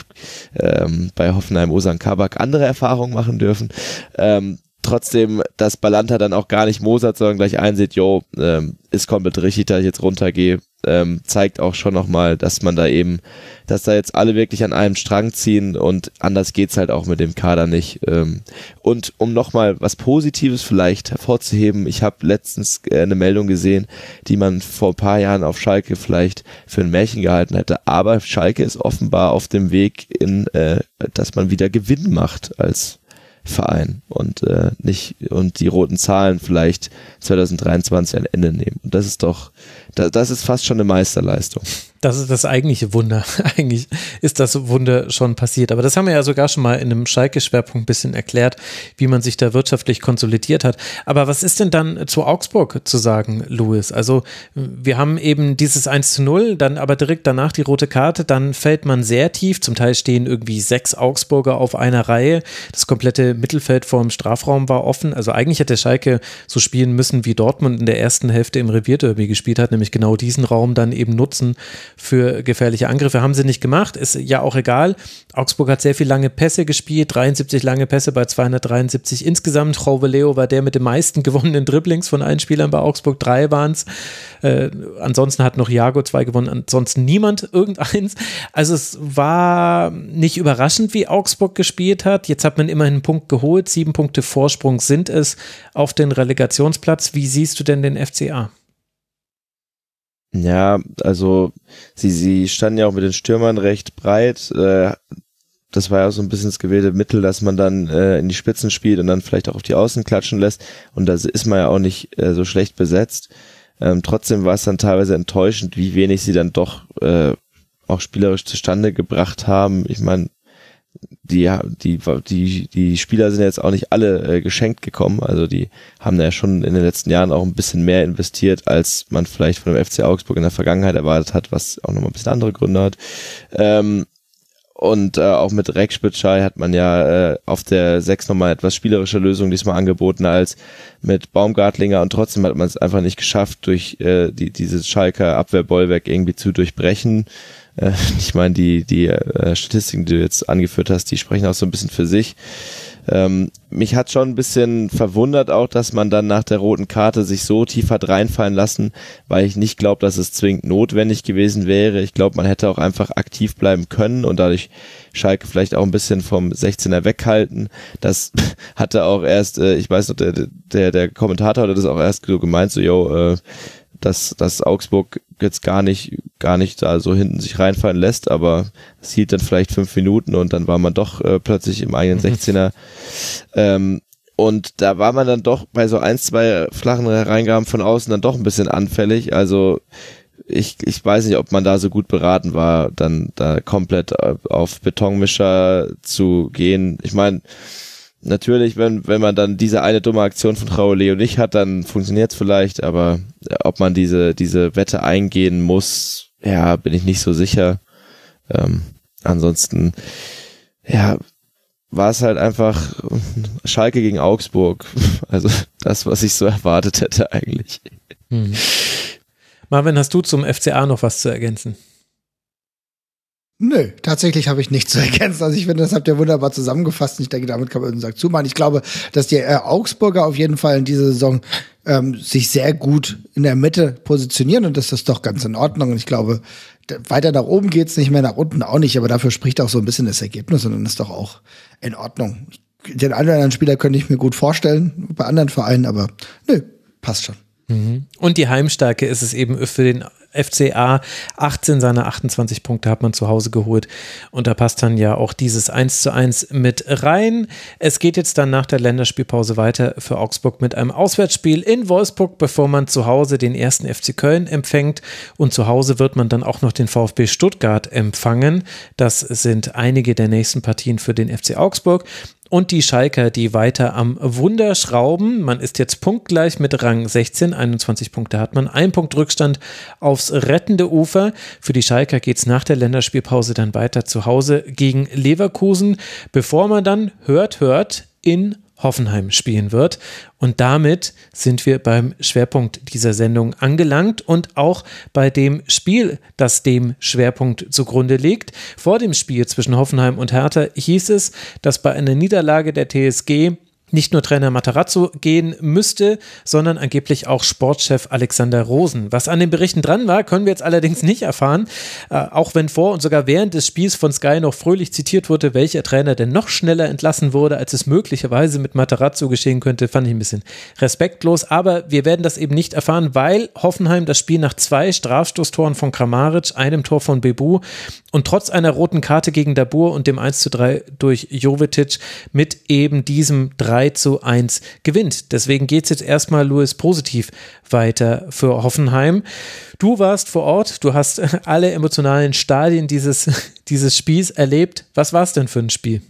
ähm, bei Hoffenheim Ozan Kabak andere Erfahrungen machen dürfen. Ähm, trotzdem, dass Balanta dann auch gar nicht mosert, sondern gleich einsieht, jo, ähm, ist komplett richtig, dass ich jetzt runtergehe, ähm, zeigt auch schon nochmal, dass man da eben, dass da jetzt alle wirklich an einem Strang ziehen und anders geht's halt auch mit dem Kader nicht. Ähm, und um nochmal was Positives vielleicht hervorzuheben, ich habe letztens äh, eine Meldung gesehen, die man vor ein paar Jahren auf Schalke vielleicht für ein Märchen gehalten hätte, aber Schalke ist offenbar auf dem Weg in, äh, dass man wieder Gewinn macht als Verein und äh, nicht und die roten Zahlen vielleicht zwanzig dreiundzwanzig ein Ende nehmen. Und das ist doch, das, das ist fast schon eine Meisterleistung. Das ist das eigentliche Wunder. Eigentlich ist das Wunder schon passiert. Aber das haben wir ja sogar schon mal in einem Schalke-Schwerpunkt ein bisschen erklärt, wie man sich da wirtschaftlich konsolidiert hat. Aber was ist denn dann zu Augsburg zu sagen, Louis? Also wir haben eben dieses eins zu null, dann aber direkt danach die rote Karte, dann fällt man sehr tief. Zum Teil stehen irgendwie sechs Augsburger auf einer Reihe. Das komplette Mittelfeld vor dem Strafraum war offen. Also eigentlich hätte Schalke so spielen müssen, wie Dortmund in der ersten Hälfte im Revierderby gespielt hat, nämlich genau diesen Raum dann eben nutzen für gefährliche Angriffe. Haben sie nicht gemacht, ist ja auch egal. Augsburg hat sehr viel lange Pässe gespielt, dreiundsiebzig lange Pässe bei zweihundertdreiundsiebzig insgesamt. Rauleo war der mit den meisten gewonnenen Dribblings von allen Spielern bei Augsburg, drei waren es. Äh, ansonsten hat noch Jago zwei gewonnen, ansonsten niemand irgendeins. Also es war nicht überraschend, wie Augsburg gespielt hat. Jetzt hat man immerhin einen Punkt geholt, sieben Punkte Vorsprung sind es auf den Relegationsplatz. Wie siehst du denn den F C A? Ja, also sie, sie standen ja auch mit den Stürmern recht breit. Äh, das war ja auch so ein bisschen das gewählte Mittel, dass man dann äh, in die Spitzen spielt und dann vielleicht auch auf die Außen klatschen lässt. Und da ist man ja auch nicht äh, so schlecht besetzt. Ähm, trotzdem war es dann teilweise enttäuschend, wie wenig sie dann doch äh, auch spielerisch zustande gebracht haben. Ich meine, die die die die Spieler sind jetzt auch nicht alle äh, geschenkt gekommen, also die haben ja schon in den letzten Jahren auch ein bisschen mehr investiert, als man vielleicht von dem F C Augsburg in der Vergangenheit erwartet hat, was auch nochmal ein bisschen andere Gründe hat. Ähm, und äh, auch mit Rex Bitschei hat man ja äh, auf der sechs nochmal etwas spielerische Lösung diesmal angeboten als mit Baumgartlinger und trotzdem hat man es einfach nicht geschafft, durch äh, die dieses Schalker Abwehrbollwerk irgendwie zu durchbrechen. Äh, ich meine, die, die äh, Statistiken, die du jetzt angeführt hast, die sprechen auch so ein bisschen für sich. Ähm, mich hat schon ein bisschen verwundert auch, dass man dann nach der roten Karte sich so tief hat reinfallen lassen, weil ich nicht glaube, dass es zwingend notwendig gewesen wäre. Ich glaube, man hätte auch einfach aktiv bleiben können und dadurch Schalke vielleicht auch ein bisschen vom sechzehner weghalten. Das hatte auch erst, äh, ich weiß noch, der, der, der Kommentator hat das auch erst so gemeint, so, yo, äh, dass, dass Augsburg jetzt gar nicht, gar nicht da so hinten sich reinfallen lässt, aber es hielt dann vielleicht fünf Minuten und dann war man doch äh, plötzlich im eigenen sechzehner. Ähm, und da war man dann doch bei so ein, zwei flachen Reingaben von außen dann doch ein bisschen anfällig. Also ich, ich weiß nicht, ob man da so gut beraten war, dann da komplett auf Betonmischer zu gehen. Ich meine, natürlich, wenn wenn man dann diese eine dumme Aktion von Raul Leo nicht hat, dann funktioniert es vielleicht, aber ob man diese diese Wette eingehen muss, ja, bin ich nicht so sicher. Ähm, ansonsten, ja, war es halt einfach Schalke gegen Augsburg. Also das, was ich so erwartet hätte eigentlich. Hm. Marvin, hast du zum F C A noch was zu ergänzen? Nö, tatsächlich habe ich nichts zu ergänzen. Also ich finde, das habt ihr wunderbar zusammengefasst. Und ich denke, damit kann man unseren Sack zumachen. Ich glaube, dass die äh, Augsburger auf jeden Fall in dieser Saison ähm, sich sehr gut in der Mitte positionieren und das ist doch ganz in Ordnung. Und ich glaube, weiter nach oben geht's nicht mehr, nach unten auch nicht. Aber dafür spricht auch so ein bisschen das Ergebnis und dann ist doch auch in Ordnung. Den einen oder anderen Spieler könnte ich mir gut vorstellen bei anderen Vereinen, aber nö, passt schon. Und die Heimstärke ist es eben für den F C A. achtzehn seiner achtundzwanzig Punkte hat man zu Hause geholt und da passt dann ja auch dieses eins zu eins mit rein. Es geht jetzt dann nach der Länderspielpause weiter für Augsburg mit einem Auswärtsspiel in Wolfsburg, bevor man zu Hause den ersten F C Köln empfängt und zu Hause wird man dann auch noch den VfB Stuttgart empfangen. Das sind einige der nächsten Partien für den F C Augsburg. Und die Schalker, die weiter am Wunder schrauben. Man ist jetzt punktgleich mit Rang sechzehn, einundzwanzig Punkte hat man, ein Punkt Rückstand aufs rettende Ufer. Für die Schalker geht es nach der Länderspielpause dann weiter zu Hause gegen Leverkusen, bevor man dann, hört, hört, in Hoffenheim spielen wird. Und damit sind wir beim Schwerpunkt dieser Sendung angelangt und auch bei dem Spiel, das dem Schwerpunkt zugrunde liegt. Vor dem Spiel zwischen Hoffenheim und Hertha hieß es, dass bei einer Niederlage der T S G nicht nur Trainer Matarazzo gehen müsste, sondern angeblich auch Sportchef Alexander Rosen. Was an den Berichten dran war, können wir jetzt allerdings nicht erfahren, äh, auch wenn vor und sogar während des Spiels von Sky noch fröhlich zitiert wurde, welcher Trainer denn noch schneller entlassen wurde, als es möglicherweise mit Matarazzo geschehen könnte, fand ich ein bisschen respektlos, aber wir werden das eben nicht erfahren, weil Hoffenheim das Spiel nach zwei Strafstoßtoren von Kramaric, einem Tor von Bebu und trotz einer roten Karte gegen Dabur und dem eins zu drei durch Jovetic mit eben diesem drei zu eins gewinnt. Deswegen geht es jetzt erstmal, Louis, positiv weiter für Hoffenheim. Du warst vor Ort, du hast alle emotionalen Stadien dieses, dieses Spiels erlebt. Was war es denn für ein Spiel?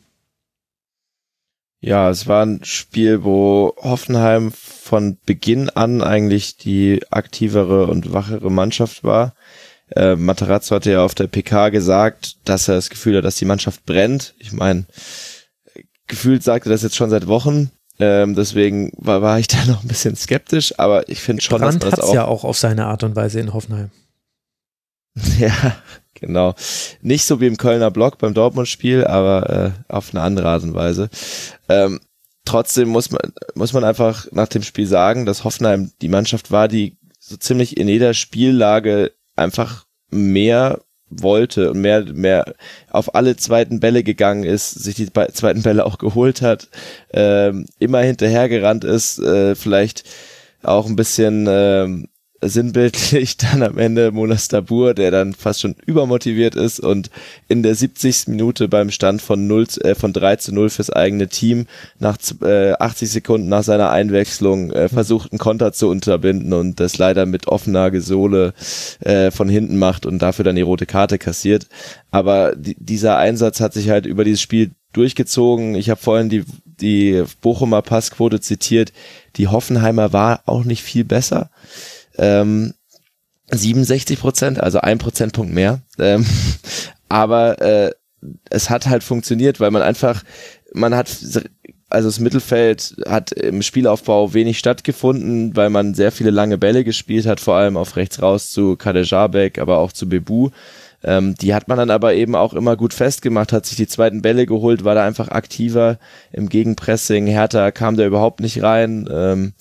Ja, es war ein Spiel, wo Hoffenheim von Beginn an eigentlich die aktivere und wachere Mannschaft war. Äh, Matarazzo hatte ja auf der P K gesagt, dass er das Gefühl hat, dass die Mannschaft brennt. Ich meine, gefühlt sagte das jetzt schon seit Wochen, ähm, deswegen war, war ich da noch ein bisschen skeptisch, aber ich finde schon, Brandt dass man das auch... ja auch auf seine Art und Weise in Hoffenheim. Ja, genau. Nicht so wie im Kölner Block beim Dortmund-Spiel, aber äh, auf eine andere Art und Weise. Ähm, trotzdem muss man, muss man einfach nach dem Spiel sagen, dass Hoffenheim die Mannschaft war, die so ziemlich in jeder Spiellage einfach mehr wollte und mehr mehr auf alle zweiten Bälle gegangen ist, sich die zweiten Bälle auch geholt hat, ähm, immer hinterhergerannt ist, äh, vielleicht auch ein bisschen ähm, sinnbildlich dann am Ende Munas Dabur, der dann fast schon übermotiviert ist und in der siebzigsten Minute beim Stand von null äh, von drei zu null fürs eigene Team nach äh, achtzig Sekunden nach seiner Einwechslung äh, versucht, einen Konter zu unterbinden und das leider mit offener Sohle äh, von hinten macht und dafür dann die rote Karte kassiert. Aber die, dieser Einsatz hat sich halt über dieses Spiel durchgezogen. Ich habe vorhin die die Bochumer Passquote zitiert. Die Hoffenheimer war auch nicht viel besser. Ähm, siebenundsechzig Prozent, also ein Prozentpunkt mehr. Ähm, aber äh, es hat halt funktioniert, weil man einfach, man hat, also das Mittelfeld hat im Spielaufbau wenig stattgefunden, weil man sehr viele lange Bälle gespielt hat, vor allem auf rechts raus zu Kaderabek, aber auch zu Bebu. Ähm, die hat man dann aber eben auch immer gut festgemacht, hat sich die zweiten Bälle geholt, war da einfach aktiver im Gegenpressing. Hertha kam da überhaupt nicht rein. Ähm,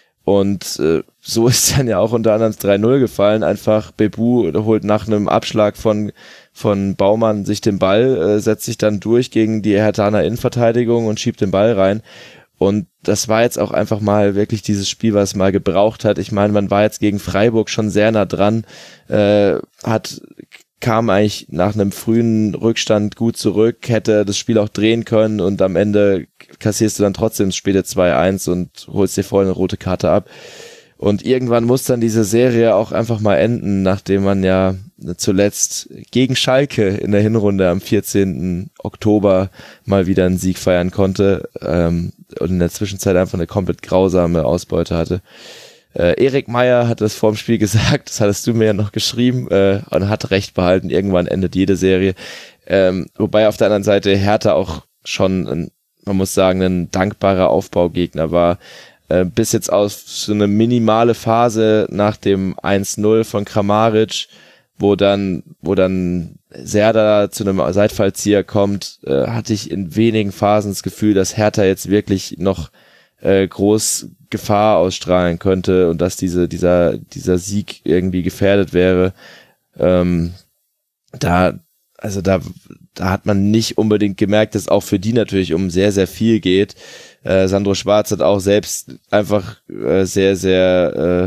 und äh, so ist dann ja auch unter anderem drei null gefallen. Einfach Bebu holt nach einem Abschlag von von Baumann sich den Ball, äh, setzt sich dann durch gegen die Herthaner Innenverteidigung und schiebt den Ball rein. Und das war jetzt auch einfach mal wirklich dieses Spiel, was es mal gebraucht hat. Ich meine, man war jetzt gegen Freiburg schon sehr nah dran, äh, hat kam eigentlich nach einem frühen Rückstand gut zurück, hätte das Spiel auch drehen können und am Ende kassierst du dann trotzdem das späte zwei eins und holst dir vorher eine rote Karte ab. Und irgendwann muss dann diese Serie auch einfach mal enden, nachdem man ja zuletzt gegen Schalke in der Hinrunde am vierzehnten Oktober mal wieder einen Sieg feiern konnte ähm, und in der Zwischenzeit einfach eine komplett grausame Ausbeute hatte. Äh, Erik Meyer hat das vorm Spiel gesagt, das hattest du mir ja noch geschrieben, äh, und hat recht behalten, irgendwann endet jede Serie. Ähm, wobei auf der anderen Seite Hertha auch schon, ein, man muss sagen, ein dankbarer Aufbaugegner war. Äh, bis jetzt aus so eine minimale Phase nach dem eins null von Kramaric, wo dann, wo dann Serdar zu einem Seitfallzieher kommt, äh, hatte ich in wenigen Phasen das Gefühl, dass Hertha jetzt wirklich noch äh, groß Gefahr ausstrahlen könnte und dass diese, dieser, dieser Sieg irgendwie gefährdet wäre. Ähm, da, also da, da hat man nicht unbedingt gemerkt, dass auch für die natürlich um sehr, sehr viel geht. Äh, Sandro Schwarz hat auch selbst einfach äh, sehr, sehr,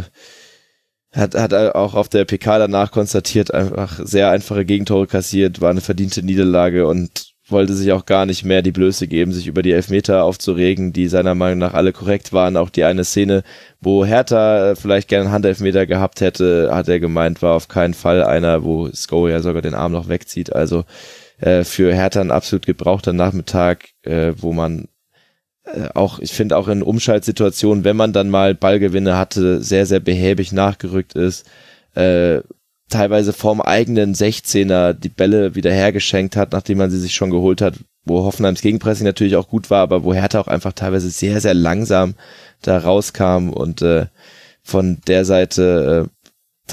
äh, hat, hat auch auf der P K danach konstatiert, einfach sehr einfache Gegentore kassiert, war eine verdiente Niederlage und wollte sich auch gar nicht mehr die Blöße geben, sich über die Elfmeter aufzuregen, die seiner Meinung nach alle korrekt waren. Auch die eine Szene, wo Hertha vielleicht gerne einen Handelfmeter gehabt hätte, hat er gemeint, war auf keinen Fall einer, wo Sko ja sogar den Arm noch wegzieht. Also äh, für Hertha ein absolut gebrauchter Nachmittag, äh, wo man äh, auch, ich finde auch in Umschaltsituationen, wenn man dann mal Ballgewinne hatte, sehr, sehr behäbig nachgerückt ist, äh, teilweise vorm eigenen sechzehner die Bälle wieder hergeschenkt hat, nachdem man sie sich schon geholt hat, wo Hoffenheims Gegenpressing natürlich auch gut war, aber wo Hertha auch einfach teilweise sehr, sehr langsam da rauskam und äh, von der Seite äh,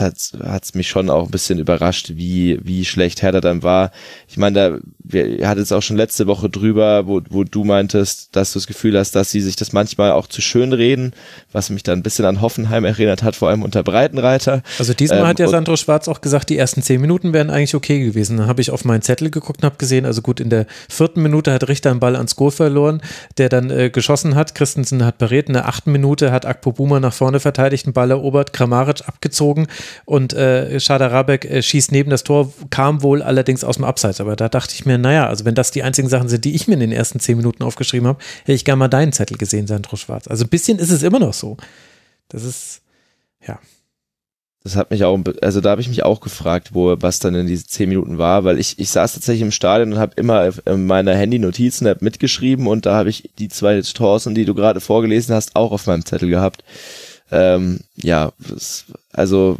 hat es mich schon auch ein bisschen überrascht, wie wie schlecht Hertha dann war. Ich meine, da wir hatten es auch schon letzte Woche drüber, wo wo du meintest, dass du das Gefühl hast, dass sie sich das manchmal auch zu schön reden, was mich dann ein bisschen an Hoffenheim erinnert hat, vor allem unter Breitenreiter. Also diesmal ähm, hat ja Sandro Schwarz auch gesagt, die ersten zehn Minuten wären eigentlich okay gewesen. Dann habe ich auf meinen Zettel geguckt und habe gesehen, also gut, in der vierten Minute hat Richter einen Ball ans Goal verloren, der dann äh, geschossen hat. Christensen hat pariert. In der achten Minute hat Akpo Buma nach vorne verteidigt, einen Ball erobert, Kramaric abgezogen und äh, Kaderabek äh, schießt neben das Tor, kam wohl allerdings aus dem Abseits. Aber da dachte ich mir, naja, also wenn das die einzigen Sachen sind, die ich mir in den ersten zehn Minuten aufgeschrieben habe, hätte ich gerne mal deinen Zettel gesehen, Sandro Schwarz. Also ein bisschen ist es immer noch so. Das ist, ja. Das hat mich auch, also da habe ich mich auch gefragt, wo, was dann in diesen zehn Minuten war, weil ich, ich saß tatsächlich im Stadion und habe immer in meiner Handy-Notizen-App mitgeschrieben und da habe ich die zwei Chancen, die du gerade vorgelesen hast, auch auf meinem Zettel gehabt. Ähm, ja, das, also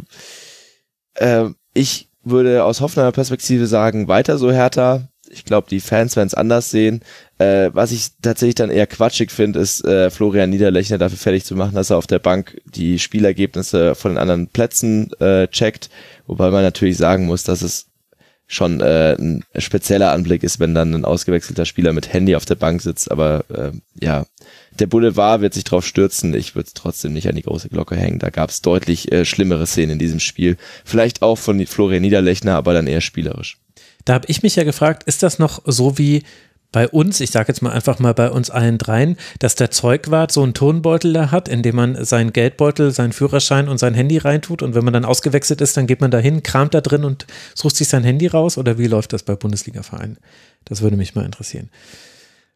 äh, ich würde aus Hoffenheimer Perspektive sagen, weiter so Hertha. Ich glaube, die Fans werden es anders sehen. Äh, was ich tatsächlich dann eher quatschig finde, ist äh, Florian Niederlechner dafür fertig zu machen, dass er auf der Bank die Spielergebnisse von den anderen Plätzen äh, checkt. Wobei man natürlich sagen muss, dass es schon äh, ein spezieller Anblick ist, wenn dann ein ausgewechselter Spieler mit Handy auf der Bank sitzt. Aber äh, ja, der Boulevard wird sich drauf stürzen. Ich würde es trotzdem nicht an die große Glocke hängen. Da gab es deutlich äh, schlimmere Szenen in diesem Spiel. Vielleicht auch von Florian Niederlechner, aber dann eher spielerisch. Da habe ich mich ja gefragt, ist das noch so wie bei uns, ich sage jetzt mal einfach mal bei uns allen dreien, dass der Zeugwart so einen Turnbeutel da hat, in dem man seinen Geldbeutel, seinen Führerschein und sein Handy reintut und wenn man dann ausgewechselt ist, dann geht man da hin, kramt da drin und sucht sich sein Handy raus oder wie läuft das bei Bundesliga-Vereinen? Das würde mich mal interessieren.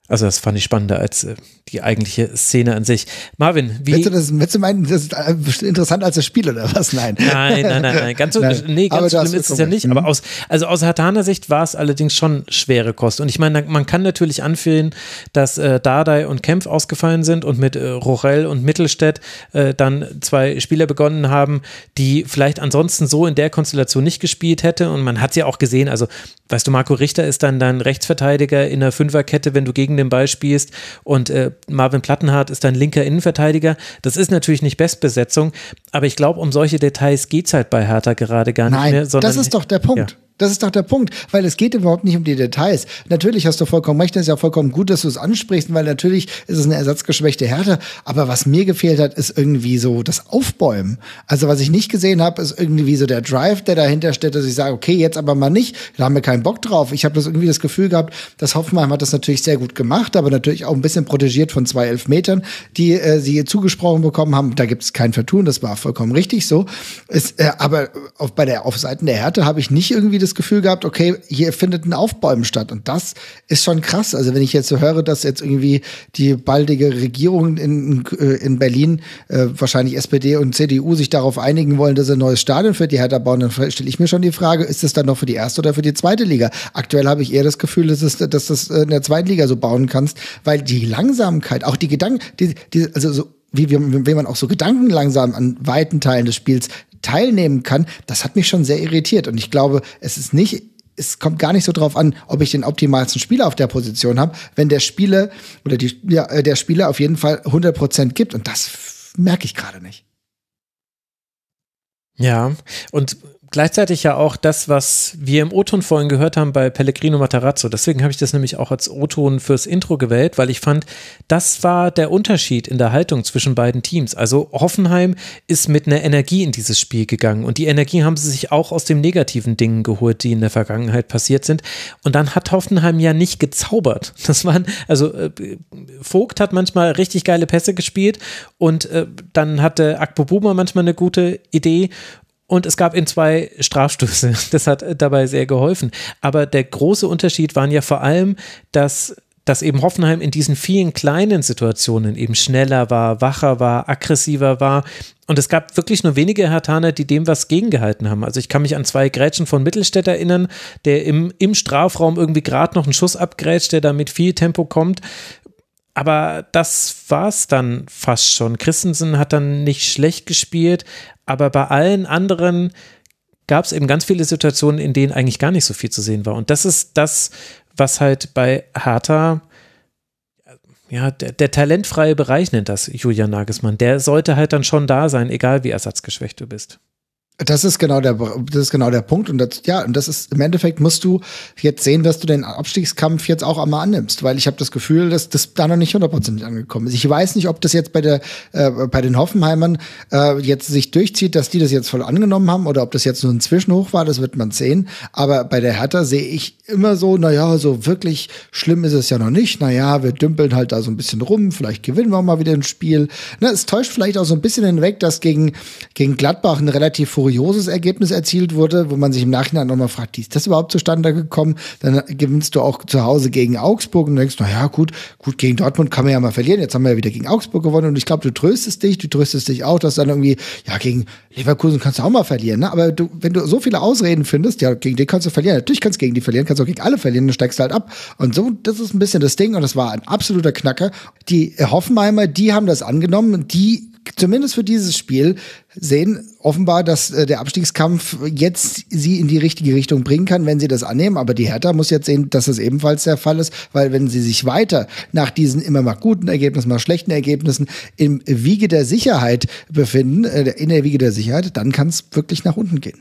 Also das fand ich spannender als äh, die eigentliche Szene an sich. Marvin, wie... Willst du, das, willst du meinen, das ist interessant als das Spiel oder was? Nein. Nein, nein, nein, nein. Ganz so, nein. Nee, ganz Aber schlimm ist es ja nicht. Aber aus, also aus Herthaner Sicht war es allerdings schon schwere Kost. Und ich meine, man kann natürlich anführen, dass äh, Dardai und Kempf ausgefallen sind und mit äh, Rochell und Mittelstädt äh, dann zwei Spieler begonnen haben, die vielleicht ansonsten so in der Konstellation nicht gespielt hätte. Und man hat es ja auch gesehen, also weißt du, Marco Richter ist dann dein Rechtsverteidiger in der Fünferkette, wenn du gegen den Ball spielst, und äh, Marvin Plattenhardt ist dein linker Innenverteidiger. Das ist natürlich nicht Bestbesetzung, aber ich glaube, um solche Details geht es halt bei Hertha gerade gar nicht Nein, mehr. Sondern, das ist doch der Punkt. Ja. Das ist doch der Punkt, weil es geht überhaupt nicht um die Details. Natürlich hast du vollkommen recht, das ist ja vollkommen gut, dass du es ansprichst, weil natürlich ist es eine ersatzgeschwächte Hertha, aber was mir gefehlt hat, ist irgendwie so das Aufbäumen. Also was ich nicht gesehen habe, ist irgendwie so der Drive, der dahinter steht, dass ich sage, okay, jetzt aber mal nicht, da haben wir keinen Bock drauf. Ich habe das irgendwie das Gefühl gehabt, dass Hoffenheim hat das natürlich sehr gut gemacht, aber natürlich auch ein bisschen protegiert von zwei Elfmetern, die äh, sie zugesprochen bekommen haben. Da gibt es kein Vertun, das war vollkommen richtig so. Es, äh, aber auf, bei der, auf Seiten der Hertha habe ich nicht irgendwie das Gefühl gehabt, okay, hier findet ein Aufbäumen statt. Und das ist schon krass. Also wenn ich jetzt so höre, dass jetzt irgendwie die baldige Regierung in, in Berlin, äh, wahrscheinlich S P D und C D U, sich darauf einigen wollen, dass sie ein neues Stadion für die Hertha bauen, dann stelle ich mir schon die Frage, ist das dann noch für die erste oder für die zweite Liga? Aktuell habe ich eher das Gefühl, dass du dass das in der zweiten Liga so bauen kannst, weil die Langsamkeit, auch die Gedanken, die, die, also so wie, wie, wie man auch so gedankenlangsam an weiten Teilen des Spiels teilnehmen kann, das hat mich schon sehr irritiert. Und ich glaube, es ist nicht, es kommt gar nicht so drauf an, ob ich den optimalsten Spieler auf der Position habe, wenn der Spieler oder die, ja, der Spieler auf jeden Fall hundert Prozent gibt. Und das merke ich gerade nicht. Ja, und gleichzeitig ja auch das, was wir im O-Ton vorhin gehört haben bei Pellegrino Matarazzo. Deswegen habe ich das nämlich auch als O-Ton fürs Intro gewählt, weil ich fand, das war der Unterschied in der Haltung zwischen beiden Teams. Also Hoffenheim ist mit einer Energie in dieses Spiel gegangen und die Energie haben sie sich auch aus den negativen Dingen geholt, die in der Vergangenheit passiert sind. Und dann hat Hoffenheim ja nicht gezaubert. Das waren, also äh, Vogt hat manchmal richtig geile Pässe gespielt und äh, dann hatte Akpo Buma manchmal eine gute Idee. Und es gab in zwei Strafstöße. Das hat dabei sehr geholfen. Aber der große Unterschied waren ja vor allem, dass, dass eben Hoffenheim in diesen vielen kleinen Situationen eben schneller war, wacher war, aggressiver war. Und es gab wirklich nur wenige Herthaner, die dem was gegengehalten haben. Also ich kann mich an zwei Grätschen von Mittelstädt erinnern, der im, im Strafraum irgendwie gerade noch einen Schuss abgrätscht, der da mit viel Tempo kommt. Aber das war's dann fast schon. Christensen hat dann nicht schlecht gespielt, aber bei allen anderen gab es eben ganz viele Situationen, in denen eigentlich gar nicht so viel zu sehen war. Und das ist das, was halt bei Hertha, ja, der, der talentfreie Bereich nennt das Julian Nagelsmann. Der sollte halt dann schon da sein, egal wie ersatzgeschwächt du bist. Das ist genau der, das ist genau der Punkt. Und das, ja, und das ist, im Endeffekt musst du jetzt sehen, dass du den Abstiegskampf jetzt auch einmal annimmst, weil ich habe das Gefühl, dass das da noch nicht hundertprozentig angekommen ist. Ich weiß nicht, ob das jetzt bei der, äh, bei den Hoffenheimern äh, jetzt sich durchzieht, dass die das jetzt voll angenommen haben oder ob das jetzt nur ein Zwischenhoch war, das wird man sehen. Aber bei der Hertha sehe ich immer so, naja, so wirklich schlimm ist es ja noch nicht. Naja, wir dümpeln halt da so ein bisschen rum, vielleicht gewinnen wir auch mal wieder ein Spiel. Na, es täuscht vielleicht auch so ein bisschen hinweg, dass gegen, gegen Gladbach ein relativ kurioses Ergebnis erzielt wurde, wo man sich im Nachhinein nochmal fragt, wie ist das überhaupt zustande gekommen? Dann gewinnst du auch zu Hause gegen Augsburg und denkst, na ja, gut, gut, gegen Dortmund kann man ja mal verlieren. Jetzt haben wir ja wieder gegen Augsburg gewonnen und ich glaube, du tröstest dich, du tröstest dich auch, dass dann irgendwie, ja, gegen Leverkusen kannst du auch mal verlieren, ne? Aber du, wenn du so viele Ausreden findest, ja, gegen die kannst du verlieren. Natürlich kannst du gegen die verlieren, kannst du auch gegen alle verlieren, dann steigst du halt ab. Und so, das ist ein bisschen das Ding und das war ein absoluter Knacker. Die Hoffenheimer, die haben das angenommen, die zumindest für dieses Spiel sehen offenbar, dass äh, der Abstiegskampf jetzt sie in die richtige Richtung bringen kann, wenn sie das annehmen. Aber die Hertha muss jetzt sehen, dass das ebenfalls der Fall ist, weil wenn sie sich weiter nach diesen immer mal guten Ergebnissen, mal schlechten Ergebnissen im Wiege der Sicherheit befinden, äh, in der Wiege der Sicherheit, dann kann es wirklich nach unten gehen.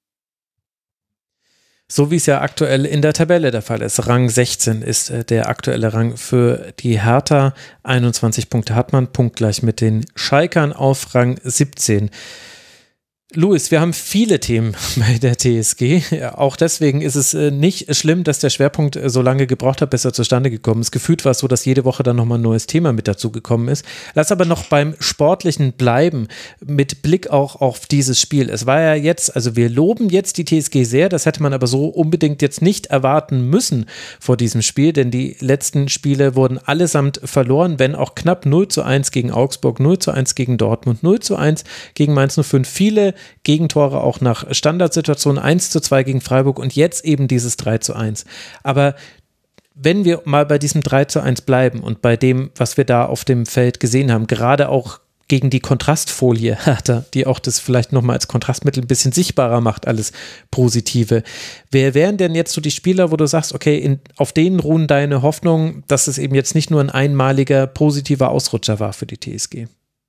So wie es ja aktuell in der Tabelle der Fall ist. Rang sechzehn ist äh, der aktuelle Rang für die Hertha. einundzwanzig Punkte hat man, punktgleich mit den Schalkern auf Rang siebzehn. Louis, wir haben viele Themen bei der T S G. Auch deswegen ist es nicht schlimm, dass der Schwerpunkt so lange gebraucht hat, bis er zustande gekommen ist. Gefühlt war es so, dass jede Woche dann nochmal ein neues Thema mit dazu gekommen ist. Lass aber noch beim Sportlichen bleiben, mit Blick auch auf dieses Spiel. Es war ja jetzt, also wir loben jetzt die T S G sehr, das hätte man aber so unbedingt jetzt nicht erwarten müssen vor diesem Spiel, denn die letzten Spiele wurden allesamt verloren, wenn auch knapp null zu eins gegen Augsburg, null zu eins gegen Dortmund, null zu eins gegen Mainz null fünf. Viele Gegentore auch nach Standardsituationen, eins zu zwei gegen Freiburg und jetzt eben dieses drei zu eins. Aber wenn wir mal bei diesem drei zu eins bleiben und bei dem, was wir da auf dem Feld gesehen haben, gerade auch gegen die Kontrastfolie, die auch das vielleicht nochmal als Kontrastmittel ein bisschen sichtbarer macht, alles Positive. Wer wären denn jetzt so die Spieler, wo du sagst, okay, in, auf denen ruhen deine Hoffnungen, dass es eben jetzt nicht nur ein einmaliger positiver Ausrutscher war für die T S G?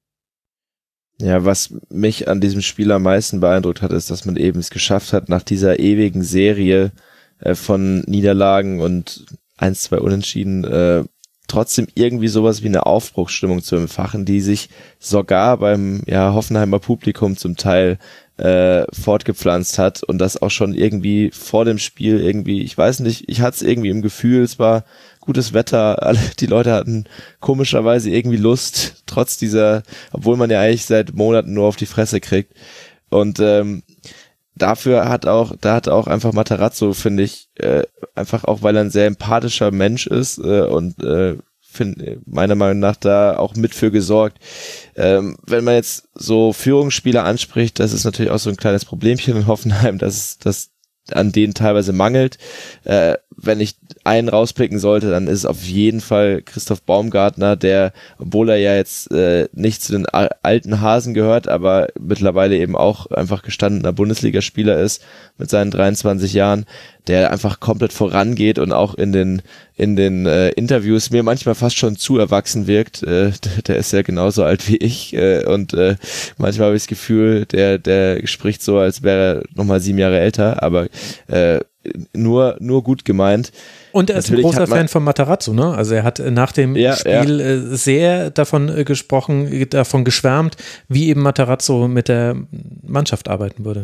Ja, was mich an diesem Spiel am meisten beeindruckt hat, ist, dass man eben es geschafft hat, nach dieser ewigen Serie äh, von Niederlagen und eins, zwei Unentschieden, äh, trotzdem irgendwie sowas wie eine Aufbruchsstimmung zu entfachen, die sich sogar beim ja, Hoffenheimer Publikum zum Teil äh, fortgepflanzt hat und das auch schon irgendwie vor dem Spiel irgendwie, ich weiß nicht, ich hatte es irgendwie im Gefühl, es war gutes Wetter, alle, die Leute hatten komischerweise irgendwie Lust, trotz dieser, obwohl man ja eigentlich seit Monaten nur auf die Fresse kriegt. Und ähm, dafür hat auch, da hat auch einfach Matarazzo, finde ich, äh, einfach auch, weil er ein sehr empathischer Mensch ist äh, und äh, find, meiner Meinung nach da auch mit für gesorgt. Ähm, wenn man jetzt so Führungsspieler anspricht, das ist natürlich auch so ein kleines Problemchen in Hoffenheim, dass das an denen teilweise mangelt. Äh, wenn ich einen rauspicken sollte, dann ist es auf jeden Fall Christoph Baumgartner, der, obwohl er ja jetzt äh, nicht zu den alten Hasen gehört, aber mittlerweile eben auch einfach gestandener Bundesligaspieler ist mit seinen dreiundzwanzig Jahren, der einfach komplett vorangeht und auch in den in den äh, Interviews mir manchmal fast schon zu erwachsen wirkt. Äh, der ist ja genauso alt wie ich äh, und äh, manchmal habe ich das Gefühl, der der spricht so, als wäre er nochmal sieben Jahre älter, aber äh, nur nur gut gemeint. Und er ist Natürlich ein großer Fan von Matarazzo, ne? Also er hat nach dem ja, Spiel ja. sehr davon gesprochen, davon geschwärmt, wie eben Matarazzo mit der Mannschaft arbeiten würde.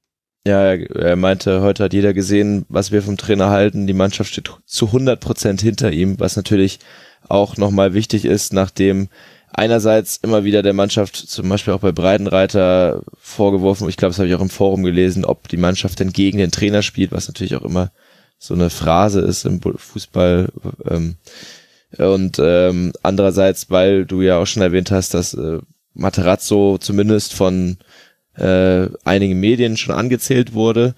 Ja, er meinte, heute hat jeder gesehen, was wir vom Trainer halten. Die Mannschaft steht zu hundert Prozent hinter ihm, was natürlich auch nochmal wichtig ist, nachdem einerseits immer wieder der Mannschaft, zum Beispiel auch bei Breitenreiter, vorgeworfen, ich glaube, das habe ich auch im Forum gelesen, ob die Mannschaft denn gegen den Trainer spielt, was natürlich auch immer so eine Phrase ist im Fußball. Ähm, und ähm, andererseits, weil du ja auch schon erwähnt hast, dass äh, Matarazzo zumindest von äh, einigen Medien schon angezählt wurde.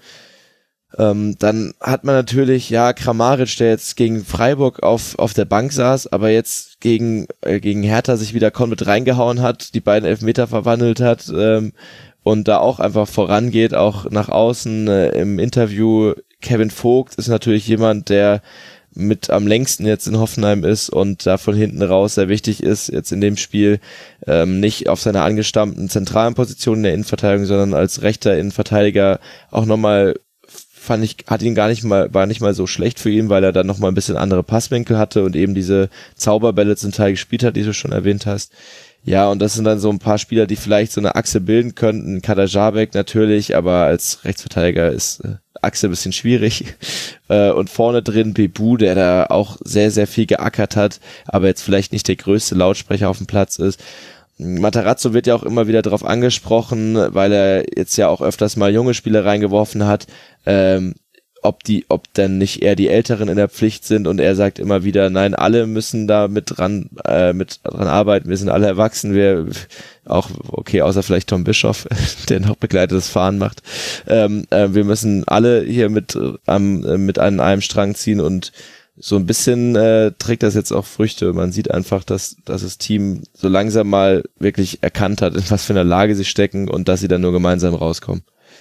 Ähm, dann hat man natürlich, ja, Kramaric, der jetzt gegen Freiburg auf auf der Bank saß, aber jetzt gegen äh, gegen Hertha sich wieder komplett reingehauen hat, die beiden Elfmeter verwandelt hat ähm, und da auch einfach vorangeht, auch nach außen. Äh, im Interview Kevin Vogt ist natürlich jemand, der mit am längsten jetzt in Hoffenheim ist und da von hinten raus sehr wichtig ist, jetzt in dem Spiel ähm, nicht auf seiner angestammten zentralen Position in der Innenverteidigung, sondern als rechter Innenverteidiger auch nochmal, fand ich, hat ihn gar nicht mal, war nicht mal so schlecht für ihn, weil er dann nochmal ein bisschen andere Passwinkel hatte und eben diese Zauberbälle zum Teil gespielt hat, die du schon erwähnt hast. Ja, und das sind dann so ein paar Spieler, die vielleicht so eine Achse bilden könnten. Kader Jabek natürlich, aber als Rechtsverteidiger ist äh, Achse ein bisschen schwierig. Äh, und vorne drin Bebu, der da auch sehr, sehr viel geackert hat, aber jetzt vielleicht nicht der größte Lautsprecher auf dem Platz ist. Matarazzo wird ja auch immer wieder darauf angesprochen, weil er jetzt ja auch öfters mal junge Spieler reingeworfen hat, ähm, ob die, ob denn nicht eher die Älteren in der Pflicht sind, und er sagt immer wieder, nein, alle müssen da mit dran, äh, mit dran arbeiten, wir sind alle erwachsen, wir auch, okay, außer vielleicht Tom Bischoff, der noch begleitetes Fahren macht, ähm, äh, wir müssen alle hier mit, ähm, mit an einem Strang ziehen, und so ein bisschen äh, trägt das jetzt auch Früchte. Man sieht einfach, dass, dass das Team so langsam mal wirklich erkannt hat, in was für einer Lage sie stecken, und dass sie dann nur gemeinsam rauskommen.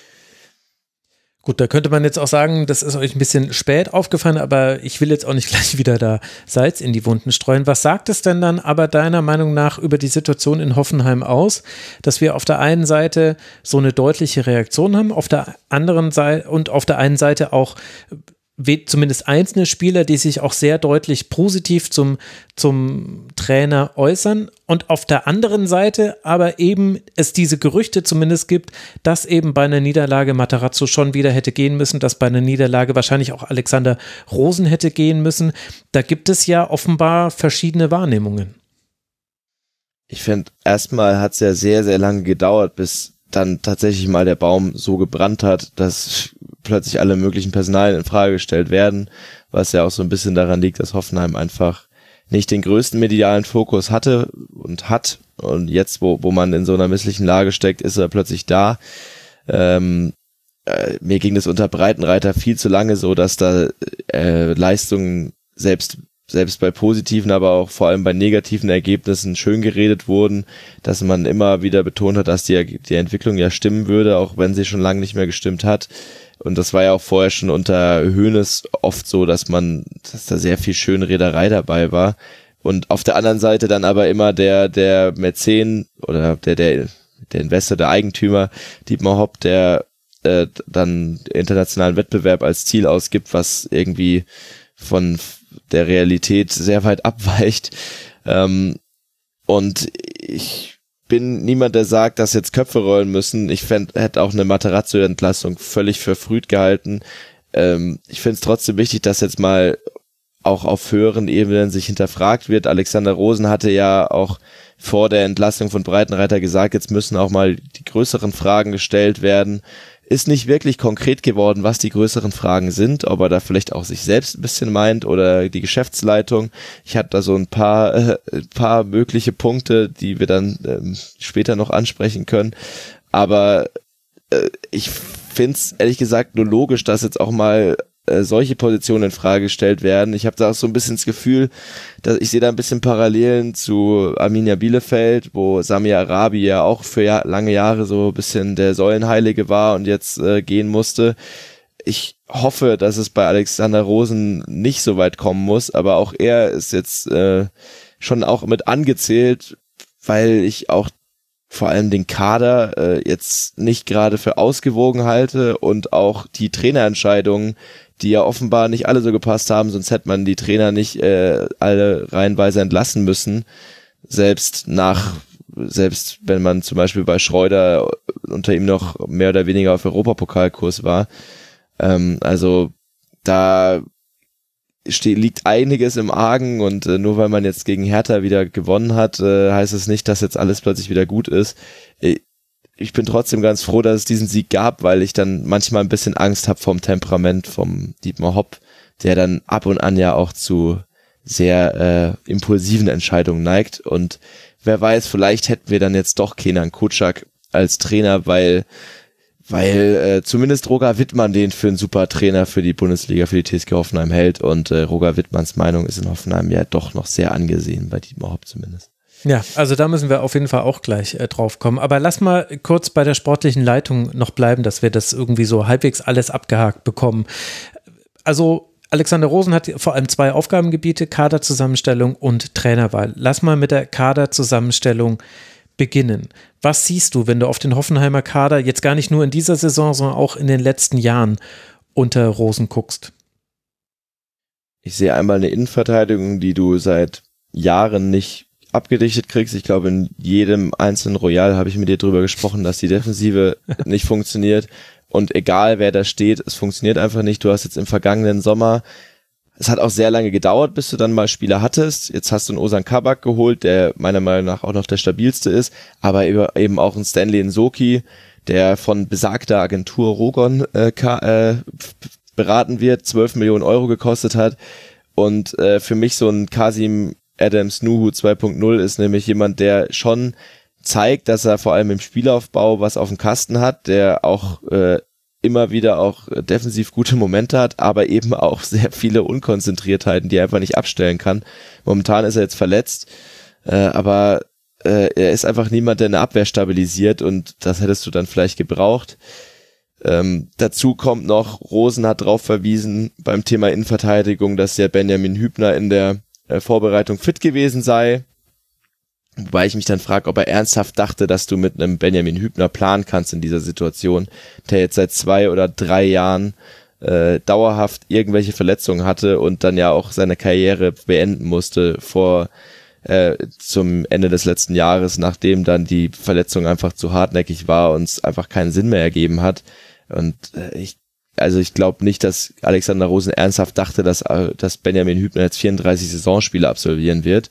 Gut, da könnte man jetzt auch sagen, das ist euch ein bisschen spät aufgefallen, aber ich will jetzt auch nicht gleich wieder da Salz in die Wunden streuen. Was sagt es denn dann aber deiner Meinung nach über die Situation in Hoffenheim aus, dass wir auf der einen Seite so eine deutliche Reaktion haben, auf der anderen Seite und auf der einen Seite auch zumindest einzelne Spieler, die sich auch sehr deutlich positiv zum, zum Trainer äußern und auf der anderen Seite aber eben es diese Gerüchte zumindest gibt, dass eben bei einer Niederlage Matarazzo schon wieder hätte gehen müssen, dass bei einer Niederlage wahrscheinlich auch Alexander Rosen hätte gehen müssen. Da gibt es ja offenbar verschiedene Wahrnehmungen. Ich finde, erstmal hat es ja sehr, sehr lange gedauert, bis dann tatsächlich mal der Baum so gebrannt hat, dass plötzlich alle möglichen Personalien in Frage gestellt werden, was ja auch so ein bisschen daran liegt, dass Hoffenheim einfach nicht den größten medialen Fokus hatte und hat, und jetzt, wo, wo man in so einer misslichen Lage steckt, ist er plötzlich da. Ähm, äh, mir ging das unter Breitenreiter viel zu lange so, dass da äh, Leistungen selbst selbst bei positiven, aber auch vor allem bei negativen Ergebnissen schön geredet wurden, dass man immer wieder betont hat, dass die, die Entwicklung ja stimmen würde, auch wenn sie schon lange nicht mehr gestimmt hat. Und das war ja auch vorher schon unter Hoeneß oft so, dass man, dass da sehr viel Schönrederei dabei war. Und auf der anderen Seite dann aber immer der, der Mäzen oder der, der, der Investor, der Eigentümer, Dietmar Hopp, der äh, dann internationalen Wettbewerb als Ziel ausgibt, was irgendwie von der Realität sehr weit abweicht. Ähm, und ich bin niemand, der sagt, dass jetzt Köpfe rollen müssen. Ich fänd, hätte auch eine Matarazzo-Entlassung völlig verfrüht gehalten. Ähm, ich finde es trotzdem wichtig, dass jetzt mal auch auf höheren Ebenen sich hinterfragt wird. Alexander Rosen hatte ja auch vor der Entlassung von Breitenreiter gesagt, jetzt müssen auch mal die größeren Fragen gestellt werden. Ist nicht wirklich konkret geworden, was die größeren Fragen sind, ob er da vielleicht auch sich selbst ein bisschen meint oder die Geschäftsleitung. Ich hatte da so ein paar, äh, ein paar mögliche Punkte, die wir dann ähm, später noch ansprechen können. Aber äh, ich finde es ehrlich gesagt nur logisch, dass jetzt auch mal äh, solche Positionen in Frage gestellt werden. Ich habe da auch so ein bisschen das Gefühl, dass ich sehe da ein bisschen Parallelen zu Arminia Bielefeld, wo Sami Arabi ja auch für ja, lange Jahre so ein bisschen der Säulenheilige war und jetzt äh, gehen musste. Ich hoffe, dass es bei Alexander Rosen nicht so weit kommen muss, aber auch er ist jetzt äh, schon auch mit angezählt, weil ich auch vor allem den Kader äh, jetzt nicht gerade für ausgewogen halte und auch die Trainerentscheidungen, die ja offenbar nicht alle so gepasst haben, sonst hätte man die Trainer nicht äh, alle reihenweise entlassen müssen. Selbst nach, selbst wenn man zum Beispiel bei Schreuder unter ihm noch mehr oder weniger auf Europapokalkurs war. Ähm, also da ste- liegt einiges im Argen und äh, nur weil man jetzt gegen Hertha wieder gewonnen hat, äh, heißt es nicht, dass jetzt alles plötzlich wieder gut ist. Äh, Ich bin trotzdem ganz froh, dass es diesen Sieg gab, weil ich dann manchmal ein bisschen Angst habe vom Temperament vom Dietmar Hopp, der dann ab und an ja auch zu sehr äh, impulsiven Entscheidungen neigt. Und wer weiß, vielleicht hätten wir dann jetzt doch Kenan Kutschak als Trainer, weil weil äh, zumindest Roger Wittmann den für einen super Trainer für die Bundesliga, für die T S G Hoffenheim hält. Und äh, Roger Wittmanns Meinung ist in Hoffenheim ja doch noch sehr angesehen, bei Dietmar Hopp zumindest. Ja, also da müssen wir auf jeden Fall auch gleich äh, drauf kommen. Aber lass mal kurz bei der sportlichen Leitung noch bleiben, dass wir das irgendwie so halbwegs alles abgehakt bekommen. Also Alexander Rosen hat vor allem zwei Aufgabengebiete, Kaderzusammenstellung und Trainerwahl. Lass mal mit der Kaderzusammenstellung beginnen. Was siehst du, wenn du auf den Hoffenheimer Kader jetzt gar nicht nur in dieser Saison, sondern auch in den letzten Jahren unter Rosen guckst? Ich sehe einmal eine Innenverteidigung, die du seit Jahren nicht abgedichtet kriegst. Ich glaube, in jedem einzelnen Royal habe ich mit dir drüber gesprochen, dass die Defensive nicht funktioniert. Und egal, wer da steht, es funktioniert einfach nicht. Du hast jetzt im vergangenen Sommer, es hat auch sehr lange gedauert, bis du dann mal Spieler hattest. Jetzt hast du einen Ozan Kabak geholt, der meiner Meinung nach auch noch der stabilste ist, aber eben auch einen Stanley Nsoki, der von besagter Agentur Rogon äh, äh, beraten wird, zwölf Millionen Euro gekostet hat. Und äh, für mich so ein Kasim Adams Nuhu zwei Punkt null ist nämlich jemand, der schon zeigt, dass er vor allem im Spielaufbau was auf dem Kasten hat, der auch äh, immer wieder auch defensiv gute Momente hat, aber eben auch sehr viele Unkonzentriertheiten, die er einfach nicht abstellen kann. Momentan ist er jetzt verletzt, äh, aber äh, er ist einfach niemand, der eine Abwehr stabilisiert und das hättest du dann vielleicht gebraucht. Ähm, dazu kommt noch, Rosen hat darauf verwiesen beim Thema Innenverteidigung, dass ja Benjamin Hübner in der äh, Vorbereitung fit gewesen sei. Wobei ich mich dann frage, ob er ernsthaft dachte, dass du mit einem Benjamin Hübner planen kannst in dieser Situation, der jetzt seit zwei oder drei Jahren äh, dauerhaft irgendwelche Verletzungen hatte und dann ja auch seine Karriere beenden musste vor äh, zum Ende des letzten Jahres, nachdem dann die Verletzung einfach zu hartnäckig war und es einfach keinen Sinn mehr ergeben hat. Und äh, ich also ich glaube nicht, dass Alexander Rosen ernsthaft dachte, dass, dass Benjamin Hübner jetzt vierunddreißig Saisonspiele absolvieren wird.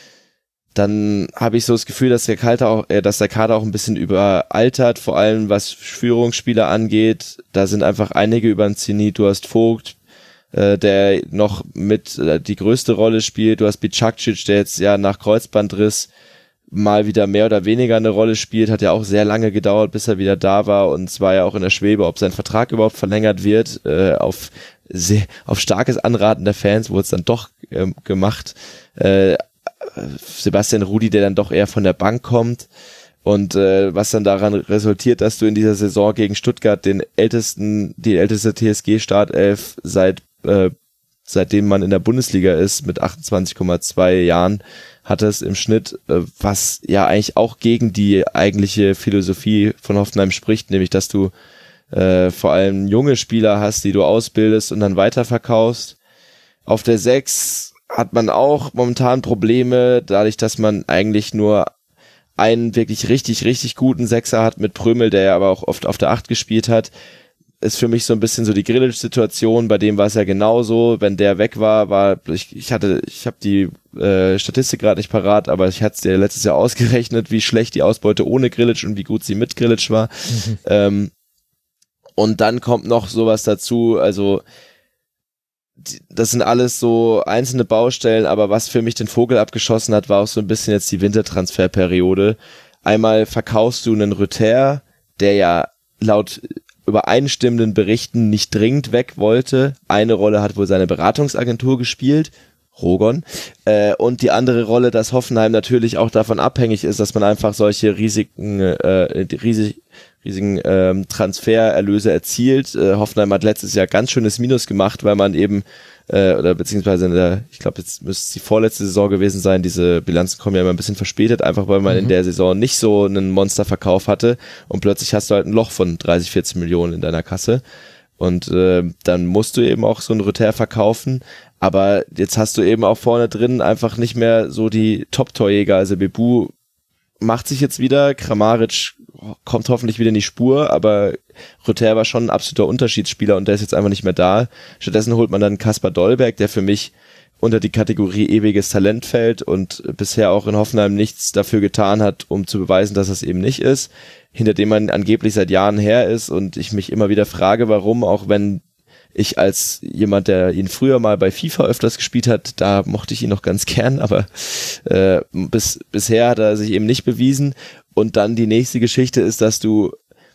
Dann habe ich so das Gefühl, dass der Kader auch, äh, dass der Kader auch ein bisschen überaltert, vor allem was Führungsspieler angeht. Da sind einfach einige über den Zenit. Du hast Vogt, äh, der noch mit äh, die größte Rolle spielt. Du hast Bicakcic, der jetzt ja nach Kreuzbandriss mal wieder mehr oder weniger eine Rolle spielt, hat ja auch sehr lange gedauert, bis er wieder da war, und es war ja auch in der Schwebe, ob sein Vertrag überhaupt verlängert wird. Äh, auf sehr, auf starkes Anraten der Fans wurde es dann doch ähm, gemacht. Äh, Sebastian Rudi, der dann doch eher von der Bank kommt, und äh, was dann daran resultiert, dass du in dieser Saison gegen Stuttgart den ältesten, die älteste T S G-Startelf seit äh, seitdem man in der Bundesliga ist, mit achtundzwanzig Komma zwei Jahren hattest im Schnitt, was ja eigentlich auch gegen die eigentliche Philosophie von Hoffenheim spricht, nämlich dass du äh, vor allem junge Spieler hast, die du ausbildest und dann weiterverkaufst. Auf der sechs hat man auch momentan Probleme, dadurch, dass man eigentlich nur einen wirklich richtig, richtig guten Sechser hat mit Prömel, der ja aber auch oft auf der acht gespielt hat. Ist für mich so ein bisschen so die Grealish-Situation, bei dem war es ja genauso, wenn der weg war, war, ich, ich hatte, ich habe die äh, Statistik gerade nicht parat, aber ich hatte es dir letztes Jahr ausgerechnet, wie schlecht die Ausbeute ohne Grealish und wie gut sie mit Grealish war. Mhm. Ähm, und dann kommt noch sowas dazu, also die, das sind alles so einzelne Baustellen, aber was für mich den Vogel abgeschossen hat, war auch so ein bisschen jetzt die Wintertransferperiode. Einmal verkaufst du einen Rüther, der ja laut übereinstimmenden Berichten nicht dringend weg wollte. Eine Rolle hat wohl seine Beratungsagentur gespielt, Rogon, äh, und die andere Rolle, dass Hoffenheim natürlich auch davon abhängig ist, dass man einfach solche Risiken, äh, riesig, riesigen ähm, Transfererlöse erzielt. Äh, Hoffenheim hat letztes Jahr ganz schönes Minus gemacht, weil man eben äh, oder beziehungsweise in der, ich glaube, jetzt müsste es die vorletzte Saison gewesen sein, diese Bilanzen kommen ja immer ein bisschen verspätet, einfach weil man mhm. in der Saison nicht so einen Monsterverkauf hatte, und plötzlich hast du halt ein Loch von dreißig, vierzig Millionen in deiner Kasse, und äh, dann musst du eben auch so einen Rüther verkaufen, aber jetzt hast du eben auch vorne drin einfach nicht mehr so die Top-Torjäger, also Bebu macht sich jetzt wieder, Kramaric kommt hoffentlich wieder in die Spur, aber Rüther war schon ein absoluter Unterschiedsspieler und der ist jetzt einfach nicht mehr da. Stattdessen holt man dann Kaspar Dolberg, der für mich unter die Kategorie ewiges Talent fällt und bisher auch in Hoffenheim nichts dafür getan hat, um zu beweisen, dass es eben nicht ist, hinter dem man angeblich seit Jahren her ist, und ich mich immer wieder frage, warum, auch wenn ich als jemand, der ihn früher mal bei FIFA öfters gespielt hat, da mochte ich ihn noch ganz gern, aber äh, bis, bisher hat er sich eben nicht bewiesen. Und dann die nächste Geschichte ist, dass du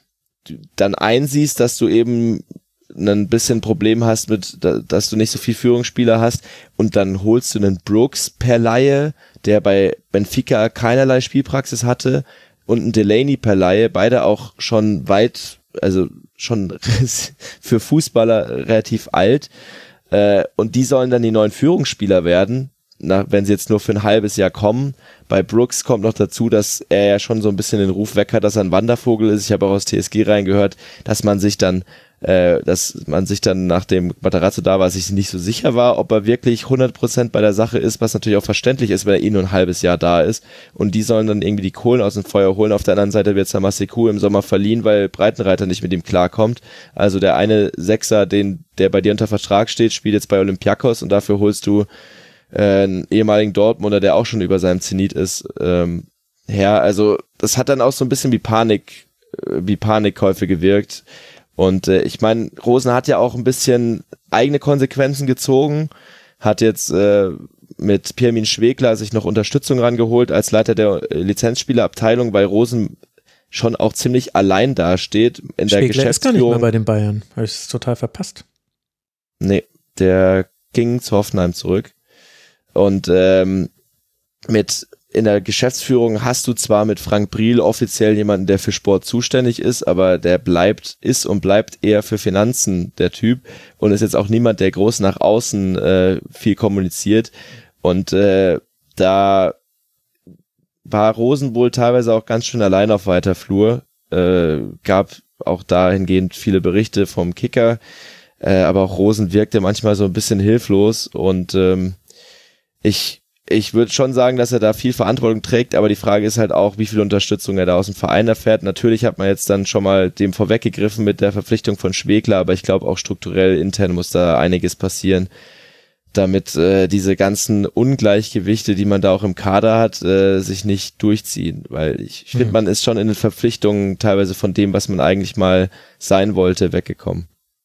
dann einsiehst, dass du eben ein bisschen Problem hast mit, dass du nicht so viel Führungsspieler hast, und dann holst du einen Brooks per Leihe, der bei Benfica keinerlei Spielpraxis hatte, und einen Delaney per Leihe, beide auch schon weit, also schon für Fußballer relativ alt, äh, und die sollen dann die neuen Führungsspieler werden, na, wenn sie jetzt nur für ein halbes Jahr kommen. Bei Brooks kommt noch dazu, dass er ja schon so ein bisschen den Ruf weg hat, dass er ein Wandervogel ist. Ich habe auch aus T S G reingehört, dass man sich dann äh, dass man sich dann, nachdem Matarazzo da war, sich nicht so sicher war, ob er wirklich hundert Prozent bei der Sache ist, was natürlich auch verständlich ist, weil er eh nur ein halbes Jahr da ist, und die sollen dann irgendwie die Kohlen aus dem Feuer holen. Auf der anderen Seite wird Samaseku im Sommer verliehen, weil Breitenreiter nicht mit ihm klarkommt. Also der eine Sechser, den der bei dir unter Vertrag steht, spielt jetzt bei Olympiakos, und dafür holst du äh, einen ehemaligen Dortmunder, der auch schon über seinem Zenit ist, ähm, her. Also das hat dann auch so ein bisschen wie Panik, äh, wie Panikkäufe gewirkt. Und äh, ich meine, Rosen hat ja auch ein bisschen eigene Konsequenzen gezogen, hat jetzt äh, mit Pirmin Schwegler sich noch Unterstützung rangeholt als Leiter der Lizenzspielerabteilung, weil Rosen schon auch ziemlich allein dasteht in der Schwegler Geschäftsführung. ist gar nicht mehr bei den Bayern. Habe ich es total verpasst. Nee, der ging zu Hoffenheim zurück. Und ähm, mit in der Geschäftsführung hast du zwar mit Frank Briel offiziell jemanden, der für Sport zuständig ist, aber der bleibt, ist und bleibt eher für Finanzen der Typ und ist jetzt auch niemand, der groß nach außen äh, viel kommuniziert. Und äh, da war Rosen wohl teilweise auch ganz schön allein auf weiter Flur. Äh, gab auch dahingehend viele Berichte vom Kicker. Äh, aber auch Rosen wirkte manchmal so ein bisschen hilflos und ähm, ich Ich würde schon sagen, dass er da viel Verantwortung trägt, aber die Frage ist halt auch, wie viel Unterstützung er da aus dem Verein erfährt. Natürlich hat man jetzt dann schon mal dem vorweggegriffen mit der Verpflichtung von Schwegler, aber ich glaube auch strukturell intern muss da einiges passieren, damit äh, diese ganzen Ungleichgewichte, die man da auch im Kader hat, äh, sich nicht durchziehen. Weil ich, ich finde, mhm. man ist schon in den Verpflichtungen teilweise von dem, was man eigentlich mal sein wollte, weggekommen.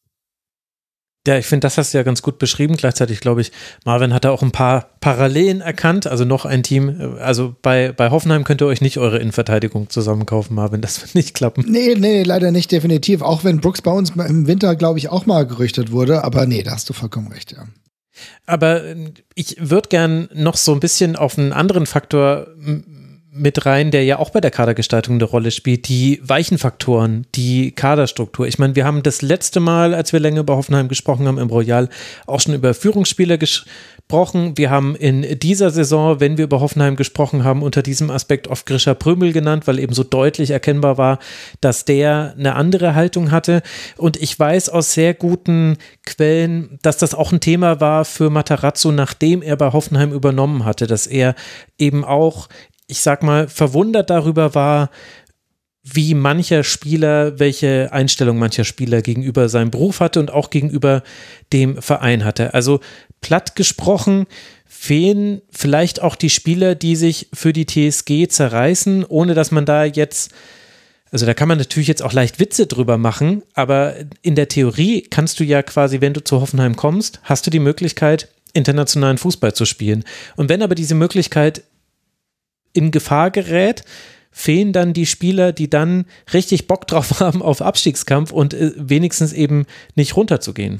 Ja, ich finde, das hast du ja ganz gut beschrieben. Gleichzeitig, glaube ich, Marvin hat da auch ein paar Parallelen erkannt. Also noch ein Team, also bei, bei Hoffenheim könnt ihr euch nicht eure Innenverteidigung zusammenkaufen, Marvin. Das wird nicht klappen. Nee, nee, leider nicht, definitiv. Auch wenn Brooks bei uns im Winter, glaube ich, auch mal gerüchtet wurde. Aber nee, da hast du vollkommen recht, ja. Aber ich würde gern noch so ein bisschen auf einen anderen Faktor mit rein, der ja auch bei der Kadergestaltung eine Rolle spielt, die weichen Faktoren, die Kaderstruktur. Ich meine, wir haben das letzte Mal, als wir länger über Hoffenheim gesprochen haben, im Royal auch schon über Führungsspieler gesprochen. Wir haben in dieser Saison, wenn wir über Hoffenheim gesprochen haben, unter diesem Aspekt oft Grisha Prömel genannt, weil eben so deutlich erkennbar war, dass der eine andere Haltung hatte. Und ich weiß aus sehr guten Quellen, dass das auch ein Thema war für Matarazzo, nachdem er bei Hoffenheim übernommen hatte, dass er eben auch, ich sag mal, verwundert darüber war, wie mancher Spieler, welche Einstellung mancher Spieler gegenüber seinem Beruf hatte und auch gegenüber dem Verein hatte. Also platt gesprochen fehlen vielleicht auch die Spieler, die sich für die T S G zerreißen, ohne dass man da jetzt, also da kann man natürlich jetzt auch leicht Witze drüber machen, aber in der Theorie kannst du ja quasi, wenn du zu Hoffenheim kommst, hast du die Möglichkeit, internationalen Fußball zu spielen. Und wenn aber diese Möglichkeit in Gefahr gerät, fehlen dann die Spieler, die dann richtig Bock drauf haben auf Abstiegskampf und äh, wenigstens eben nicht runterzugehen.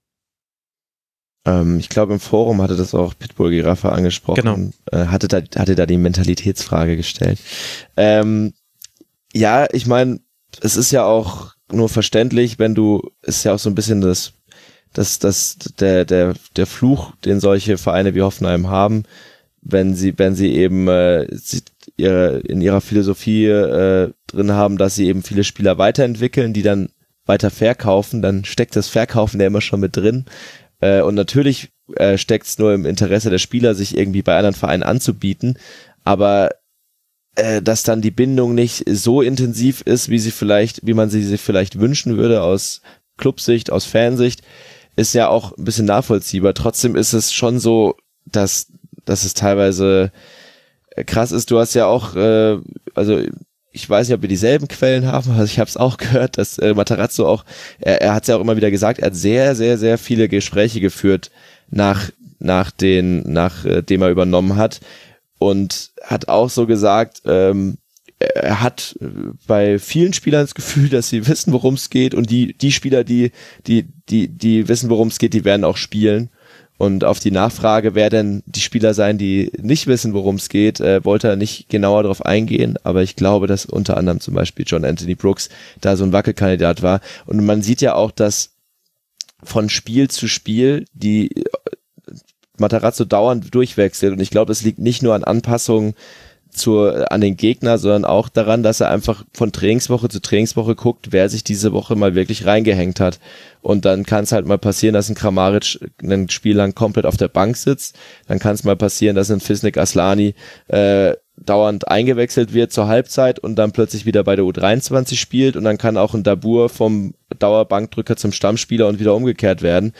Ähm, ich glaube, im Forum hatte das auch Pitbull Giraffe angesprochen. Genau. Äh, hatte, da, hatte da die Mentalitätsfrage gestellt. Ähm, ja, ich meine, es ist ja auch nur verständlich, wenn du, ist ja auch so ein bisschen das, das, das, der, der, der Fluch, den solche Vereine wie Hoffenheim haben, wenn sie, wenn sie eben äh, sie ihre, in ihrer Philosophie äh, drin haben, dass sie eben viele Spieler weiterentwickeln, die dann weiter verkaufen, dann steckt das Verkaufen ja immer schon mit drin. Äh, und natürlich äh, steckt es nur im Interesse der Spieler, sich irgendwie bei anderen Vereinen anzubieten, aber äh, dass dann die Bindung nicht so intensiv ist, wie sie vielleicht, wie man sie sich vielleicht wünschen würde aus Clubsicht, aus Fansicht, ist ja auch ein bisschen nachvollziehbar. Trotzdem ist es schon so, dass dass es teilweise krass ist. Du hast ja auch, äh, also ich weiß nicht, ob wir dieselben Quellen haben, also ich habe es auch gehört, dass äh, Matarazzo auch, er, er hat es ja auch immer wieder gesagt, er hat sehr, sehr, sehr viele Gespräche geführt nach nach den, nachdem er übernommen hat und hat auch so gesagt, ähm, er hat bei vielen Spielern das Gefühl, dass sie wissen, worum es geht und die die Spieler, die die die die wissen, worum es geht, die werden auch spielen. Und auf die Nachfrage, wer denn die Spieler sein, die nicht wissen, worum es geht, äh, wollte er nicht genauer darauf eingehen. Aber ich glaube, dass unter anderem zum Beispiel John Anthony Brooks da so ein Wackelkandidat war. Und man sieht ja auch, dass von Spiel zu Spiel die Matarazzo dauernd durchwechselt. Und ich glaube, es liegt nicht nur an Anpassungen zur, an den Gegner, sondern auch daran, dass er einfach von Trainingswoche zu Trainingswoche guckt, wer sich diese Woche mal wirklich reingehängt hat. Und dann kann es halt mal passieren, dass ein Kramaric ein Spiel lang komplett auf der Bank sitzt. Dann kann es mal passieren, dass ein Fisnik Aslani äh, dauernd eingewechselt wird zur Halbzeit und dann plötzlich wieder bei der U dreiundzwanzig spielt. Und dann kann auch ein Dabur vom Dauerbankdrücker zum Stammspieler und wieder umgekehrt werden.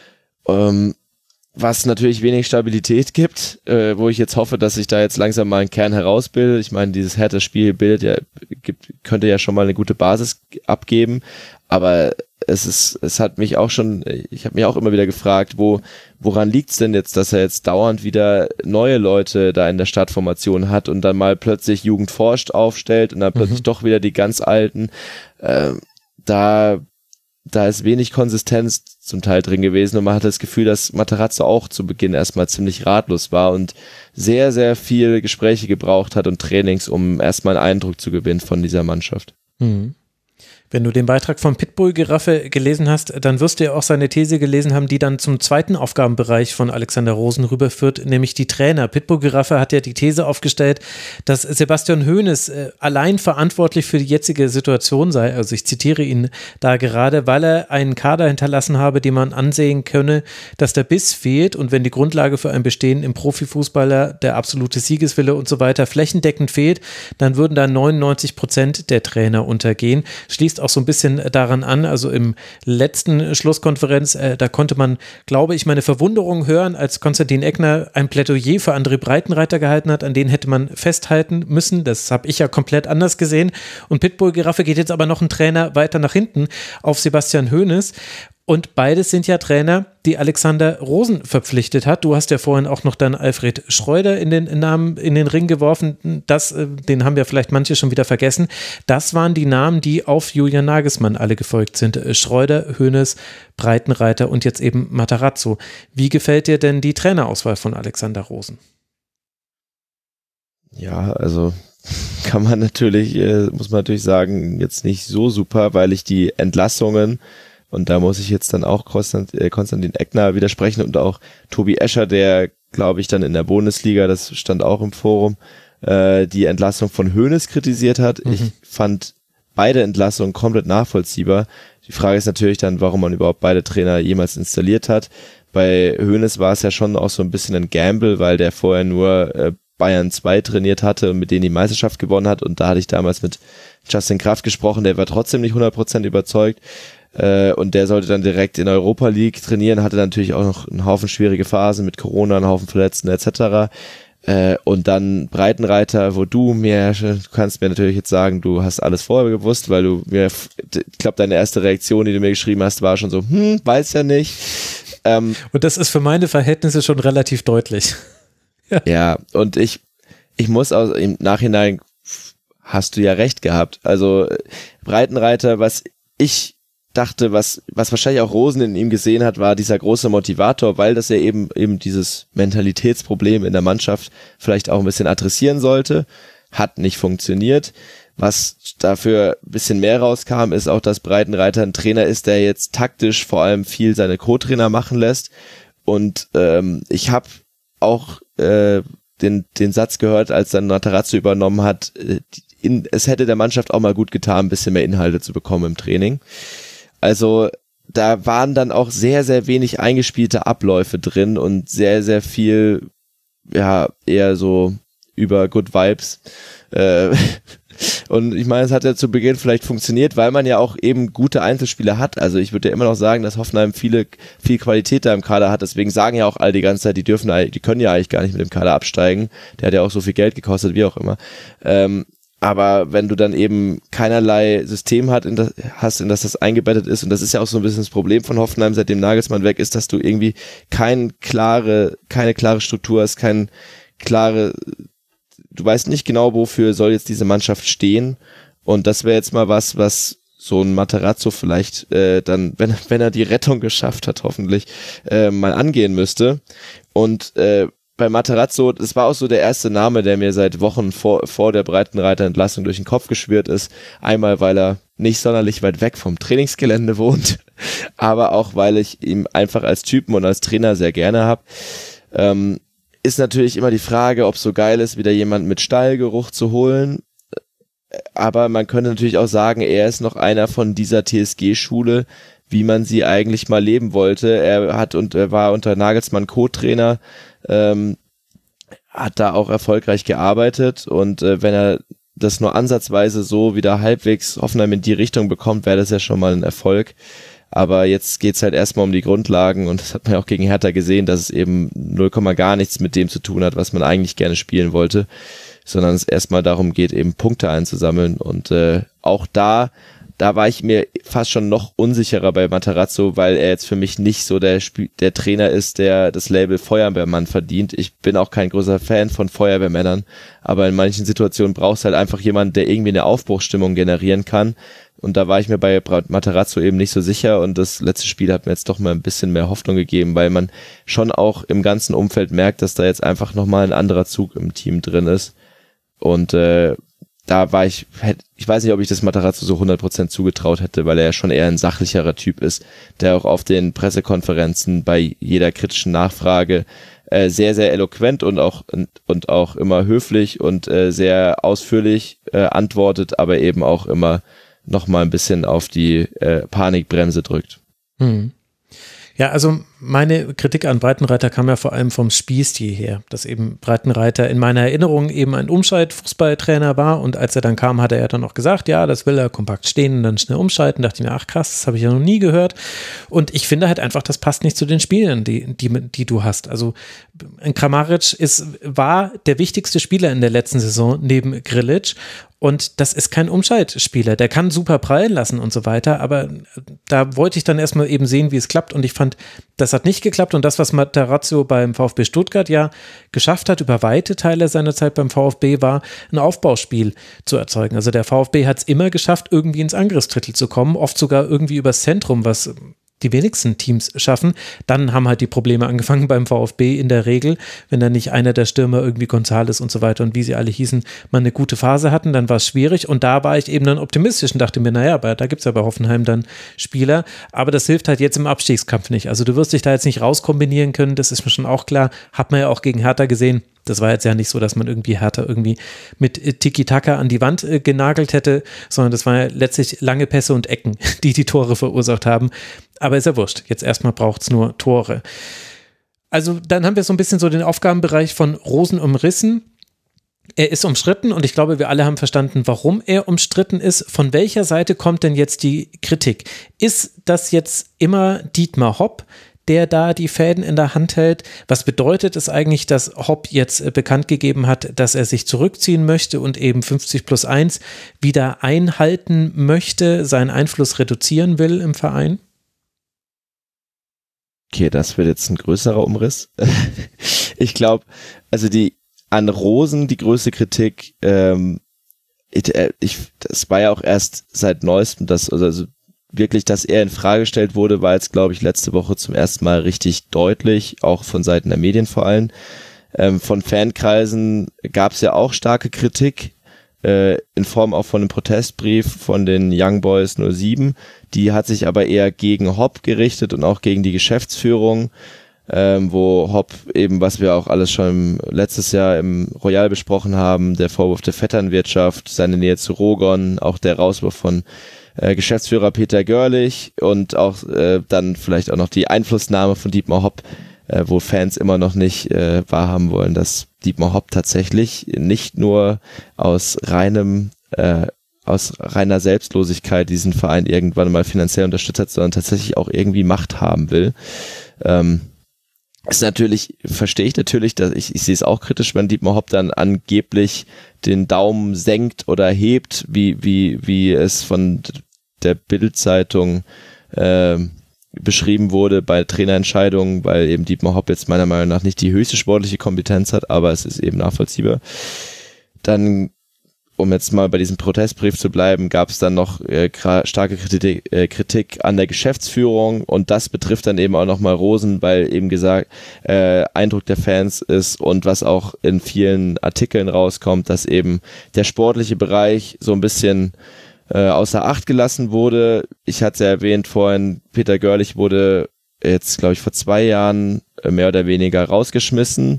Ähm, was natürlich wenig Stabilität gibt, äh, wo ich jetzt hoffe, dass sich da jetzt langsam mal ein Kern herausbildet. Ich meine, dieses Hertha-Spiel bildet ja, gibt, könnte ja schon mal eine gute Basis abgeben, aber es ist, es hat mich auch schon, ich habe mich auch immer wieder gefragt, wo, woran liegt's denn jetzt, dass er jetzt dauernd wieder neue Leute da in der Startformation hat und dann mal plötzlich Jugend forscht aufstellt und dann mhm. plötzlich doch wieder die ganz Alten. Äh, da Da ist wenig Konsistenz zum Teil drin gewesen und man hatte das Gefühl, dass Matarazzo auch zu Beginn erstmal ziemlich ratlos war und sehr, sehr viele Gespräche gebraucht hat und Trainings, um erstmal einen Eindruck zu gewinnen von dieser Mannschaft. Mhm. Wenn du den Beitrag von Pitbull-Giraffe gelesen hast, dann wirst du ja auch seine These gelesen haben, die dann zum zweiten Aufgabenbereich von Alexander Rosen rüberführt, nämlich die Trainer. Pitbull-Giraffe hat ja die These aufgestellt, dass Sebastian Hoeneß äh, allein verantwortlich für die jetzige Situation sei. Also ich zitiere ihn da gerade, weil er einen Kader hinterlassen habe, dem man ansehen könne, dass der Biss fehlt, und wenn die Grundlage für ein Bestehen im Profifußballer, der absolute Siegeswille und so weiter flächendeckend fehlt, dann würden da neunundneunzig Prozent der Trainer untergehen. Schließt auch so ein bisschen daran an, also im letzten Schlusskonferenz, äh, da konnte man, glaube ich, meine Verwunderung hören, als Konstantin Eckner ein Plädoyer für André Breitenreiter gehalten hat, an den hätte man festhalten müssen. Das habe ich ja komplett anders gesehen. Und Pitbull-Giraffe geht jetzt aber noch einen Trainer weiter nach hinten auf Sebastian Hoeneß. Und beides sind ja Trainer, die Alexander Rosen verpflichtet hat. Du hast ja vorhin auch noch dann Alfred Schreuder in den Namen in den Ring geworfen. Das, den haben ja vielleicht manche schon wieder vergessen. Das waren die Namen, die auf Julian Nagelsmann alle gefolgt sind. Schreuder, Hoeneß, Breitenreiter und jetzt eben Matarazzo. Wie gefällt dir denn die Trainerauswahl von Alexander Rosen? Ja, also kann man natürlich, muss man natürlich sagen, jetzt nicht so super, weil ich die Entlassungen, und da muss ich jetzt dann auch Konstantin Eckner widersprechen und auch Tobi Escher, der, glaube ich, dann in der Bundesliga, das stand auch im Forum, äh, die Entlassung von Hoeneß kritisiert hat. Mhm. Ich fand beide Entlassungen komplett nachvollziehbar. Die Frage ist natürlich dann, warum man überhaupt beide Trainer jemals installiert hat. Bei Hoeneß war es ja schon auch so ein bisschen ein Gamble, weil der vorher nur äh, Bayern zwei trainiert hatte und mit denen die Meisterschaft gewonnen hat, und da hatte ich damals mit Justin Kraft gesprochen, der war trotzdem nicht hundert Prozent überzeugt. Und der sollte dann direkt in Europa League trainieren, hatte natürlich auch noch einen Haufen schwierige Phasen mit Corona, einen Haufen Verletzten et cetera. Und dann Breitenreiter, wo du mir, du kannst mir natürlich jetzt sagen, du hast alles vorher gewusst, weil du mir, ich glaube, deine erste Reaktion, die du mir geschrieben hast, war schon so, hm, weiß ja nicht. Ähm, und das ist für meine Verhältnisse schon relativ deutlich. ja. ja, und ich, ich muss auch im Nachhinein, hast du ja recht gehabt. Also Breitenreiter, was ich dachte, was was wahrscheinlich auch Rosen in ihm gesehen hat, war dieser große Motivator, weil das ja eben eben dieses Mentalitätsproblem in der Mannschaft vielleicht auch ein bisschen adressieren sollte. Hat nicht funktioniert. Was dafür ein bisschen mehr rauskam, ist auch, dass Breitenreiter ein Trainer ist, der jetzt taktisch vor allem viel seine Co-Trainer machen lässt. Und ähm, ich habe auch äh, den den Satz gehört, als dann Matarazzo übernommen hat, in, es hätte der Mannschaft auch mal gut getan, ein bisschen mehr Inhalte zu bekommen im Training. Also da waren dann auch sehr, sehr wenig eingespielte Abläufe drin und sehr, sehr viel, ja, eher so über Good Vibes. Äh, und ich meine, es hat ja zu Beginn vielleicht funktioniert, weil man ja auch eben gute Einzelspieler hat. Also ich würde ja immer noch sagen, dass Hoffenheim viele, viel Qualität da im Kader hat. Deswegen sagen ja auch alle die ganze Zeit, die dürfen, die können ja eigentlich gar nicht mit dem Kader absteigen. Der hat ja auch so viel Geld gekostet, wie auch immer. Ähm, Aber wenn du dann eben keinerlei System hat, in das, hast, in das das eingebettet ist, und das ist ja auch so ein bisschen das Problem von Hoffenheim, seitdem Nagelsmann weg ist, dass du irgendwie kein klare, keine klare Struktur hast, kein klare, du weißt nicht genau, wofür soll jetzt diese Mannschaft stehen. Und das wäre jetzt mal was, was so ein Matarazzo vielleicht äh, dann, wenn, wenn er die Rettung geschafft hat, hoffentlich, äh, mal angehen müsste. Und äh, bei Matarazzo, das war auch so der erste Name, der mir seit Wochen vor, vor der Breitenreiter-Entlassung durch den Kopf geschwirrt ist. Einmal, weil er nicht sonderlich weit weg vom Trainingsgelände wohnt, aber auch, weil ich ihn einfach als Typen und als Trainer sehr gerne habe. Ähm, ist natürlich immer die Frage, ob es so geil ist, wieder jemand mit Stallgeruch zu holen. Aber man könnte natürlich auch sagen, er ist noch einer von dieser T S G-Schule, wie man sie eigentlich mal leben wollte. Er hat und er war unter Nagelsmann Co-Trainer, ähm, hat da auch erfolgreich gearbeitet, und äh, wenn er das nur ansatzweise so wieder halbwegs Hoffenheim in die Richtung bekommt, wäre das ja schon mal ein Erfolg. Aber jetzt geht's halt erstmal um die Grundlagen, und das hat man ja auch gegen Hertha gesehen, dass es eben null Komma gar nichts mit dem zu tun hat, was man eigentlich gerne spielen wollte, sondern es erstmal darum geht, eben Punkte einzusammeln. Und äh, auch da Da war ich mir fast schon noch unsicherer bei Matarazzo, weil er jetzt für mich nicht so der Sp- der Trainer ist, der das Label Feuerwehrmann verdient. Ich bin auch kein großer Fan von Feuerwehrmännern, aber in manchen Situationen brauchst du halt einfach jemanden, der irgendwie eine Aufbruchsstimmung generieren kann. Und da war ich mir bei Matarazzo eben nicht so sicher, und das letzte Spiel hat mir jetzt doch mal ein bisschen mehr Hoffnung gegeben, weil man schon auch im ganzen Umfeld merkt, dass da jetzt einfach nochmal ein anderer Zug im Team drin ist. Und äh, da war ich, ich weiß nicht, ob ich das Matarazzo so hundert Prozent zugetraut hätte, weil er ja schon eher ein sachlicherer Typ ist, der auch auf den Pressekonferenzen bei jeder kritischen Nachfrage äh, sehr, sehr eloquent und auch und auch immer höflich und äh, sehr ausführlich äh, antwortet, aber eben auch immer noch mal ein bisschen auf die äh, Panikbremse drückt. Hm. Ja, also meine Kritik an Breitenreiter kam ja vor allem vom Spielstil her, dass eben Breitenreiter in meiner Erinnerung eben ein Umschalt-Fußballtrainer war und als er dann kam, hat er dann auch gesagt, ja, das will er kompakt stehen und dann schnell umschalten. Dachte ich mir, ach krass, das habe ich ja noch nie gehört und ich finde halt einfach, das passt nicht zu den Spielern, die, die, die du hast. Also ein Kramaric ist, war der wichtigste Spieler in der letzten Saison neben Grilic. Und das ist kein Umschaltspieler, der kann super prallen lassen und so weiter, aber da wollte ich dann erstmal eben sehen, wie es klappt und ich fand, das hat nicht geklappt und das, was Matarazzo beim VfB Stuttgart ja geschafft hat, über weite Teile seiner Zeit beim VfB, war ein Aufbauspiel zu erzeugen. Also der VfB hat es immer geschafft, irgendwie ins Angriffsdrittel zu kommen, oft sogar irgendwie übers Zentrum, was die wenigsten Teams schaffen. Dann haben halt die Probleme angefangen beim VfB in der Regel, wenn dann nicht einer der Stürmer irgendwie González und so weiter und wie sie alle hießen, mal eine gute Phase hatten, dann war es schwierig und da war ich eben dann optimistisch und dachte mir, naja, aber da gibt es ja bei Hoffenheim dann Spieler, aber das hilft halt jetzt im Abstiegskampf nicht. Also du wirst dich da jetzt nicht rauskombinieren können, das ist mir schon auch klar, hat man ja auch gegen Hertha gesehen. Das war jetzt ja nicht so, dass man irgendwie Hertha irgendwie mit Tiki-Taka an die Wand äh, genagelt hätte, sondern das waren ja letztlich lange Pässe und Ecken, die die Tore verursacht haben. Aber ist ja wurscht. Jetzt erstmal braucht es nur Tore. Also dann haben wir so ein bisschen so den Aufgabenbereich von Rosen umrissen. Er ist umstritten und ich glaube, wir alle haben verstanden, warum er umstritten ist. Von welcher Seite kommt denn jetzt die Kritik? Ist das jetzt immer Dietmar Hopp, der da die Fäden in der Hand hält? Was bedeutet es eigentlich, dass Hopp jetzt bekannt gegeben hat, dass er sich zurückziehen möchte und eben fünfzig plus eins wieder einhalten möchte, seinen Einfluss reduzieren will im Verein? Okay, das wird jetzt ein größerer Umriss. Ich glaube, also die an Rosen die größte Kritik, ähm, ich, ich, das war ja auch erst seit neuestem, dass, also wirklich, dass er in Frage gestellt wurde, war jetzt, glaube ich, letzte Woche zum ersten Mal richtig deutlich, auch von Seiten der Medien vor allem. Ähm, von Fankreisen gab es ja auch starke Kritik, äh, in Form auch von einem Protestbrief von den Young Boys null sieben. Die hat sich aber eher gegen Hopp gerichtet und auch gegen die Geschäftsführung, ähm, wo Hopp eben, was wir auch alles schon letztes Jahr im Royal besprochen haben, der Vorwurf der Vetternwirtschaft, seine Nähe zu Rogon, auch der Rauswurf von äh, Geschäftsführer Peter Görlich und auch äh, dann vielleicht auch noch die Einflussnahme von Dietmar Hopp, äh, wo Fans immer noch nicht äh, wahrhaben wollen, dass Dietmar Hopp tatsächlich nicht nur aus reinem äh, aus reiner Selbstlosigkeit diesen Verein irgendwann mal finanziell unterstützt hat, sondern tatsächlich auch irgendwie Macht haben will. Ähm, ist natürlich, verstehe ich natürlich, dass ich, ich sehe es auch kritisch, wenn Dietmar Hopp dann angeblich den Daumen senkt oder hebt, wie, wie, wie es von der Bild-Zeitung äh, beschrieben wurde bei Trainerentscheidungen, weil eben Dietmar Hopp jetzt meiner Meinung nach nicht die höchste sportliche Kompetenz hat, aber es ist eben nachvollziehbar. Dann, um jetzt mal bei diesem Protestbrief zu bleiben, gab es dann noch äh, starke Kritik, äh, Kritik an der Geschäftsführung und das betrifft dann eben auch nochmal Rosen, weil eben gesagt, äh, Eindruck der Fans ist und was auch in vielen Artikeln rauskommt, dass eben der sportliche Bereich so ein bisschen äh, außer Acht gelassen wurde. Ich hatte es ja erwähnt vorhin, Peter Görlich wurde jetzt, glaube ich, vor zwei Jahren äh, mehr oder weniger rausgeschmissen.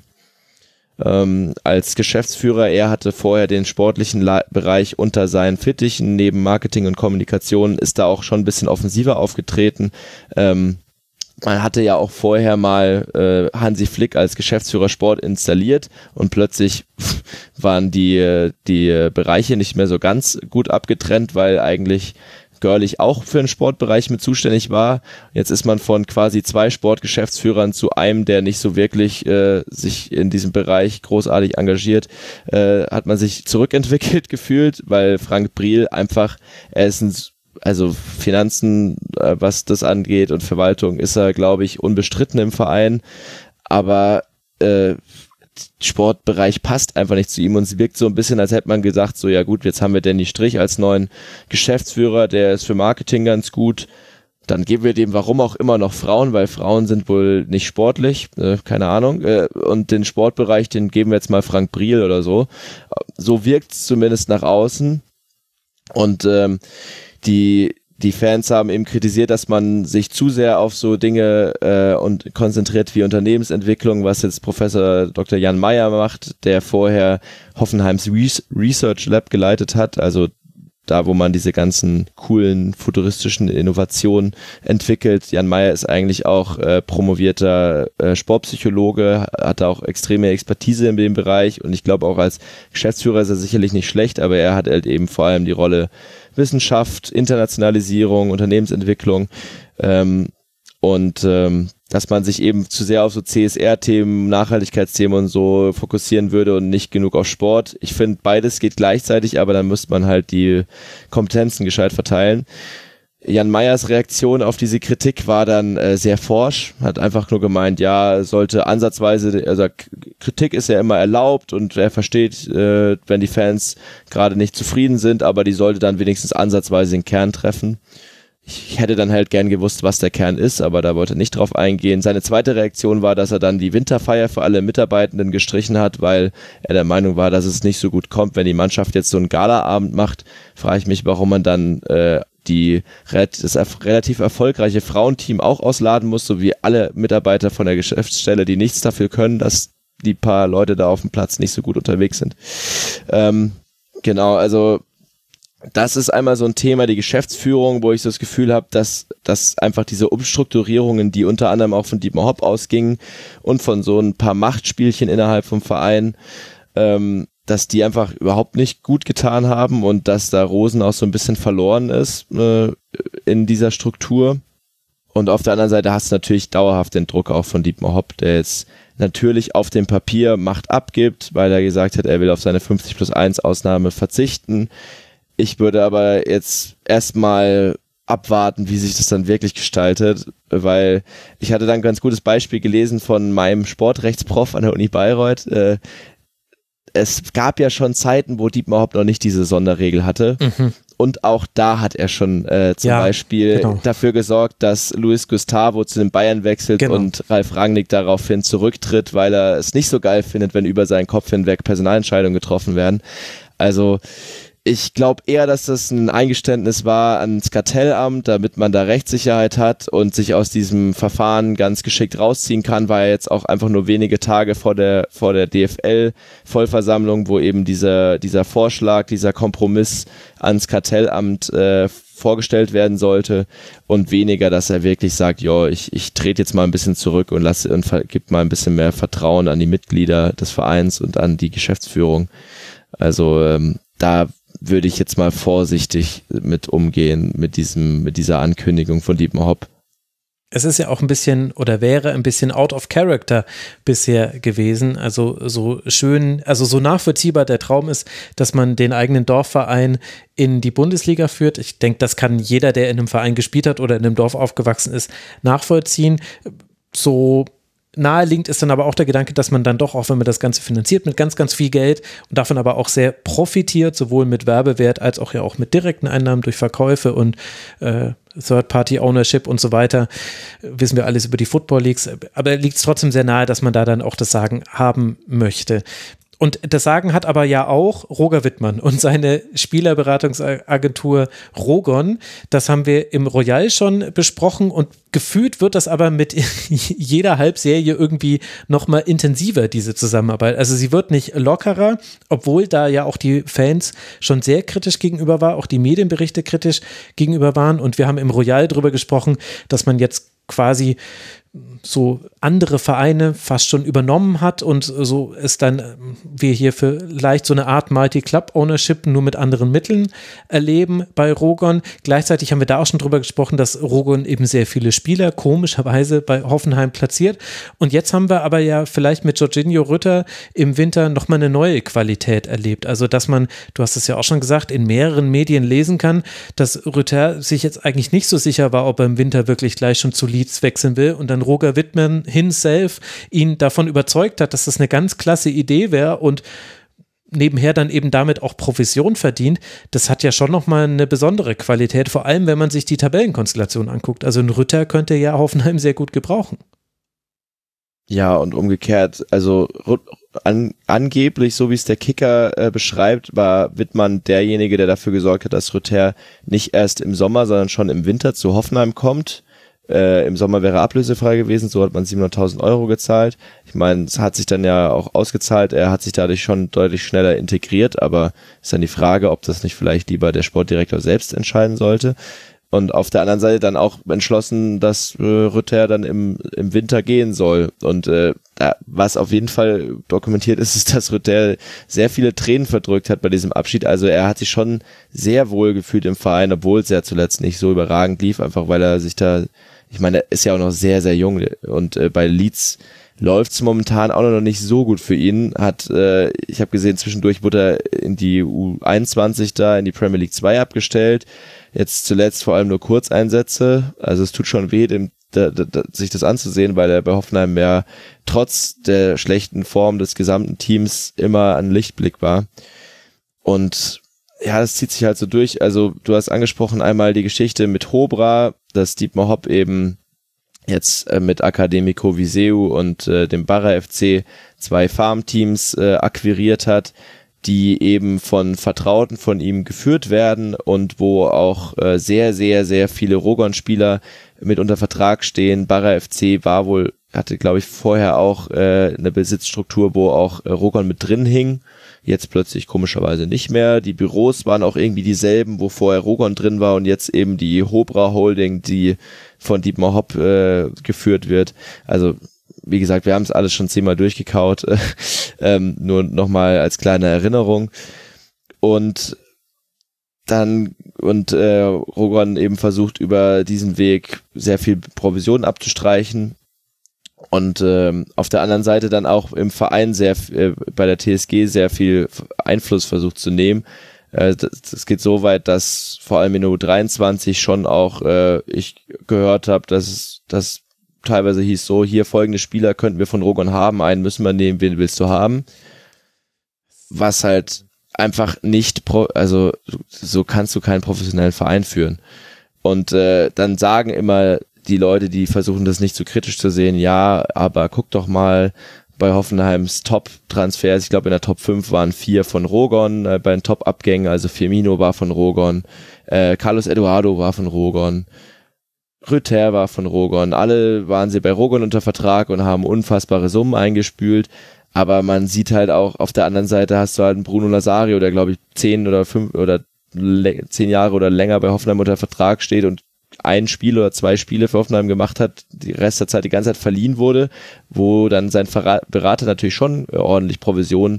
Ähm, als Geschäftsführer, er hatte vorher den sportlichen La- Bereich unter seinen Fittichen, neben Marketing und Kommunikation ist da auch schon ein bisschen offensiver aufgetreten. Ähm, man hatte ja auch vorher mal äh, Hansi Flick als Geschäftsführer Sport installiert und plötzlich waren die, die Bereiche nicht mehr so ganz gut abgetrennt, weil eigentlich Görlich auch für den Sportbereich mit zuständig war. Jetzt ist man von quasi zwei Sportgeschäftsführern zu einem, der nicht so wirklich äh, sich in diesem Bereich großartig engagiert, äh, hat man sich zurückentwickelt gefühlt, weil Frank Briel einfach, er ist ein, also Finanzen, äh, was das angeht und Verwaltung, ist er, glaube ich, unbestritten im Verein, aber äh, Sportbereich passt einfach nicht zu ihm und es wirkt so ein bisschen, als hätte man gesagt, so ja gut, jetzt haben wir Danny Strich als neuen Geschäftsführer, der ist für Marketing ganz gut, dann geben wir dem warum auch immer noch Frauen, weil Frauen sind wohl nicht sportlich, äh, keine Ahnung. Äh, und den Sportbereich, den geben wir jetzt mal Frank Briel oder so. So wirkt es zumindest nach außen. Und ähm, die die Fans haben eben kritisiert, dass man sich zu sehr auf so Dinge äh, und konzentriert wie Unternehmensentwicklung, was jetzt Professor Doktor Jan Meyer macht, der vorher Hoffenheims Research Lab geleitet hat, also da, wo man diese ganzen coolen futuristischen Innovationen entwickelt. Jan Meyer ist eigentlich auch äh, promovierter äh, Sportpsychologe, hat auch extreme Expertise in dem Bereich und ich glaube auch als Geschäftsführer ist er sicherlich nicht schlecht, aber er hat halt eben vor allem die Rolle Wissenschaft, Internationalisierung, Unternehmensentwicklung ähm, und ähm, dass man sich eben zu sehr auf so C S R-Themen, Nachhaltigkeitsthemen und so fokussieren würde und nicht genug auf Sport. Ich finde, beides geht gleichzeitig, aber dann müsste man halt die Kompetenzen gescheit verteilen. Jan Meyers Reaktion auf diese Kritik war dann äh, sehr forsch, hat einfach nur gemeint, ja, sollte ansatzweise, also Kritik ist ja immer erlaubt und er versteht, äh, wenn die Fans gerade nicht zufrieden sind, aber die sollte dann wenigstens ansatzweise den Kern treffen. Ich hätte dann halt gern gewusst, was der Kern ist, aber da wollte er nicht drauf eingehen. Seine zweite Reaktion war, dass er dann die Winterfeier für alle Mitarbeitenden gestrichen hat, weil er der Meinung war, dass es nicht so gut kommt, wenn die Mannschaft jetzt so einen Galaabend macht. Frage ich mich, warum man dann äh, die das relativ erfolgreiche Frauenteam auch ausladen muss, sowie alle Mitarbeiter von der Geschäftsstelle, die nichts dafür können, dass die paar Leute da auf dem Platz nicht so gut unterwegs sind. Ähm, genau, also das ist einmal so ein Thema, die Geschäftsführung, wo ich so das Gefühl habe, dass, dass einfach diese Umstrukturierungen, die unter anderem auch von Dietmar Hopp ausgingen und von so ein paar Machtspielchen innerhalb vom Verein, ähm, dass die einfach überhaupt nicht gut getan haben und dass da Rosen auch so ein bisschen verloren ist äh, in dieser Struktur. Und auf der anderen Seite hast du natürlich dauerhaft den Druck auch von Dietmar Hopp, der jetzt natürlich auf dem Papier Macht abgibt, weil er gesagt hat, er will auf seine fünfzig plus eins Ausnahme verzichten. Ich würde aber jetzt erstmal abwarten, wie sich das dann wirklich gestaltet, weil ich hatte dann ein ganz gutes Beispiel gelesen von meinem Sportrechtsprof an der Uni Bayreuth. Äh, es gab ja schon Zeiten, wo Dietmar Hopp noch nicht diese Sonderregel hatte. Mhm. Und auch da hat er schon äh, zum ja, Beispiel genau. dafür gesorgt, dass Luis Gustavo zu den Bayern wechselt genau. und Ralf Rangnick daraufhin zurücktritt, weil er es nicht so geil findet, wenn über seinen Kopf hinweg Personalentscheidungen getroffen werden. Also ich glaube eher, dass das ein Eingeständnis war ans Kartellamt, damit man da Rechtssicherheit hat und sich aus diesem Verfahren ganz geschickt rausziehen kann, war ja jetzt auch einfach nur wenige Tage vor der vor der D F L-Vollversammlung, wo eben dieser dieser Vorschlag, dieser Kompromiss ans Kartellamt äh, vorgestellt werden sollte und weniger, dass er wirklich sagt, ja, ich ich trete jetzt mal ein bisschen zurück und lasse und gibt mal ein bisschen mehr Vertrauen an die Mitglieder des Vereins und an die Geschäftsführung. Also ähm, da würde ich jetzt mal vorsichtig mit umgehen, mit diesem, mit dieser Ankündigung von Dietmar Hopp. Es ist ja auch ein bisschen oder wäre ein bisschen out of character bisher gewesen. Also so schön, also so nachvollziehbar der Traum ist, dass man den eigenen Dorfverein in die Bundesliga führt. Ich denke, das kann jeder, der in einem Verein gespielt hat oder in einem Dorf aufgewachsen ist, nachvollziehen. So naheliegend ist dann aber auch der Gedanke, dass man dann doch, auch wenn man das Ganze finanziert mit ganz, ganz viel Geld und davon aber auch sehr profitiert, sowohl mit Werbewert als auch ja auch mit direkten Einnahmen durch Verkäufe und äh, Third-Party-Ownership und so weiter, wissen wir alles über die Football Leagues, aber liegt es trotzdem sehr nahe, dass man da dann auch das Sagen haben möchte. Und das Sagen hat aber ja auch Roger Wittmann und seine Spielerberatungsagentur Rogon. Das haben wir im Royal schon besprochen und gefühlt wird das aber mit jeder Halbserie irgendwie nochmal intensiver, diese Zusammenarbeit. Also sie wird nicht lockerer, obwohl da ja auch die Fans schon sehr kritisch gegenüber war, auch die Medienberichte kritisch gegenüber waren. Und wir haben im Royal drüber gesprochen, dass man jetzt quasi so andere Vereine fast schon übernommen hat und so ist dann wir hier vielleicht so eine Art Multi-Club-Ownership nur mit anderen Mitteln erleben bei Rogon. Gleichzeitig haben wir da auch schon drüber gesprochen, dass Rogon eben sehr viele Spieler komischerweise bei Hoffenheim platziert und jetzt haben wir aber ja vielleicht mit Jorginho Rütter im Winter nochmal eine neue Qualität erlebt. Also dass man, du hast es ja auch schon gesagt, in mehreren Medien lesen kann, dass Rütter sich jetzt eigentlich nicht so sicher war, ob er im Winter wirklich gleich schon zu Leeds wechseln will und dann Roger Wittmann himself ihn davon überzeugt hat, dass das eine ganz klasse Idee wäre und nebenher dann eben damit auch Provision verdient, das hat ja schon nochmal eine besondere Qualität, vor allem wenn man sich die Tabellenkonstellation anguckt. Also ein Rütter könnte ja Hoffenheim sehr gut gebrauchen. Ja, und umgekehrt, also an, angeblich, so wie es der Kicker äh, beschreibt, war Wittmann derjenige, der dafür gesorgt hat, dass Rütter nicht erst im Sommer, sondern schon im Winter zu Hoffenheim kommt. Äh, Im Sommer wäre er ablösefrei gewesen, so hat man siebenhunderttausend Euro gezahlt. Ich meine, es hat sich dann ja auch ausgezahlt, er hat sich dadurch schon deutlich schneller integriert, aber ist dann die Frage, ob das nicht vielleicht lieber der Sportdirektor selbst entscheiden sollte. Und auf der anderen Seite dann auch entschlossen, dass äh, Rütter dann im, im Winter gehen soll. Und äh, da, was auf jeden Fall dokumentiert ist, ist, dass Rütter sehr viele Tränen verdrückt hat bei diesem Abschied. Also er hat sich schon sehr wohl gefühlt im Verein, obwohl es ja zuletzt nicht so überragend lief, einfach weil er sich da, ich meine, er ist ja auch noch sehr, sehr jung und äh, bei Leeds läuft es momentan auch noch nicht so gut für ihn. Hat, äh, ich habe gesehen, zwischendurch wurde er in die U einundzwanzig da, in die Premier League zwei abgestellt. Jetzt zuletzt vor allem nur Kurzeinsätze. Also es tut schon weh, dem, da, da, sich das anzusehen, weil er bei Hoffenheim ja trotz der schlechten Form des gesamten Teams immer ein Lichtblick war. Und ja, das zieht sich halt so durch. Also du hast angesprochen einmal die Geschichte mit Hobra, dass Dietmar Hopp eben jetzt äh, mit Academico Viseu und äh, dem Barra F C zwei Farmteams äh, akquiriert hat, die eben von Vertrauten von ihm geführt werden und wo auch äh, sehr, sehr, sehr viele Rogon-Spieler mit unter Vertrag stehen. Barra F C war wohl, hatte glaube ich vorher auch äh, eine Besitzstruktur, wo auch äh, Rogon mit drin hing. Jetzt plötzlich komischerweise nicht mehr. Die Büros waren auch irgendwie dieselben, wo vorher Rogon drin war und jetzt eben die Hobra Holding, die von Dietmar Hopp äh, geführt wird. Also wie gesagt, wir haben es alles schon zehnmal durchgekaut. ähm, nur nochmal als kleine Erinnerung. Und dann und äh, Rogon eben versucht über diesen Weg sehr viel Provision abzustreichen. Und ähm, auf der anderen Seite dann auch im Verein sehr äh, bei der T S G sehr viel Einfluss versucht zu nehmen. Äh, das, das geht so weit, dass vor allem in der U dreiundzwanzig schon auch äh, ich gehört habe, dass es dass teilweise hieß so, hier folgende Spieler könnten wir von Rogon haben, einen müssen wir nehmen, wen willst du haben? Was halt einfach nicht, pro, also so kannst du keinen professionellen Verein führen. Und äh, dann sagen immer die Leute, die versuchen das nicht zu kritisch zu sehen, ja, aber guck doch mal bei Hoffenheims Top-Transfers, ich glaube in der Top fünf waren vier von Rogon, äh, bei den Top-Abgängen, also Firmino war von Rogon, äh, Carlos Eduardo war von Rogon, Rütter war von Rogon, alle waren sie bei Rogon unter Vertrag und haben unfassbare Summen eingespült, aber man sieht halt auch, auf der anderen Seite hast du halt einen Bruno Lasario, der glaube ich zehn oder fünf oder zehn Jahre oder länger bei Hoffenheim unter Vertrag steht und ein Spiel oder zwei Spiele für Hoffenheim gemacht hat, die Rest der Zeit die ganze Zeit verliehen wurde, wo dann sein Berater natürlich schon ordentlich Provision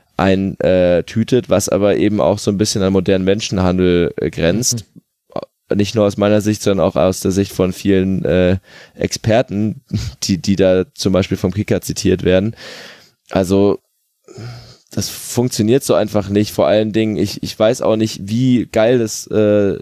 eintütet, was aber eben auch so ein bisschen an modernen Menschenhandel äh, grenzt. Mhm. Nicht nur aus meiner Sicht, sondern auch aus der Sicht von vielen äh, Experten, die, die da zum Beispiel vom Kicker zitiert werden. Also das funktioniert so einfach nicht. Vor allen Dingen, ich, ich weiß auch nicht, wie geil das äh,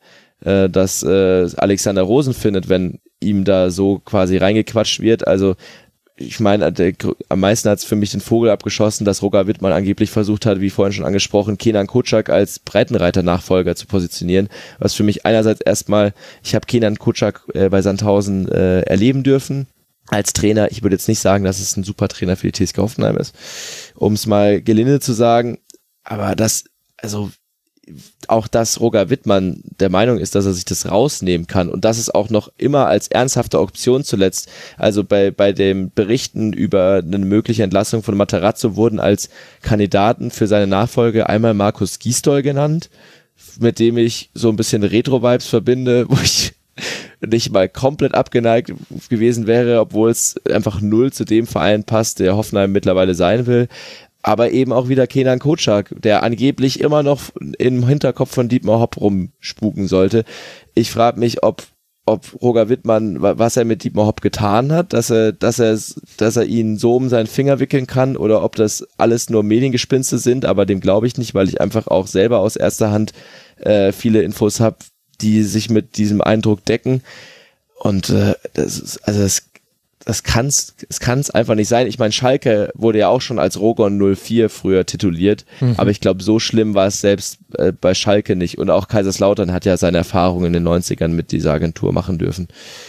dass äh, Alexander Rosen findet, wenn ihm da so quasi reingequatscht wird. Also ich meine, der, am meisten hat es für mich den Vogel abgeschossen, dass Roger Wittmann angeblich versucht hat, wie vorhin schon angesprochen, Kenan Kocak als Breitenreiter-Nachfolger zu positionieren, was für mich einerseits erstmal, ich habe Kenan Kocak äh, bei Sandhausen äh, erleben dürfen als Trainer. Ich würde jetzt nicht sagen, dass es ein super Trainer für die T S G Hoffenheim ist, um es mal gelinde zu sagen, aber das, also auch dass Roger Wittmann der Meinung ist, dass er sich das rausnehmen kann und das ist auch noch immer als ernsthafte Option zuletzt, also bei bei den Berichten über eine mögliche Entlassung von Matarazzo wurden als Kandidaten für seine Nachfolge einmal Markus Gisdol genannt, mit dem ich so ein bisschen Retro-Vibes verbinde, wo ich nicht mal komplett abgeneigt gewesen wäre, obwohl es einfach null zu dem Verein passt, der Hoffenheim mittlerweile sein will. Aber eben auch wieder Kenan Kocak, der angeblich immer noch im Hinterkopf von Dietmar Hopp rumspuken sollte. Ich frage mich, ob ob Roger Wittmann, was er mit Dietmar Hopp getan hat, dass er, dass er, dass er ihn so um seinen Finger wickeln kann oder ob das alles nur Mediengespinste sind, aber dem glaube ich nicht, weil ich einfach auch selber aus erster Hand äh, viele Infos habe, die sich mit diesem Eindruck decken. Und äh, das ist, also das das kann's, es kann's einfach nicht sein. Ich meine, Schalke wurde ja auch schon als Rogon null vier früher tituliert, mhm. aber ich glaube, so schlimm war es selbst äh, bei Schalke nicht. Und auch Kaiserslautern hat ja seine Erfahrungen in den neunzigern mit dieser Agentur machen dürfen.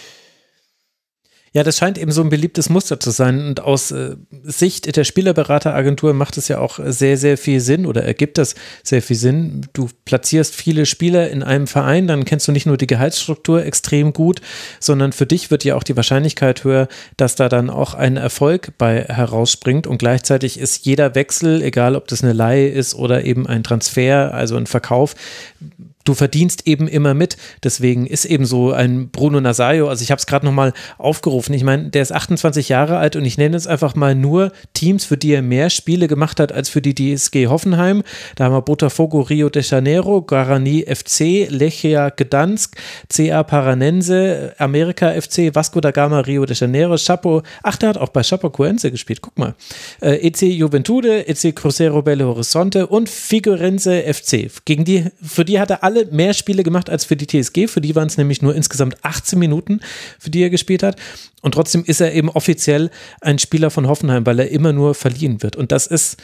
Ja, das scheint eben so ein beliebtes Muster zu sein und aus äh, Sicht der Spielerberateragentur macht es ja auch sehr, sehr viel Sinn oder ergibt das sehr viel Sinn. Du platzierst viele Spieler in einem Verein, dann kennst du nicht nur die Gehaltsstruktur extrem gut, sondern für dich wird ja auch die Wahrscheinlichkeit höher, dass da dann auch ein Erfolg bei herausspringt und gleichzeitig ist jeder Wechsel, egal ob das eine Leihe ist oder eben ein Transfer, also ein Verkauf, du verdienst eben immer mit, deswegen ist eben so ein Bruno Nazario, also ich habe es gerade nochmal aufgerufen, ich meine, der ist achtundzwanzig Jahre alt und ich nenne jetzt einfach mal nur Teams, für die er mehr Spiele gemacht hat als für die D S G Hoffenheim, da haben wir Botafogo Rio de Janeiro, Guarani F C, Lechia Gdansk, C A Paranense, America F C, Vasco da Gama Rio de Janeiro, Chapo, ach, der hat auch bei Chapecoense gespielt, guck mal, äh, E C Juventude, E C Cruzeiro Belo Horizonte und Figueirense F C, gegen die, für die hat er alle mehr Spiele gemacht als für die T S G, für die waren es nämlich nur insgesamt achtzehn Minuten, für die er gespielt hat und trotzdem ist er eben offiziell ein Spieler von Hoffenheim, weil er immer nur verliehen wird und das ist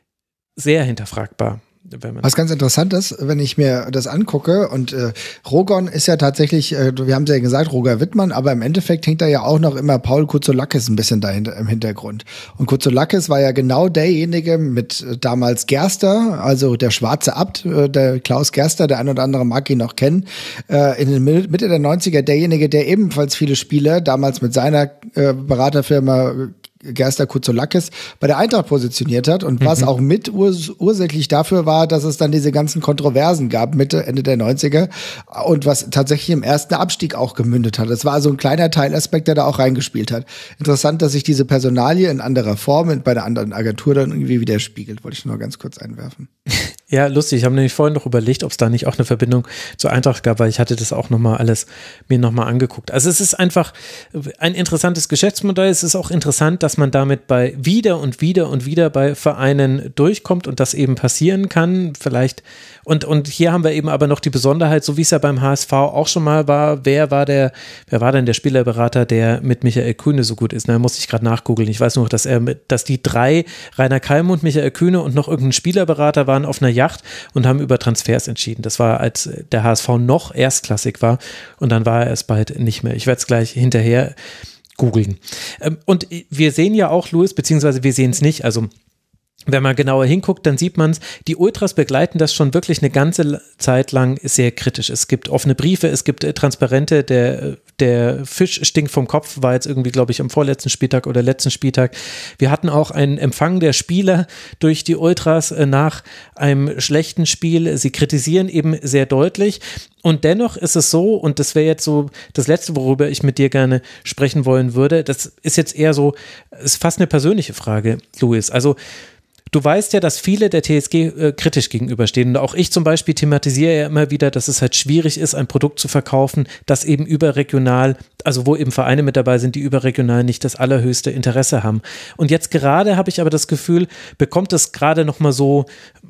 sehr hinterfragbar. Was ganz interessant ist, wenn ich mir das angucke und äh, Rogon ist ja tatsächlich, äh, wir haben es ja gesagt, Roger Wittmann, aber im Endeffekt hängt da ja auch noch immer Paul Koutsoulakis ein bisschen dahinter im Hintergrund. Und Koutsoulakis war ja genau derjenige mit äh, damals Gerster, also der schwarze Abt, äh, der Klaus Gerster, der ein oder andere mag ihn noch kennen, äh, in den Mitte der neunziger derjenige, der ebenfalls viele Spiele damals mit seiner äh, Beraterfirma Gerster Koutsoulakis bei der Eintracht positioniert hat und mhm. was auch mit urs- ursächlich dafür war, dass es dann diese ganzen Kontroversen gab Mitte, Ende der neunziger und was tatsächlich im ersten Abstieg auch gemündet hat. Das war so ein kleiner Teilaspekt, der da auch reingespielt hat. Interessant, dass sich diese Personalie in anderer Form bei einer anderen Agentur dann irgendwie widerspiegelt, wollte ich nur ganz kurz einwerfen. Ja, lustig. Ich habe nämlich vorhin noch überlegt, ob es da nicht auch eine Verbindung zur Eintracht gab, weil ich hatte das auch nochmal alles mir nochmal angeguckt. Also es ist einfach ein interessantes Geschäftsmodell. Es ist auch interessant, dass man damit bei wieder und wieder und wieder bei Vereinen durchkommt und das eben passieren kann. Vielleicht und, und hier haben wir eben aber noch die Besonderheit, so wie es ja beim H S V auch schon mal war, wer war der, wer war denn der Spielerberater, der mit Michael Kühne so gut ist? Na, muss ich gerade nachgoogeln. Ich weiß nur, dass er mit, dass die drei, Rainer Kallmund, Michael Kühne und noch irgendein Spielerberater waren auf einer Yacht und haben über Transfers entschieden. Das war, als der H S V noch erstklassig war und dann war er es bald nicht mehr. Ich werde es gleich hinterher googeln. Und wir sehen ja auch, Louis, beziehungsweise wir sehen es nicht, also wenn man genauer hinguckt, dann sieht man es, die Ultras begleiten das schon wirklich eine ganze Zeit lang sehr kritisch. Es gibt offene Briefe, es gibt Transparente, der, der Fisch stinkt vom Kopf, war jetzt irgendwie, glaube ich, am vorletzten Spieltag oder letzten Spieltag. Wir hatten auch einen Empfang der Spieler durch die Ultras nach einem schlechten Spiel. Sie kritisieren eben sehr deutlich. Und dennoch ist es so, und das wäre jetzt so das Letzte, worüber ich mit dir gerne sprechen wollen würde, das ist jetzt eher so, ist fast eine persönliche Frage, Louis. Also du weißt ja, dass viele der T S G äh, kritisch gegenüberstehen und auch ich zum Beispiel thematisiere ja immer wieder, dass es halt schwierig ist, ein Produkt zu verkaufen, das eben überregional, also wo eben Vereine mit dabei sind, die überregional nicht das allerhöchste Interesse haben. Und jetzt gerade habe ich aber das Gefühl, bekommt es gerade nochmal so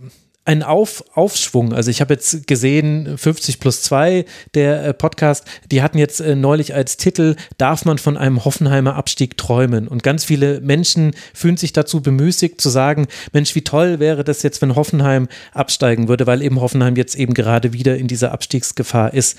ein Auf, Aufschwung. Also ich habe jetzt gesehen, fünfzig plus zwei, der äh, Podcast, die hatten jetzt äh, neulich als Titel, darf man von einem Hoffenheimer Abstieg träumen? Und ganz viele Menschen fühlen sich dazu bemüßigt zu sagen, Mensch, wie toll wäre das jetzt, wenn Hoffenheim absteigen würde, weil eben Hoffenheim jetzt eben gerade wieder in dieser Abstiegsgefahr ist.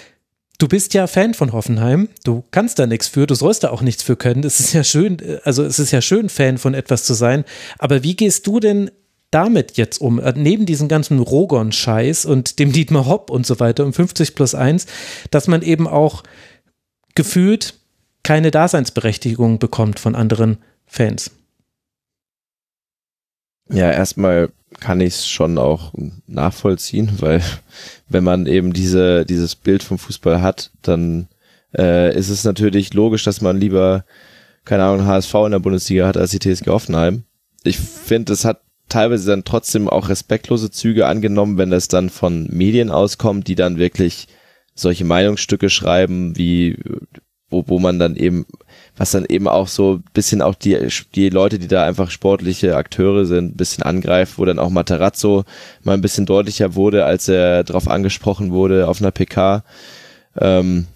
Du bist ja Fan von Hoffenheim, du kannst da nichts für, du sollst da auch nichts für können. Es ist ja schön, also es ist ja schön, Fan von etwas zu sein. Aber wie gehst du denn damit jetzt um, neben diesem ganzen Rogon-Scheiß und dem Dietmar Hopp und so weiter um fünfzig plus eins, dass man eben auch gefühlt keine Daseinsberechtigung bekommt von anderen Fans? Ja, erstmal kann ich es schon auch nachvollziehen, weil wenn man eben diese dieses Bild vom Fußball hat, dann äh, ist es natürlich logisch, dass man lieber, keine Ahnung, H S V in der Bundesliga hat als die T S G Hoffenheim. Ich finde, es hat teilweise dann trotzdem auch respektlose Züge angenommen, wenn das dann von Medien auskommt, die dann wirklich solche Meinungsstücke schreiben, wie wo, wo man dann eben, was dann eben auch so ein bisschen auch die die Leute, die da einfach sportliche Akteure sind, ein bisschen angreift, wo dann auch Materazzo mal ein bisschen deutlicher wurde, als er darauf angesprochen wurde auf einer P K. Ähm,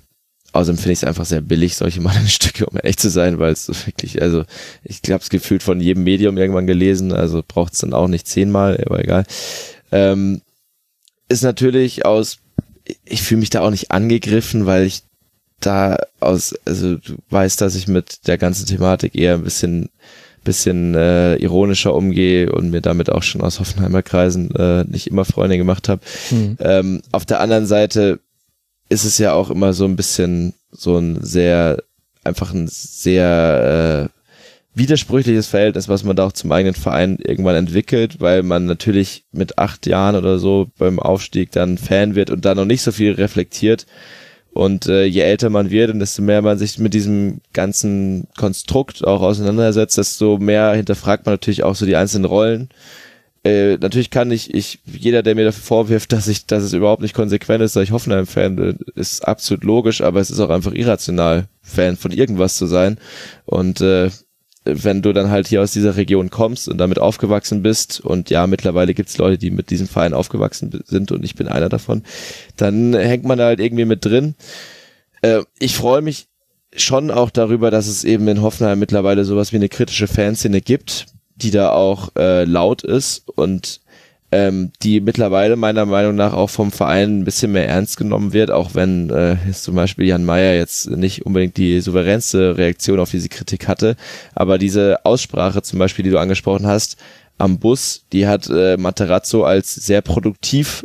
außerdem finde ich es einfach sehr billig, solche Mannenstücke, um ehrlich zu sein, weil es wirklich, also ich glaube, es gefühlt von jedem Medium irgendwann gelesen, also braucht es dann auch nicht zehnmal, aber egal. Ähm, ist natürlich aus, ich fühle mich da auch nicht angegriffen, weil ich da aus, also du weißt, dass ich mit der ganzen Thematik eher ein bisschen bisschen äh, ironischer umgehe und mir damit auch schon aus Hoffenheimer Kreisen äh, nicht immer Freunde gemacht habe. Mhm. Ähm, auf der anderen Seite ist es ja auch immer so ein bisschen so ein sehr, einfach ein sehr äh, widersprüchliches Verhältnis, was man da auch zum eigenen Verein irgendwann entwickelt, weil man natürlich mit acht Jahren oder so beim Aufstieg dann Fan wird und da noch nicht so viel reflektiert. Und äh, je älter man wird und desto mehr man sich mit diesem ganzen Konstrukt auch auseinandersetzt, desto mehr hinterfragt man natürlich auch so die einzelnen Rollen. Äh, natürlich kann ich, ich, jeder, der mir dafür vorwirft, dass ich, dass es überhaupt nicht konsequent ist, dass ich Hoffenheim-Fan bin, ist absolut logisch, aber es ist auch einfach irrational, Fan von irgendwas zu sein. Und äh, wenn du dann halt hier aus dieser Region kommst und damit aufgewachsen bist, und ja, mittlerweile gibt es Leute, die mit diesem Verein aufgewachsen sind und ich bin einer davon, dann hängt man da halt irgendwie mit drin. Äh, ich freue mich schon auch darüber, dass es eben in Hoffenheim mittlerweile sowas wie eine kritische Fanszene gibt, die da auch äh, laut ist und ähm, die mittlerweile meiner Meinung nach auch vom Verein ein bisschen mehr ernst genommen wird, auch wenn äh, jetzt zum Beispiel Jan Meyer jetzt nicht unbedingt die souveränste Reaktion auf diese Kritik hatte, aber diese Aussprache zum Beispiel, die du angesprochen hast, am Bus, die hat äh, Materazzo als sehr produktiv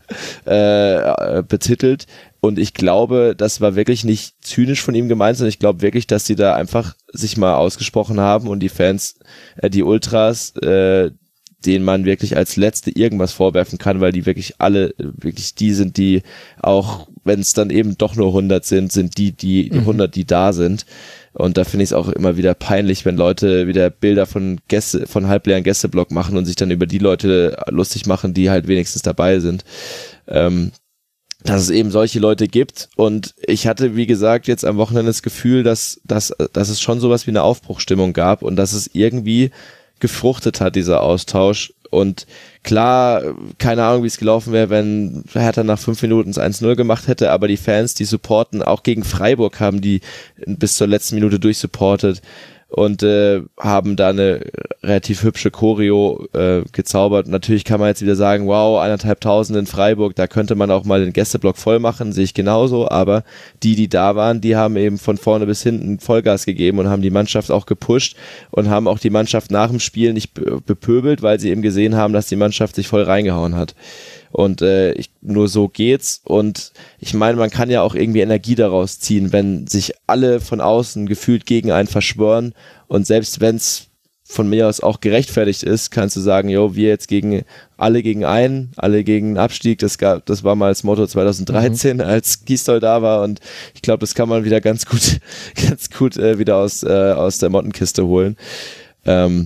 äh, betitelt und ich glaube, das war wirklich nicht zynisch von ihm gemeint, sondern ich glaube wirklich, dass die da einfach sich mal ausgesprochen haben und die Fans, äh, die Ultras, äh, denen man wirklich als Letzte irgendwas vorwerfen kann, weil die wirklich alle, wirklich die sind, die auch, wenn es dann eben doch nur hundert sind, sind die, die, die hundert, die da sind. Und da finde ich es auch immer wieder peinlich, wenn Leute wieder Bilder von Gäste, von halbleeren Gästeblock machen und sich dann über die Leute lustig machen, die halt wenigstens dabei sind. Ähm, dass es eben solche Leute gibt. Und ich hatte, wie gesagt, jetzt am Wochenende das Gefühl, dass, dass, dass es schon sowas wie eine Aufbruchstimmung gab und dass es irgendwie gefruchtet hat, dieser Austausch. Und klar, keine Ahnung, wie es gelaufen wäre, wenn Hertha nach fünf Minuten das eins null gemacht hätte, aber die Fans, die supporten, auch gegen Freiburg haben die bis zur letzten Minute durchsupportet und äh, haben da eine relativ hübsche Choreo äh, gezaubert. Natürlich kann man jetzt wieder sagen, wow, eineinhalbtausend in Freiburg, da könnte man auch mal den Gästeblock voll machen, sehe ich genauso, aber die, die da waren, die haben eben von vorne bis hinten Vollgas gegeben und haben die Mannschaft auch gepusht und haben auch die Mannschaft nach dem Spiel nicht bepöbelt, weil sie eben gesehen haben, dass die Mannschaft sich voll reingehauen hat. Und äh, ich, nur so geht's. Und ich meine, man kann ja auch irgendwie Energie daraus ziehen, wenn sich alle von außen gefühlt gegen einen verschwören. Und selbst wenn es von mir aus auch gerechtfertigt ist, kannst du sagen, jo, wir jetzt gegen alle gegen einen, alle gegen den Abstieg. Das gab, das war mal das Motto zweitausenddreizehn, mhm. als Gisdol da war. Und ich glaube, das kann man wieder ganz gut, ganz gut äh, wieder aus äh, aus der Mottenkiste holen. Ähm,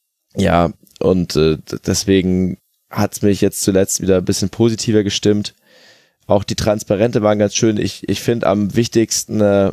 ja, und äh, deswegen hat's mich jetzt zuletzt wieder ein bisschen positiver gestimmt. Auch die Transparente waren ganz schön. Ich, ich finde am wichtigsten, äh,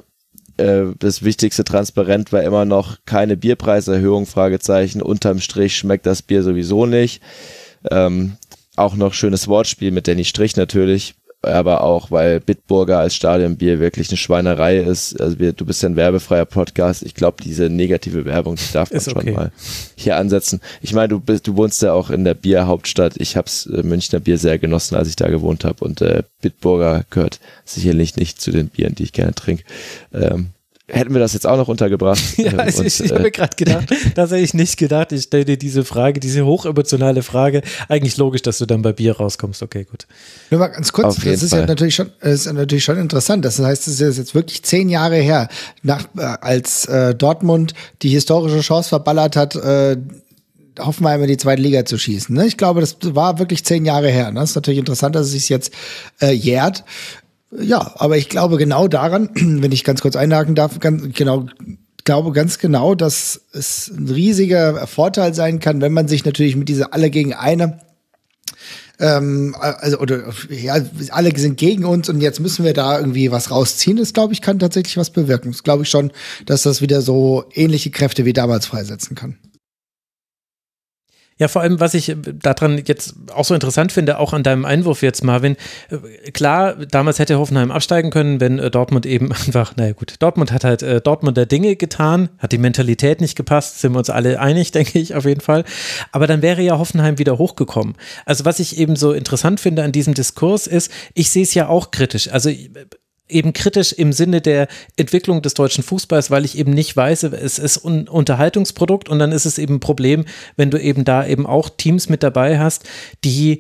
das wichtigste Transparent war immer noch keine Bierpreiserhöhung, Fragezeichen. Unterm Strich schmeckt das Bier sowieso nicht. Ähm, auch noch schönes Wortspiel mit Danny Strich natürlich, aber auch, weil Bitburger als Stadionbier wirklich eine Schweinerei ist. Also wir, du bist ja ein werbefreier Podcast. Ich glaube, diese negative Werbung, die darf man ist schon okay. mal hier ansetzen. Ich meine, du bist, du wohnst ja auch in der Bierhauptstadt. Ich hab's äh, Münchner Bier sehr genossen, als ich da gewohnt habe. Und äh, Bitburger gehört sicherlich nicht zu den Bieren, die ich gerne trinke. Ähm, Hätten wir das jetzt auch noch untergebracht? Ja, also und, ich, ich habe mir gerade gedacht, das hätte ich nicht gedacht. Ich stelle dir diese Frage, diese hochemotionale Frage. Eigentlich logisch, dass du dann bei Bier rauskommst. Okay, gut. Nur mal ganz kurz, das ist Fall. ja natürlich schon, das ist natürlich schon interessant. Das heißt, es ist jetzt wirklich zehn Jahre her, nach, äh, als äh, Dortmund die historische Chance verballert hat, äh, Hoffenheim in die zweite Liga zu schießen. Ne? Ich glaube, das war wirklich zehn Jahre her. Ne? Das ist natürlich interessant, dass es sich jetzt äh, jährt. Ja, aber ich glaube genau daran, wenn ich ganz kurz einhaken darf, ganz genau, glaube ganz genau, dass es ein riesiger Vorteil sein kann, wenn man sich natürlich mit dieser alle gegen eine, ähm, also oder ja, alle sind gegen uns und jetzt müssen wir da irgendwie was rausziehen. Das glaube ich kann tatsächlich was bewirken. Das glaube ich schon, dass das wieder so ähnliche Kräfte wie damals freisetzen kann. Ja, vor allem, was ich daran jetzt auch so interessant finde, auch an deinem Einwurf jetzt, Marvin, klar, damals hätte Hoffenheim absteigen können, wenn Dortmund eben einfach, naja gut, Dortmund hat halt äh, Dortmunder Dinge getan, hat die Mentalität nicht gepasst, sind wir uns alle einig, denke ich auf jeden Fall, aber dann wäre ja Hoffenheim wieder hochgekommen. Also was ich eben so interessant finde an diesem Diskurs ist, ich sehe es ja auch kritisch, also eben kritisch im Sinne der Entwicklung des deutschen Fußballs, weil ich eben nicht weiß, es ist ein Unterhaltungsprodukt und dann ist es eben ein Problem, wenn du eben da eben auch Teams mit dabei hast, die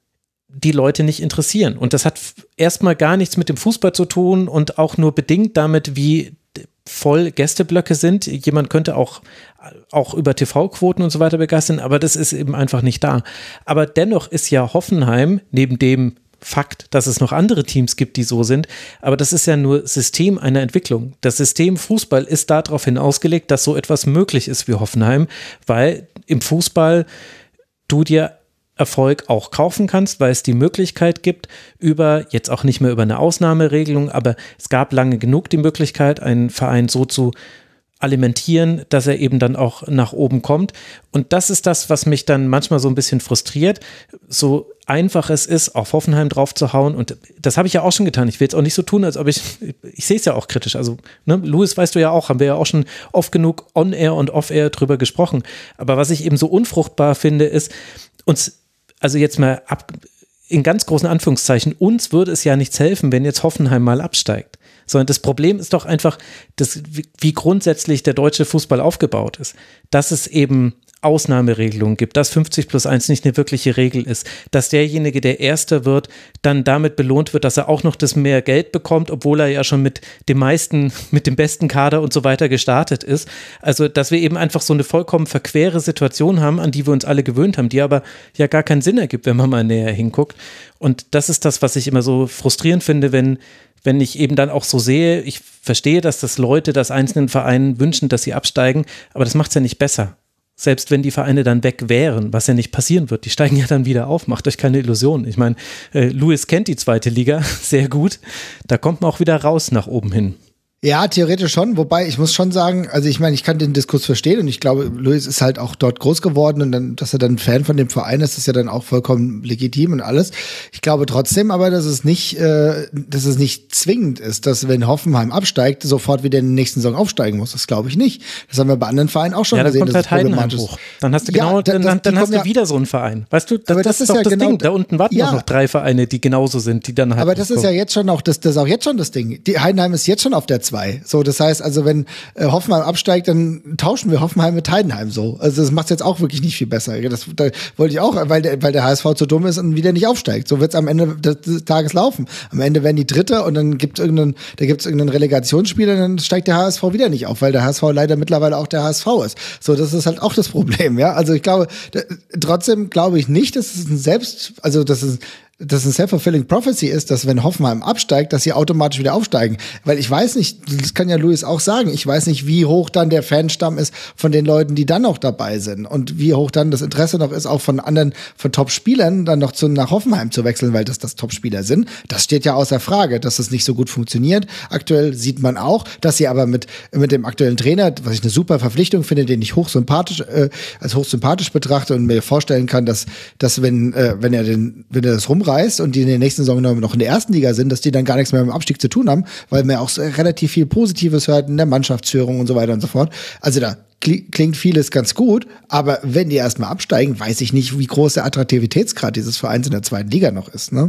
die Leute nicht interessieren. Und das hat erstmal gar nichts mit dem Fußball zu tun und auch nur bedingt damit, wie voll Gästeblöcke sind. Jemand könnte auch, auch über T V-Quoten und so weiter begeistern, aber das ist eben einfach nicht da. Aber dennoch ist ja Hoffenheim neben dem Fakt, dass es noch andere Teams gibt, die so sind, aber das ist ja nur System einer Entwicklung. Das System Fußball ist darauf hin ausgelegt, dass so etwas möglich ist wie Hoffenheim, weil im Fußball du dir Erfolg auch kaufen kannst, weil es die Möglichkeit gibt, über, jetzt auch nicht mehr über eine Ausnahmeregelung, aber es gab lange genug die Möglichkeit, einen Verein so zu alimentieren, dass er eben dann auch nach oben kommt. Und das ist das, was mich dann manchmal so ein bisschen frustriert, so einfach es ist, auf Hoffenheim drauf zu hauen. Und das habe ich ja auch schon getan. Ich will jetzt auch nicht so tun, als ob ich, ich sehe es ja auch kritisch. Also, ne, Louis, weißt du ja auch, haben wir ja auch schon oft genug on-air und off-air drüber gesprochen. Aber was ich eben so unfruchtbar finde, ist, uns, also jetzt mal ab, in ganz großen Anführungszeichen, uns würde es ja nichts helfen, wenn jetzt Hoffenheim mal absteigt. Sondern das Problem ist doch einfach, dass, wie grundsätzlich der deutsche Fußball aufgebaut ist. Dass es eben Ausnahmeregelungen gibt, dass fünfzig plus eins nicht eine wirkliche Regel ist, dass derjenige, der Erster wird, dann damit belohnt wird, dass er auch noch das mehr Geld bekommt, obwohl er ja schon mit dem meisten, mit dem besten Kader und so weiter gestartet ist. Also, dass wir eben einfach so eine vollkommen verquere Situation haben, an die wir uns alle gewöhnt haben, die aber ja gar keinen Sinn ergibt, wenn man mal näher hinguckt. Und das ist das, was ich immer so frustrierend finde, wenn wenn ich eben dann auch so sehe, ich verstehe, dass das Leute, das einzelnen Vereinen wünschen, dass sie absteigen, aber das macht es ja nicht besser. Selbst wenn die Vereine dann weg wären, was ja nicht passieren wird, die steigen ja dann wieder auf, macht euch keine Illusionen. Ich meine, äh, Louis kennt die zweite Liga sehr gut, da kommt man auch wieder raus nach oben hin. Ja, theoretisch schon, wobei ich muss schon sagen, also ich meine, ich kann den Diskurs verstehen und ich glaube, Louis ist halt auch dort groß geworden und dann, dass er dann Fan von dem Verein ist, ist ja dann auch vollkommen legitim und alles. Ich glaube trotzdem aber, dass es nicht, äh, dass es nicht zwingend ist, dass wenn Hoffenheim absteigt, sofort wieder in der nächsten Saison aufsteigen muss. Das glaube ich nicht. Das haben wir bei anderen Vereinen auch schon ja, gesehen. Ja, dann kommt halt Heidenheim hoch. Dann hast du genau, ja, da, dann, dann hast du ja wieder so einen Verein. Weißt du, das, aber das, das ist, ist doch ja das genau, Ding. Da unten warten ja noch drei Vereine, die genauso sind, die dann halt. Aber das ist ja jetzt schon auch, das, das ist auch jetzt schon das Ding. Die Heidenheim ist jetzt schon auf der zwei. So, das heißt, also wenn äh, Hoffenheim absteigt, dann tauschen wir Hoffenheim mit Heidenheim so. Also das macht es jetzt auch wirklich nicht viel besser. Das da wollte ich auch, weil der, weil der H S V zu dumm ist und wieder nicht aufsteigt. So wird es am Ende des Tages laufen. Am Ende werden die Dritte und dann gibt es irgendeinen, da gibt es irgendeinen Relegationsspieler, und dann steigt der H S V wieder nicht auf, weil der H S V leider mittlerweile auch der H S V ist. So, das ist halt auch das Problem, ja. Also ich glaube, da, trotzdem glaube ich nicht, dass es ein Selbst, also das ist dass ein self-fulfilling prophecy ist, dass wenn Hoffenheim absteigt, dass sie automatisch wieder aufsteigen. Weil ich weiß nicht, das kann ja Louis auch sagen, ich weiß nicht, wie hoch dann der Fanstamm ist von den Leuten, die dann noch dabei sind und wie hoch dann das Interesse noch ist, auch von anderen, von Top-Spielern dann noch zu, nach Hoffenheim zu wechseln, weil das das Top-Spieler sind. Das steht ja außer Frage, dass es nicht so gut funktioniert. Aktuell sieht man auch, dass sie aber mit, mit dem aktuellen Trainer, was ich eine super Verpflichtung finde, den ich hochsympathisch, äh, als hochsympathisch betrachte und mir vorstellen kann, dass, dass wenn, äh, wenn er den, wenn er das rumreißt und die in der nächsten Saison noch in der ersten Liga sind, dass die dann gar nichts mehr mit dem Abstieg zu tun haben, weil man auch relativ viel Positives hört in der Mannschaftsführung und so weiter und so fort. Also da klingt vieles ganz gut, aber wenn die erstmal absteigen, weiß ich nicht, wie groß der Attraktivitätsgrad dieses Vereins in der zweiten Liga noch ist, ne?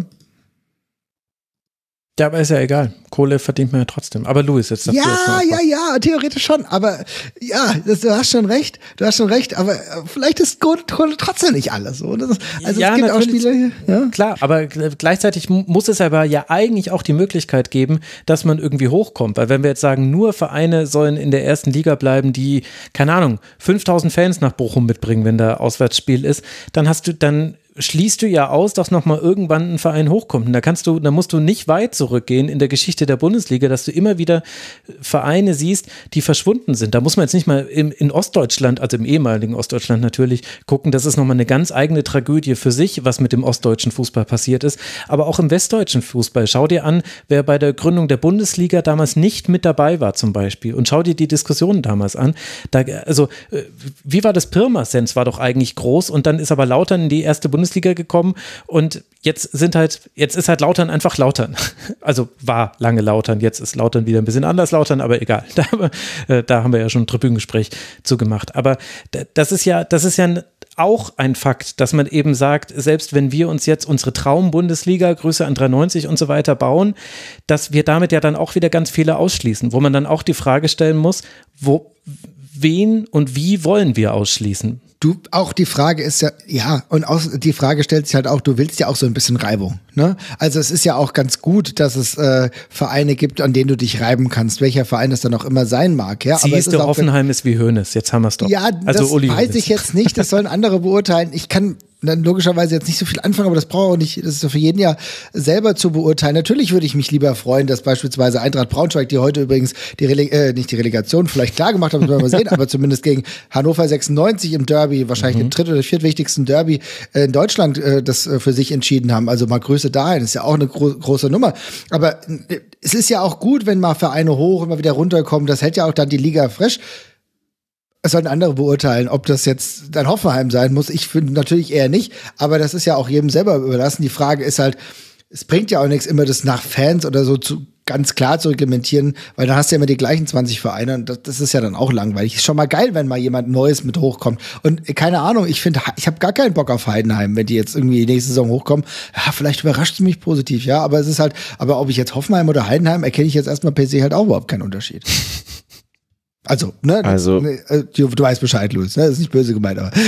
Ja, aber ist ja egal. Kohle verdient man ja trotzdem. Aber Louis, jetzt Ja, ja, ja, theoretisch schon. Aber ja, das, du hast schon recht. Du hast schon recht. Aber vielleicht ist Kohle trotzdem nicht alles so. Das ist, also ja, es gibt auch Spiele. Ja. Klar, aber gleichzeitig muss es aber ja eigentlich auch die Möglichkeit geben, dass man irgendwie hochkommt. Weil wenn wir jetzt sagen, nur Vereine sollen in der ersten Liga bleiben, die, keine Ahnung, fünftausend Fans nach Bochum mitbringen, wenn da Auswärtsspiel ist, dann hast du dann schließt du ja aus, dass nochmal irgendwann ein Verein hochkommt. Und da kannst du, da musst du nicht weit zurückgehen in der Geschichte der Bundesliga, dass du immer wieder Vereine siehst, die verschwunden sind. Da muss man jetzt nicht mal im, in Ostdeutschland, also im ehemaligen Ostdeutschland natürlich, gucken. Das ist nochmal eine ganz eigene Tragödie für sich, was mit dem ostdeutschen Fußball passiert ist. Aber auch im westdeutschen Fußball. Schau dir an, wer bei der Gründung der Bundesliga damals nicht mit dabei war zum Beispiel. Und schau dir die Diskussionen damals an. Da, also, wie war das? Pirmasens war doch eigentlich groß und dann ist aber Lautern in die erste Bundesliga gekommen und jetzt sind halt, jetzt ist halt Lautern einfach Lautern. Also war lange Lautern, jetzt ist Lautern wieder ein bisschen anders Lautern, aber egal. Da, äh, da haben wir ja schon ein Tribünengespräch zu gemacht. Aber das ist ja, das ist ja auch ein Fakt, dass man eben sagt, selbst wenn wir uns jetzt unsere Traum-Bundesliga, Grüße an dreiundneunzig und so weiter bauen, dass wir damit ja dann auch wieder ganz viele ausschließen, wo man dann auch die Frage stellen muss, wo, wen und wie wollen wir ausschließen? Du, auch die Frage ist ja, ja, und auch die Frage stellt sich halt auch, du willst ja auch so ein bisschen Reibung, ne? Also es ist ja auch ganz gut, dass es äh, Vereine gibt, an denen du dich reiben kannst, welcher Verein das dann auch immer sein mag, ja. Siehst aber es ist du, auch, Hoffenheim ist wie Hoeneß, jetzt haben wir es doch. Ja, also das Uli weiß Hoeneß. ich jetzt nicht, das sollen andere beurteilen. Ich kann dann logischerweise jetzt nicht so viel anfangen, aber das brauche auch nicht, das ist so für jeden ja selber zu beurteilen. Natürlich würde ich mich lieber freuen, dass beispielsweise Eintracht Braunschweig, die heute übrigens die Rele- äh, nicht die Relegation vielleicht klar gemacht haben, das werden wir mal sehen, aber zumindest gegen Hannover sechsundneunzig im Derby, wahrscheinlich mhm. den dritt- oder viertwichtigsten Derby äh, in Deutschland, äh, das äh, für sich entschieden haben. Also mal Grüße dahin, ist ja auch eine gro- große Nummer. Aber äh, es ist ja auch gut, wenn mal Vereine hoch, immer wieder runterkommen, das hält ja auch dann die Liga frisch. Es sollten andere beurteilen, ob das jetzt dann Hoffenheim sein muss. Ich finde natürlich eher nicht, aber das ist ja auch jedem selber überlassen. Die Frage ist halt, es bringt ja auch nichts, immer das nach Fans oder so zu, ganz klar zu reglementieren, weil dann hast du ja immer die gleichen zwanzig Vereine und das, das ist ja dann auch langweilig. Ist schon mal geil, wenn mal jemand Neues mit hochkommt. Und keine Ahnung, ich finde, ich habe gar keinen Bock auf Heidenheim, wenn die jetzt irgendwie nächste Saison hochkommen. Ja, vielleicht überrascht es mich positiv, ja, aber es ist halt, aber ob ich jetzt Hoffenheim oder Heidenheim, erkenne ich jetzt erstmal per se halt auch überhaupt keinen Unterschied. Also, ne, also, ne, du, du weißt Bescheid, Luis, ne, das ist nicht böse gemeint, aber.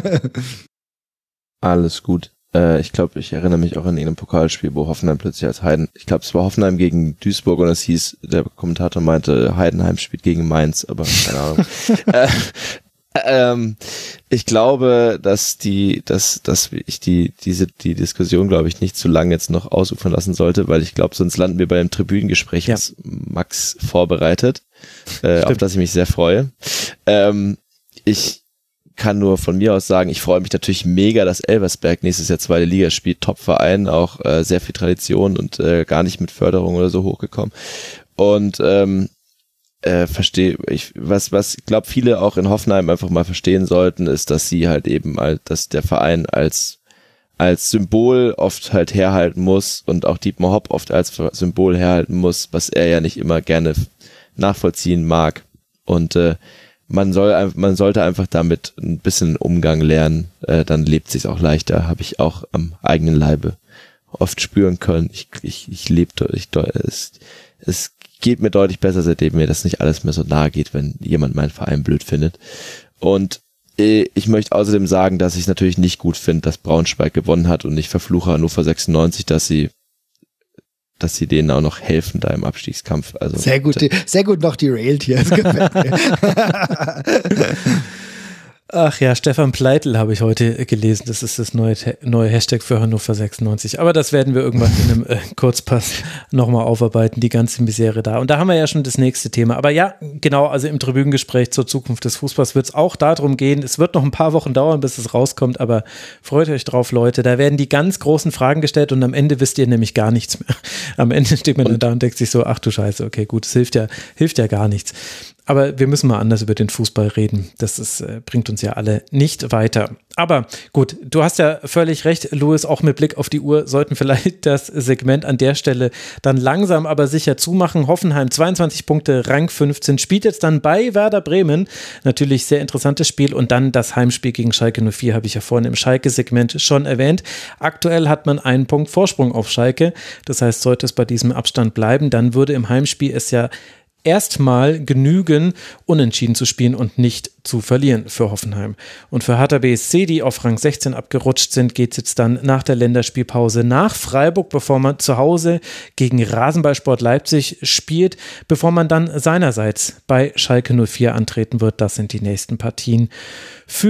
Alles gut. Äh, ich glaube, ich erinnere mich auch an irgendeinem Pokalspiel, wo Hoffenheim plötzlich als Heiden, ich glaube, es war Hoffenheim gegen Duisburg und es hieß, der Kommentator meinte, Heidenheim spielt gegen Mainz, aber keine Ahnung. äh, ähm, ich glaube, dass die, dass, dass ich die, diese, die Diskussion, glaube ich, nicht zu lange jetzt noch ausufern lassen sollte, weil ich glaube, sonst landen wir bei dem Tribünengespräch, ja. was Max vorbereitet, äh, auf das ich mich sehr freue. Ähm, ich kann nur von mir aus sagen, ich freue mich natürlich mega, dass Elversberg nächstes Jahr zweite Liga spielt, Top-Verein, auch äh, sehr viel Tradition und äh, gar nicht mit Förderung oder so hochgekommen. Und ähm, Äh, verstehe ich, was, was ich glaube, viele auch in Hoffenheim einfach mal verstehen sollten, ist, dass sie halt eben, dass der Verein als als Symbol oft halt herhalten muss und auch Dietmar Hopp oft als Symbol herhalten muss, was er ja nicht immer gerne nachvollziehen mag. Und äh, man soll, man sollte einfach damit ein bisschen Umgang lernen, äh, dann lebt sich's auch leichter, habe ich auch am eigenen Leibe oft spüren können. Ich ich ich lebe ich es es geht mir deutlich besser, seitdem mir das nicht alles mehr so nahe geht, wenn jemand meinen Verein blöd findet. Und äh, ich möchte außerdem sagen, dass ich es natürlich nicht gut finde, dass Braunschweig gewonnen hat und ich verfluche Hannover sechsundneunzig, dass sie dass sie denen auch noch helfen da im Abstiegskampf. Also sehr gut, sehr gut noch derailed hier. Das gefällt mir. Ach ja, Stefan Pleitl habe ich heute gelesen. Das ist das neue, neue Hashtag für Hannover sechsundneunzig. Aber das werden wir irgendwann in einem äh, Kurzpass nochmal aufarbeiten, die ganze Misere da. Und da haben wir ja schon das nächste Thema. Aber ja, genau, also im Tribünengespräch zur Zukunft des Fußballs wird es auch darum gehen. Es wird noch ein paar Wochen dauern, bis es rauskommt, aber freut euch drauf, Leute. Da werden die ganz großen Fragen gestellt und am Ende wisst ihr nämlich gar nichts mehr. Am Ende steht man dann da und denkt sich so, ach du Scheiße, okay, gut, es hilft ja, hilft ja gar nichts. Aber wir müssen mal anders über den Fußball reden. Das ist, äh, bringt uns ja alle nicht weiter. Aber gut, du hast ja völlig recht, Louis, auch mit Blick auf die Uhr sollten vielleicht das Segment an der Stelle dann langsam aber sicher zumachen. Hoffenheim zweiundzwanzig Punkte, Rang fünfzehn, spielt jetzt dann bei Werder Bremen. Natürlich sehr interessantes Spiel und dann das Heimspiel gegen Schalke null vier, habe ich ja vorhin im Schalke-Segment schon erwähnt. Aktuell hat man einen Punkt Vorsprung auf Schalke. Das heißt, sollte es bei diesem Abstand bleiben, dann würde im Heimspiel es ja erstmal genügen, unentschieden zu spielen und nicht zu verlieren für Hoffenheim. Und für Hertha B S C, die auf Rang sechzehn abgerutscht sind, geht es jetzt dann nach der Länderspielpause nach Freiburg, bevor man zu Hause gegen Rasenballsport Leipzig spielt, bevor man dann seinerseits bei Schalke null vier antreten wird. Das sind die nächsten Partien für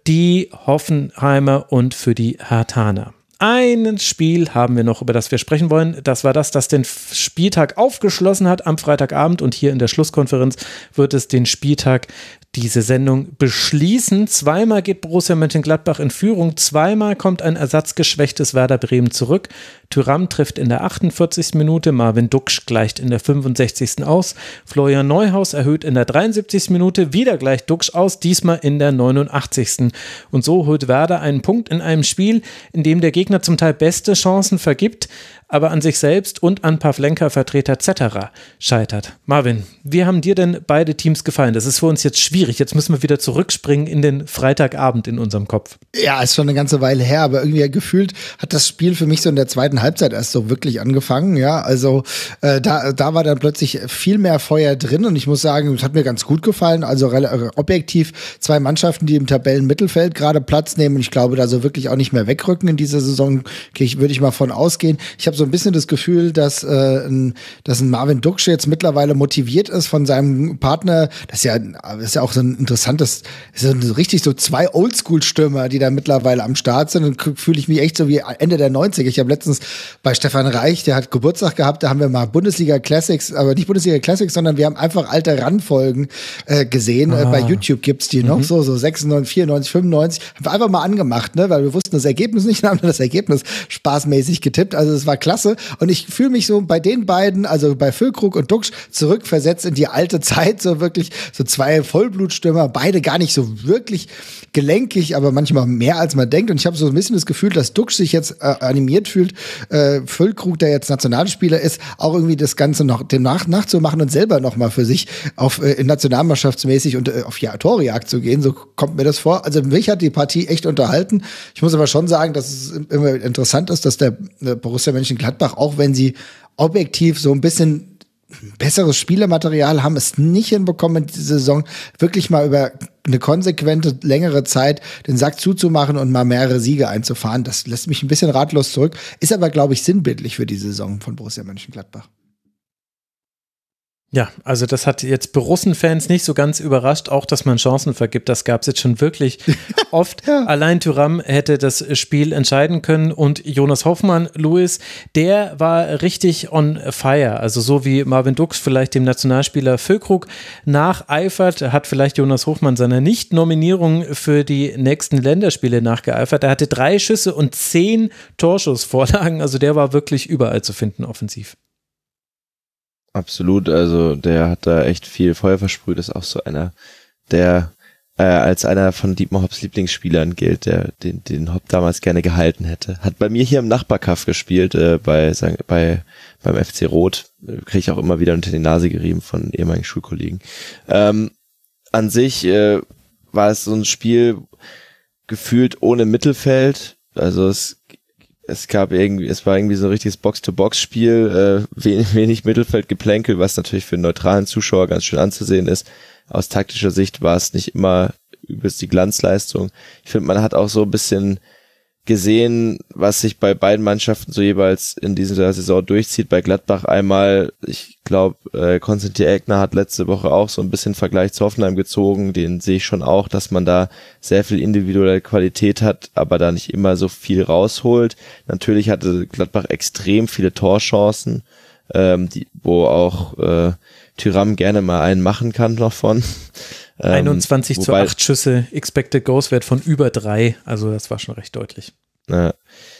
die Hoffenheimer und für die Herthaner. Ein Spiel haben wir noch, über das wir sprechen wollen. Das war das, das den Spieltag aufgeschlossen hat am Freitagabend. Und hier in der Schlusskonferenz wird es den Spieltag, diese Sendung, beschließen. Zweimal geht Borussia Mönchengladbach in Führung. Zweimal kommt ein ersatzgeschwächtes Werder Bremen zurück. Thuram trifft in der achtundvierzigsten Minute. Marvin Duksch gleicht in der fünfundsechzigsten aus. Florian Neuhaus erhöht in der dreiundsiebzigsten Minute. Wieder gleicht Duksch aus, diesmal in der neunundachtzigsten Und so holt Werder einen Punkt in einem Spiel, in dem der Gegner zum Teil beste Chancen vergibt, aber an sich selbst und an Pavlenka-Vertreter Zetterer scheitert. Marvin, wie haben dir denn beide Teams gefallen? Das ist für uns jetzt schwierig. Jetzt müssen wir wieder zurückspringen in den Freitagabend in unserem Kopf. Ja, ist schon eine ganze Weile her, aber irgendwie gefühlt hat das Spiel für mich so in der zweiten Halbzeit erst so wirklich angefangen. Ja, also äh, da, da war dann plötzlich viel mehr Feuer drin und ich muss sagen, es hat mir ganz gut gefallen. Also re- objektiv zwei Mannschaften, die im Tabellenmittelfeld gerade Platz nehmen und ich glaube, da so wirklich auch nicht mehr wegrücken in dieser Saison, okay, würde ich mal von ausgehen. Ich habe so ein bisschen das Gefühl, dass, äh, ein, dass ein Marvin Duksch jetzt mittlerweile motiviert ist von seinem Partner. Das ist ja, das ist ja auch so ein interessantes, das ist so richtig so zwei Oldschool-Stürmer, die da mittlerweile am Start sind. Und fühle ich mich echt so wie Ende der neunziger. Ich habe letztens bei Stefan Reich, der hat Geburtstag gehabt, da haben wir mal Bundesliga Classics, aber nicht Bundesliga Classics, sondern wir haben einfach alte Run-Folgen äh, gesehen. Ah. Äh, bei YouTube gibt's die mhm. noch, so so sechsundneunzig, vierundneunzig, fünfundneunzig. Haben wir einfach mal angemacht, ne, weil wir wussten das Ergebnis nicht, dann haben wir das Ergebnis spaßmäßig getippt. Also es war klasse. Und ich fühle mich so bei den beiden, also bei Füllkrug und Duksch, zurückversetzt in die alte Zeit, so wirklich so zwei Vollblutstürmer, beide gar nicht so wirklich gelenkig, aber manchmal mehr als man denkt. Und ich habe so ein bisschen das Gefühl, dass Duksch sich jetzt äh, animiert fühlt, äh, Füllkrug, der jetzt Nationalspieler ist, auch irgendwie das Ganze noch dem nach nachzumachen und selber noch mal für sich auf äh, nationalmannschaftsmäßig und äh, auf ja, Torjagd zu gehen. So kommt mir das vor. Also mich hat die Partie echt unterhalten. Ich muss aber schon sagen, dass es immer interessant ist, dass der äh, Borussia Mönchengladbach, auch wenn sie objektiv so ein bisschen besseres Spielermaterial haben, es nicht hinbekommen in dieser Saison, wirklich mal über eine konsequente, längere Zeit den Sack zuzumachen und mal mehrere Siege einzufahren. Das lässt mich ein bisschen ratlos zurück, ist aber, glaube ich, sinnbildlich für die Saison von Borussia Mönchengladbach. Ja, also das hat jetzt Borussen-Fans nicht so ganz überrascht, auch dass man Chancen vergibt. Das gab es jetzt schon wirklich oft. Ja. Allein Thuram hätte das Spiel entscheiden können und Jonas Hoffmann, Luis, der war richtig on fire. Also so wie Marvin Duksch vielleicht dem Nationalspieler Füllkrug nacheifert, hat vielleicht Jonas Hoffmann seiner Nicht-Nominierung für die nächsten Länderspiele nachgeeifert. Er hatte drei Schüsse und zehn Torschussvorlagen, also der war wirklich überall zu finden offensiv. Absolut, also der hat da echt viel Feuer versprüht, ist auch so einer, der äh, als einer von Dietmar Hopps Lieblingsspielern gilt, der den, den Hopp damals gerne gehalten hätte. Hat bei mir hier im Nachbarkaff gespielt, äh, bei, bei beim F C Roth, kriege ich auch immer wieder unter die Nase gerieben von ehemaligen Schulkollegen. Ähm, an sich äh, war es so ein Spiel gefühlt ohne Mittelfeld, also es Es gab irgendwie, es war irgendwie so ein richtiges Box-to-Box-Spiel, äh, wenig, wenig Mittelfeldgeplänkel, was natürlich für einen neutralen Zuschauer ganz schön anzusehen ist. Aus taktischer Sicht war es nicht immer übelst die Glanzleistung. Ich finde, man hat auch so ein bisschen gesehen, was sich bei beiden Mannschaften so jeweils in dieser Saison durchzieht. Bei Gladbach einmal, ich glaube, äh, Konstantin Eckner hat letzte Woche auch so ein bisschen Vergleich zu Hoffenheim gezogen. Den sehe ich schon auch, dass man da sehr viel individuelle Qualität hat, aber da nicht immer so viel rausholt. Natürlich hatte Gladbach extrem viele Torchancen, ähm, die, wo auch äh, Thuram gerne mal einen machen kann noch von. Ähm, einundzwanzig zu acht Schüsse, Expected Goals Wert von über drei, also das war schon recht deutlich. Ja,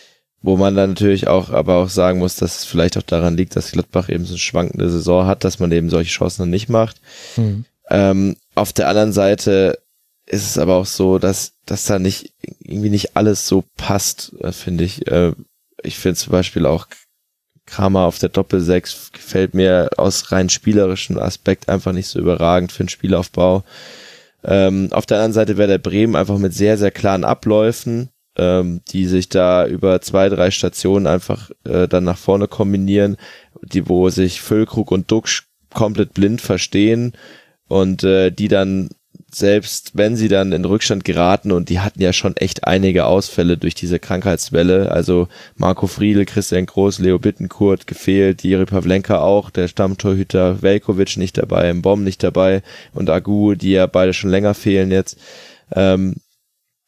wo man dann natürlich auch, aber auch sagen muss, dass es vielleicht auch daran liegt, dass Gladbach eben so eine schwankende Saison hat, dass man eben solche Chancen dann nicht macht. Mhm. Ähm, auf der anderen Seite ist es aber auch so, dass, dass da nicht, irgendwie nicht alles so passt, finde ich. Äh, ich finde zum Beispiel auch Kramer auf der Doppelsechs gefällt mir aus rein spielerischem Aspekt einfach nicht so überragend für den Spielaufbau. Ähm, auf der anderen Seite wäre der Bremen einfach mit sehr, sehr klaren Abläufen, ähm, die sich da über zwei, drei Stationen einfach äh, dann nach vorne kombinieren, die wo sich Füllkrug und Duksch komplett blind verstehen und äh, die dann selbst wenn sie dann in Rückstand geraten, und die hatten ja schon echt einige Ausfälle durch diese Krankheitswelle, also Marco Friedl, Christian Groß, Leo Bittencourt gefehlt, Jiri Pavlenka auch, der Stammtorhüter Veljkovic nicht dabei, Mbom nicht dabei und Agu, die ja beide schon länger fehlen jetzt. Ähm,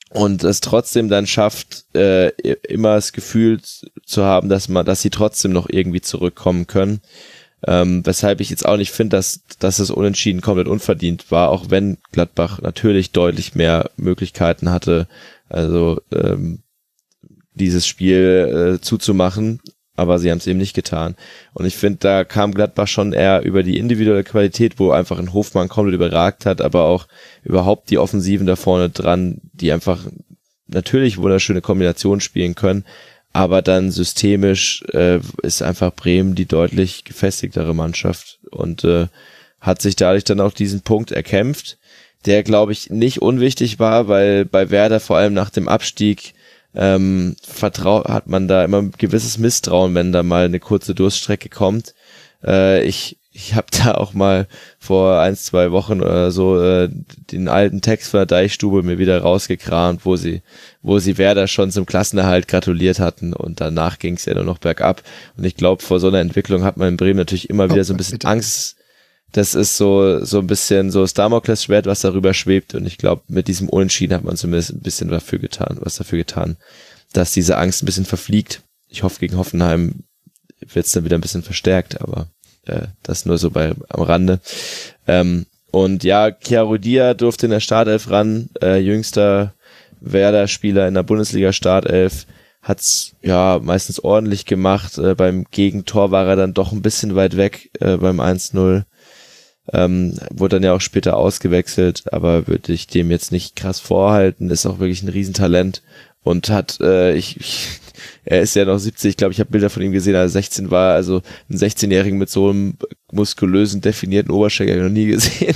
und es trotzdem dann schafft, äh, immer das Gefühl zu haben, dass man, dass sie trotzdem noch irgendwie zurückkommen können. Ähm, weshalb ich jetzt auch nicht finde, dass, dass das Unentschieden komplett unverdient war, auch wenn Gladbach natürlich deutlich mehr Möglichkeiten hatte, also ähm, dieses Spiel äh, zuzumachen, aber sie haben es eben nicht getan. Und ich finde, da kam Gladbach schon eher über die individuelle Qualität, wo einfach ein Hofmann komplett überragt hat, aber auch überhaupt die Offensiven da vorne dran, die einfach natürlich wunderschöne Kombinationen spielen können, aber dann systemisch äh, ist einfach Bremen die deutlich gefestigtere Mannschaft und äh, hat sich dadurch dann auch diesen Punkt erkämpft, der, glaube ich, nicht unwichtig war, weil bei Werder vor allem nach dem Abstieg ähm, vertrau- hat man da immer ein gewisses Misstrauen, wenn da mal eine kurze Durststrecke kommt. Äh, ich ich habe da auch mal vor ein, zwei Wochen oder so äh, den alten Text von der Deichstube mir wieder rausgekramt, wo sie wo sie Werder schon zum Klassenerhalt gratuliert hatten und danach ging es ja nur noch bergab. Und ich glaube, vor so einer Entwicklung hat man in Bremen natürlich immer wieder so ein bisschen Bitte. Angst. Das ist so so ein bisschen so das Damoklesschwert, was darüber schwebt. Und ich glaube, mit diesem Unentschieden hat man zumindest ein bisschen dafür getan, was dafür getan, dass diese Angst ein bisschen verfliegt. Ich hoffe, gegen Hoffenheim wird es dann wieder ein bisschen verstärkt, aber äh, das nur so bei am Rande. Ähm, und ja, Chiarodia durfte in der Startelf ran, äh, jüngster Werder-Spieler in der Bundesliga-Startelf, hat's ja meistens ordentlich gemacht. Äh, beim Gegentor war er dann doch ein bisschen weit weg äh, beim eins null. Ähm, wurde dann ja auch später ausgewechselt, aber würde ich dem jetzt nicht krass vorhalten, ist auch wirklich ein Riesentalent und hat, äh, ich, ich er ist ja noch siebzig, ich glaube, ich habe Bilder von ihm gesehen, als er sechzehn war, also einen sechzehnjährigen mit so einem muskulösen, definierten Oberschenkel habe ich noch nie gesehen.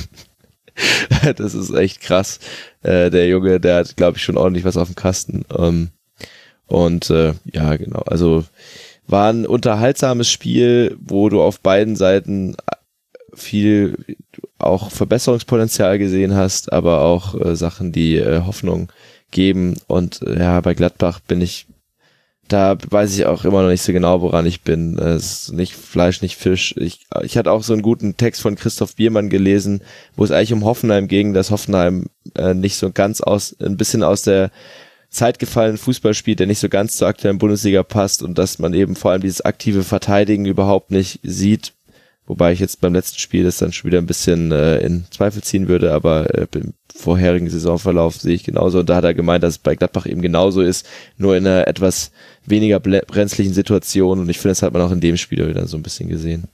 Das ist echt krass. Äh, der Junge, der hat, glaube ich, schon ordentlich was auf dem Kasten. Ähm, und äh, ja, genau, also war ein unterhaltsames Spiel, wo du auf beiden Seiten viel auch Verbesserungspotenzial gesehen hast, aber auch äh, Sachen, die äh, Hoffnung geben. Und äh, ja, bei Gladbach bin ich, da weiß ich auch immer noch nicht so genau, woran ich bin. Es ist nicht Fleisch, nicht Fisch. Ich, ich hatte auch so einen guten Text von Christoph Biermann gelesen, wo es eigentlich um Hoffenheim ging, dass Hoffenheim äh, nicht so ganz aus, ein bisschen aus der Zeit gefallenen Fußball spielt, der nicht so ganz zur aktuellen Bundesliga passt und dass man eben vor allem dieses aktive Verteidigen überhaupt nicht sieht. Wobei ich jetzt beim letzten Spiel das dann schon wieder ein bisschen äh, in Zweifel ziehen würde, aber äh, im vorherigen Saisonverlauf sehe ich genauso. Und da hat er gemeint, dass es bei Gladbach eben genauso ist, nur in einer etwas weniger brenzlichen Situation. Und ich finde, das hat man auch in dem Spiel wieder so ein bisschen gesehen.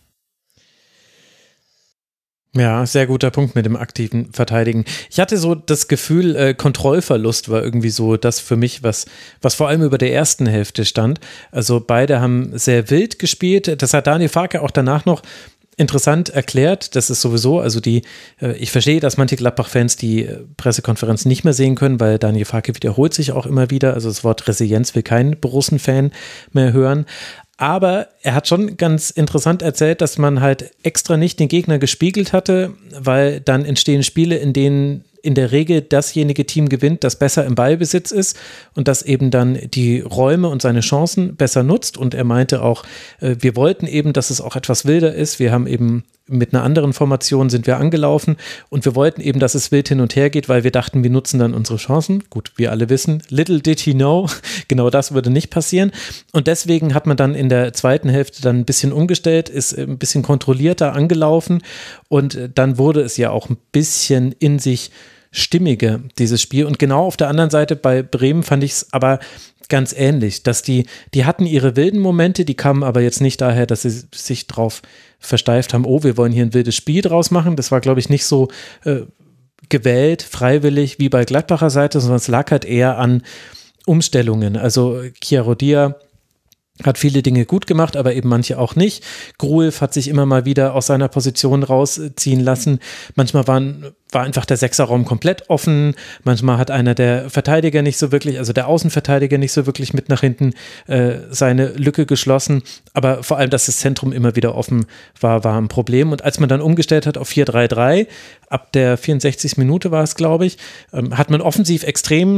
Ja, sehr guter Punkt mit dem aktiven Verteidigen. Ich hatte so das Gefühl, äh, Kontrollverlust war irgendwie so das für mich, was, was vor allem über der ersten Hälfte stand. Also beide haben sehr wild gespielt. Das hat Daniel Farke auch danach noch interessant erklärt. Das ist sowieso, also die, äh, ich verstehe, dass manche Gladbach-Fans die äh, Pressekonferenz nicht mehr sehen können, weil Daniel Farke wiederholt sich auch immer wieder. Also das Wort Resilienz will kein Borussen-Fan mehr hören. Aber er hat schon ganz interessant erzählt, dass man halt extra nicht den Gegner gespiegelt hatte, weil dann entstehen Spiele, in denen in der Regel dasjenige Team gewinnt, das besser im Ballbesitz ist und das eben dann die Räume und seine Chancen besser nutzt. Und er meinte auch, äh, wir wollten eben, dass es auch etwas wilder ist. Wir haben eben mit einer anderen Formation sind wir angelaufen und wir wollten eben, dass es wild hin und her geht, weil wir dachten, wir nutzen dann unsere Chancen. Gut, wir alle wissen, little did he know, genau das würde nicht passieren. Und deswegen hat man dann in der zweiten Hälfte dann ein bisschen umgestellt, ist ein bisschen kontrollierter angelaufen und dann wurde es ja auch ein bisschen in sich stimmiger, dieses Spiel. Und genau auf der anderen Seite bei Bremen fand ich es aber ganz ähnlich, dass die, die hatten ihre wilden Momente, die kamen aber jetzt nicht daher, dass sie sich drauf versteift haben, oh, wir wollen hier ein wildes Spiel draus machen. Das war, glaube ich, nicht so äh, gewählt, freiwillig wie bei Gladbacher Seite, sondern es lag halt eher an Umstellungen. Also Chiarodia hat viele Dinge gut gemacht, aber eben manche auch nicht. Gruev hat sich immer mal wieder aus seiner Position rausziehen lassen. Manchmal waren, war einfach der Sechserraum komplett offen. Manchmal hat einer der Verteidiger nicht so wirklich, also der Außenverteidiger nicht so wirklich mit nach hinten äh, seine Lücke geschlossen. Aber vor allem, dass das Zentrum immer wieder offen war, war ein Problem. Und als man dann umgestellt hat auf vier drei drei, ab der vierundsechzigsten Minute war es, glaube ich, ähm, hat man offensiv extrem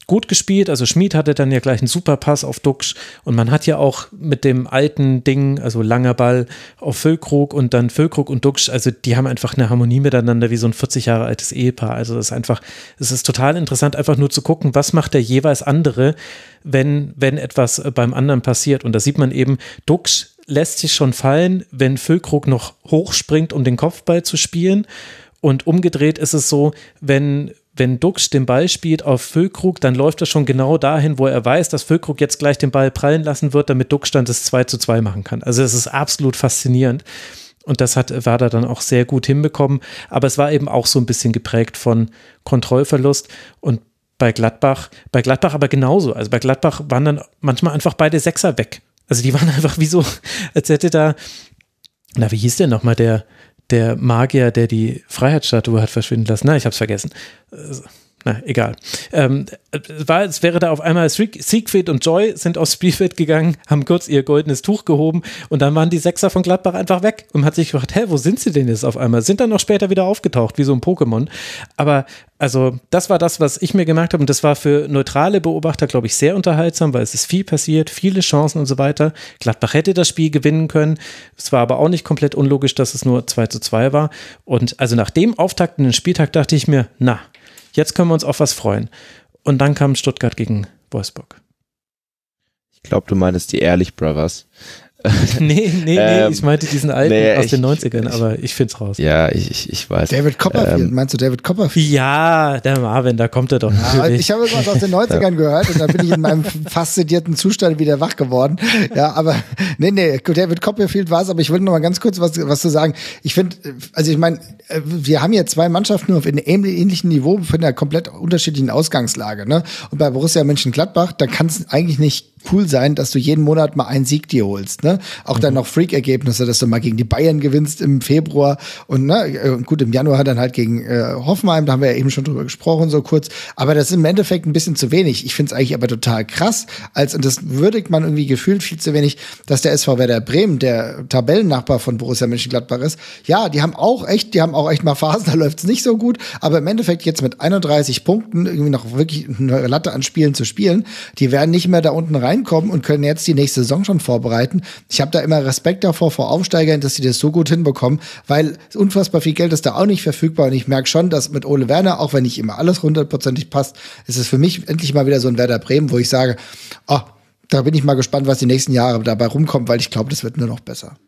gut gespielt. Also Schmid hatte dann ja gleich einen super Pass auf Duxch und man hat ja auch mit dem alten Ding, also langer Ball auf Füllkrug und dann Füllkrug und Duxch, also die haben einfach eine Harmonie miteinander wie so ein vierzig Jahre altes Ehepaar. Also das ist einfach, es ist total interessant, einfach nur zu gucken, was macht der jeweils andere, wenn, wenn etwas beim anderen passiert. Und da sieht man eben, Duxch lässt sich schon fallen, wenn Füllkrug noch hochspringt, um den Kopfball zu spielen. Und umgedreht ist es so, wenn wenn Duxch den Ball spielt auf Füllkrug, dann läuft er schon genau dahin, wo er weiß, dass Füllkrug jetzt gleich den Ball prallen lassen wird, damit Duxch dann das zwei zu zwei machen kann. Also es ist absolut faszinierend. Und das hat Werder dann auch sehr gut hinbekommen. Aber es war eben auch so ein bisschen geprägt von Kontrollverlust. Und bei Gladbach, bei Gladbach aber genauso. Also bei Gladbach waren dann manchmal einfach beide Sechser weg. Also die waren einfach wie so, als hätte da, na, wie hieß der nochmal, der der Magier, der die Freiheitsstatue hat verschwinden lassen. Na, ich hab's vergessen. Na, egal. Ähm, es war, es wäre da auf einmal Siegfried und Joy sind aufs Spielfeld gegangen, haben kurz ihr goldenes Tuch gehoben und dann waren die Sechser von Gladbach einfach weg und man hat sich gedacht, hä, wo sind sie denn jetzt auf einmal? Sind dann noch später wieder aufgetaucht, wie so ein Pokémon. Aber also das war das, was ich mir gemerkt habe und das war für neutrale Beobachter, glaube ich, sehr unterhaltsam, weil es ist viel passiert, viele Chancen und so weiter. Gladbach hätte das Spiel gewinnen können. Es war aber auch nicht komplett unlogisch, dass es nur zwei zu zwei war. Und also nach dem Auftakt in den Spieltag dachte ich mir, na, jetzt können wir uns auf was freuen. Und dann kam Stuttgart gegen Wolfsburg. Ich glaube, du meinst die Ehrlich Brothers. nee, nee, nee, ähm, ich meinte diesen alten nee, aus ich, den neunzigern, ich, aber ich find's raus. Ja, ich, ich, ich weiß. David Copperfield, ähm, meinst du David Copperfield? Ja, der Marvin, da kommt er doch. Ja, ich habe irgendwas aus den neunzigern gehört und dann bin ich in meinem fast sedierten Zustand wieder wach geworden. Ja, aber nee, nee, David Copperfield war es, aber ich wollte noch mal ganz kurz was, was zu sagen. Ich finde, also ich meine, wir haben hier zwei Mannschaften nur auf einem ähnlichen Niveau von einer komplett unterschiedlichen Ausgangslage. Ne? Und bei Borussia Mönchengladbach, da kann es eigentlich nicht cool sein, dass du jeden Monat mal einen Sieg dir holst. Ne? Auch mhm. dann noch Freak-Ergebnisse, dass du mal gegen die Bayern gewinnst im Februar und ne, gut, im Januar dann halt gegen äh, Hoffenheim, da haben wir ja eben schon drüber gesprochen, so kurz. Aber das ist im Endeffekt ein bisschen zu wenig. Ich finde es eigentlich aber total krass, als und das würdigt man irgendwie gefühlt viel zu wenig, dass der S V Werder Bremen, der Tabellennachbar von Borussia Mönchengladbach ist, ja, die haben auch echt, die haben auch echt mal Phasen, da läuft's nicht so gut, aber im Endeffekt jetzt mit einunddreißig Punkten irgendwie noch wirklich eine Latte an Spielen zu spielen, die werden nicht mehr da unten reinkommen und können jetzt die nächste Saison schon vorbereiten. Ich habe da immer Respekt davor vor Aufsteigern, dass sie das so gut hinbekommen, weil unfassbar viel Geld ist da auch nicht verfügbar und ich merke schon, dass mit Ole Werner, auch wenn nicht immer alles hundertprozentig passt, ist es für mich endlich mal wieder so ein Werder Bremen, wo ich sage, oh, da bin ich mal gespannt, was die nächsten Jahre dabei rumkommt, weil ich glaube, das wird nur noch besser.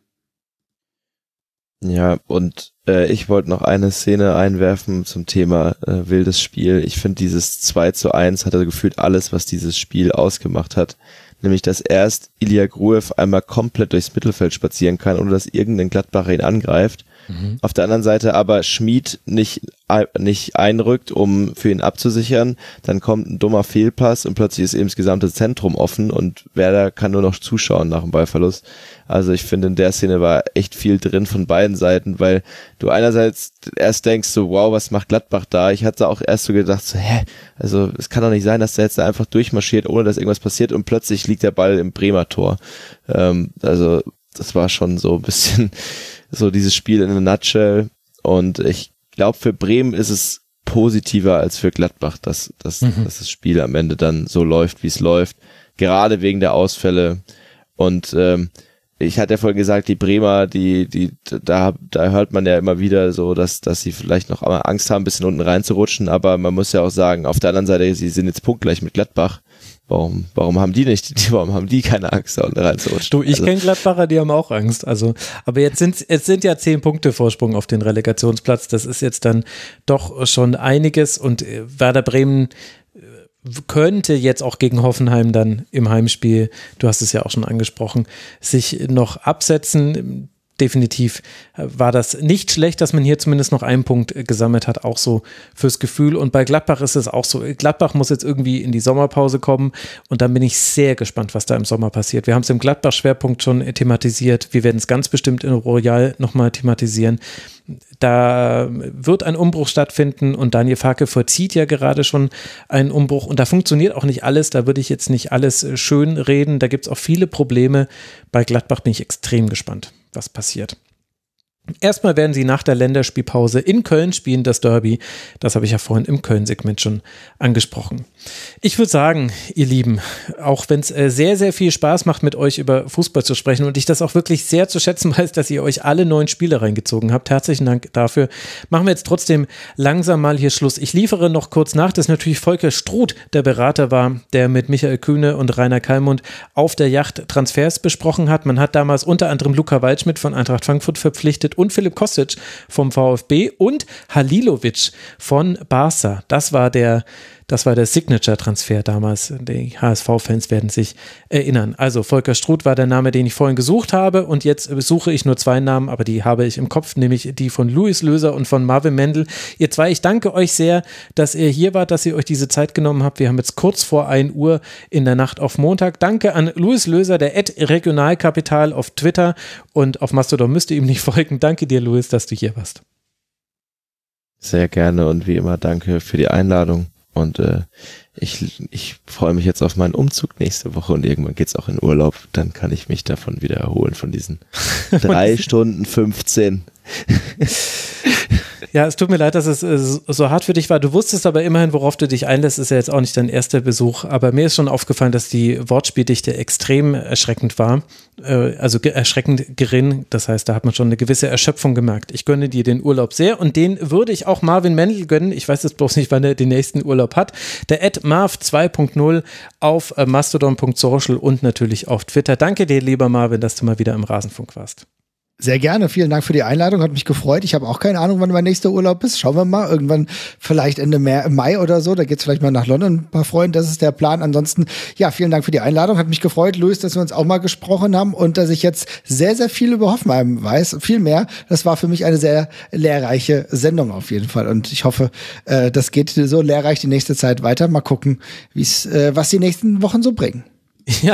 Ja, und äh, ich wollte noch eine Szene einwerfen zum Thema äh, wildes Spiel. Ich finde, dieses zwei zu eins hatte gefühlt alles, was dieses Spiel ausgemacht hat. Nämlich, dass erst Ilya Gruev einmal komplett durchs Mittelfeld spazieren kann, ohne dass irgendein Gladbacher ihn angreift. Mhm. Auf der anderen Seite aber Schmid nicht, nicht einrückt, um für ihn abzusichern. Dann kommt ein dummer Fehlpass und plötzlich ist eben das gesamte Zentrum offen und Werder kann nur noch zuschauen nach dem Ballverlust. Also ich finde, in der Szene war echt viel drin von beiden Seiten, weil du einerseits erst denkst so, wow, was macht Gladbach da? Ich hatte auch erst so gedacht, so, hä, also es kann doch nicht sein, dass der jetzt da einfach durchmarschiert, ohne dass irgendwas passiert und plötzlich liegt der Ball im Bremer Tor. Ähm, also das war schon so ein bisschen so dieses Spiel in a nutshell und ich glaube, für Bremen ist es positiver als für Gladbach, dass, dass, mhm. dass das Spiel am Ende dann so läuft, wie es läuft, gerade wegen der Ausfälle und ähm, ich hatte ja vorhin gesagt, die Bremer, die, die, da, da hört man ja immer wieder so, dass, dass sie vielleicht noch einmal Angst haben, ein bisschen unten reinzurutschen, aber man muss ja auch sagen, auf der anderen Seite, sie sind jetzt punktgleich mit Gladbach. Warum, warum haben die nicht, warum haben die keine Angst, da unten reinzurutschen? Du, ich also, kenne Gladbacher, die haben auch Angst, also, aber jetzt sind, jetzt sind ja zehn Punkte Vorsprung auf den Relegationsplatz, das ist jetzt dann doch schon einiges und Werder Bremen könnte jetzt auch gegen Hoffenheim dann im Heimspiel, du hast es ja auch schon angesprochen, sich noch absetzen. Definitiv war das nicht schlecht, dass man hier zumindest noch einen Punkt gesammelt hat, auch so fürs Gefühl. Und bei Gladbach ist es auch so, Gladbach muss jetzt irgendwie in die Sommerpause kommen und dann bin ich sehr gespannt, was da im Sommer passiert. Wir haben es im Gladbach-Schwerpunkt schon thematisiert, wir werden es ganz bestimmt in Royal nochmal thematisieren. Da wird ein Umbruch stattfinden und Daniel Farke vollzieht ja gerade schon einen Umbruch und da funktioniert auch nicht alles, da würde ich jetzt nicht alles schön reden, da gibt es auch viele Probleme. Bei Gladbach bin ich extrem gespannt, was passiert. Erstmal werden sie nach der Länderspielpause in Köln spielen, das Derby. Das habe ich ja vorhin im Köln-Segment schon angesprochen. Ich würde sagen, ihr Lieben, auch wenn es äh, sehr, sehr viel Spaß macht, mit euch über Fußball zu sprechen und ich das auch wirklich sehr zu schätzen weiß, dass ihr euch alle neuen Spiele reingezogen habt. Herzlichen Dank dafür. Machen wir jetzt trotzdem langsam mal hier Schluss. Ich liefere noch kurz nach, dass natürlich Volker Struth der Berater war, der mit Michael Kühne und Rainer Kallmund auf der Yacht Transfers besprochen hat. Man hat damals unter anderem Luka Waldschmidt von Eintracht Frankfurt verpflichtet und Philipp Kostic vom VfB und Halilovic von Barca. Das war der, das war der Signature-Transfer damals. Die H S V-Fans werden sich erinnern. Also Volker Struth war der Name, den ich vorhin gesucht habe und jetzt suche ich nur zwei Namen, aber die habe ich im Kopf, nämlich die von Luis Löser und von Marvin Mendel. Ihr zwei, ich danke euch sehr, dass ihr hier wart, dass ihr euch diese Zeit genommen habt. Wir haben jetzt kurz vor ein Uhr in der Nacht auf Montag. Danke an Luis Löser, der Ad Regionalkapital auf Twitter und auf Mastodon müsst ihr ihm nicht folgen. Danke dir, Luis, dass du hier warst. Sehr gerne und wie immer danke für die Einladung. Und äh, ich, ich freue mich jetzt auf meinen Umzug nächste Woche und irgendwann geht's auch in Urlaub. Dann kann ich mich davon wieder erholen, von diesen drei Stunden fünfzehn. Ja, es tut mir leid, dass es äh, so hart für dich war. Du wusstest aber immerhin, worauf du dich einlässt. Ist ja jetzt auch nicht dein erster Besuch. Aber mir ist schon aufgefallen, dass die Wortspieldichte extrem erschreckend war. Äh, also ge- erschreckend gering. Das heißt, da hat man schon eine gewisse Erschöpfung gemerkt. Ich gönne dir den Urlaub sehr und den würde ich auch Marvin Mendel gönnen. Ich weiß jetzt bloß nicht, wann er den nächsten Urlaub hat. Der Ad Marv zwei Punkt null auf äh, mastodon Punkt social und natürlich auf Twitter. Danke dir, lieber Marvin, dass du mal wieder im Rasenfunk warst. Sehr gerne, vielen Dank für die Einladung, hat mich gefreut. Ich habe auch keine Ahnung, wann mein nächster Urlaub ist. Schauen wir mal, irgendwann vielleicht Ende Mai oder so. Da geht's vielleicht mal nach London, ein paar Freunde, das ist der Plan. Ansonsten, ja, vielen Dank für die Einladung, hat mich gefreut, Luis, dass wir uns auch mal gesprochen haben und dass ich jetzt sehr, sehr viel über Hoffenheim weiß, viel mehr. Das war für mich eine sehr lehrreiche Sendung auf jeden Fall und ich hoffe, äh, das geht so lehrreich die nächste Zeit weiter. Mal gucken, wie's, äh, was die nächsten Wochen so bringen. Ja.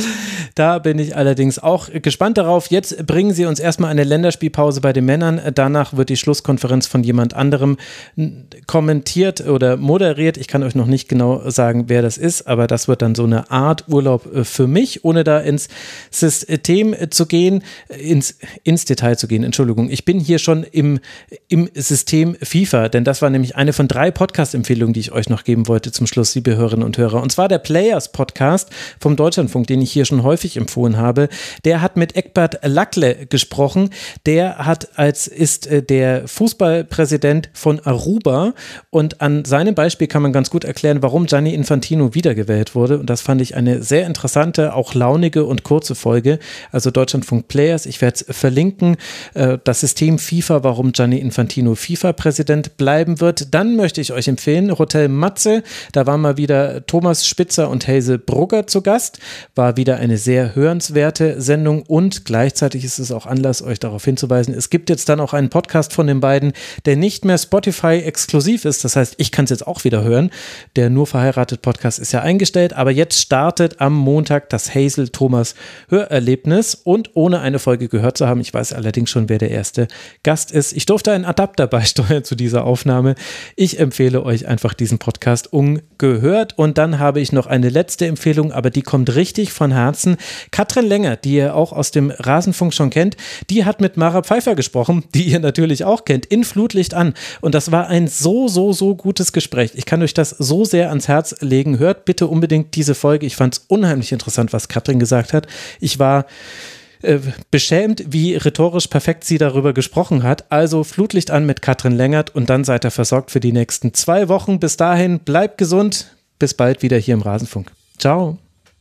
Da bin ich allerdings auch gespannt darauf. Jetzt bringen sie uns erstmal eine Länderspielpause bei den Männern. Danach wird die Schlusskonferenz von jemand anderem kommentiert oder moderiert. Ich kann euch noch nicht genau sagen, wer das ist, aber das wird dann so eine Art Urlaub für mich, ohne da ins System zu gehen, ins, ins Detail zu gehen. Entschuldigung, ich bin hier schon im, im System FIFA, denn das war nämlich eine von drei Podcast-Empfehlungen, die ich euch noch geben wollte zum Schluss, liebe Hörerinnen und Hörer. Und zwar der Players-Podcast vom Deutschlandfunk, den ich hier schon häufig empfohlen habe. Der hat mit Eckbert Lackle gesprochen. Der hat als ist äh, der Fußballpräsident von Aruba und an seinem Beispiel kann man ganz gut erklären, warum Gianni Infantino wiedergewählt wurde. Und das fand ich eine sehr interessante, auch launige und kurze Folge. Also Deutschlandfunk Players. Ich werde es verlinken. Äh, das System FIFA, warum Gianni Infantino FIFA-Präsident bleiben wird. Dann möchte ich euch empfehlen, Hotel Matze. Da waren mal wieder Thomas Spitzer und Hazel Brugger zu Gast. War wieder eine sehr hörenswerte Sendung und gleichzeitig ist es auch Anlass, euch darauf hinzuweisen, es gibt jetzt dann auch einen Podcast von den beiden, der nicht mehr Spotify exklusiv ist, das heißt, ich kann es jetzt auch wieder hören, der Nur verheiratet Podcast ist ja eingestellt, aber jetzt startet am Montag das Hazel Thomas Hörerlebnis und ohne eine Folge gehört zu haben, ich weiß allerdings schon, wer der erste Gast ist, ich durfte einen Adapter beisteuern zu dieser Aufnahme, ich empfehle euch einfach diesen Podcast ungehört und dann habe ich noch eine letzte Empfehlung, aber die kommt richtig von Herzen. Katrin Länger, die ihr auch aus dem Rasenfunk schon kennt, die hat mit Mara Pfeiffer gesprochen, die ihr natürlich auch kennt, in Flutlicht an. Und das war ein so, so, so gutes Gespräch. Ich kann euch das so sehr ans Herz legen. Hört bitte unbedingt diese Folge. Ich fand es unheimlich interessant, was Katrin gesagt hat. Ich war äh, beschämt, wie rhetorisch perfekt sie darüber gesprochen hat. Also Flutlicht an mit Katrin Längert und dann seid ihr versorgt für die nächsten zwei Wochen. Bis dahin, bleibt gesund. Bis bald wieder hier im Rasenfunk. Ciao.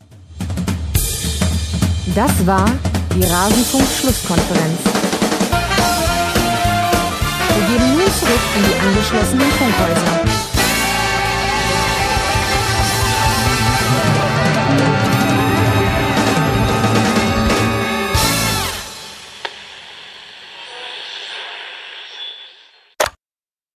Das war die Rasenfunk-Schlusskonferenz. Wir geben nun zurück in die angeschlossenen Funkhäuser.